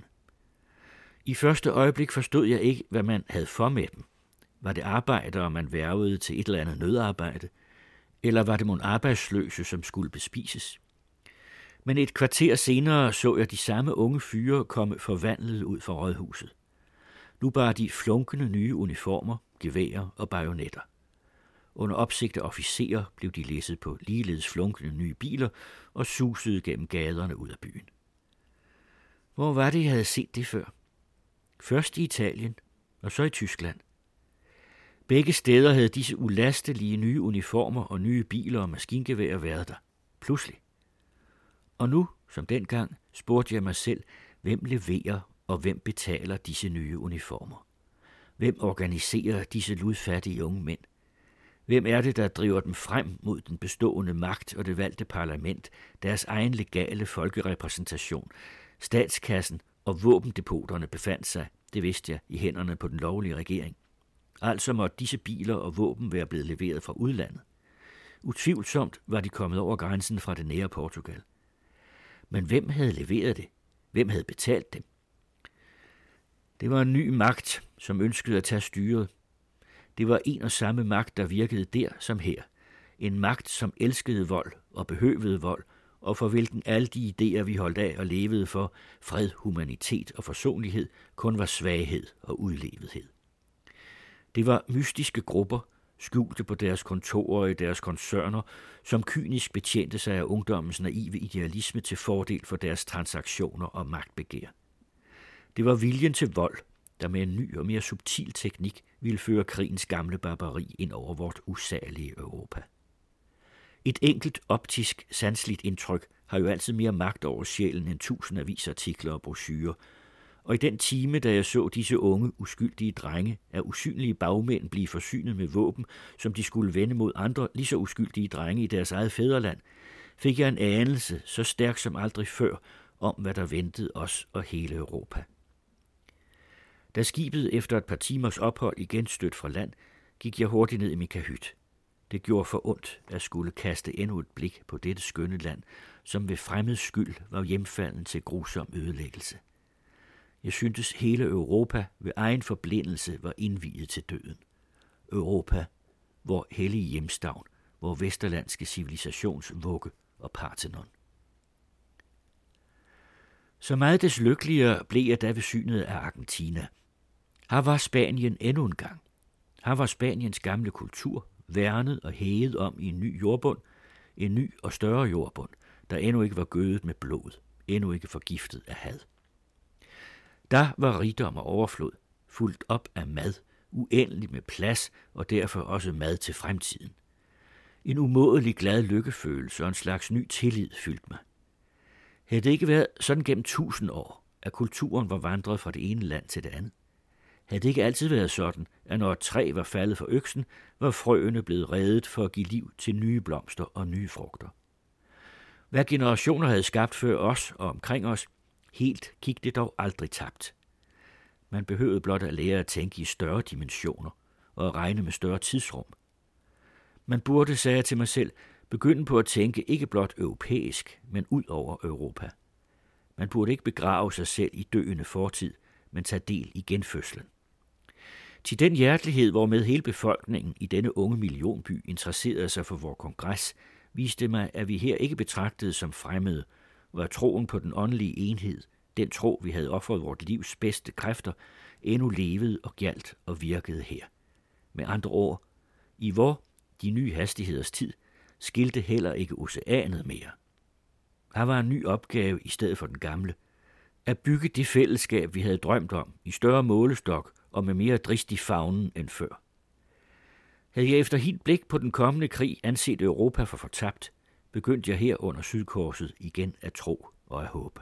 J: I første øjeblik forstod jeg ikke, hvad man havde for med dem. Var det arbejdere, man værvede til et eller andet nødarbejde, eller var det mon arbejdsløse, som skulle bespises? Men et kvarter senere så jeg de samme unge fyre komme forvandlet ud fra rådhuset. Nu bar de flunkende nye uniformer, geværer og bajonetter. Under opsigt af officerer blev de læsset på ligeledes flunkende nye biler og susede gennem gaderne ud af byen. Hvor var det, jeg havde set det før? Først i Italien, og så i Tyskland. Begge steder havde disse ulastelige nye uniformer og nye biler og maskingeværer været der. Pludselig. Og nu, som dengang, spurgte jeg mig selv, hvem leverer og hvem betaler disse nye uniformer? Hvem organiserer disse ludfattige unge mænd? Hvem er det, der driver dem frem mod den bestående magt og det valgte parlament, deres egen legale folkerepræsentation, statskassen og våbendepoterne befandt sig, det vidste jeg, i hænderne på den lovlige regering. Altså måtte disse biler og våben være blevet leveret fra udlandet. Utvivlsomt var de kommet over grænsen fra det nære Portugal. Men hvem havde leveret det? Hvem havde betalt dem? Det var en ny magt, som ønskede at tage styret. Det var en og samme magt, der virkede der som her. En magt, som elskede vold og behøvede vold, og for hvilken alle de idéer, vi holdt af og levede for, fred, humanitet og forsonlighed, kun var svaghed og udlevethed. Det var mystiske grupper, skjulte på deres kontorer og i deres koncerner, som kynisk betjente sig af ungdommens naive idealisme til fordel for deres transaktioner og magtbegær. Det var viljen til vold, der med en ny og mere subtil teknik ville føre krigens gamle barbari ind over vort usagelige Europa. Et enkelt optisk, sanseligt indtryk har jo altid mere magt over sjælen end 1000 avisartikler og brochurer, og i den time, da jeg så disse unge, uskyldige drenge af usynlige bagmænd blive forsynet med våben, som de skulle vende mod andre lige så uskyldige drenge i deres eget fædreland, fik jeg en anelse, så stærk som aldrig før, om hvad der ventede os og hele Europa. Da skibet efter et par timers ophold igen stødte fra land, gik jeg hurtigt ned i min kahyt. Det gjorde for ondt at skulle kaste endnu et blik på dette skønne land, som ved fremmeds skyld var hjemfalden til grusom ødelæggelse. Jeg syntes hele Europa ved egen forblindelse var indviet til døden. Europa, vor hellige hjemstavn, vor vesterlandske civilisations vugge og Parthenon. Så meget des lykkeligere blev jeg da ved synet af Argentina. Her var Spanien endnu en gang. Her var Spaniens gamle kultur værnet og hæget om i en ny jordbund, en ny og større jordbund, der endnu ikke var gødet med blod, endnu ikke forgiftet af had. Der var rigdom og overflod, fuldt op af mad, uendelig med plads og derfor også mad til fremtiden. En umådelig glad lykkefølelse og en slags ny tillid fyldte mig. Havde det ikke været sådan gennem 1000 år, at kulturen var vandret fra det ene land til det andet? Havde det ikke altid været sådan, at når et træ var faldet for øksen, var frøene blevet redet for at give liv til nye blomster og nye frugter? Hvad generationer havde skabt før os og omkring os, helt gik det dog aldrig tabt. Man behøvede blot at lære at tænke i større dimensioner og at regne med større tidsrum. Man burde, sagde jeg til mig selv, begynde på at tænke ikke blot europæisk, men ud over Europa. Man burde ikke begrave sig selv i døende fortid, men tage del i genfødslen. Til den hjertelighed, hvormed hele befolkningen i denne unge millionby interesserede sig for vores kongres, viste mig, at vi her ikke betragtede som fremmede, og at troen på den åndelige enhed, den tro, vi havde offret vort livs bedste kræfter, endnu levede og gjaldt og virkede her. Med andre ord, i vor, de nye hastigheders tid, skilte heller ikke oceanet mere. Her var en ny opgave i stedet for den gamle, at bygge det fællesskab, vi havde drømt om, i større målestok og med mere dristig favnen end før. Havde jeg efter helt blik på den kommende krig anset Europa for fortabt, begyndte jeg her under Sydkorset igen at tro og at håbe.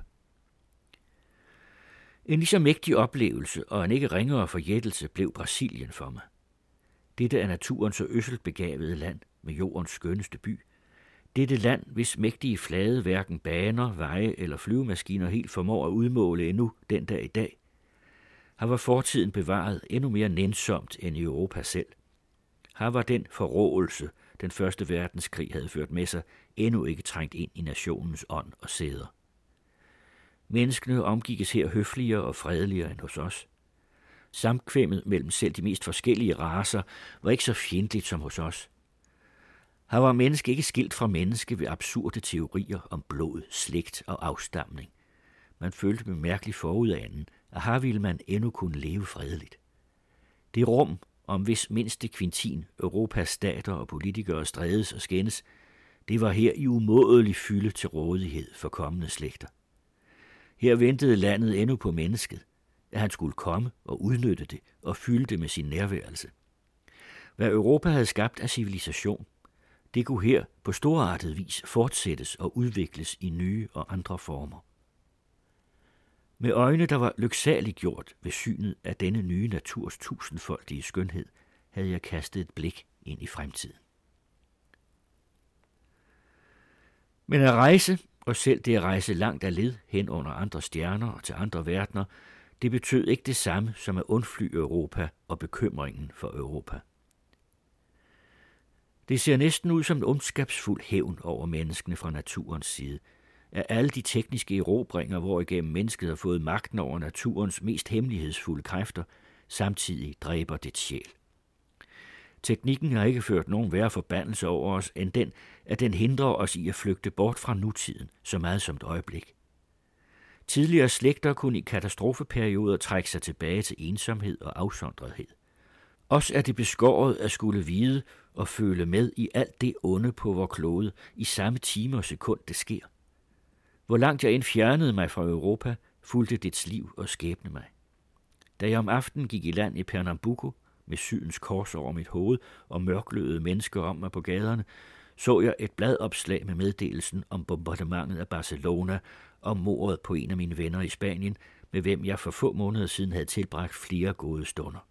J: En lige så mægtig oplevelse og en ikke ringere forjættelse blev Brasilien for mig. Dette er naturens så øsselt begavede land med jordens skønneste by. Dette land, hvis mægtige flade hverken baner, veje eller flyvemaskiner helt formår at udmåle endnu den dag i dag. Her var fortiden bevaret endnu mere nænsomt end i Europa selv. Her var den forråelse, den første verdenskrig havde ført med sig, endnu ikke trængt ind i nationens ånd og sæder. Menneskene omgikkes her høfligere og fredeligere end hos os. Samkvemmet mellem selv de mest forskellige racer var ikke så fjendtligt som hos os. Her var menneske ikke skilt fra menneske ved absurde teorier om blod, slægt og afstamning. Man følte med mærkelig forudanen, at her ville man endnu kunne leve fredeligt. Det rum, om hvis mindste kvintin Europas stater og politikere strædes og skændes, det var her i umådelig fylde til rådighed for kommende slægter. Her ventede landet endnu på mennesket, at han skulle komme og udnytte det og fylde det med sin nærværelse. Hvad Europa havde skabt af civilisation, det kunne her på storartet vis fortsættes og udvikles i nye og andre former. Med øjne, der var lyksaligt gjort ved synet af denne nye naturs tusindfoldige skønhed, havde jeg kastet et blik ind i fremtiden. Men at rejse, og selv det at rejse langt af led hen under andre stjerner og til andre verdener, det betød ikke det samme som at undfly Europa og bekymringen for Europa. Det ser næsten ud som en ondskabsfuld hævn over menneskene fra naturens side, at alle de tekniske erobringer, hvorigennem mennesket har fået magten over naturens mest hemmelighedsfulde kræfter, samtidig dræber det sjæl. Teknikken har ikke ført nogen værre forbandelse over os, end den, at den hindrer os i at flygte bort fra nutiden så meget som et øjeblik. Tidligere slægter kunne i katastrofeperioder trække sig tilbage til ensomhed og afsondrethed. Os er det beskåret at skulle vide og føle med i alt det onde på vor klode i samme time og sekund det sker. Hvor langt jeg end fjernede mig fra Europa, fulgte dets liv og skæbne mig. Da jeg om aftenen gik i land i Pernambuco, med Sydens kors over mit hoved og mørkløede mennesker om mig på gaderne, så jeg et bladopslag med meddelelsen om bombardementet af Barcelona og mordet på en af mine venner i Spanien, med hvem jeg for få måneder siden havde tilbragt flere gode stunder.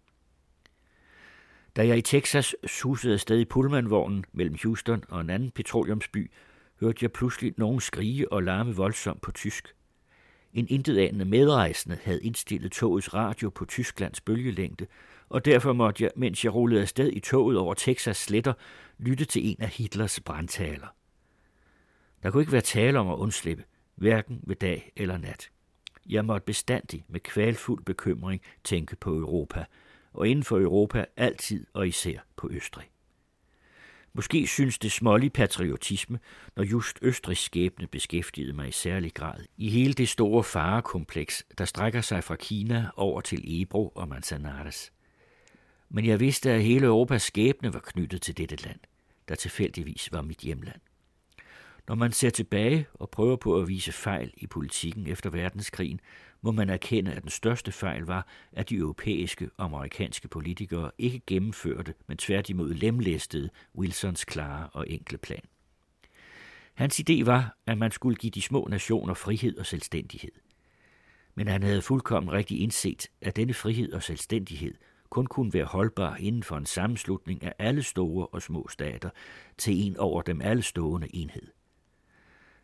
J: Da jeg i Texas susede afsted i pullmanvognen mellem Houston og en anden petroleumsby, hørte jeg pludselig nogen skrige og larme voldsomt på tysk. En intetanende medrejsende havde indstillet togets radio på Tysklands bølgelængde, og derfor måtte jeg, mens jeg rullede afsted i toget over Texas sletter, lytte til en af Hitlers brandtaler. Der kunne ikke være tale om at undslippe, hverken ved dag eller nat. Jeg måtte bestandig med kvalfuld bekymring tænke på Europa, og inden for Europa altid og især på Østrig. Måske synes det smålig patriotisme, når just Østrigs skæbne beskæftigede mig i særlig grad i hele det store farekompleks, der strækker sig fra Kina over til Ebro og Manzanares. Men jeg vidste, at hele Europas skæbne var knyttet til dette land, der tilfældigvis var mit hjemland. Når man ser tilbage og prøver på at vise fejl i politikken efter verdenskrigen, må man erkende, at den største fejl var, at de europæiske og amerikanske politikere ikke gennemførte, men tværtimod lemlæstede Wilsons klare og enkle plan. Hans idé var, at man skulle give de små nationer frihed og selvstændighed. Men han havde fuldkommen rigtig indset, at denne frihed og selvstændighed kun kunne være holdbar inden for en sammenslutning af alle store og små stater til en over dem alle stående enhed.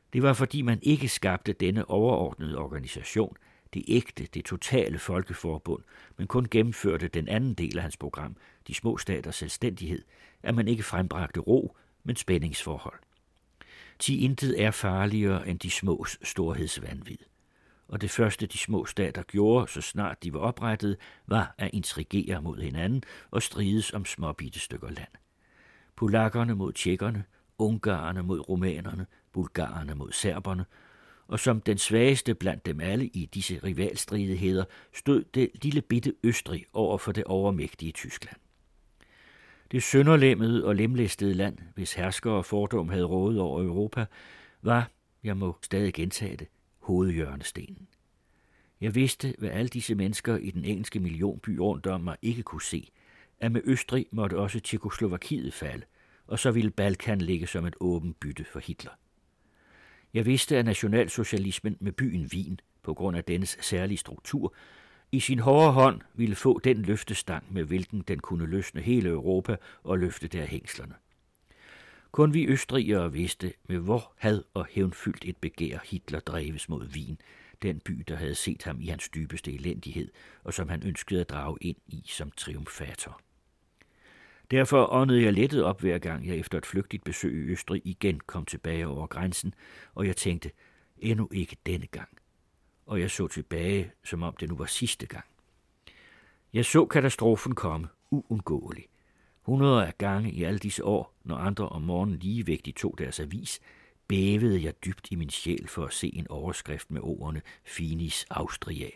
B: Det var fordi man ikke skabte denne overordnede organisation, det ægte, det totale folkeforbund, men kun gennemførte den anden del af hans program, de små staters selvstændighed, at man ikke frembragte ro, men spændingsforhold. Intet er farligere end de smås storhedsvanvid. Og det første de små stater gjorde, så snart de var oprettet, var at intrigere mod hinanden og strides om småbitte stykker land. Polakkerne mod tjekkerne, ungarerne mod rumænerne, bulgarerne mod serberne, og som den svageste blandt dem alle i disse rivalstridigheder stod det lille bitte Østrig over for det overmægtige Tyskland. Det sønderlemmede og lemlæstede land, hvis hersker og fordom havde rådet over Europa, var, jeg må stadig gentage det, hovedhjørnestenen. Jeg vidste, hvad alle disse mennesker i den engelske millionby rundt om mig ikke kunne se, at med Østrig måtte også Tjekkoslovakiet falde, og så ville Balkan ligge som et åbent bytte for Hitler. Jeg vidste, at nationalsocialismen med byen Wien, på grund af dennes særlige struktur, i sin hårde hånd ville få den løftestang, med hvilken den kunne løsne hele Europa og løfte der hængslerne. Kun vi østrigere vidste, med hvor had og hævnfyldt et begær Hitler dreves mod Wien, den by, der havde set ham i hans dybeste elendighed, og som han ønskede at drage ind i som triumfator. Derfor åndede jeg lettet op hver gang jeg efter et flygtigt besøg i Østrig igen kom tilbage over grænsen, og jeg tænkte, endnu ikke denne gang. Og jeg så tilbage, som om det nu var sidste gang. Jeg så katastrofen komme, uundgåelig. 100 af gange i alle disse år, når andre om morgenen ligevægtigt tog deres avis, bævede jeg dybt i min sjæl for at se en overskrift med ordene Finis Austria.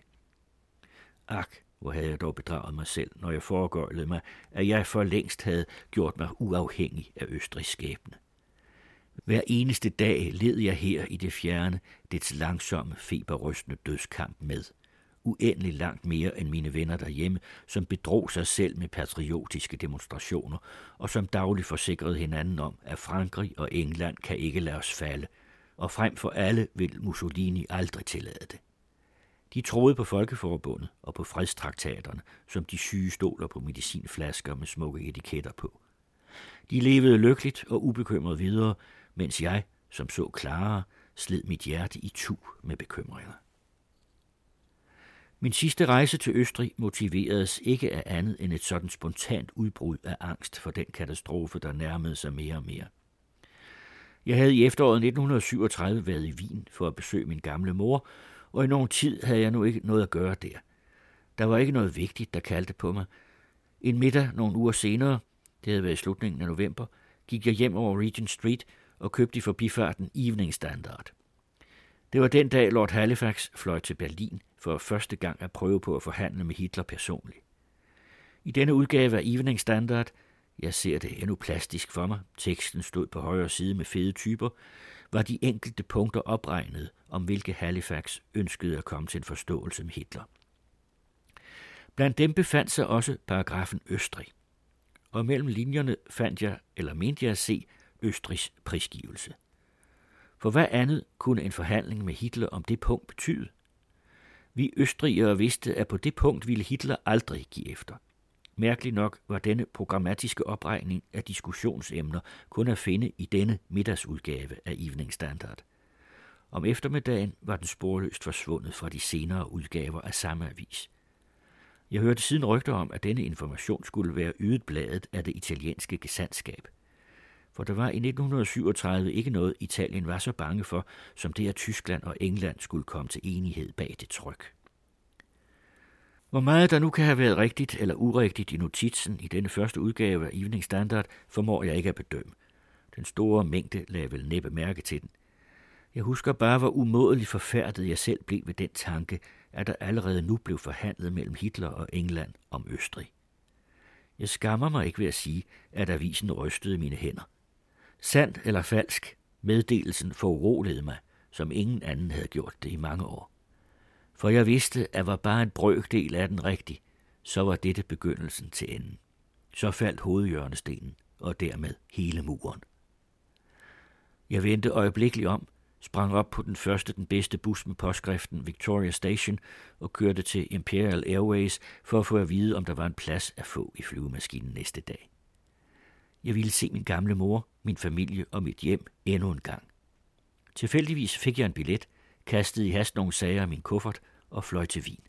B: Ak, hvor havde jeg dog bedraget mig selv, når jeg foregøjlede mig, at jeg for længst havde gjort mig uafhængig af Østrigs skæbne. Hver eneste dag led jeg her i det fjerne, dets langsomme, feberrystende dødskamp med. Uendelig langt mere end mine venner derhjemme, som bedrog sig selv med patriotiske demonstrationer, og som dagligt forsikrede hinanden om, at Frankrig og England kan ikke lade os falde, og frem for alle vil Mussolini aldrig tillade det. De troede på Folkeforbundet og på fredstraktaterne, som de syge stoler på medicinflasker med smukke etiketter på. De levede lykkeligt og ubekymret videre, mens jeg, som så klarere, sled mit hjerte i tu med bekymringer. Min sidste rejse til Østrig motiveredes ikke af andet end et sådan spontant udbrud af angst for den katastrofe, der nærmede sig mere og mere. Jeg havde i efteråret 1937 været i Wien for at besøge min gamle mor, og i nogen tid havde jeg nu ikke noget at gøre der. Der var ikke noget vigtigt, der kaldte på mig. En middag nogle uger senere, det havde været i slutningen af november, gik jeg hjem over Regent Street og købte i forbifarten Evening Standard. Det var den dag, Lord Halifax fløj til Berlin for første gang at prøve på at forhandle med Hitler personligt. I denne udgave af Evening Standard, jeg ser det endnu plastisk for mig, teksten stod på højre side med fede typer, var de enkelte punkter opregnet, om hvilke Halifax ønskede at komme til en forståelse med Hitler. Blandt dem befandt sig også paragrafen Østrig, og mellem linjerne fandt jeg, eller mente jeg at se, Østrigs prisgivelse. For hvad andet kunne en forhandling med Hitler om det punkt betyde? Vi østrigere vidste, at på det punkt ville Hitler aldrig give efter. Mærkeligt nok var denne programmatiske opregning af diskussionsemner kun at finde i denne middagsudgave af Evening Standard. Om eftermiddagen var den sporløst forsvundet fra de senere udgaver af samme avis. Jeg hørte siden rygter om, at denne information skulle være ydet bladet af det italienske gesandtskab. For der var i 1937 ikke noget, Italien var så bange for, som det at Tyskland og England skulle komme til enighed bag det tryk. Hvor meget der nu kan have været rigtigt eller urigtigt i notitsen i denne første udgave af Evening Standard, formår jeg ikke at bedømme. Den store mængde lagde vel næppe mærke til den. Jeg husker bare, hvor umådeligt forfærdet jeg selv blev ved den tanke, at der allerede nu blev forhandlet mellem Hitler og England om Østrig. Jeg skammer mig ikke ved at sige, at avisen rystede mine hænder. Sandt eller falsk, meddelelsen foruroligede mig, som ingen anden havde gjort det i mange år. For jeg vidste, at var bare en brøkdel af den rigtig, så var dette begyndelsen til enden. Så faldt hovedhjørnestenen, og dermed hele muren. Jeg vendte øjeblikkeligt om, sprang op på den bedste bus med påskriften Victoria Station og kørte til Imperial Airways for at få at vide, om der var en plads at få i flyvemaskinen næste dag. Jeg ville se min gamle mor, min familie og mit hjem endnu en gang.
J: Tilfældigvis fik jeg en billet, kastede i hast nogle sager i min kuffert og fløj til Wien.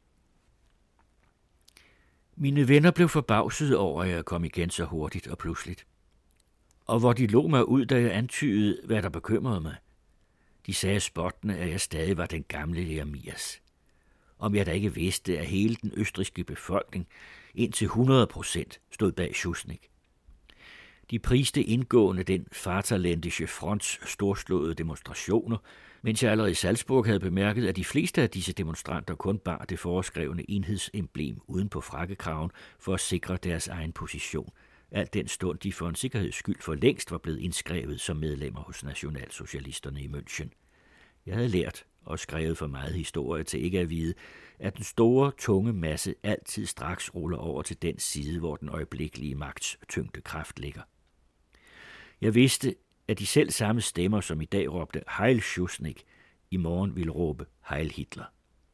J: Mine venner blev forbavset over, at jeg kom igen så hurtigt og pludseligt. Og hvor de lå mig ud, da jeg antydede, hvad der bekymrede mig. De sagde spottende, at jeg stadig var den gamle Jeremias. Om jeg da ikke vidste, at hele den østrigske befolkning indtil 100% stod bag Schuschnigg. De priste indgående den Vaterländische Fronts storslåede demonstrationer, mens jeg allerede i Salzburg havde bemærket, at de fleste af disse demonstranter kun bar det foreskrevne enhedsemblem uden på frakkekraven for at sikre deres egen position, alt den stund de for en sikkerheds skyld for længst var blevet indskrevet som medlemmer hos nationalsocialisterne i München. Jeg havde lært og skrevet for meget historie til ikke at vide, at den store, tunge masse altid straks ruller over til den side, hvor den øjeblikkelige magts tyngdekraft ligger. Jeg vidste, at de selv samme stemmer, som i dag råbte Heil Schuschnigg, i morgen ville råbe Heil Hitler.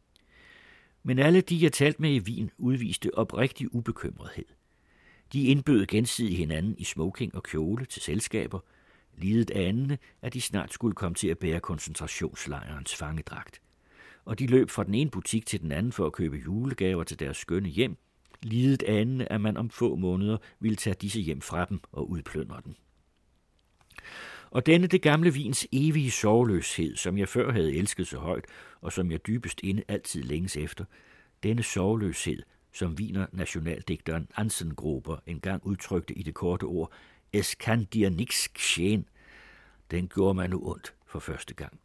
J: Men alle de, jeg talte med i Wien, udviste oprigtig ubekymrethed. De indbød gensidigt hinanden i smoking og kjole til selskaber, lidet anende, at de snart skulle komme til at bære koncentrationslejrens fangedragt. Og de løb fra den ene butik til den anden for at købe julegaver til deres skønne hjem, lidet anende, at man om få måneder ville tage disse hjem fra dem og udplyndre den. Og denne det gamle Wiens evige sorgløshed, som jeg før havde elsket så højt, og som jeg dybest inde altid længes efter, denne sorgløshed, som Wiener nationaldigteren Anzengruber engang udtrykte i det korte ord, es kann dir nichts geschehen, den gjorde mig nu ondt for første gang.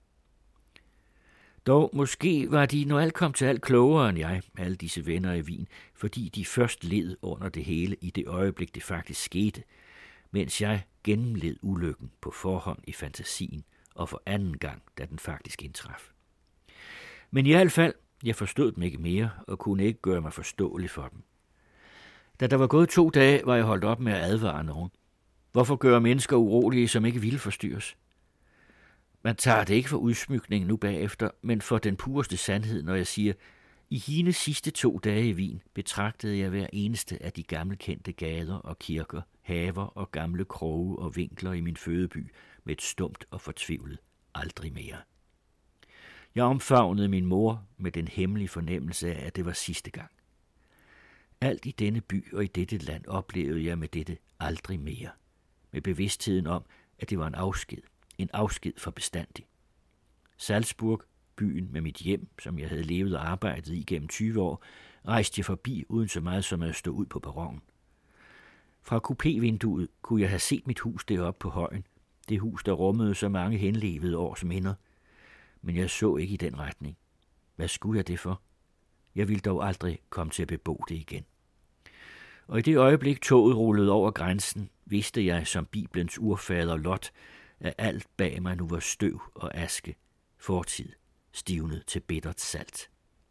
J: Dog måske var de, når alt kom til alt, klogere end jeg, alle disse venner i Wien, fordi de først led under det hele i det øjeblik, det faktisk skete, mens jeg gennemled ulykken på forhånd i fantasien og for anden gang, da den faktisk indtraf. Men i hvert fald, jeg forstod dem ikke mere og kunne ikke gøre mig forståelig for dem. Da der var gået 2 dage, var jeg holdt op med at advare nogen. Hvorfor gøre mennesker urolige, som ikke ville forstyrres? Man tager det ikke for udsmykning nu bagefter, men for den pureste sandhed, når jeg siger, i hine sidste 2 dage i Wien betragtede jeg hver eneste af de gammelkendte gader og kirker, haver og gamle kroge og vinkler i min fødeby med et stumt og fortvivlet aldrig mere. Jeg omfavnede min mor med den hemmelige fornemmelse af, at det var sidste gang. Alt i denne by og i dette land oplevede jeg med dette aldrig mere, med bevidstheden om, at det var en afsked for bestandig. Salzburg, byen med mit hjem, som jeg havde levet og arbejdet i gennem 20 år, rejste jeg forbi uden så meget som at stå ud på perronen. Fra kupévinduet kunne jeg have set mit hus deroppe på højen, det hus, der rummede så mange henlevede års minder. Men jeg så ikke i den retning. Hvad skulle jeg det for? Jeg ville dog aldrig komme til at bebo det igen. Og i det øjeblik toget rullede over grænsen, vidste jeg som Bibelens urfader Lot, at alt bag mig nu var støv og aske, fortid, stivnet til bittert salt.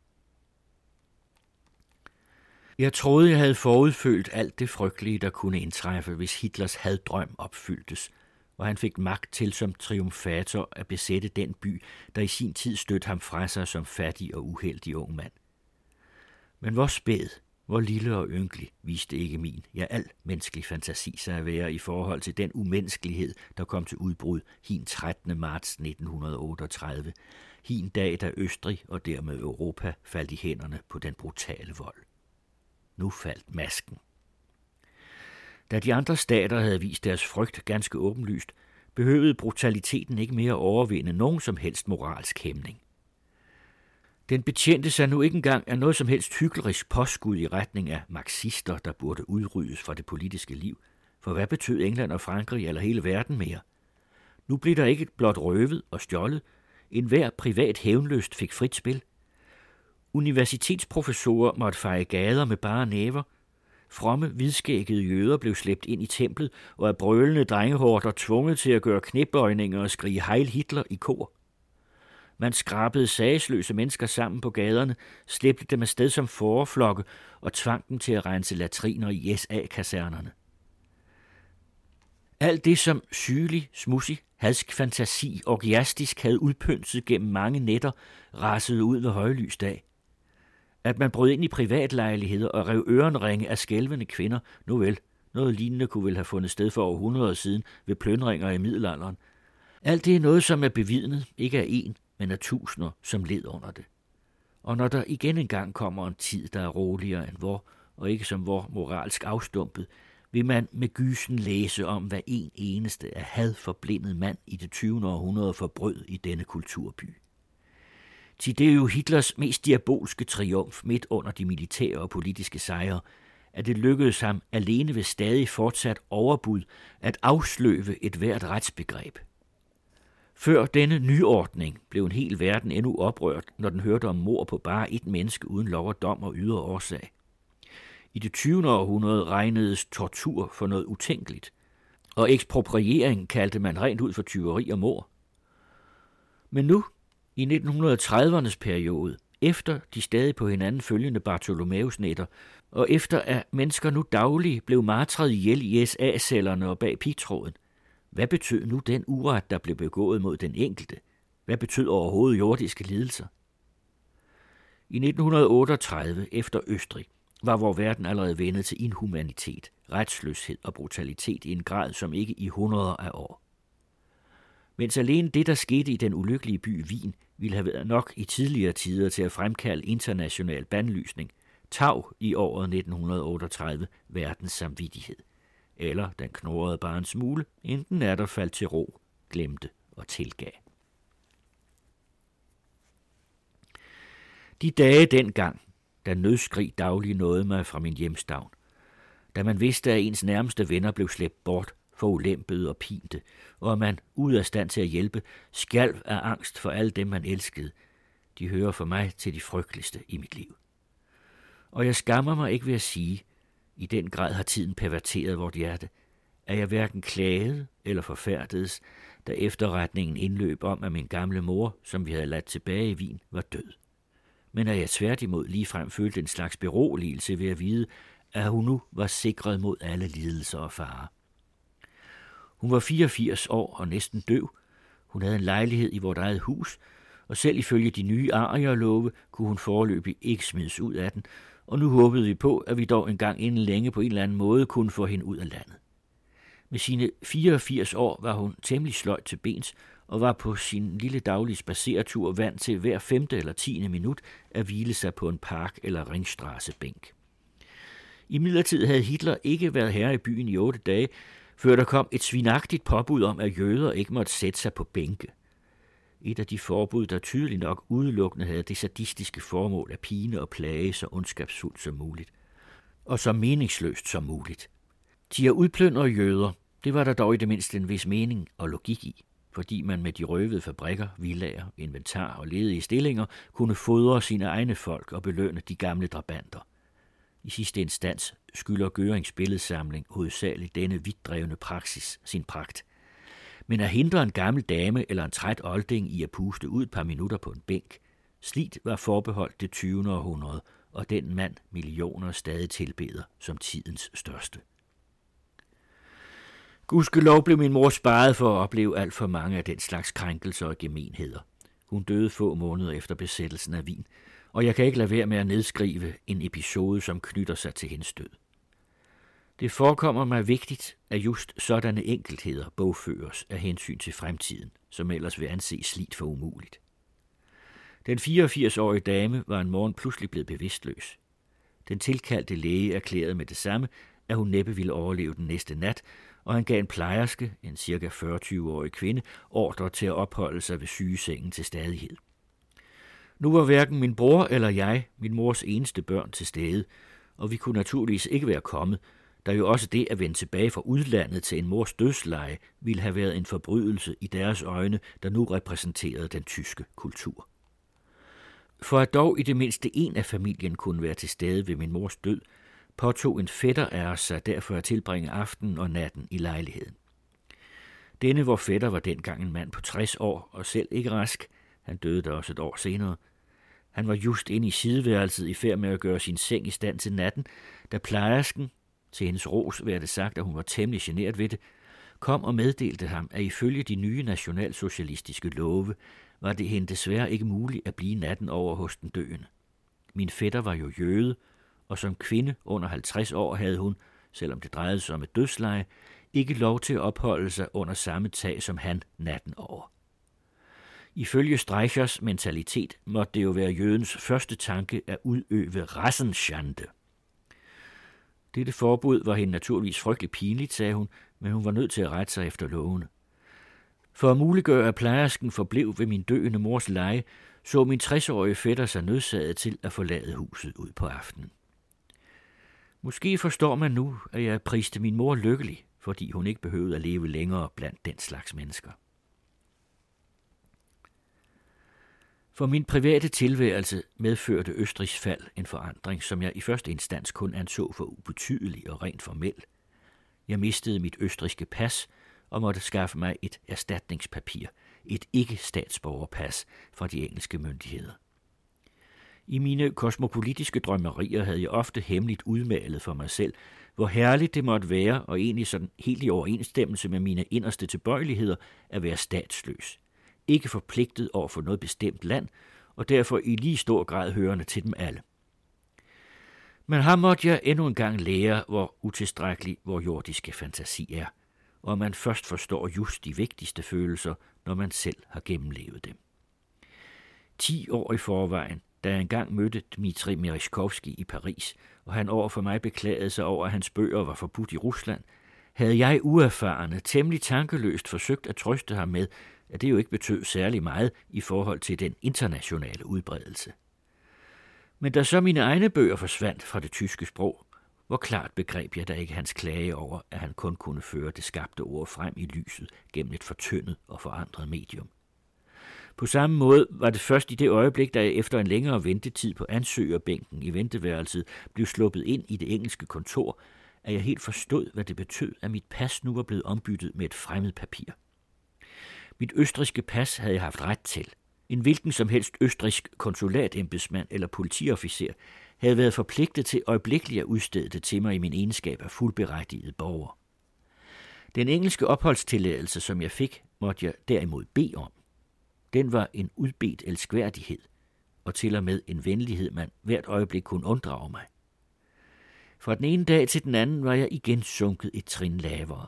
J: Jeg troede, jeg havde forudfølt alt det frygtelige, der kunne indtræffe, hvis Hitlers haddrøm opfyldtes, og han fik magt til som triumfator at besætte den by, der i sin tid stødte ham fra sig som fattig og uheldig ung mand. Men hvor spæd, hvor lille og ynkelig, viste ikke min, ja al menneskelig fantasi sig at være i forhold til den umenneskelighed, der kom til udbrud hin 13. marts 1938, hin dag, da Østrig og dermed Europa faldt i hænderne på den brutale vold. Nu faldt masken. Da de andre stater havde vist deres frygt ganske åbenlyst, behøvede brutaliteten ikke mere overvinde nogen som helst moralsk hæmning. Den betjente sig nu ikke engang af noget som helst hyklerisk påskud i retning af marxister, der burde udryddes fra det politiske liv. For hvad betød England og Frankrig eller hele verden mere? Nu blev der ikke blot røvet og stjålet. Enhver privat hævnlyst fik frit spil. Universitetsprofessorer måtte feje gader med bare næver. Fromme, hvidskækkede jøder blev slæbt ind i templet, og af brølende drengehorter tvunget til at gøre knæbøjninger og skrige Heil Hitler i kor. Man skrabede sagesløse mennesker sammen på gaderne, slæbte dem afsted som fåreflokke og tvang dem til at rense latriner i SA-kasernerne. Alt det, som sygelig, smudsig, hadsk fantasi orgiastisk havde udpynset gennem mange nætter, rasede ud ved højlys dag. At man brød ind i privatlejligheder og rev ørenringe af skælvende kvinder, nu vel, noget lignende kunne vel have fundet sted for århundreder siden ved plyndringer i middelalderen.
B: Alt det er noget, som er bevidnet, ikke af en, men af tusinder, som led under det. Og når der igen engang kommer en tid, der er roligere end vor, og ikke som vor moralsk afstumpet, vil man med gysen læse om, hvad en eneste af hadforblindet mand i det 20. århundrede forbrød i denne kulturby. Til det er jo Hitlers mest diabolske triumf midt under de militære og politiske sejre, at det lykkedes ham alene ved stadig fortsat overbud at afsløve et hvert retsbegreb. Før denne nyordning blev en hel verden endnu oprørt, når den hørte om mord på bare et menneske uden lov og dom og ydre årsag. I det 20. århundrede regnedes tortur for noget utænkeligt, og ekspropriering kaldte man rent ud for tyveri og mord. Men nu, i 1930'ernes periode, efter de stadig på hinanden følgende Bartholomeus-nætter, og efter at mennesker nu dagligt blev martret ihjel i SA-cellerne og bag pigtråden, hvad betød nu den uret, der blev begået mod den enkelte? Hvad betød overhovedet jordiske lidelser? I 1938, efter Østrig, var vor verden allerede vendet til inhumanitet, retsløshed og brutalitet i en grad, som ikke i hundreder af år. Mens alene det, der skete i den ulykkelige by Wien, ville have været nok i tidligere tider til at fremkalde international bandlysning, tav i året 1938 verdens samvittighed. Eller den knurrede bare en smule, enten er der faldt til ro, glemte og tilgav. De dage dengang, da nødskrig daglig nåede mig fra min hjemstavn, da man vidste, at ens nærmeste venner blev slæbt bort, forulempede og pinte, og man, ude af stand til at hjælpe, skalv af angst for alle dem, man elskede, de hører for mig til de frygteligste i mit liv. Og jeg skammer mig ikke ved at sige, i den grad har tiden perverteret vort hjerte, at jeg hverken klagede eller forfærdedes, da efterretningen indløb om, at min gamle mor, som vi havde ladt tilbage i Wien, var død. Men at jeg tværtimod ligefrem følte en slags beroligelse ved at vide, at hun nu var sikret mod alle lidelser og farer. Hun var 84 år og næsten døv. Hun havde en lejlighed i vort eget hus, og selv ifølge de nye arierlove kunne hun foreløbig ikke smides ud af den, og nu håbede vi på, at vi dog engang inden længe på en eller anden måde kunne få hende ud af landet. Med sine 84 år var hun temmelig sløjt til bens, og var på sin lille daglige spaceretur vant til hver 5. eller 10. minut at hvile sig på en park- eller ringstrassebænk. Imidlertid havde Hitler ikke været herre i byen i 8 dage, før der kom et svinagtigt påbud om, at jøder ikke måtte sætte sig på bænke. Et af de forbud, der tydeligt nok udelukkende havde det sadistiske formål at pine og plage så ondskabsfuldt som muligt, og så meningsløst som muligt. Til at udplyndre jøder, det var der dog i det mindste en vis mening og logik i, fordi man med de røvede fabrikker, villager, inventar og ledige stillinger kunne fodre sine egne folk og belønne de gamle drabanter. I sidste instans skylder Görings billedsamling hovedsageligt denne vidtdrevne praksis sin pragt. Men at hindre en gammel dame eller en træt olding i at puste ud et par minutter på en bænk, slidt var forbeholdt det 20. århundrede, og den mand millioner stadig tilbeder som tidens største. Gudskelov blev min mor sparet for at opleve alt for mange af den slags krænkelser og gemenheder. Hun døde få måneder efter besættelsen af Wien, og jeg kan ikke lade være med at nedskrive en episode, som knytter sig til hendes død. Det forekommer mig vigtigt, at just sådanne enkeltheder bogføres af hensyn til fremtiden, som ellers vil anses slidt for umuligt. Den 84-årige dame var en morgen pludselig blevet bevidstløs. Den tilkaldte læge erklærede med det samme, at hun næppe ville overleve den næste nat, og han gav en plejerske, en ca. 40-årig kvinde, ordre til at opholde sig ved sygesengen til stadighed. Nu var hverken min bror eller jeg, min mors eneste børn, til stede, og vi kunne naturligvis ikke være kommet, da jo også det at vende tilbage fra udlandet til en mors dødsleje ville have været en forbrydelse i deres øjne, der nu repræsenterede den tyske kultur. For at dog i det mindste en af familien kunne være til stede ved min mors død, påtog en fætter af os sig derfor at tilbringe aftenen og natten i lejligheden. Denne vor fætter var dengang en mand på 60 år og selv ikke rask. Han døde da også et år senere. Han var just inde i sideværelset i færd med at gøre sin seng i stand til natten, da plejersken, til hendes ros være det sagt, at hun var temmelig genert ved det, kom og meddelte ham, at ifølge de nye nationalsocialistiske love var det hende desværre ikke muligt at blive natten over hos den døende. Min fætter var jo jøde, og som kvinde under 50 år havde hun, selvom det drejede sig om et dødsleje,
J: ikke lov til at opholde sig under samme tag som han natten over. Ifølge Streichers mentalitet måtte det jo være jødens første tanke at udøve Rassenschande. Dette forbud var hende naturligvis frygtelig pinligt, sagde hun, men hun var nødt til at rette sig efter lovene. For at muliggøre, at plejersken forblev ved min døende mors leje, så min 60-årige fætter sig nødsaget til at forlade huset ud på aftenen. Måske forstår man nu, at jeg priste min mor lykkelig, fordi hun ikke behøvede at leve længere blandt den slags mennesker. For min private tilværelse medførte Østrigs fald en forandring, som jeg i første instans kun anså for ubetydelig og rent formel. Jeg mistede mit østrigske pas og måtte skaffe mig et erstatningspapir, et ikke-statsborgerpas fra de engelske myndigheder. I mine kosmopolitiske drømmerier havde jeg ofte hemmeligt udmalet for mig selv, hvor herligt det måtte være, og egentlig sådan helt i overensstemmelse med mine inderste tilbøjeligheder, at være statsløs. Ikke forpligtet over for noget bestemt land, og derfor i lige stor grad hørende til dem alle. Men her måtte jeg endnu en gang lære, hvor utilstrækkelig vor jordiske fantasi er, og man først forstår just de vigtigste følelser, når man selv har gennemlevet dem. 10 år i forvejen, da jeg engang mødte Dmitri Merezhkovskij i Paris, og han over for mig beklagede sig over, at hans bøger var forbudt i Rusland, havde jeg uerfarne, temmelig tankeløst forsøgt at trøste ham med, at det jo ikke betød særlig meget i forhold til den internationale udbredelse. Men da så mine egne bøger forsvandt fra det tyske sprog, hvor klart begreb jeg da ikke hans klage over, at han kun kunne føre det skabte ord frem i lyset gennem et fortyndet og forandret medium. På samme måde var det først i det øjeblik, da jeg efter en længere ventetid på ansøgerbænken i venteværelset blev sluppet ind i det engelske kontor, at jeg helt forstod, hvad det betød, at mit pas nu var blevet ombyttet med et fremmed papir. Mit østrigske pas havde jeg haft ret til. En hvilken som helst østrigsk konsulatembedsmand eller politiofficer havde været forpligtet til øjeblikkeligt at udstede det til mig i min egenskab af fuldberettiget borger. Den engelske opholdstilladelse, som jeg fik, måtte jeg derimod bede om. Den var en udbedt elskværdighed, og til og med en venlighed, man hvert øjeblik kunne unddrage mig. Fra den ene dag til den anden var jeg igen sunket et trin lavere.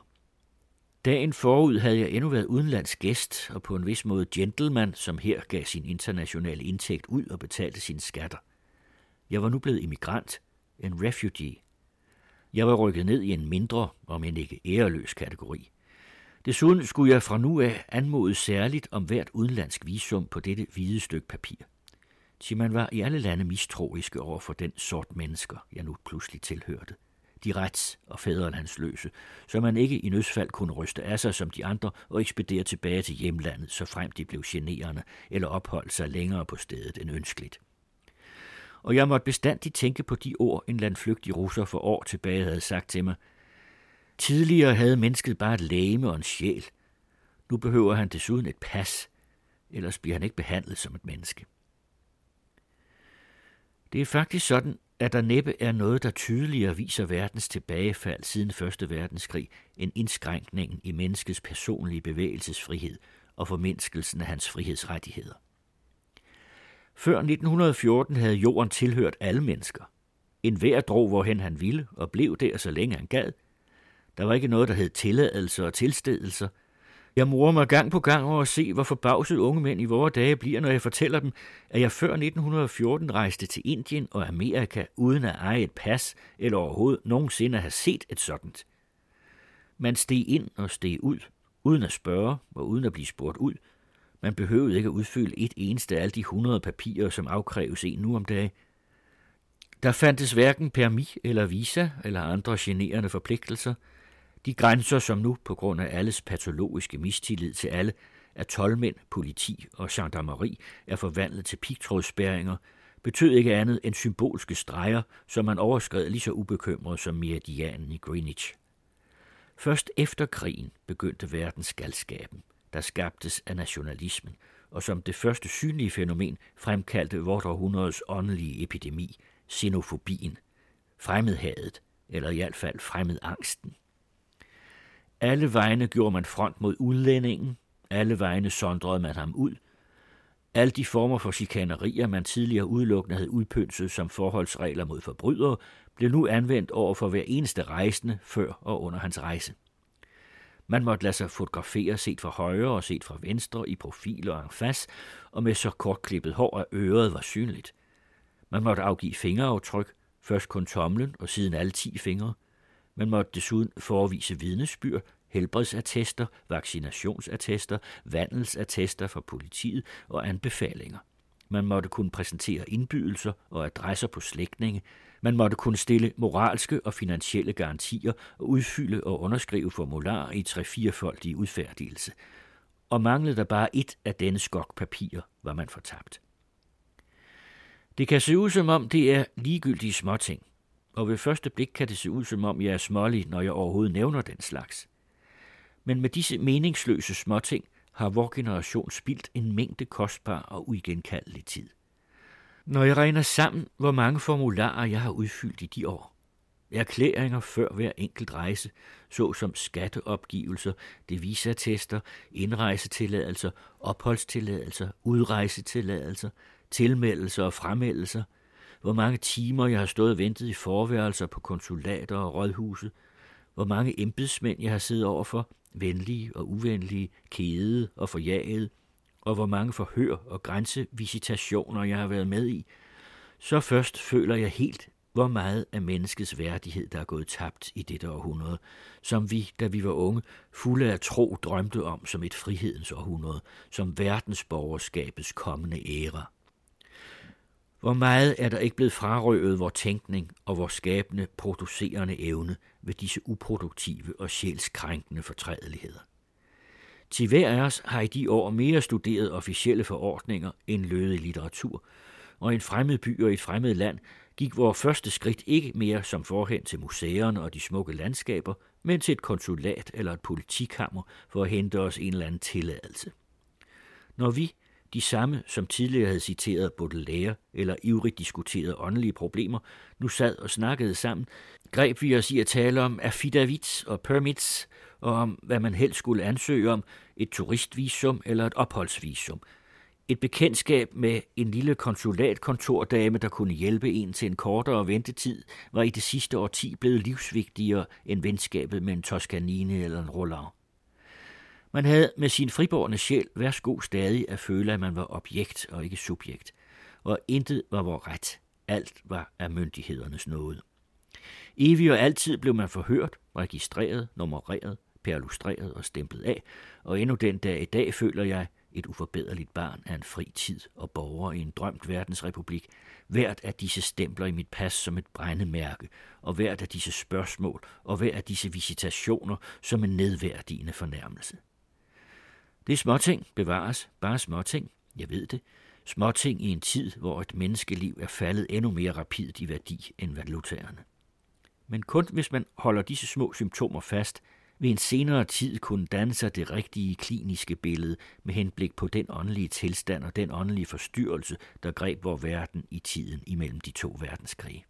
J: Dagen forud havde jeg endnu været udenlands gæst, og på en vis måde gentleman, som her gav sin internationale indtægt ud og betalte sine skatter. Jeg var nu blevet immigrant, en refugee. Jeg var rykket ned i en mindre, om end ikke æreløs kategori. Desuden skulle jeg fra nu af anmode særligt om hvert udenlandsk visum på dette hvide stykke papir. Så man var i alle lande mistroiske over for den sort mennesker, jeg nu pludselig tilhørte. De rets- og fædrelandsløse, så man ikke i nødsfald kunne ryste af sig som de andre og ekspedere tilbage til hjemlandet, så frem de blev generende eller opholdt sig længere på stedet end ønskeligt. Og jeg måtte bestandigt tænke på de ord, en landflygtig russer for år tilbage havde sagt til mig. Tidligere havde mennesket bare et legeme og en sjæl. Nu behøver han desuden et pas, ellers bliver han ikke behandlet som et menneske. Det er faktisk sådan, at der næppe er noget, der tydeligere viser verdens tilbagefald siden 1. verdenskrig, end indskrænkningen i menneskets personlige bevægelsesfrihed og formindskelsen af hans frihedsrettigheder. Før 1914 havde jorden tilhørt alle mennesker. Enhver drog, hvorhen han ville, og blev der, så længe han gad. Der var ikke noget, der hed tilladelser og tilstedelser. Jeg morer mig gang på gang over at se, hvor forbavset unge mænd i vore dage bliver, når jeg fortæller dem, at jeg før 1914 rejste til Indien og Amerika uden at eje et pas eller overhovedet nogensinde at have set et sådant. Man steg ind og steg ud, uden at spørge og uden at blive spurgt ud. Man behøvede ikke at udfylde et eneste af alle de 100 papirer, som afkræves en nu om dagen. Der fandtes hverken permis eller visa eller andre generende forpligtelser. De grænser, som nu, på grund af alles patologiske mistillid til alle, af toldmænd, politi og gendarmeri er forvandlet til pigtrådsspærringer, betød ikke andet end symbolske streger, som man overskred lige så ubekymret som meridianen i Greenwich. Først efter krigen begyndte verdens galskaben, der skabtes af nationalismen, og som det første synlige fænomen fremkaldte vort århundredes åndelige epidemi, xenofobien, fremmedhadet, eller i hvert fald fremmedangsten. Alle vegne gjorde man front mod udlændingen, alle vegne sondrede man ham ud. Alle de former for chikanerier, man tidligere udelukkende havde udpynset som forholdsregler mod forbrydere, blev nu anvendt over for hver eneste rejsende før og under hans rejse. Man måtte lade sig fotografere set fra højre og set fra venstre, i profil og en face, og med så kortklippet hår, at øret var synligt. Man måtte afgive fingeraftryk, først kun tomlen og siden alle 10 fingre. Man måtte desuden forevise vidnesbyrd, helbredsattester, vaccinationsattester, vandelsattester fra politiet og anbefalinger. Man måtte kunne præsentere indbydelser og adresser på slægtninge. Man måtte kunne stille moralske og finansielle garantier og udfylde og underskrive formularer i 3-4-foldige udfærdigelse. Og manglede der bare et af denne skok papirer, var man fortabt. Det kan se ud som om, det er ligegyldige småting, og ved første blik kan det se ud som om, jeg er smålig, når jeg overhovedet nævner den slags. Men med disse meningsløse småting har vor generation spildt en mængde kostbar og uigenkaldelig tid. Når jeg regner sammen, hvor mange formularer jeg har udfyldt i de år, erklæringer før hver enkelt rejse, såsom skatteopgivelser, devisattester, indrejsetilladelser, opholdstilladelser, udrejsetilladelser, tilmeldelser og fremeldelser, hvor mange timer jeg har stået og ventet i forværelser på konsulater og rådhuse, hvor mange embedsmænd jeg har siddet overfor, venlige og uvenlige, kede og forjagede, og hvor mange forhør og grænsevisitationer jeg har været med i, så først føler jeg helt, hvor meget af menneskets værdighed, der er gået tabt i dette århundrede, som vi, da vi var unge, fulde af tro drømte om som et frihedens århundrede, som verdensborgerskabets kommende æra. Hvor meget er der ikke blevet frarøvet vor tænkning og vor skabende, producerende evne ved disse uproduktive og sjælskrænkende fortrædeligheder. Til hver af os har i de år mere studeret officielle forordninger end lødig litteratur, og i en fremmed by og i et fremmed land gik vores første skridt ikke mere som forhen til museerne og de smukke landskaber, men til et konsulat eller et politikammer for at hente os en eller anden tilladelse. Når vi, de samme, som tidligere havde citeret Baudelaire eller ivrigt diskuteret åndelige problemer, nu sad og snakkede sammen, greb vi os i at tale om affidavits og permits, og om, hvad man helst skulle ansøge om, et turistvisum eller et opholdsvisum. Et bekendtskab med en lille konsulatkontordame, der kunne hjælpe en til en kortere ventetid, var i det sidste årti blevet livsvigtigere end venskabet med en Toscanini eller en Roland. Man havde med sin fribårne sjæl værsgo stadig at føle, at man var objekt og ikke subjekt, og intet var vor ret. Alt var af myndighedernes nåde. Evig og altid blev man forhørt, registreret, nummereret, perlustreret og stemplet af, og endnu den dag i dag føler jeg, et uforbederligt barn af en fri tid og borger i en drømt verdensrepublik, hvert af disse stempler i mit pas som et brændemærke, og hvert af disse spørgsmål og hver af disse visitationer som en nedværdigende fornærmelse. Det er småting, bevares, bare småting, jeg ved det, småting i en tid, hvor et menneskeliv er faldet endnu mere rapidt i værdi end valutaerne. Men kun hvis man holder disse små symptomer fast, vil en senere tid kunne danne sig det rigtige kliniske billede med henblik på den åndelige tilstand og den åndelige forstyrrelse, der greb vor verden i tiden imellem de 2 verdenskrige.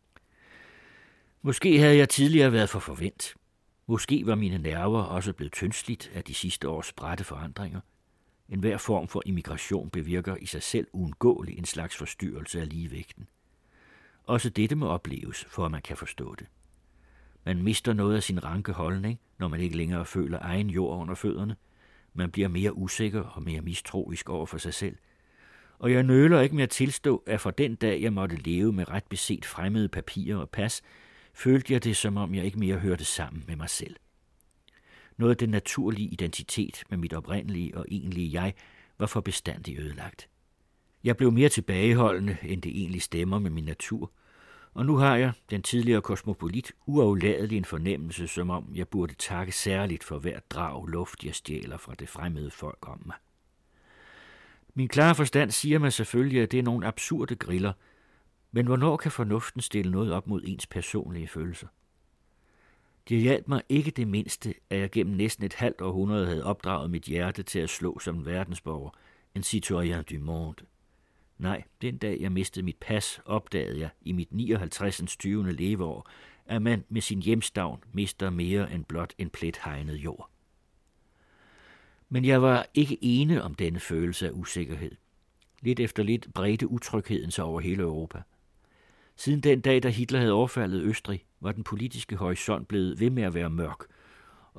J: Måske havde jeg tidligere været for forvent. Måske var mine nerver også blevet tyndsligt af de sidste års bratte forandringer. En hver form for immigration bevirker i sig selv uundgåeligt en slags forstyrrelse af ligevægten. Også dette må opleves, for at man kan forstå det. Man mister noget af sin ranke holdning, når man ikke længere føler egen jord under fødderne. Man bliver mere usikker og mere mistroisk over for sig selv. Og jeg nøler ikke med at tilstå, at fra den dag, jeg måtte leve med ret beset fremmede papirer og pas, følte jeg det, som om jeg ikke mere hørte sammen med mig selv. Noget af den naturlige identitet med mit oprindelige og egentlige jeg var for bestandig ødelagt. Jeg blev mere tilbageholdende, end det egentlig stemmer med min natur, og nu har jeg, den tidligere kosmopolit, uafladelig en fornemmelse, som om jeg burde takke særligt for hver drag luft, jeg stjæler fra det fremmede folk om mig. Min klare forstand siger mig selvfølgelig, at det er nogle absurde griller, men hvornår kan fornuften stille noget op mod ens personlige følelser? Det hjalp mig ikke det mindste, at jeg gennem næsten et halvt århundrede havde opdraget mit hjerte til at slå som en verdensborger, en citoyen du monde. Nej, den dag jeg mistede mit pas, opdagede jeg i mit 59. 20. leveår, at man med sin hjemstavn mister mere end blot en plet hegnet jord. Men jeg var ikke ene om denne følelse af usikkerhed. Lidt efter lidt bredte utrygheden sig over hele Europa. Siden den dag, da Hitler havde overfaldet Østrig, var den politiske horisont blevet ved med at være mørk,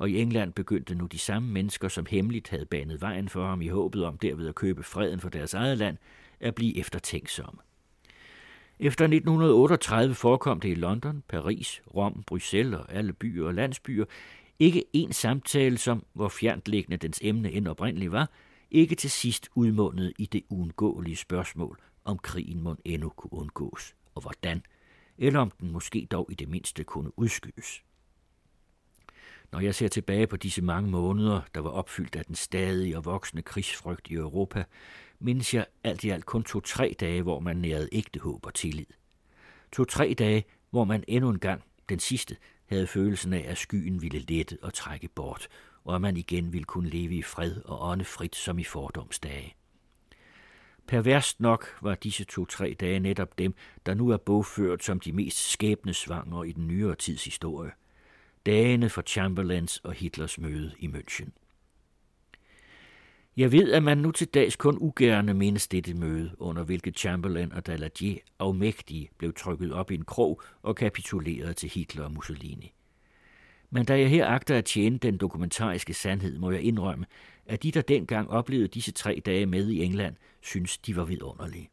J: og i England begyndte nu de samme mennesker, som hemmeligt havde banet vejen for ham i håbet om derved at købe freden for deres eget land, at blive eftertænksomme. Efter 1938 forekom det i London, Paris, Rom, Bruxelles og alle byer og landsbyer ikke en samtale, som, hvor fjerntliggende dens emne end oprindeligt var, ikke til sidst udmundede i det uundgåelige spørgsmål, om krigen mon endnu kunne undgås, og hvordan, eller om den måske dog i det mindste kunne udskydes. Når jeg ser tilbage på disse mange måneder, der var opfyldt af den stadige og voksende krigsfrygt i Europa, mindes jeg alt i alt kun 2-3 dage, hvor man nærede ægte håb og tillid. 2-3 dage, hvor man endnu en gang, den sidste, havde følelsen af, at skyen ville lette og trække bort, og at man igen ville kunne leve i fred og åndefrit som i fordomsdage. Perverst nok var disse 2-3 dage netop dem, der nu er bogført som de mest skæbnesvangre i den nyere tids historie. Dagene for Chamberlains og Hitlers møde i München. Jeg ved, at man nu til dags kun ugerne mindes dette møde, under hvilket Chamberlain og Daladier afmægtige blev trykket op i en krog og kapitulerede til Hitler og Mussolini. Men da jeg her agter at tjene den dokumentariske sandhed, må jeg indrømme, at de, der dengang oplevede disse 3 dage med i England, synes, de var vidunderlige.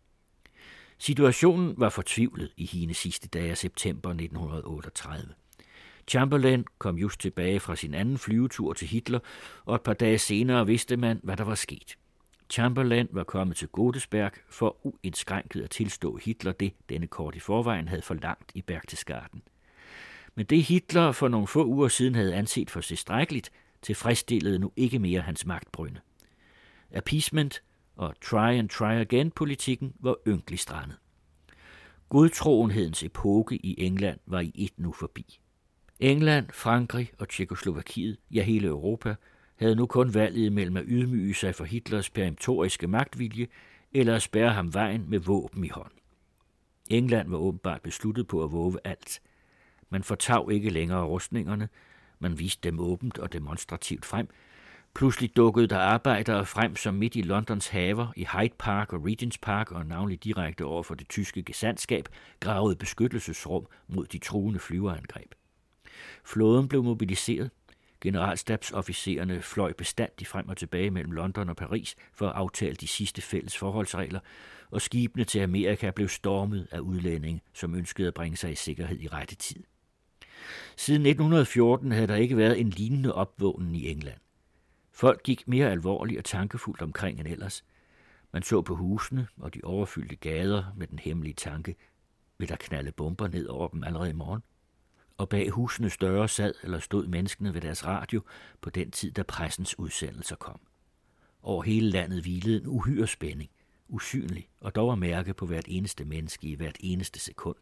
J: Situationen var fortvivlet i hine sidste dage af september 1938. Chamberlain kom just tilbage fra sin anden flyvetur til Hitler, og et par dage senere vidste man, hvad der var sket. Chamberlain var kommet til Godesberg for uindskrænket at tilstå Hitler det, denne kort i forvejen havde forlangt i Berchtesgaden. Men det Hitler for nogle få uger siden havde anset for tilstrækkeligt, tilfredsstillede nu ikke mere hans magtbrynde. Appeasement og try and try again-politikken var ynkelig strandet. Godtroenhedens epoke i England var i et nu forbi. England, Frankrig og Tjekkoslovakiet, ja hele Europa, havde nu kun valget mellem at ydmyge sig for Hitlers peremptoriske magtvilje eller at spærre ham vejen med våben i hånd. England var åbenbart besluttet på at våge alt. Man fortav ikke længere rustningerne, man viste dem åbent og demonstrativt frem. Pludselig dukkede der arbejdere frem, som midt i Londons haver, i Hyde Park og Regent's Park og navnlig direkte over for det tyske gesandtskab, gravede beskyttelsesrum mod de truende flyverangreb. Flåden blev mobiliseret. Generalstabsofficererne fløj bestandigt frem og tilbage mellem London og Paris for at aftale de sidste fælles forholdsregler, og skibene til Amerika blev stormet af udlændinge, som ønskede at bringe sig i sikkerhed i rette tid. Siden 1914 havde der ikke været en lignende opvågning i England. Folk gik mere alvorligt og tankefuldt omkring end ellers. Man så på husene og de overfyldte gader med den hemmelige tanke, vil der knalde bomber ned over dem allerede i morgen? Og bag husenes døre sad eller stod menneskene ved deres radio på den tid, da pressens udsendelser kom. Over hele landet hvilede en uhyre spænding, usynlig og dog at mærke på hvert eneste menneske i hvert eneste sekund.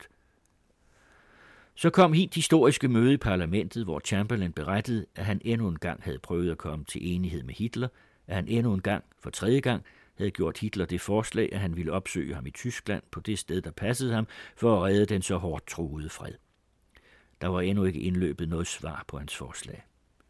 J: Så kom hit historiske møde i parlamentet, hvor Chamberlain berettede, at han endnu en gang havde prøvet at komme til enighed med Hitler, at han endnu en gang, for 3. gang, havde gjort Hitler det forslag, at han ville opsøge ham i Tyskland på det sted, der passede ham, for at redde den så hårdt truede fred. Der var endnu ikke indløbet noget svar på hans forslag.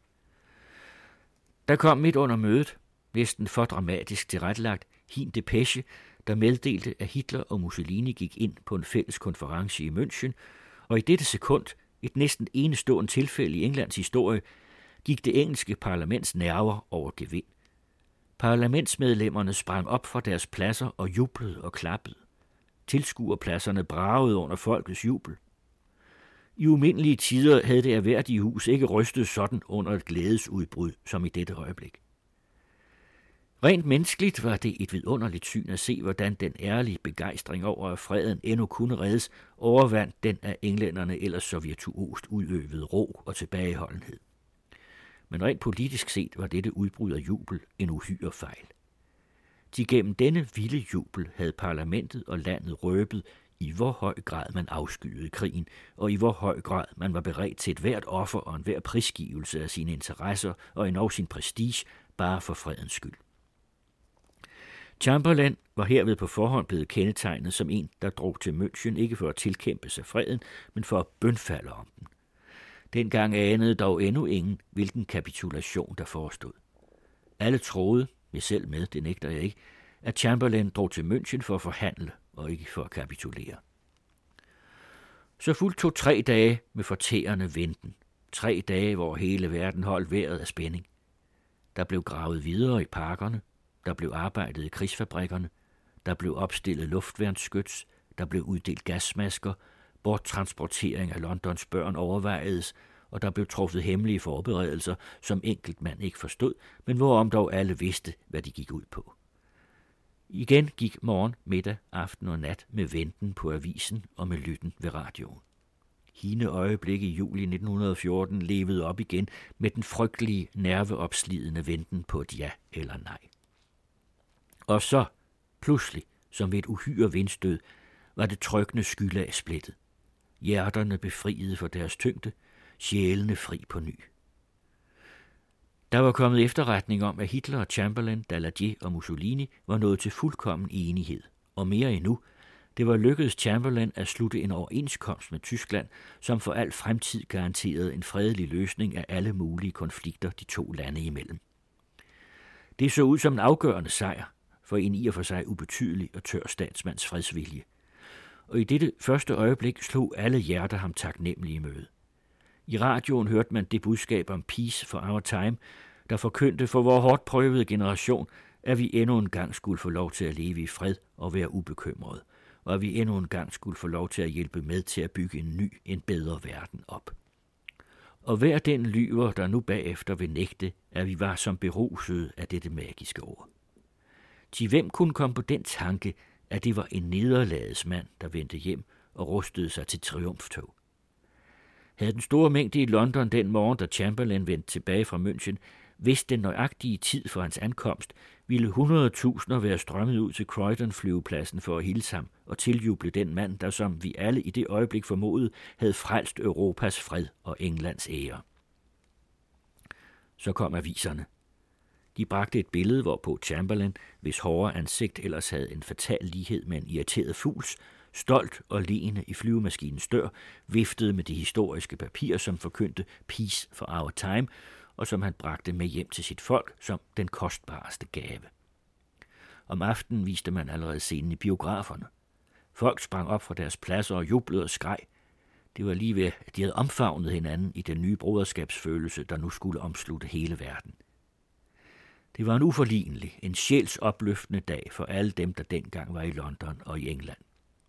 J: Der kom midt under mødet, næsten for dramatisk tilrettelagt, hin depeche, der meddelte, at Hitler og Mussolini gik ind på en fælles konference i München, og i dette sekund, et næsten enestående tilfælde i Englands historie, gik det engelske parlaments nerver over gevind. Parlamentsmedlemmerne sprang op fra deres pladser og jublede og klappede. Tilskuerpladserne bragede under folkets jubel. I umindelige tider havde det erhverdige hus ikke rystet sådan under et glædesudbrud som i dette øjeblik. Rent menneskeligt var det et vidunderligt syn at se, hvordan den ærlige begejstring over, at freden endnu kunne reddes, overvandt den af englænderne ellers så virtuost udøvede ro og tilbageholdenhed. Men rent politisk set var dette udbrud af jubel en uhyre fejl. Til gennem denne vilde jubel havde parlamentet og landet røbet, i hvor høj grad man afskyede krigen, og i hvor høj grad man var beredt til et hvert offer og enhver prisgivelse af sine interesser og endog sin prestige, bare for fredens skyld. Chamberlain var herved på forhånd blevet kendetegnet som en, der drog til München ikke for at tilkæmpe sig freden, men for at bønfalde om den. Dengang anede dog endnu ingen, hvilken kapitulation der forestod. Alle troede, jeg selv med, det nægter jeg ikke, at Chamberlain drog til München for at forhandle og ikke for at kapitulere. Så fulgte 2-3 dage med fortærende venten, 3 dage, hvor hele verden holdt vejret af spænding. Der blev gravet videre i parkerne, der blev arbejdet i krigsfabrikkerne, der blev opstillet luftværnsskyts, der blev uddelt gasmasker, borttransportering af Londons børn overvejedes, og der blev truffet hemmelige forberedelser, som enkeltmand ikke forstod, men hvorom dog alle vidste, hvad de gik ud på. Igen gik morgen, middag, aften og nat med venten på avisen og med lytten ved radioen. Hine øjeblikke i juli 1914 levede op igen med den frygtelige, nerveopslidende venten på et ja eller nej. Og så, pludselig, som ved et uhyre vindstød, var det trykkende skylag splittet. Hjerterne befriede for deres tyngde, sjælene fri på ny. Der var kommet efterretning om, at Hitler og Chamberlain, Daladier og Mussolini var nået til fuldkommen enighed, og mere endnu, det var lykkedes Chamberlain at slutte en overenskomst med Tyskland, som for al fremtid garanterede en fredelig løsning af alle mulige konflikter de 2 lande imellem. Det så ud som en afgørende sejr for en i og for sig ubetydelig og tør statsmands fredsvilje. Og i dette første øjeblik slog alle hjerter ham taknemmelige i møde. I radioen hørte man det budskab om peace for our time, der forkyndte for vor hårdt prøvede generation, at vi endnu en gang skulle få lov til at leve i fred og være ubekymrede, og at vi endnu en gang skulle få lov til at hjælpe med til at bygge en ny, en bedre verden op. Og hver den lyver, der nu bagefter vil nægte, at vi var som berusede af dette magiske ord. Til hvem kunne komme på den tanke, at det var en nederlagets mand, der vendte hjem og rustede sig til triumftog? Havde den store mængde i London den morgen, da Chamberlain vendte tilbage fra München, vidste den nøjagtige tid for hans ankomst, ville 100.000 være strømmet ud til Croydon-flyvepladsen for at hilse ham og tiljuble den mand, der som vi alle i det øjeblik formodede, havde frelst Europas fred og Englands ære. Så kom aviserne. De bragte et billede, hvorpå Chamberlain, hvis hårde ansigt ellers havde en fatal lighed med en irriteret fugls, stolt og leende i flyvemaskinens dør, viftede med det historiske papir, som forkyndte peace for our time, og som han bragte med hjem til sit folk som den kostbareste gave. Om aftenen viste man allerede scenen i biograferne. Folk sprang op fra deres pladser og jublede og skreg. Det var lige ved, at de havde omfavnet hinanden i den nye broderskabsfølelse, der nu skulle omslutte hele verden. Det var en uforlignelig, en sjælsopløftende dag for alle dem, der dengang var i London og i England.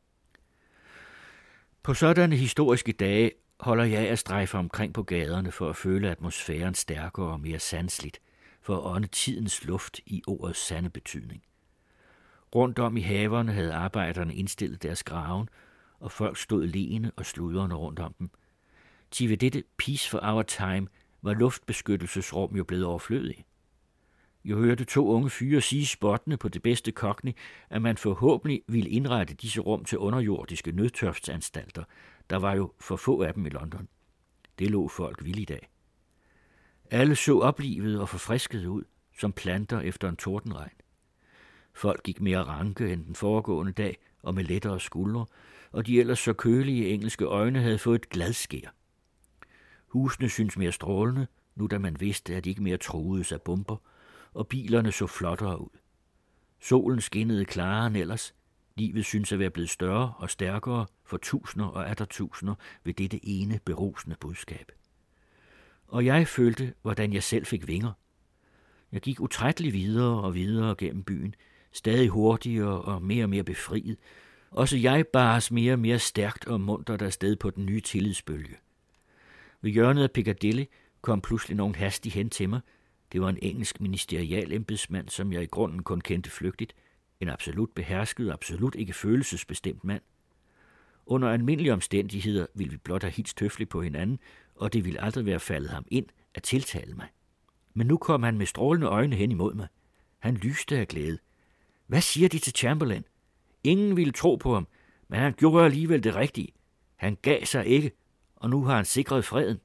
J: På sådanne historiske dage holder jeg at strejfe omkring på gaderne for at føle atmosfæren stærkere og mere sanseligt, for at ånde tidens luft i ordets sande betydning. Rundt om i haverne havde arbejderne indstillet deres graven, og folk stod leende og sludrende rundt om dem. Til ved dette peace for our time var luftbeskyttelsesrum jo blevet overflødig. Jeg hørte 2 unge fyre sige spottende på det bedste cockney, at man forhåbentlig ville indrette disse rum til underjordiske nødtørftsanstalter. Der var jo for få af dem i London. Det lå folk villigt af. Alle så oplivede og forfriskede ud, som planter efter en tordenregn. Folk gik mere ranke end den foregående dag og med lettere skuldre, og de ellers så kølige engelske øjne havde fået et gladskær. Husene syntes mere strålende, nu da man vidste, at de ikke mere truedes af bomber, og bilerne så flottere ud. Solen skinnede klarere end ellers. Livet synes at være blevet større og stærkere for tusinder og atter tusinder ved dette ene berusende budskab. Og jeg følte, hvordan jeg selv fik vinger. Jeg gik utrætteligt videre og videre gennem byen, stadig hurtigere og mere befriet. Også jeg bares mere og mere stærkt og muntert afsted på den nye tillidsbølge. Ved hjørnet af Piccadilly kom pludselig nogen hastigt hen til mig. Det var en engelsk ministerial embedsmand, som jeg i grunden kun kendte flygtigt. En absolut behersket, absolut ikke følelsesbestemt mand. Under almindelige omstændigheder ville vi blot have hilst høfligt på hinanden, og det ville aldrig være faldet ham ind at tiltale mig. Men nu kom han med strålende øjne hen imod mig. Han lyste af glæde. Hvad siger de til Chamberlain? Ingen ville tro på ham, men han gjorde alligevel det rigtige. Han gav sig ikke, og nu har han sikret freden.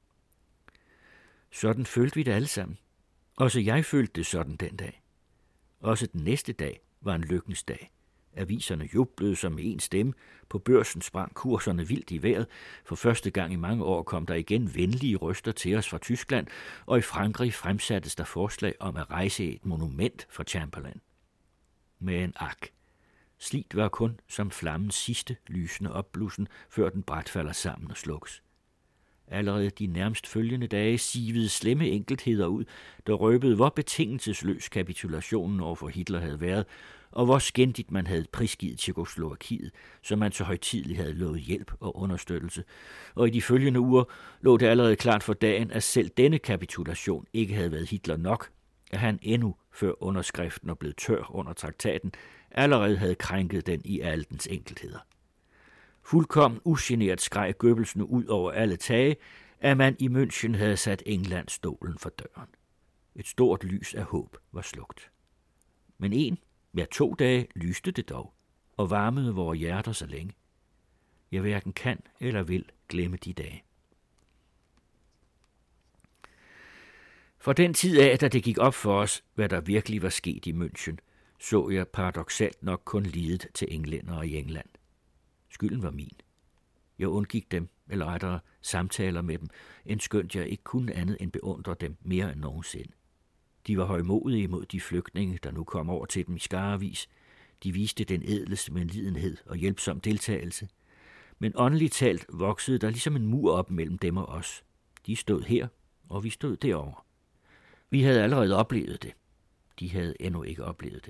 J: Sådan følte vi det alle sammen. Også jeg følte det sådan den dag. Også den næste dag var en lykkens dag. Aviserne jublede som med en stemme. På børsen sprang kurserne vildt i vejret. For første gang i mange år kom der igen venlige røster til os fra Tyskland, og i Frankrig fremsattes der forslag om at rejse et monument for Chamberlain. Men ak, slidt var kun som flammens sidste lysende opblussen, før den bræt falder sammen og slukkes. Allerede de nærmest følgende dage sivede slemme enkeltheder ud, der røbede, hvor betingelsesløs kapitulationen overfor Hitler havde været, og hvor skændigt man havde prisgivet Tjekkoslovakiet, som man så højtideligt havde lovet hjælp og understøttelse. Og i de følgende uger lå det allerede klart for dagen, at selv denne kapitulation ikke havde været Hitler nok, at han endnu før underskriften og blevet tør under traktaten, allerede havde krænket den i alle dens enkeltheder. Fuldkommen ugenert skreg Goebbels nu ud over alle tage, at man i München havde sat England stolen for døren. Et stort lys af håb var slukt. Men 2 dage lyste det dog, og varmede vores hjerter så længe. Jeg hverken kan eller vil glemme de dage. For den tid af, da det gik op for os, hvad der virkelig var sket i München, så jeg paradoksalt nok kun lidet til englændere i England. Skylden var min. Jeg undgik dem, eller rettere samtaler med dem, end skønt jeg ikke kunne andet end beundre dem mere end nogensinde. De var højmodige mod de flygtninge, der nu kom over til dem i skarevis. De viste den ædleste medlidenhed og hjælpsom deltagelse. Men åndeligt talt voksede der ligesom en mur op mellem dem og os. De stod her, og vi stod derovre. Vi havde allerede oplevet det. De havde endnu ikke oplevet det.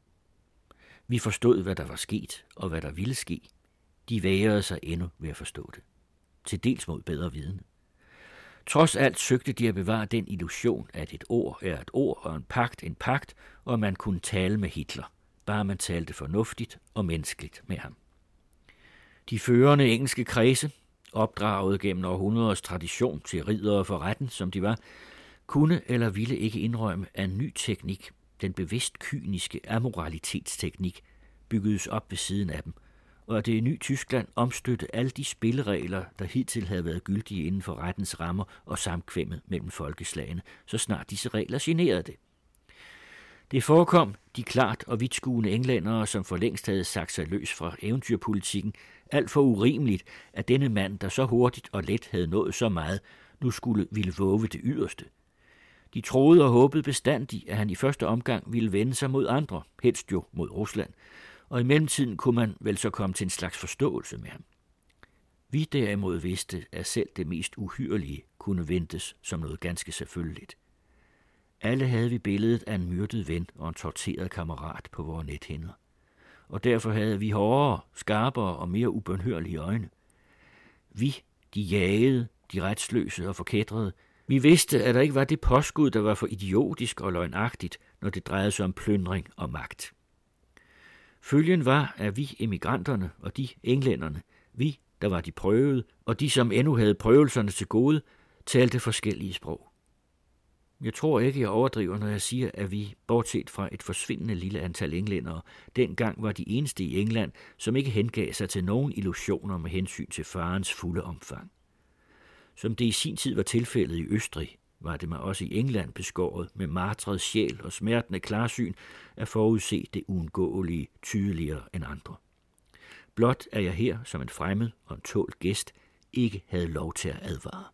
J: Vi forstod, hvad der var sket, og hvad der ville ske. De vægrede sig endnu ved at forstå det. Til dels mod bedre vidne. Trods alt søgte de at bevare den illusion, at et ord er et ord, og en pagt, og man kunne tale med Hitler, bare man talte fornuftigt og menneskeligt med ham. De førende engelske kredse, opdraget gennem århundreders tradition til riddere for retten, som de var, kunne eller ville ikke indrømme, at en ny teknik, den bevidst kyniske amoralitetsteknik, byggedes op ved siden af dem, og at det i Ny Tyskland omstøtte alle de spilleregler, der hidtil havde været gyldige inden for rettens rammer og samkvemmet mellem folkeslagene, så snart disse regler generede det. Det forekom de klart og vidtskuende englændere, som for længst havde sagt sig løs fra eventyrpolitikken, alt for urimeligt, at denne mand, der så hurtigt og let havde nået så meget, nu ville våge det yderste. De troede og håbede bestandigt, at han i første omgang ville vende sig mod andre, helst jo mod Rusland, og i mellemtiden kunne man vel så komme til en slags forståelse med ham. Vi derimod vidste, at selv det mest uhyrlige kunne ventes som noget ganske selvfølgeligt. Alle havde vi billedet af en myrdet ven og en torteret kammerat på vores nethinder, og derfor havde vi hårdere, skarpere og mere ubønhørlige øjne. Vi, de jagede, de retsløse og forkædrede, vi vidste, at der ikke var det påskud, der var for idiotisk og løgnagtigt, når det drejede sig om plyndring og magt. Følgen var, at vi emigranterne og de englænderne, vi, der var de prøvede, og de, som endnu havde prøvelserne til gode, talte forskellige sprog. Jeg tror ikke, jeg overdriver, når jeg siger, at vi, bortset fra et forsvindende lille antal englændere, dengang var de eneste i England, som ikke hengav sig til nogen illusioner med hensyn til farens fulde omfang. Som det i sin tid var tilfældet i Østrig, var det mig også i England beskåret med martret sjæl og smertende klarsyn at forudse det uundgåelige tydeligere end andre. Blot at jeg her som en fremmed og en tålt gæst ikke havde lov til at advare.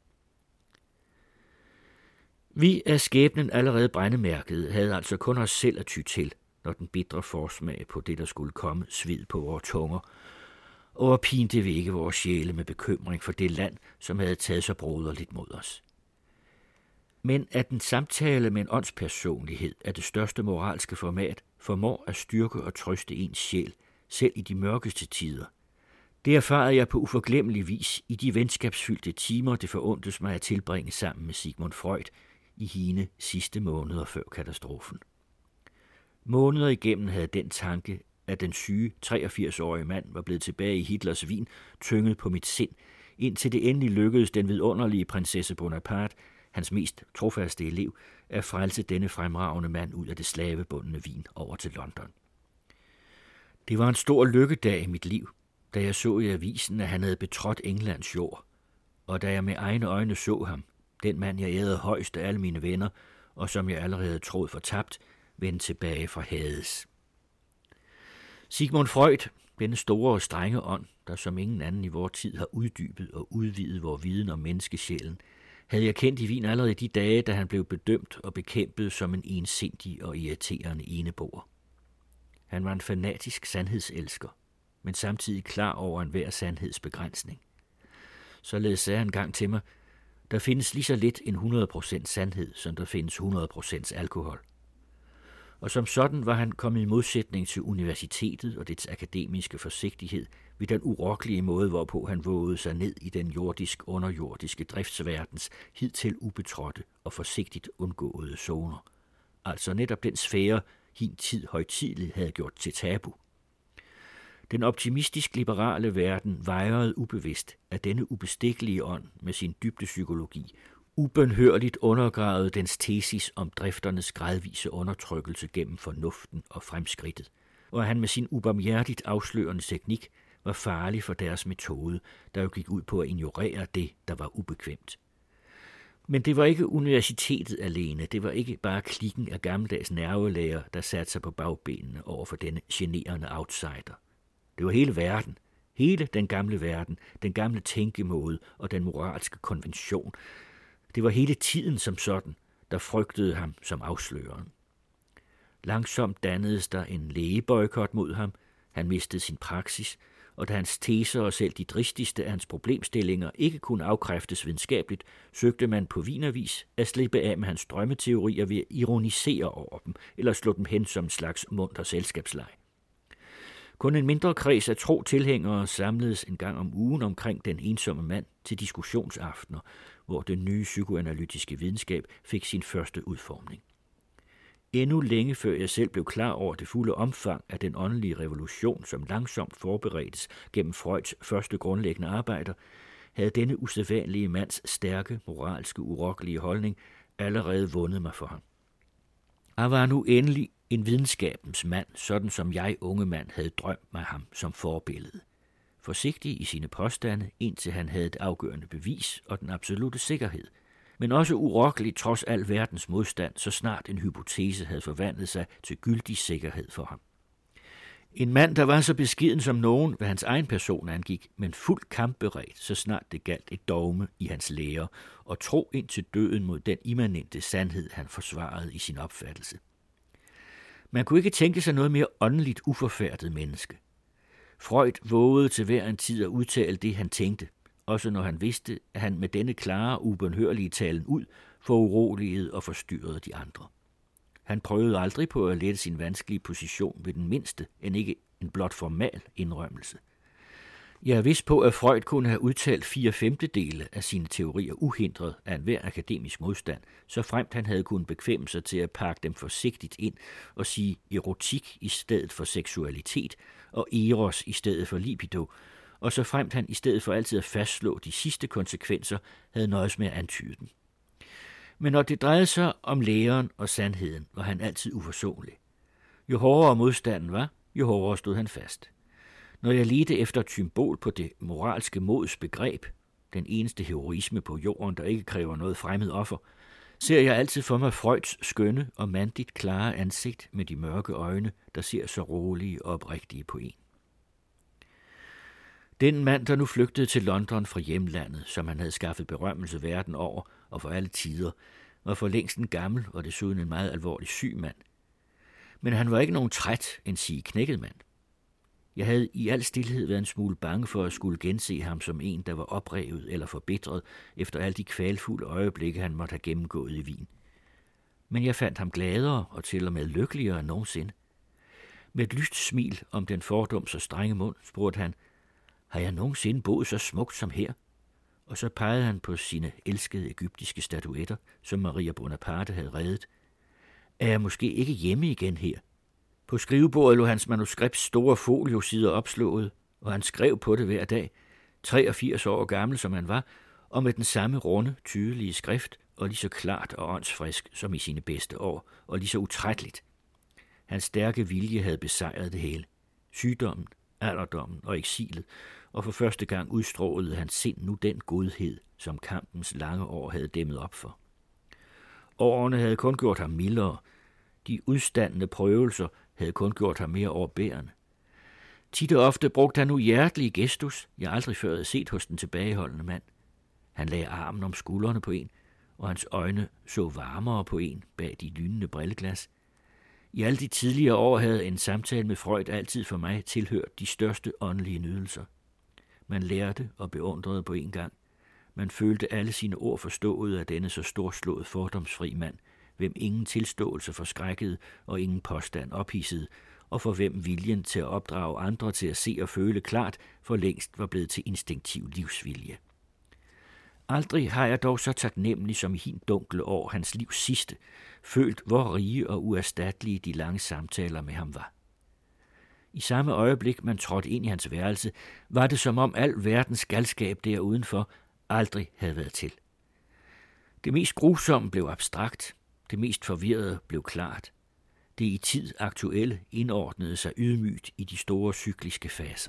J: Vi af skæbnen allerede brændemærket havde altså kun os selv at ty til, når den bitre forsmag på det, der skulle komme, sved på vores tunger, og pinte vi ikke vores sjæle med bekymring for det land, som havde taget så broderligt mod os. Men at en samtale med en åndspersonlighed af det største moralske format formår at styrke og trøste ens sjæl, selv i de mørkeste tider, det erfarede jeg på uforglemmelig vis i de venskabsfyldte timer, det forundtes mig at tilbringe sammen med Sigmund Freud i hine sidste måneder før katastrofen. Måneder igennem havde den tanke, at den syge 83-årige mand var blevet tilbage i Hitlers Wien, tynget på mit sind, indtil det endelig lykkedes den vidunderlige prinsesse Bonaparte, hans mest trofaste elev, at frelse denne fremragende mand ud af det slavebundne Wien over til London. Det var en stor lykkedag i mit liv, da jeg så i avisen, at han havde betrådt Englands jord, og da jeg med egne øjne så ham, den mand jeg ærede højst af alle mine venner, og som jeg allerede troede fortabt, vende tilbage fra Hades. Sigmund Freud, denne store og strenge ånd, der som ingen anden i vor tid har uddybet og udvidet vor viden om menneskesjælen, havde jeg kendt i Wien allerede i de dage, da han blev bedømt og bekæmpet som en ensindig og irriterende eneboer. Han var en fanatisk sandhedselsker, men samtidig klar over enhver sandhedsbegrænsning. Således sagde han engang til mig, der findes lige så lidt en 100% sandhed, som der findes 100% alkohol. Og som sådan var han kommet i modsætning til universitetet og dets akademiske forsigtighed ved den urokkelige måde, hvorpå han vågede sig ned i den jordisk-underjordiske driftsverdens hidtil ubetrådte og forsigtigt undgåede zoner. Altså netop den sfære, hin tid højtideligt havde gjort til tabu. Den optimistisk-liberale verden vejrede ubevidst, at denne ubestikkelige ånd med sin dybdepsykologi ubønhørligt undergravede dens tesis om drifternes gradvise undertrykkelse gennem fornuften og fremskridtet, og at han med sin ubarmhjertigt afslørende teknik var farlig for deres metode, der jo gik ud på at ignorere det, der var ubekvemt. Men det var ikke universitetet alene, det var ikke bare klikken af gammeldags nervelæger, der satte sig på bagbenene over for denne generende outsider. Det var hele verden, hele den gamle verden, den gamle tænkemåde og den moralske konvention. Det var hele tiden som sådan, der frygtede ham som afsløreren. Langsomt dannedes der en lægeboykot mod ham, han mistede sin praksis, og da hans teser og selv de dristigste af hans problemstillinger ikke kunne afkræftes videnskabeligt, søgte man på vinervis at slippe af med hans drømmeteorier ved at ironisere over dem, eller slå dem hen som en slags munter selskabsleg. Kun en mindre kreds af tro tilhængere samledes en gang om ugen omkring den ensomme mand til diskussionsaftener, hvor den nye psykoanalytiske videnskab fik sin første udformning. Endnu længe før jeg selv blev klar over det fulde omfang af den åndelige revolution, som langsomt forberedtes gennem Freuds første grundlæggende arbejder, havde denne usædvanlige mands stærke, moralske, urokkelige holdning allerede vundet mig for ham. Han var nu endelig en videnskabens mand, sådan som jeg, unge mand, havde drømt mig ham som forbillede. Forsigtig i sine påstande, indtil han havde et afgørende bevis og den absolute sikkerhed, men også urokkelig trods al verdens modstand, så snart en hypotese havde forvandlet sig til gyldig sikkerhed for ham. En mand, der var så beskeden som nogen, hvad hans egen person angik, men fuldt kampberedt, så snart det galt et dogme i hans lære, og tro ind til døden mod den immanente sandhed, han forsvarede i sin opfattelse. Man kunne ikke tænke sig noget mere åndeligt uforfærdet menneske. Freud vågede til hver en tid at udtale det, han tænkte, også når han vidste, at han med denne klare, ubønhørlige talen ud foruroligede og forstyrrede de andre. Han prøvede aldrig på at lette sin vanskelige position ved den mindste, end ikke en blot formal indrømmelse. Jeg er vidst på, at Freud kunne have udtalt 4/5 af sine teorier uhindret af enhver akademisk modstand, så fremt han havde kunnet bekvemme sig til at pakke dem forsigtigt ind og sige erotik i stedet for seksualitet og eros i stedet for libido, og så fremt han i stedet for altid at fastslå de sidste konsekvenser, havde nøjes med at antyde dem. Men når det drejede sig om læren og sandheden, var han altid uforsonlig. Jo hårdere modstanden var, jo hårdere stod han fast. Når jeg ledte efter et symbol på det moralske mods begreb, den eneste heroisme på jorden, der ikke kræver noget fremmed offer, ser jeg altid for mig Freuds skønne og mandigt klare ansigt med de mørke øjne, der ser så rolige og oprigtige på en. Den mand, der nu flygtede til London fra hjemlandet, som han havde skaffet berømmelse verden over og for alle tider, var for længst en gammel og desuden en meget alvorlig syg mand. Men han var ikke nogen træt, en sige knækket mand. Jeg havde i al stilhed været en smule bange for at skulle gense ham som en, der var oprevet eller forbitret efter alle de kvalfulde øjeblikke, han måtte have gennemgået i Wien. Men jeg fandt ham gladere og til og med lykkeligere end nogensinde. Med et lyst smil om den fordums og strenge mund spurgte han, har jeg nogensinde boet så smukt som her? Og så pegede han på sine elskede egyptiske statuetter, som Maria Bonaparte havde reddet. Er jeg måske ikke hjemme igen her? På skrivebordet lå hans manuskripts store foliosider opslået, og han skrev på det hver dag, 83 år gammel som han var, og med den samme runde, tydelige skrift, og lige så klart og åndsfrisk som i sine bedste år, og lige så utrætteligt. Hans stærke vilje havde besejret det hele. Sygdommen, alderdommen og eksilet, og for første gang udstrålede hans sind nu den godhed, som kampens lange år havde dæmmet op for. Årene havde kun gjort ham mildere. De udstandende prøvelser havde kun gjort ham mere overbærende. Tit og ofte brugte han nu hjertelige gestus, jeg aldrig før havde set hos den tilbageholdende mand. Han lagde armen om skuldrene på en, og hans øjne så varmere på en bag de lynende brilleglas. I alle de tidligere år havde en samtale med Freud altid for mig tilhørt de største åndelige nydelser. Man lærte og beundrede på en gang. Man følte alle sine ord forstået af denne så storslåede fordomsfri mand, hvem ingen tilståelse forskrækkede og ingen påstand ophidsede, og for hvem viljen til at opdrage andre til at se og føle klart for længst var blevet til instinktiv livsvilje. Aldrig har jeg dog så taknemmelig som i hin dunkle år hans livs sidste, følt hvor rige og uerstattelige de lange samtaler med ham var. I samme øjeblik, man trådte ind i hans værelse, var det som om al verdens galskab der udenfor aldrig havde været til. Det mest grusomme blev abstrakt, det mest forvirrede blev klart. Det i tid aktuelle indordnede sig ydmygt i de store cykliske faser.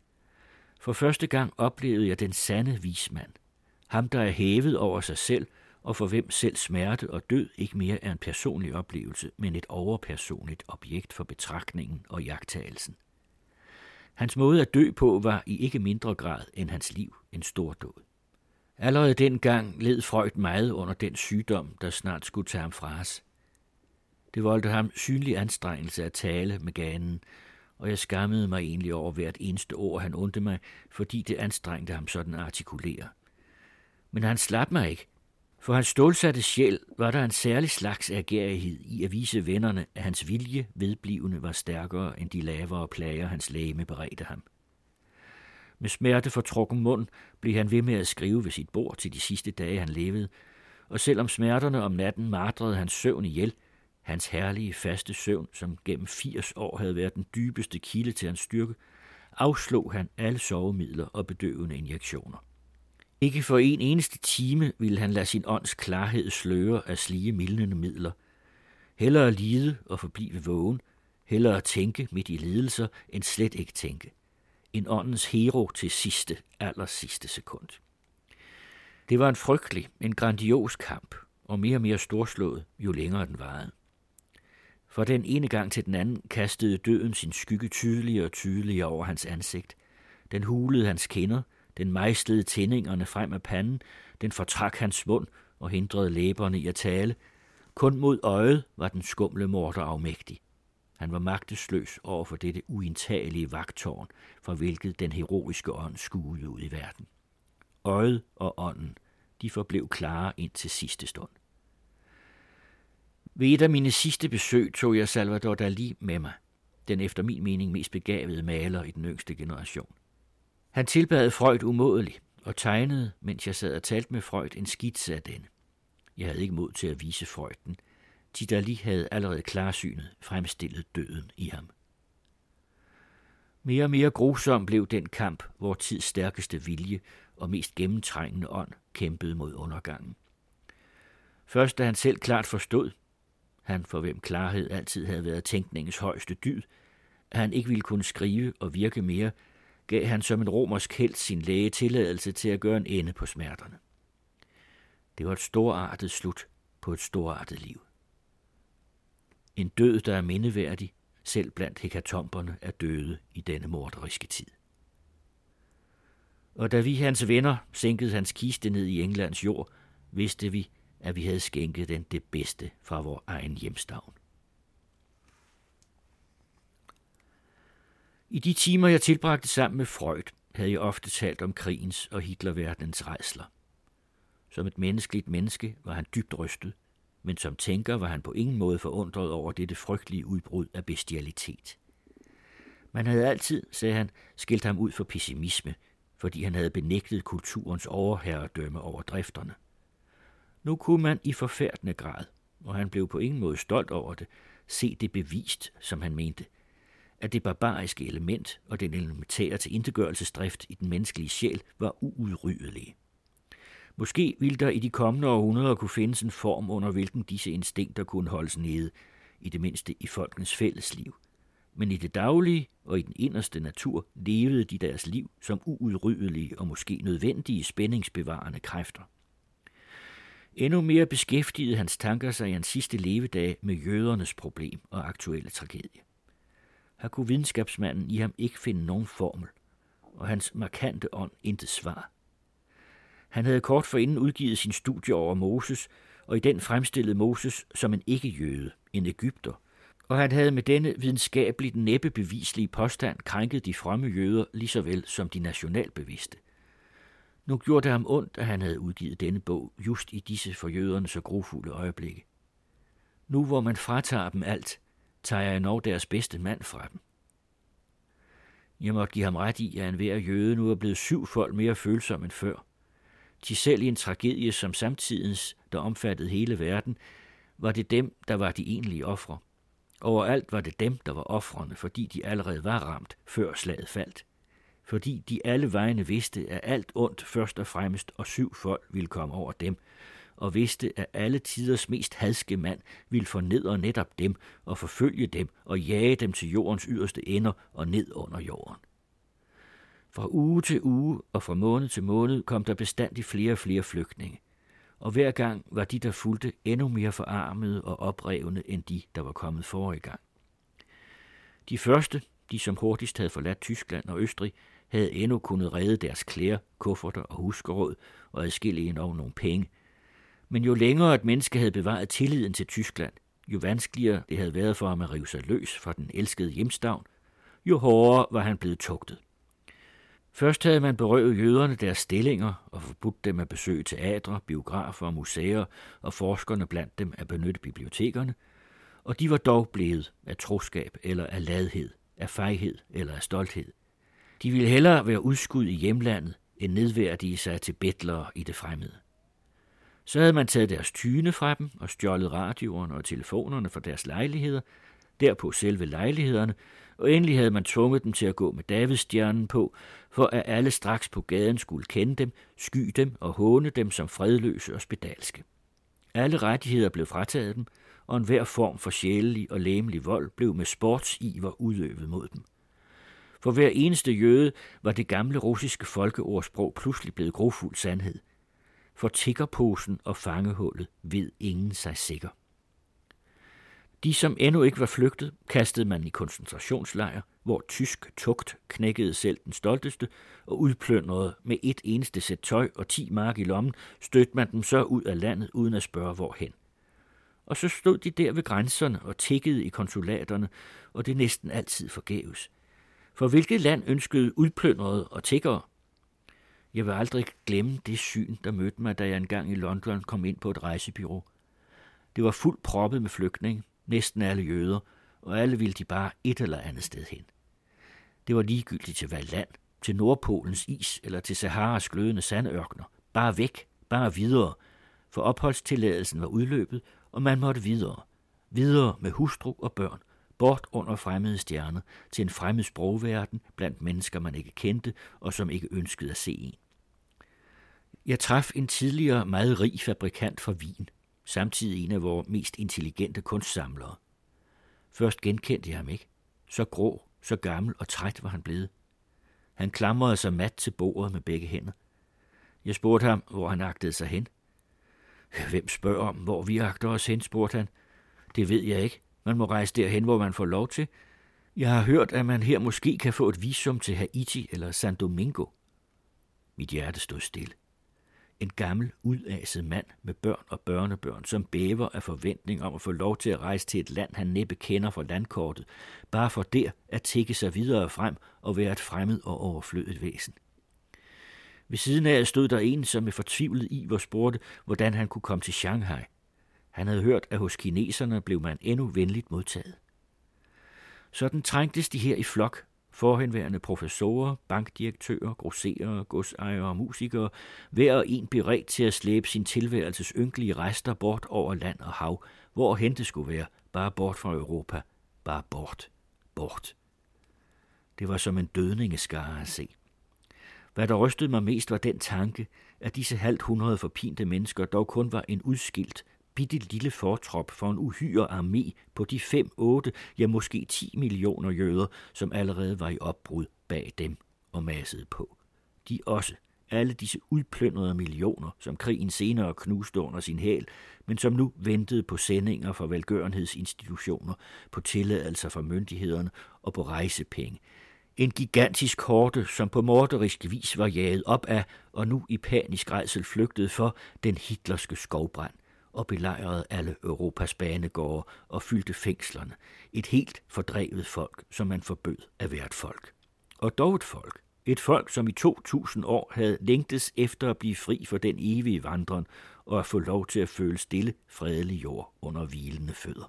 J: For første gang oplevede jeg den sande vismand, ham der er hævet over sig selv, og for hvem selv smerte og død ikke mere er en personlig oplevelse, men et overpersonligt objekt for betragtningen og iagttagelsen. Hans måde at dø på var i ikke mindre grad end hans liv en stor dåd. Allerede dengang led Freud meget under den sygdom, der snart skulle tage ham fra os. Det voldte ham synlig anstrengelse at tale med ganen, og jeg skammede mig egentlig over hvert eneste ord, han undte mig, fordi det anstrengte ham sådan at artikulere. Men han slap mig ikke. For hans stålsatte sjæl var der en særlig slags ærgerighed i at vise vennerne, at hans vilje vedblivende var stærkere end de lavere plager, hans legeme beredte ham. Med smerte fortrukken mund blev han ved med at skrive ved sit bord til de sidste dage, han levede, og selvom smerterne om natten martrede hans søvn ihjel, hans herlige faste søvn, som gennem 80 år havde været den dybeste kilde til hans styrke, afslog han alle sovemidler og bedøvende injektioner. Ikke for en eneste time ville han lade sin ånds klarhed sløre af slige mildnende midler. Hellere lide og forblive vågen, hellere tænke midt i lidelser, end slet ikke tænke. En åndens hero til allersidste sekund. Det var en frygtelig, en grandios kamp, og mere storslået, jo længere den varede. For den ene gang til den anden kastede døden sin skygge tydeligere og tydeligere over hans ansigt. Den hulede hans kinder, den mejslede tændingerne frem af panden, den fortrak hans mund og hindrede læberne i at tale. Kun mod øjet var den skumle morder afmægtig. Han var magtesløs over for dette uindtagelige vagttårn, fra hvilket den heroiske ånd skuede ud i verden. Øjet og ånden, de forblev klare ind til sidste stund. Ved et af mine sidste besøg tog jeg Salvador Dalí med mig, den efter min mening mest begavede maler i den yngste generation. Han tilbad Freud umådeligt og tegnede, mens jeg sad og talte med Freud, en skitse af denne. Jeg havde ikke mod til at vise Freud den. Dalí havde allerede klarsynet fremstillet døden i ham. Mere og mere grusom blev den kamp, hvor tids stærkeste vilje og mest gennemtrængende ånd kæmpede mod undergangen. Først da han selv klart forstod, han for hvem klarhed altid havde været tænkningens højeste dyd, at han ikke ville kunne skrive og virke mere, gav han som en romersk helt sin læge tilladelse til at gøre en ende på smerterne. Det var et storartet slut på et storartet liv. En død, der er mindeværdig, selv blandt hekatomberne er døde i denne morderiske tid. Og da vi, hans venner, sænkede hans kiste ned i Englands jord, vidste vi, at vi havde skænket den det bedste fra vor egen hjemstavn. I de timer, jeg tilbragte sammen med Freud, havde jeg ofte talt om krigens og Hitlerverdenens rædsler. Som et menneskeligt menneske var han dybt rystet, men som tænker var han på ingen måde forundret over dette frygtelige udbrud af bestialitet. Man havde altid, sagde han, skilt ham ud for pessimisme, fordi han havde benægtet kulturens overherredømme over drifterne. Nu kunne man i forfærdende grad, og han blev på ingen måde stolt over det, se det bevist, som han mente, at det barbariske element og den elementære tilintetgørelsesdrift i den menneskelige sjæl var uudryddelige. Måske ville der i de kommende århundreder kunne findes en form, under hvilken disse instinkter kunne holdes nede, i det mindste i folkens fællesliv. Men i det daglige og i den inderste natur levede de deres liv som uudryddelige og måske nødvendige spændingsbevarende kræfter. Endnu mere beskæftigede hans tanker sig i hans sidste levedage med jødernes problem og aktuelle tragedie. Her kunne videnskabsmanden i ham ikke finde nogen formel, og hans markante ånd intet svar. Han havde kort forinden udgivet sin studie over Moses, og i den fremstillede Moses som en ikke-jøde, en egypter, og han havde med denne videnskabeligt næppe bevislige påstand krænket de fromme jøder lige så vel som de nationalbevidste. Nu gjorde det ham ondt, at han havde udgivet denne bog just i disse for jøderne så grufulde øjeblikke. Nu hvor man fratager dem alt, tager jeg endog deres bedste mand fra dem. Jeg måtte give ham ret i, at enhver jøde nu er blevet 7-fold mere følsom end før. Til selv i en tragedie som samtidens, der omfattede hele verden, var det dem, der var de egentlige ofre. Overalt var det dem, der var ofrene, fordi de allerede var ramt, før slaget faldt. Fordi de alle vegne vidste, at alt ondt først og fremmest og 7-fold ville komme over dem, og vidste, at alle tiders mest hadske mand ville fornedre netop dem og forfølge dem og jage dem til jordens yderste ender og ned under jorden. Fra uge til uge og fra måned til måned kom der bestandig flere og flere flygtninge, og hver gang var de, der fulgte, endnu mere forarmede og oprevne end de, der var kommet forrige gang. De første, de som hurtigst havde forladt Tyskland og Østrig, havde endnu kunnet redde deres klæder, kufferter og huskeråd og adskillige endnu nogle penge. Men jo længere et menneske havde bevaret tilliden til Tyskland, jo vanskeligere det havde været for ham at rive sig løs fra den elskede hjemstavn, jo hårdere var han blevet tugtet. Først havde man berøvet jøderne deres stillinger og forbudt dem at besøge teatre, biografer og museer og forskerne blandt dem at benytte bibliotekerne, og de var dog blevet af troskab eller af ladhed, af fejhed eller af stolthed. De ville hellere være udskudt i hjemlandet, end nedværdige sig til betlere i det fremmede. Så havde man taget deres tyne fra dem og stjålet radioerne og telefonerne fra deres lejligheder, derpå selve lejlighederne, og endelig havde man tvunget dem til at gå med Davidsstjernen på, for at alle straks på gaden skulle kende dem, sky dem og håne dem som fredløse og spedalske. Alle rettigheder blev frataget dem, og enhver form for sjælelig og legemlig vold blev med sportsiver udøvet mod dem. For hver eneste jøde var det gamle russiske folkeordsprog pludselig blevet grofuld sandhed. For tiggerposen og fangehullet ved ingen sig sikker. De, som endnu ikke var flygtet, kastede man i koncentrationslejr, hvor tysk tugt knækkede selv den stolteste og udplyndrede med et eneste sæt tøj og 10 mark i lommen, stødte man dem så ud af landet uden at spørge hvorhen. Og så stod de der ved grænserne og tikkede i konsulaterne, og det næsten altid forgæves. For hvilket land ønskede udplyndrede og tiggere? Jeg vil aldrig glemme det syn, der mødte mig, da jeg engang i London kom ind på et rejsebyrå. Det var fuldt proppet med flygtninge, næsten alle jøder, og alle ville de bare et eller andet sted hen. Det var ligegyldigt til hvad land, til Nordpolens is eller til Saharas glødende sandørkner. Bare væk, bare videre, for opholdstilladelsen var udløbet, og man måtte videre. Videre med hustru og børn, bort under fremmede stjerner, til en fremmed sprogverden blandt mennesker, man ikke kendte og som ikke ønskede at se en. Jeg traf en tidligere meget rig fabrikant fra Wien, samtidig en af vores mest intelligente kunstsamlere. Først genkendte jeg ham ikke. Så grå, så gammel og træt var han blevet. Han klamrede sig mat til bordet med begge hænder. Jeg spurgte ham, hvor han agtede sig hen. Hvem spørger om, hvor vi agter os hen, spurgte han. Det ved jeg ikke. Man må rejse derhen, hvor man får lov til. Jeg har hørt, at man her måske kan få et visum til Haiti eller San Domingo. Mit hjerte stod stille. En gammel, udaset mand med børn og børnebørn, som bæver af forventning om at få lov til at rejse til et land, han næppe kender fra landkortet, bare for der at tikke sig videre frem og være et fremmed og overflødigt væsen. Ved siden af stod der en, som med fortvivlet iver spurgte, hvordan han kunne komme til Shanghai. Han havde hørt, at hos kineserne blev man endnu venligt modtaget. Sådan trængtes de her i flok, forhenværende professorer, bankdirektører, grosserere, godsejere og musikere, hver og en beredt til at slæbe sin tilværelses ynkelige rester bort over land og hav, hvorhen det skulle være, bare bort fra Europa, bare bort, bort. Det var som en dødningeskare at se. Hvad der rystede mig mest var den tanke, at disse halvt 100 forpinte mennesker dog kun var en udskilt, bitte lille fortrop for en uhyre armé på de 5, 8, ja måske 10 millioner jøder, som allerede var i opbrud bag dem og massede på. De også, alle disse udplyndrede millioner, som krigen senere knuste under sin hæl, men som nu ventede på sendinger fra velgørenhedsinstitutioner, på tilladelser fra myndighederne og på rejsepenge. En gigantisk horde, som på morderisk vis var jaget op af og nu i panisk rædsel flygtede for den hitlerske skovbrand og belejrede alle Europas banegårde og fyldte fængslerne. Et helt fordrevet folk, som man forbød at være et folk. Og dog et folk,
B: Et folk, som i 2000 år havde længtes efter at blive fri for den evige vandren og at få lov til at føle stille, fredelig jord under hvilende fødder.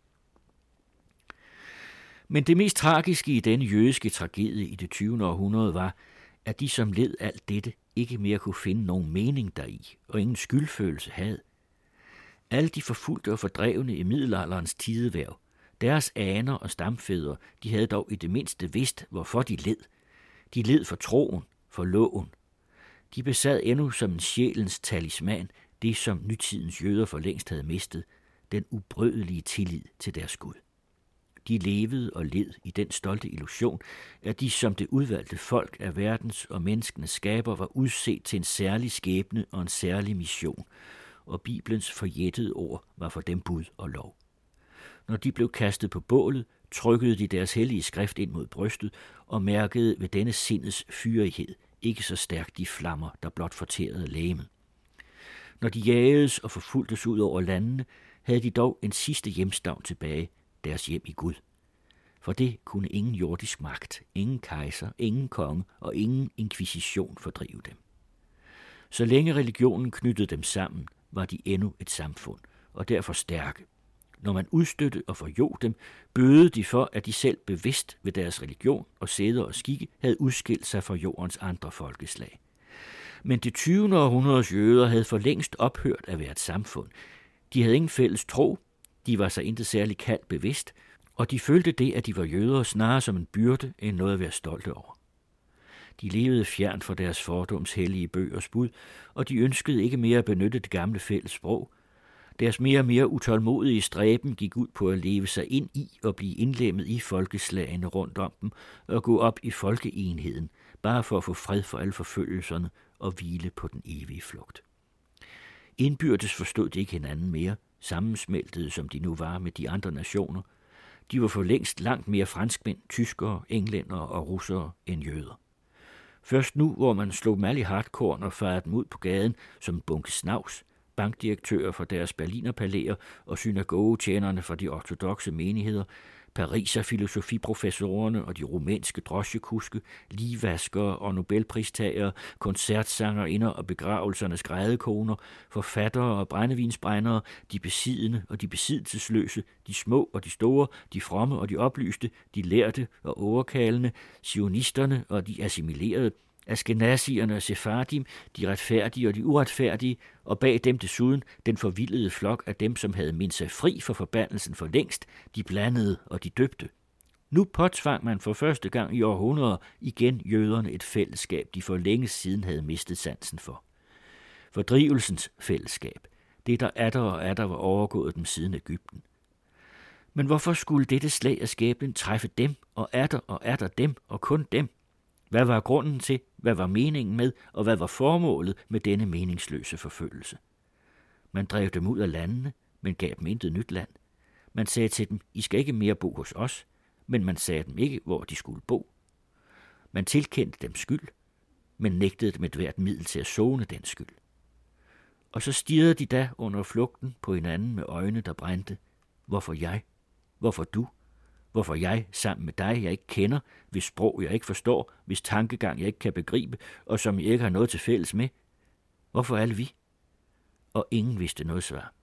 B: Men det mest tragiske i denne jødiske tragedie i det 20. århundrede var, at de, som led alt dette, ikke mere kunne finde nogen mening deri, og ingen skyldfølelse havde. Alle de forfulgte og fordrevne i middelalderens tideværv, deres aner og stamfædre, de havde dog i det mindste vidst, hvorfor de led. De led for troen, for loven. De besad endnu som en sjælens talisman, det som nytidens jøder for længst havde mistet, den ubrødelige tillid til deres Gud. De levede og led i den stolte illusion, at de som det udvalgte folk af verdens og menneskenes skaber var udset til en særlig skæbne og en særlig mission, og Bibelens forjættede ord var for dem bud og lov. Når de blev kastet på bålet, trykkede de deres hellige skrift ind mod brystet og mærkede ved denne sindets fyrighed ikke så stærkt de flammer, der blot fortærede legemet. Når de jagedes og forfulgtes ud over landene, havde de dog en sidste hjemstavn tilbage, deres hjem i Gud. For det kunne ingen jordisk magt, ingen kejser, ingen konge og ingen inkvisition fordrive dem. Så længe religionen knyttede dem sammen, var de endnu et samfund, og derfor stærke. Når man udstødte og forjog dem, bødede de for, at de selv bevidst ved deres religion og sæder og skikke havde udskilt sig fra jordens andre folkeslag. Men det 20. århundredes jøder havde for længst ophørt at være et samfund. De havde ingen fælles tro, de var sig intet særligt kaldt bevidst, og de følte det, at de var jøder, snarere som en byrde end noget at være stolte over. De levede fjernt fra deres fordoms hellige bøgers bud, og de ønskede ikke mere at benytte det gamle fælles sprog. Deres mere og mere utålmodige stræben gik ud på at leve sig ind i og blive indlemmet i folkeslagene rundt om dem og gå op i folkeenheden, bare for at få fred for alle forfølgelserne og hvile på den evige flugt. Indbyrdes forstod de ikke hinanden mere, sammensmeltede som de nu var med de andre nationer. De var for længst langt mere franskmænd, tyskere, englændere og russere end jøder. Først nu, hvor man slog dem alle i hardcore og farede dem ud på gaden som en bunke snavs, bankdirektører fra deres berlinerpalæer og synagogetjenerne fra de ortodokse menigheder, Pariser filosofiprofessorerne og de rumænske drosjekuske, ligvaskere og nobelpristagere, koncertsangerinder og begravelsernes grædekoner, forfattere og brændevinsbrændere, de besiddende og de besiddelsesløse, de små og de store, de fromme og de oplyste, de lærte og overkaldende, sionisterne og de assimilerede, askenazierne og sefardim, de retfærdige og de uretfærdige, og bag dem desuden den forvildede flok af dem, som havde mindt sig fri for forbandelsen for længst, de blandede og de døbte. Nu påtvang man for første gang i århundreder igen jøderne et fællesskab, de for længe siden havde mistet sansen for. Fordrivelsens fællesskab, det der atter var overgået dem siden Egypten. Men hvorfor skulle dette slag af skæbnen træffe dem, og atter dem, og kun dem? Hvad var grunden til, hvad var meningen med, og hvad var formålet med denne meningsløse forfølgelse? Man drev dem ud af landene, men gav dem intet nyt land. Man sagde til dem, I skal ikke mere bo hos os, men man sagde dem ikke, hvor de skulle bo. Man tilkendte dem skyld, men nægtede dem et hvert middel til at sone den skyld. Og så stirrede de da under flugten på hinanden med øjne, der brændte. Hvorfor jeg? Hvorfor du? Hvorfor jeg sammen med dig, jeg ikke kender, hvis sprog jeg ikke forstår, hvis tankegang jeg ikke kan begribe, og som jeg ikke har noget til fælles med? Hvorfor alle vi? Og ingen vidste noget svar.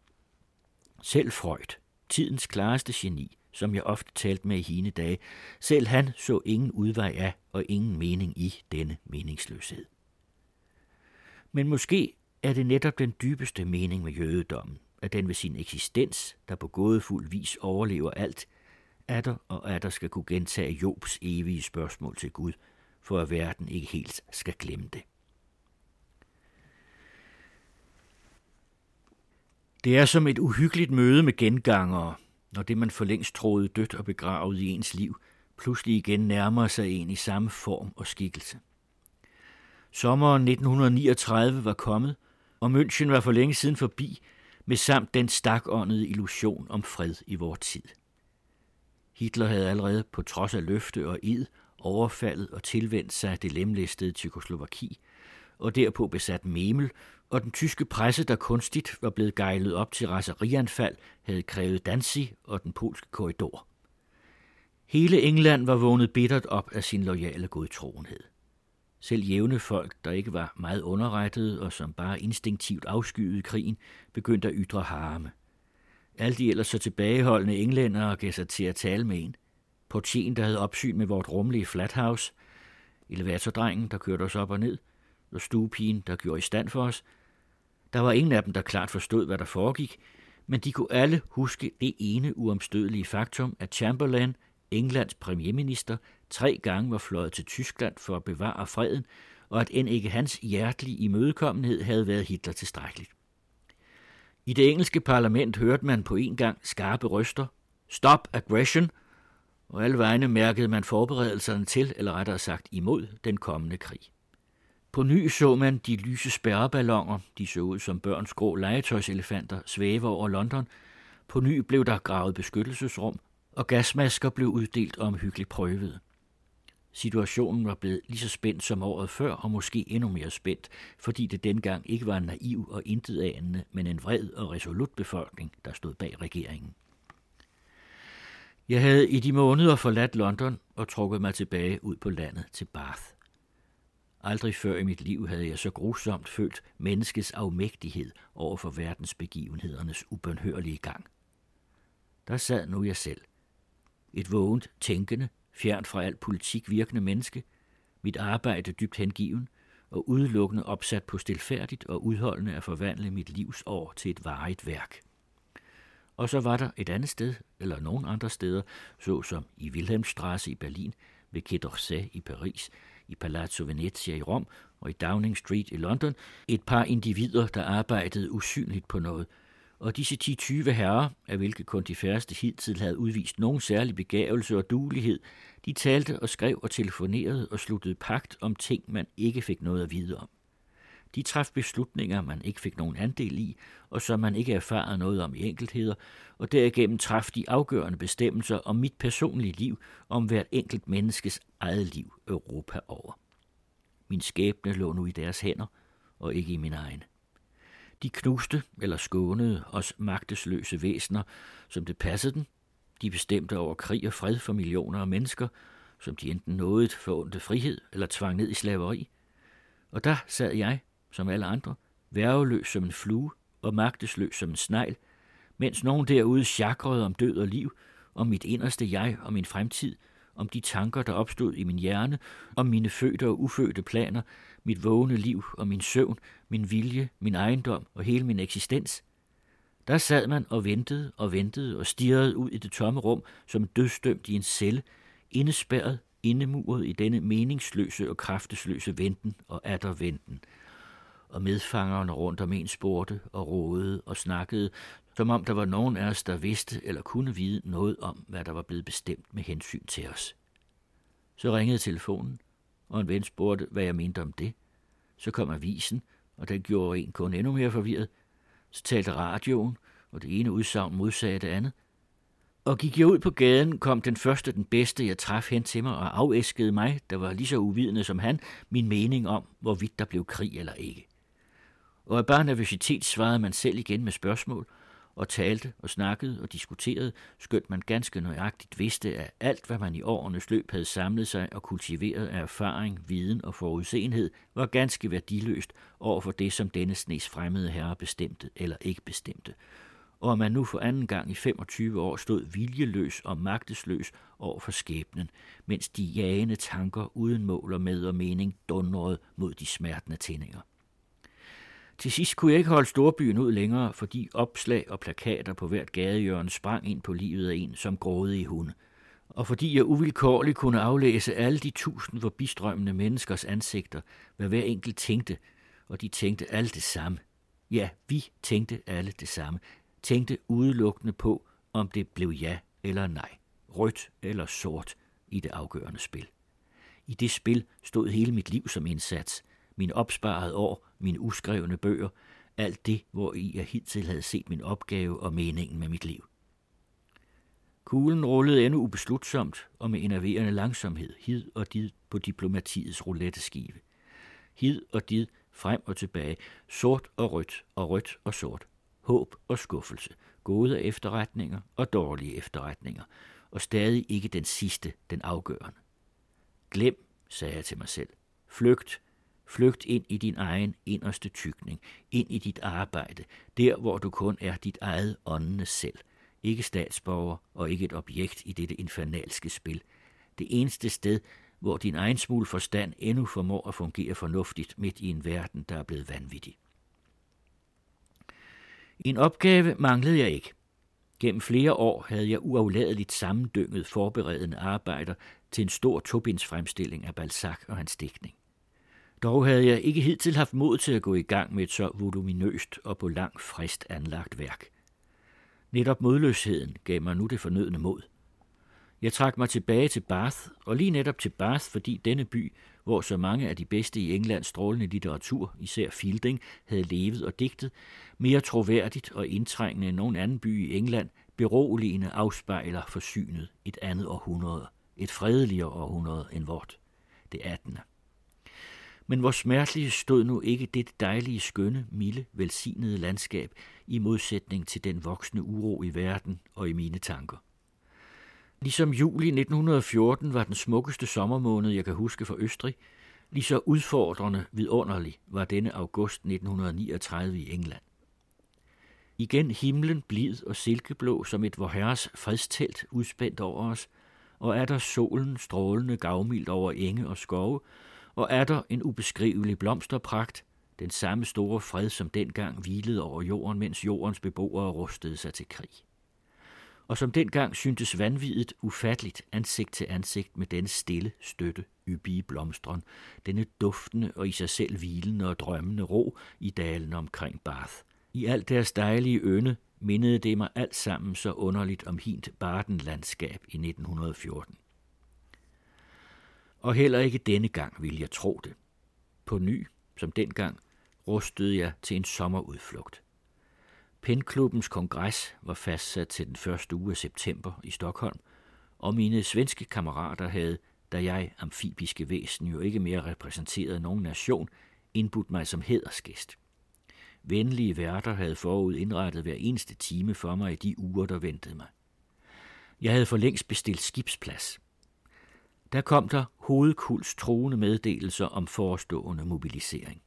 B: Selv Freud, tidens klareste geni, som jeg ofte talte med i hine dage, selv han så ingen udvej af og ingen mening i denne meningsløshed. Men måske er det netop den dybeste mening med jødedommen, at den ved sin eksistens, der på gådefuld vis overlever alt, atter skal kunne gentage Jobs evige spørgsmål til Gud, for at verden ikke helt skal glemme det. Det er som et uhyggeligt møde med gengangere, når det man for længst troede dødt og begravet i ens liv, pludselig igen nærmer sig en i samme form og skikkelse. Sommeren 1939 var kommet, og München var for længe siden forbi, med samt den stakåndede illusion om fred i vor tid. Hitler havde allerede på trods af løfte og ed overfaldet og tilvendt sig det lemlæstede Tjekkoslovakiet, og derpå besat Memel, og den tyske presse, der kunstigt var blevet gejlet op til raserianfald, havde krævet Danzig og den polske korridor. Hele England var vågnet bittert op af sin loyale godtroenhed. Selv jævne folk, der ikke var meget underrettede og som bare instinktivt afskyede krigen, begyndte at ytre harme. Alle de ellers så tilbageholdende englændere gav sig til at tale med en. Portieren, der havde opsyn med vort rummelige flathouse, elevatordrengen, der kørte os op og ned, og stuepigen, der gjorde i stand for os. Der var ingen af dem, der klart forstod, hvad der foregik, men de kunne alle huske det ene uomstødelige faktum, at Chamberlain, Englands premierminister, 3 gange var fløjet til Tyskland for at bevare freden, og at end ikke hans hjertelige imødekommenhed havde været Hitler tilstrækkeligt. I det engelske parlament hørte man på en gang skarpe røster, stop aggression, og alle vegne mærkede man forberedelserne til, eller rettere sagt imod, den kommende krig. På ny så man de lyse spærreballoner, de så ud som børns grå legetøjselefanter, svæve over London. På ny blev der gravet beskyttelsesrum, og gasmasker blev uddelt og omhyggeligt prøvet. Situationen var blevet lige så spændt som året før, og måske endnu mere spændt, fordi det dengang ikke var en naiv og intetanende, men en vred og resolut befolkning, der stod bag regeringen. Jeg havde i de måneder forladt London og trukket mig tilbage ud på landet til Bath. Aldrig før i mit liv havde jeg så grusomt følt menneskets afmægtighed over for verdensbegivenhedernes ubønhørlige gang. Der sad nu jeg selv. Et vågent, tænkende, fjernt fra alt politik virkende menneske, mit arbejde dybt hengiven og udelukkende opsat på stilfærdigt og udholdende at forvandle mit livs år til et varigt værk. Og så var der et andet sted, eller nogle andre steder, såsom i Wilhelmstrasse i Berlin, ved Quai d'Orsay i Paris, i Palazzo Venezia i Rom og i Downing Street i London, et par individer, der arbejdede usynligt på noget. Og disse 10-20 herrer, af hvilke kun de færreste hidtil havde udvist nogen særlig begavelse og duelighed, de talte og skrev og telefonerede og sluttede pagt om ting, man ikke fik noget at vide om. De traf beslutninger, man ikke fik nogen andel i, og som man ikke erfarede noget om i enkeltheder, og derigennem traf de afgørende bestemmelser om mit personlige liv, om hvert enkelt menneskes eget liv Europa over. Min skæbne lå nu i deres hænder, og ikke i min egen. De knuste eller skånede os magtesløse væsener, som det passede dem. De bestemte over krig og fred for millioner af mennesker, som de enten nåede forundte frihed eller tvang ned i slaveri. Og der sad jeg, som alle andre, værgeløs som en flue og magtesløs som en snegl, mens nogen derude sjakrede om død og liv, om mit inderste jeg og min fremtid, om de tanker, der opstod i min hjerne, om mine fødte og ufødte planer, mit vågne liv og min søvn, min vilje, min ejendom og hele min eksistens. Der sad man og ventede og stirrede ud i det tomme rum som dødsdømt i en celle, indespærret, indemuret i denne meningsløse og kraftesløse venten og atter venten. Og medfangerne rundt om en spurgte og rådede og snakkede, som om der var nogen af os, der vidste eller kunne vide noget om, hvad der var blevet bestemt med hensyn til os. Så ringede telefonen, og en ven spurgte, hvad jeg mente om det. Så kom avisen, og den gjorde en kun endnu mere forvirret. Så talte radioen, og det ene udsagn modsagde det andet. Og gik jeg ud på gaden, kom den første, den bedste, jeg traf hen til mig og afæskede mig, der var lige så uvidende som han, min mening om, hvorvidt der blev krig eller ikke. Og af bare nervøsitet svarede man selv igen med spørgsmål, og talte og snakkede og diskuterede, skønt man ganske nøjagtigt vidste, at alt, hvad man i årenes løb havde samlet sig og kultiveret af erfaring, viden og forudseenhed, var ganske værdiløst over for det, som denne snes fremmede herre bestemte eller ikke bestemte. Og man nu for anden gang i 25 år stod viljeløs og magtesløs over for skæbnen, mens de jagende tanker uden mål og med og mening dundrede mod de smertende tændinger. Til sidst kunne jeg ikke holde storbyen ud længere, fordi opslag og plakater på hvert gadehjørne sprang ind på livet af en som grådige hunde. Og fordi jeg uvilkårligt kunne aflæse alle de 1000 forbistrømmende menneskers ansigter, hvad hver enkelt tænkte, og de tænkte alle det samme. Ja, vi tænkte alle det samme. Tænkte udelukkende på, om det blev ja eller nej, rødt eller sort i det afgørende spil. I det spil stod hele mit liv som indsats, mine opsparede år, mine uskrevne bøger, alt det, hvori jeg hidtil havde set min opgave og meningen med mit liv. Kuglen rullede endnu ubeslutsomt og med enerverende langsomhed, hid og did på diplomatiets rouletteskive. Hid og did, frem og tilbage, sort og rødt og sort, håb og skuffelse, gode efterretninger og dårlige efterretninger, og stadig ikke den sidste, den afgørende. Glem, sagde jeg til mig selv. Flygt. Flygt ind i din egen inderste tykning, ind i dit arbejde, der hvor du kun er dit eget åndende selv. Ikke statsborger og ikke et objekt i dette infernalske spil. Det eneste sted, hvor din egen smule forstand endnu formår at fungere fornuftigt midt i en verden, der er blevet vanvittig. En opgave manglede jeg ikke. Gennem flere år havde jeg uafladeligt sammendynget forberedende arbejder til en stor tobindsfremstilling af Balzac og hans digtning. Dog havde jeg ikke hidtil haft mod til at gå i gang med et så voluminøst og på lang frist anlagt værk. Netop modløsheden gav mig nu det fornødne mod. Jeg trak mig tilbage til Bath, og lige netop til Bath, fordi denne by, hvor så mange af de bedste i Englands strålende litteratur, især Fielding, havde levet og digtet, mere troværdigt og indtrængende end nogen anden by i England, beroligende afspejler forsynet et andet århundrede, et fredeligere århundrede end vort, det 18. Men hvor smerteligt stod nu ikke det dejlige, skønne, milde, velsignede landskab i modsætning til den voksende uro i verden og i mine tanker. Ligesom juli 1914 var den smukkeste sommermåned, jeg kan huske fra Østrig, lige så udfordrende vidunderlig var denne august 1939 i England. Igen himlen blid og silkeblå som et Vorherres fredstelt udspændt over os, og er der solen strålende gavmildt over enge og skove, og er der en ubeskrivelig blomsterpragt, den samme store fred, som dengang hvilede over jorden, mens jordens beboere rustede sig til krig. Og som dengang syntes vanvittigt ufatteligt ansigt til ansigt med denne stille støtte, yppige blomstren, denne duftende og i sig selv hvilende og drømmende ro i dalen omkring Bath. I alt deres dejlige ynde mindede det mig alt sammen så underligt om hint Baden-landskab i 1914. Og heller ikke denne gang ville jeg tro det. På ny, som dengang, rustede jeg til en sommerudflugt. Penklubbens kongres var fastsat til den første uge af september i Stockholm, og mine svenske kammerater havde, da jeg, amfibiske væsen, jo ikke mere repræsenterede nogen nation, indbudt mig som hædersgæst. Venlige værter havde forud indrettet hver eneste time for mig i de uger, der ventede mig. Jeg havde for længst bestilt skibsplads. Der kom der hovedkuls truende meddelelser om forestående mobilisering.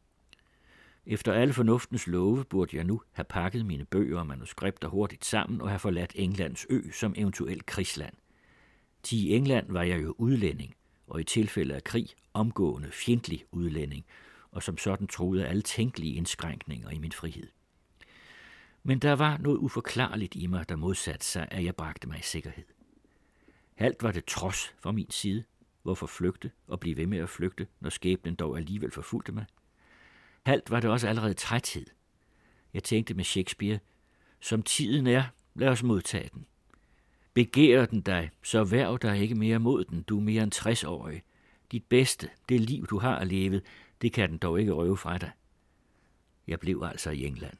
B: Efter alle fornuftens love burde jeg nu have pakket mine bøger og manuskripter hurtigt sammen og have forladt Englands ø som eventuelt krigsland. I England var jeg jo udlænding, og i tilfælde af krig omgående fjendtlig udlænding, og som sådan troede alle tænkelige indskrænkninger i min frihed. Men der var noget uforklarligt i mig, der modsatte sig, at jeg bragte mig i sikkerhed. Halvt var det trods fra min side, hvorfor flygte og blive ved med at flygte, når skæbnen dog alligevel forfulgte mig. Halvt var det også allerede træthed. Jeg tænkte med Shakespeare, som tiden er, lad os modtage den. Begærer den dig, så værv dig ikke mere mod den, du er mere end 60-årig. Dit bedste, det liv du har levet, det kan den dog ikke røve fra dig. Jeg blev altså i England.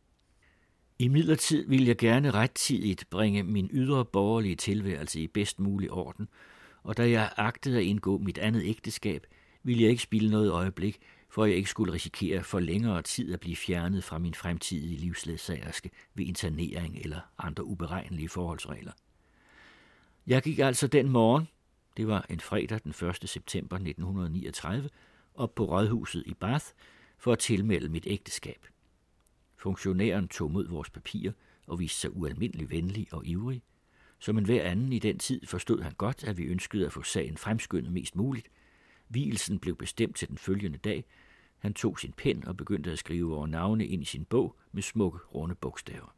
B: Imidlertid ville jeg gerne rettidigt bringe min ydre borgerlige tilværelse i bedst mulig orden, og da jeg agtede at indgå mit andet ægteskab, ville jeg ikke spilde noget øjeblik, for jeg ikke skulle risikere for længere tid at blive fjernet fra min fremtidige livsledsagerske ved internering eller andre uberegnelige forholdsregler. Jeg gik altså den morgen, det var en fredag den 1. september 1939, op på rådhuset i Bath for at tilmelde mit ægteskab. Funktionæren tog mod vores papirer og viste sig ualmindelig venlig og ivrig. Som en hver anden i den tid forstod han godt, at vi ønskede at få sagen fremskyndet mest muligt. Vielsen blev bestemt til den følgende dag. Han tog sin pen og begyndte at skrive vores navne ind i sin bog med smukke, runde bogstaver.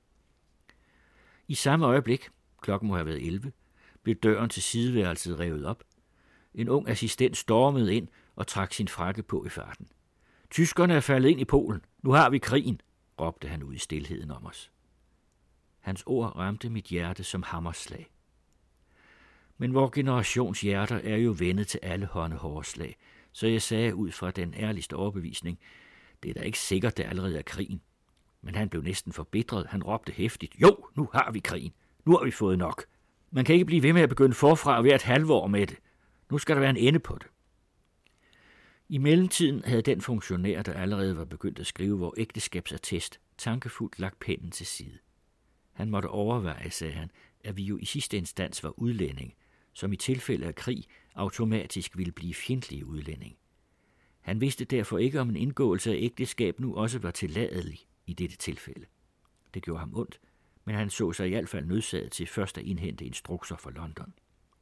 B: I samme øjeblik, klokken må have været 11, blev døren til sideværelset revet op. En ung assistent stormede ind og trak sin frakke på i farten. Tyskerne er faldet ind i Polen. Nu har vi krigen, råbte han ud i stilheden om os. Hans ord ramte mit hjerte som hammerslag. Men vor generations hjerter er jo vendet til alle hårde slag, så jeg sagde ud fra den ærligste overbevisning, det er da ikke sikkert, det allerede er krigen. Men han blev næsten forbitret. Han råbte hæftigt, jo, nu har vi krigen. Nu har vi fået nok. Man kan ikke blive ved med at begynde forfra hvert halvår med det. Nu skal der være en ende på det. I mellemtiden havde den funktionær, der allerede var begyndt at skrive vor ægteskabsattest, tankefuldt lagt pennen til side. Han måtte overveje, sagde han, at vi jo i sidste instans var udlænding, som i tilfælde af krig automatisk ville blive fjendtlige udlænding. Han vidste derfor ikke, om en indgåelse af ægteskab nu også var tilladelig i dette tilfælde. Det gjorde ham ondt, men han så sig i hvert fald nødsaget til først at indhente instrukser fra London.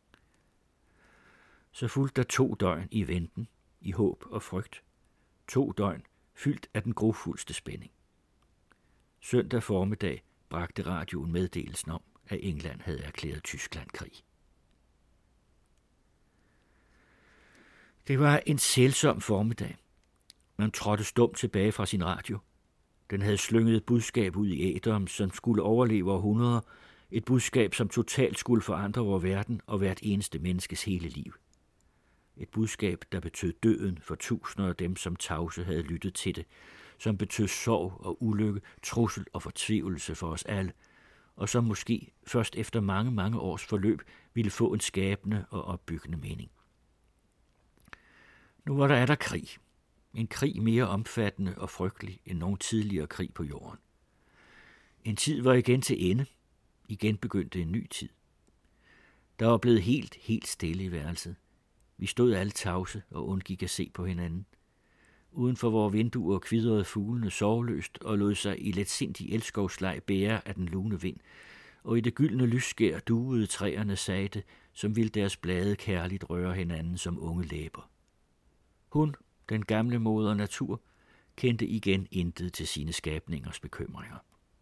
B: Så fulgte der 2 døgn i venten, i håb og frygt. 2 døgn fyldt af den grofuldste spænding. Søndag formiddag bragte radioen meddelelsen om, at England havde erklæret Tyskland krig. Det var en sælsom formiddag. Man trådte stumt tilbage fra sin radio. Den havde slynget et budskab ud i æteren, som skulle overleve århundreder. Et budskab, som totalt skulle forandre vor verden og hvert eneste menneskes hele liv. Et budskab, der betød døden for tusinder af dem, som tavse havde lyttet til det, som betød sorg og ulykke, trussel og fortvivlelse for os alle, og som måske først efter mange, mange års forløb ville få en skabende og opbyggende mening. Nu var der krig. En krig mere omfattende og frygtelig end nogen tidligere krig på jorden. En tid var igen til ende. Igen begyndte en ny tid. Der var blevet helt stille i værelset. Vi stod alle tavse og undgik at se på hinanden. Uden for vores vinduer kvidrede fuglene sorgløst og lod sig i letsindig elskovsleg bære af den lune vind, og i det gyldne lysskær duede træerne sagte, som ville deres blade kærligt røre hinanden som unge læber. Hun, den gamle moder natur, kendte igen intet til sine skabningers bekymringer.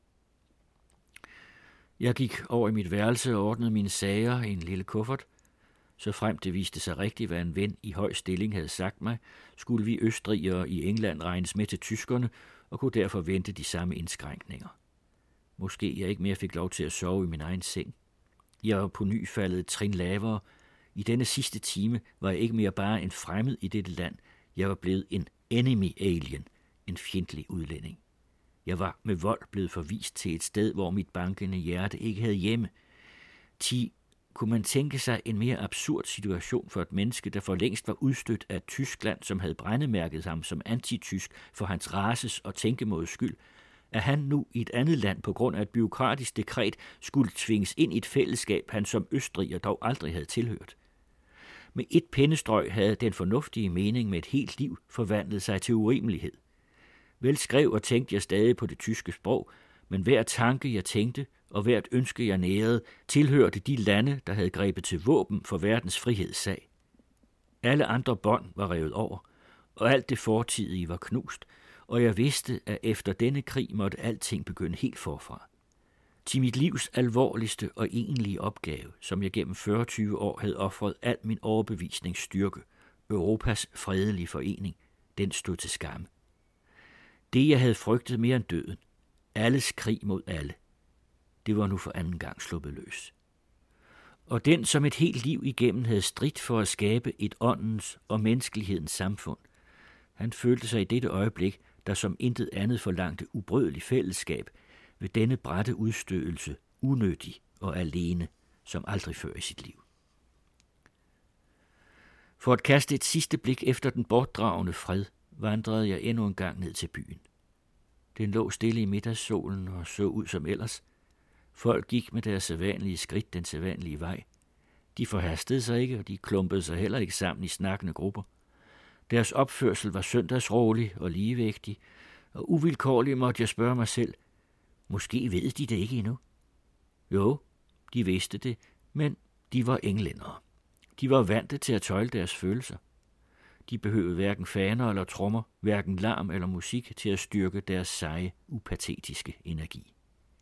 B: Jeg gik over i mit værelse og ordnede mine sager i en lille kuffert. Så frem det viste sig rigtigt, hvad en ven i høj stilling havde sagt mig, skulle vi østrigere i England regnes med til tyskerne og kunne derfor vente de samme indskrænkninger. Måske jeg ikke mere fik lov til at sove i min egen seng. Jeg var på ny faldet et trin lavere. I denne sidste time var jeg ikke mere bare en fremmed i dette land. Jeg var blevet en enemy alien, en fjendtlig udlænding. Jeg var med vold blevet forvist til et sted, hvor mit bankende hjerte ikke havde hjemme. Kunne man tænke sig en mere absurd situation for et menneske, der for længst var udstødt af Tyskland, som havde brændemærket ham som antitysk for hans races og tænkemådes skyld, at han nu i et andet land på grund af et bureaukratisk dekret skulle tvinges ind i et fællesskab, han som østriger dog aldrig havde tilhørt. Med et pennestrøg havde den fornuftige mening med et helt liv forvandlet sig til urimelighed. Vel skrev og tænkte jeg stadig på det tyske sprog, men hver tanke jeg tænkte og hvert ønske jeg nærede tilhørte de lande, der havde grebet til våben for verdens frihedssag. Alle andre bånd var revet over, og alt det fortidige var knust, og jeg vidste, at efter denne krig måtte alting begynde helt forfra. Til mit livs alvorligste og egentlige opgave, som jeg gennem 40-20 år havde ofret al min overbevisningsstyrke, Europas fredelige forening, den stod til skamme. Det jeg havde frygtet mere end døden, alles krig mod alle, det var nu for anden gang sluppet løs. Og den, som et helt liv igennem havde stridt for at skabe et åndens og menneskelighedens samfund, han følte sig i dette øjeblik, der som intet andet forlangte ubrødelig fællesskab, ved denne bratte udstødelse, unødig og alene, som aldrig før i sit liv. For at kaste et sidste blik efter den bortdragende fred, vandrede jeg endnu en gang ned til byen. Den lå stille i middagssolen og så ud som ellers. Folk gik med deres sædvanlige skridt den sædvanlige vej. De forhastede sig ikke, og de klumpede sig heller ikke sammen i snakkende grupper. Deres opførsel var søndagsrolig og ligevægtig, og uvilkårligt måtte jeg spørge mig selv, måske ved de det ikke endnu? Jo, de vidste det, men de var englændere. De var vante til at tøjle deres følelser. De behøvede hverken faner eller trommer, hverken larm eller musik til at styrke deres seje, upatetiske energi.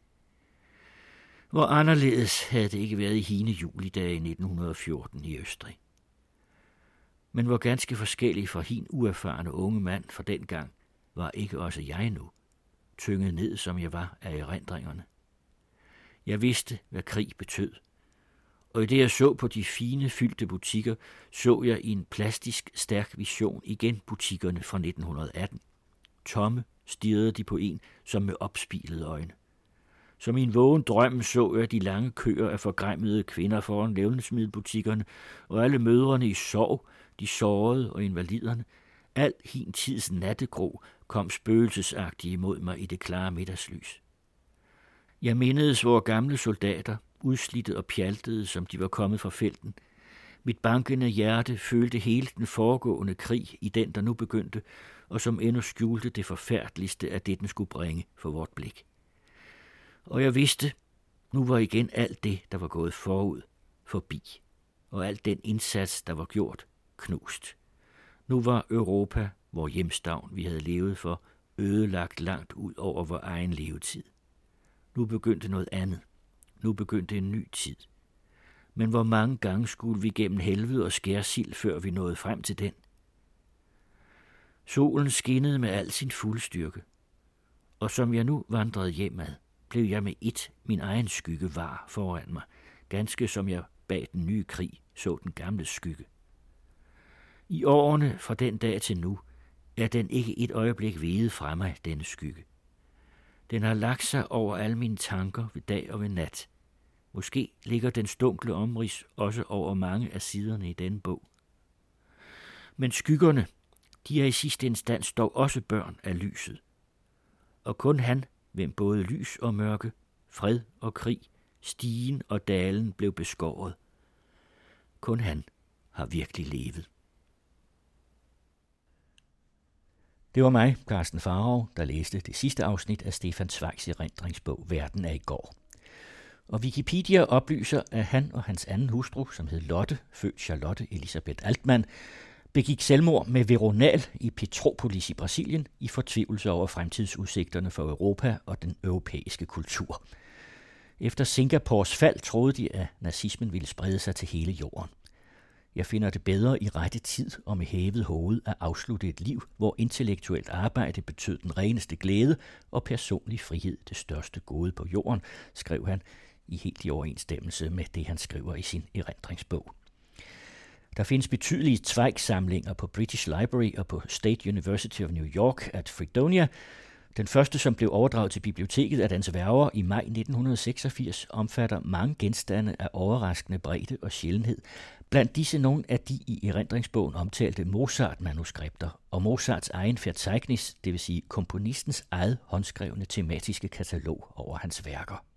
B: Hvor anderledes havde det ikke været i hine julidage i 1914 i Østrig. Men hvor ganske forskellig fra hin uerfarne unge mand fra dengang, var ikke også jeg nu, tynget ned som jeg var af erindringerne. Jeg vidste, hvad krig betød, og i det jeg så på de fine, fyldte butikker, så jeg i en plastisk, stærk vision igen butikkerne fra 1918. Tomme stirrede de på en, som med opspilede øjne. Som i en vågen drøm så jeg de lange køer af forgræmmede kvinder foran levnedsmiddelbutikkerne, og alle mødrene i sorg, de sårede og invaliderne. Al hin tids nattegro kom spøgelsesagtigt imod mig i det klare middagslys. Jeg mindedes vore gamle soldater, udslidte og pjaltede, som de var kommet fra felten, Mit bankende hjerte følte hele den foregående krig i den, der nu begyndte, og som endnu skjulte det forfærdeligste af det, den skulle bringe for vort blik. Og jeg vidste, nu var igen alt det, der var gået forud, forbi, og alt den indsats, der var gjort, knust. Nu var Europa, vor hjemstavn, vi havde levet for, ødelagt langt ud over vor egen levetid. Nu begyndte noget andet. Nu begyndte en ny tid. Men hvor mange gange skulle vi gennem helvede og skærsild, før vi nåede frem til den? Solen skinnede med al sin fulde styrke, og som jeg nu vandrede hjemad, blev jeg med min egen skygge var foran mig, ganske som jeg bag den nye krig så den gamle skygge. I årene fra den dag til nu er den ikke et øjeblik veget fra mig, denne skygge. Den har lagt sig over alle mine tanker ved dag og ved nat. Måske ligger den stunkle omrids også over mange af siderne i denne bog. Men skyggerne, de er i sidste instans dog også børn af lyset. Og kun han, hvem både lys og mørke, fred og krig, stigen og dalen blev beskåret. Kun han har virkelig levet. Det var mig, Carsten Farov, der læste det sidste afsnit af Stefan Zweigs erindringsbog Verden af i går. Og Wikipedia oplyser, at han og hans anden hustru, som hed Lotte, født Charlotte Elisabeth Altmann, begik selvmord med Veronal i Petropolis i Brasilien i fortvivlelse over fremtidsudsigterne for Europa og den europæiske kultur. Efter Singapores fald troede de, at nazismen ville sprede sig til hele jorden. Jeg finder det bedre i rette tid og med hævet hoved at afslutte et liv, hvor intellektuelt arbejde betød den reneste glæde og personlig frihed det største gode på jorden, skrev han i helt i overensstemmelse med det, han skriver i sin erindringsbog. Der findes betydelige Zweig-samlinger på British Library og på State University of New York at Fredonia. Den første, som blev overdraget til biblioteket af dens værger i maj 1986, omfatter mange genstande af overraskende bredde og sjældenhed. Blandt disse nogle af de i erindringsbogen omtalte Mozart-manuskripter og Mozarts egen Verzeichnis, det vil sige komponistens eget håndskrevne tematiske katalog over hans værker.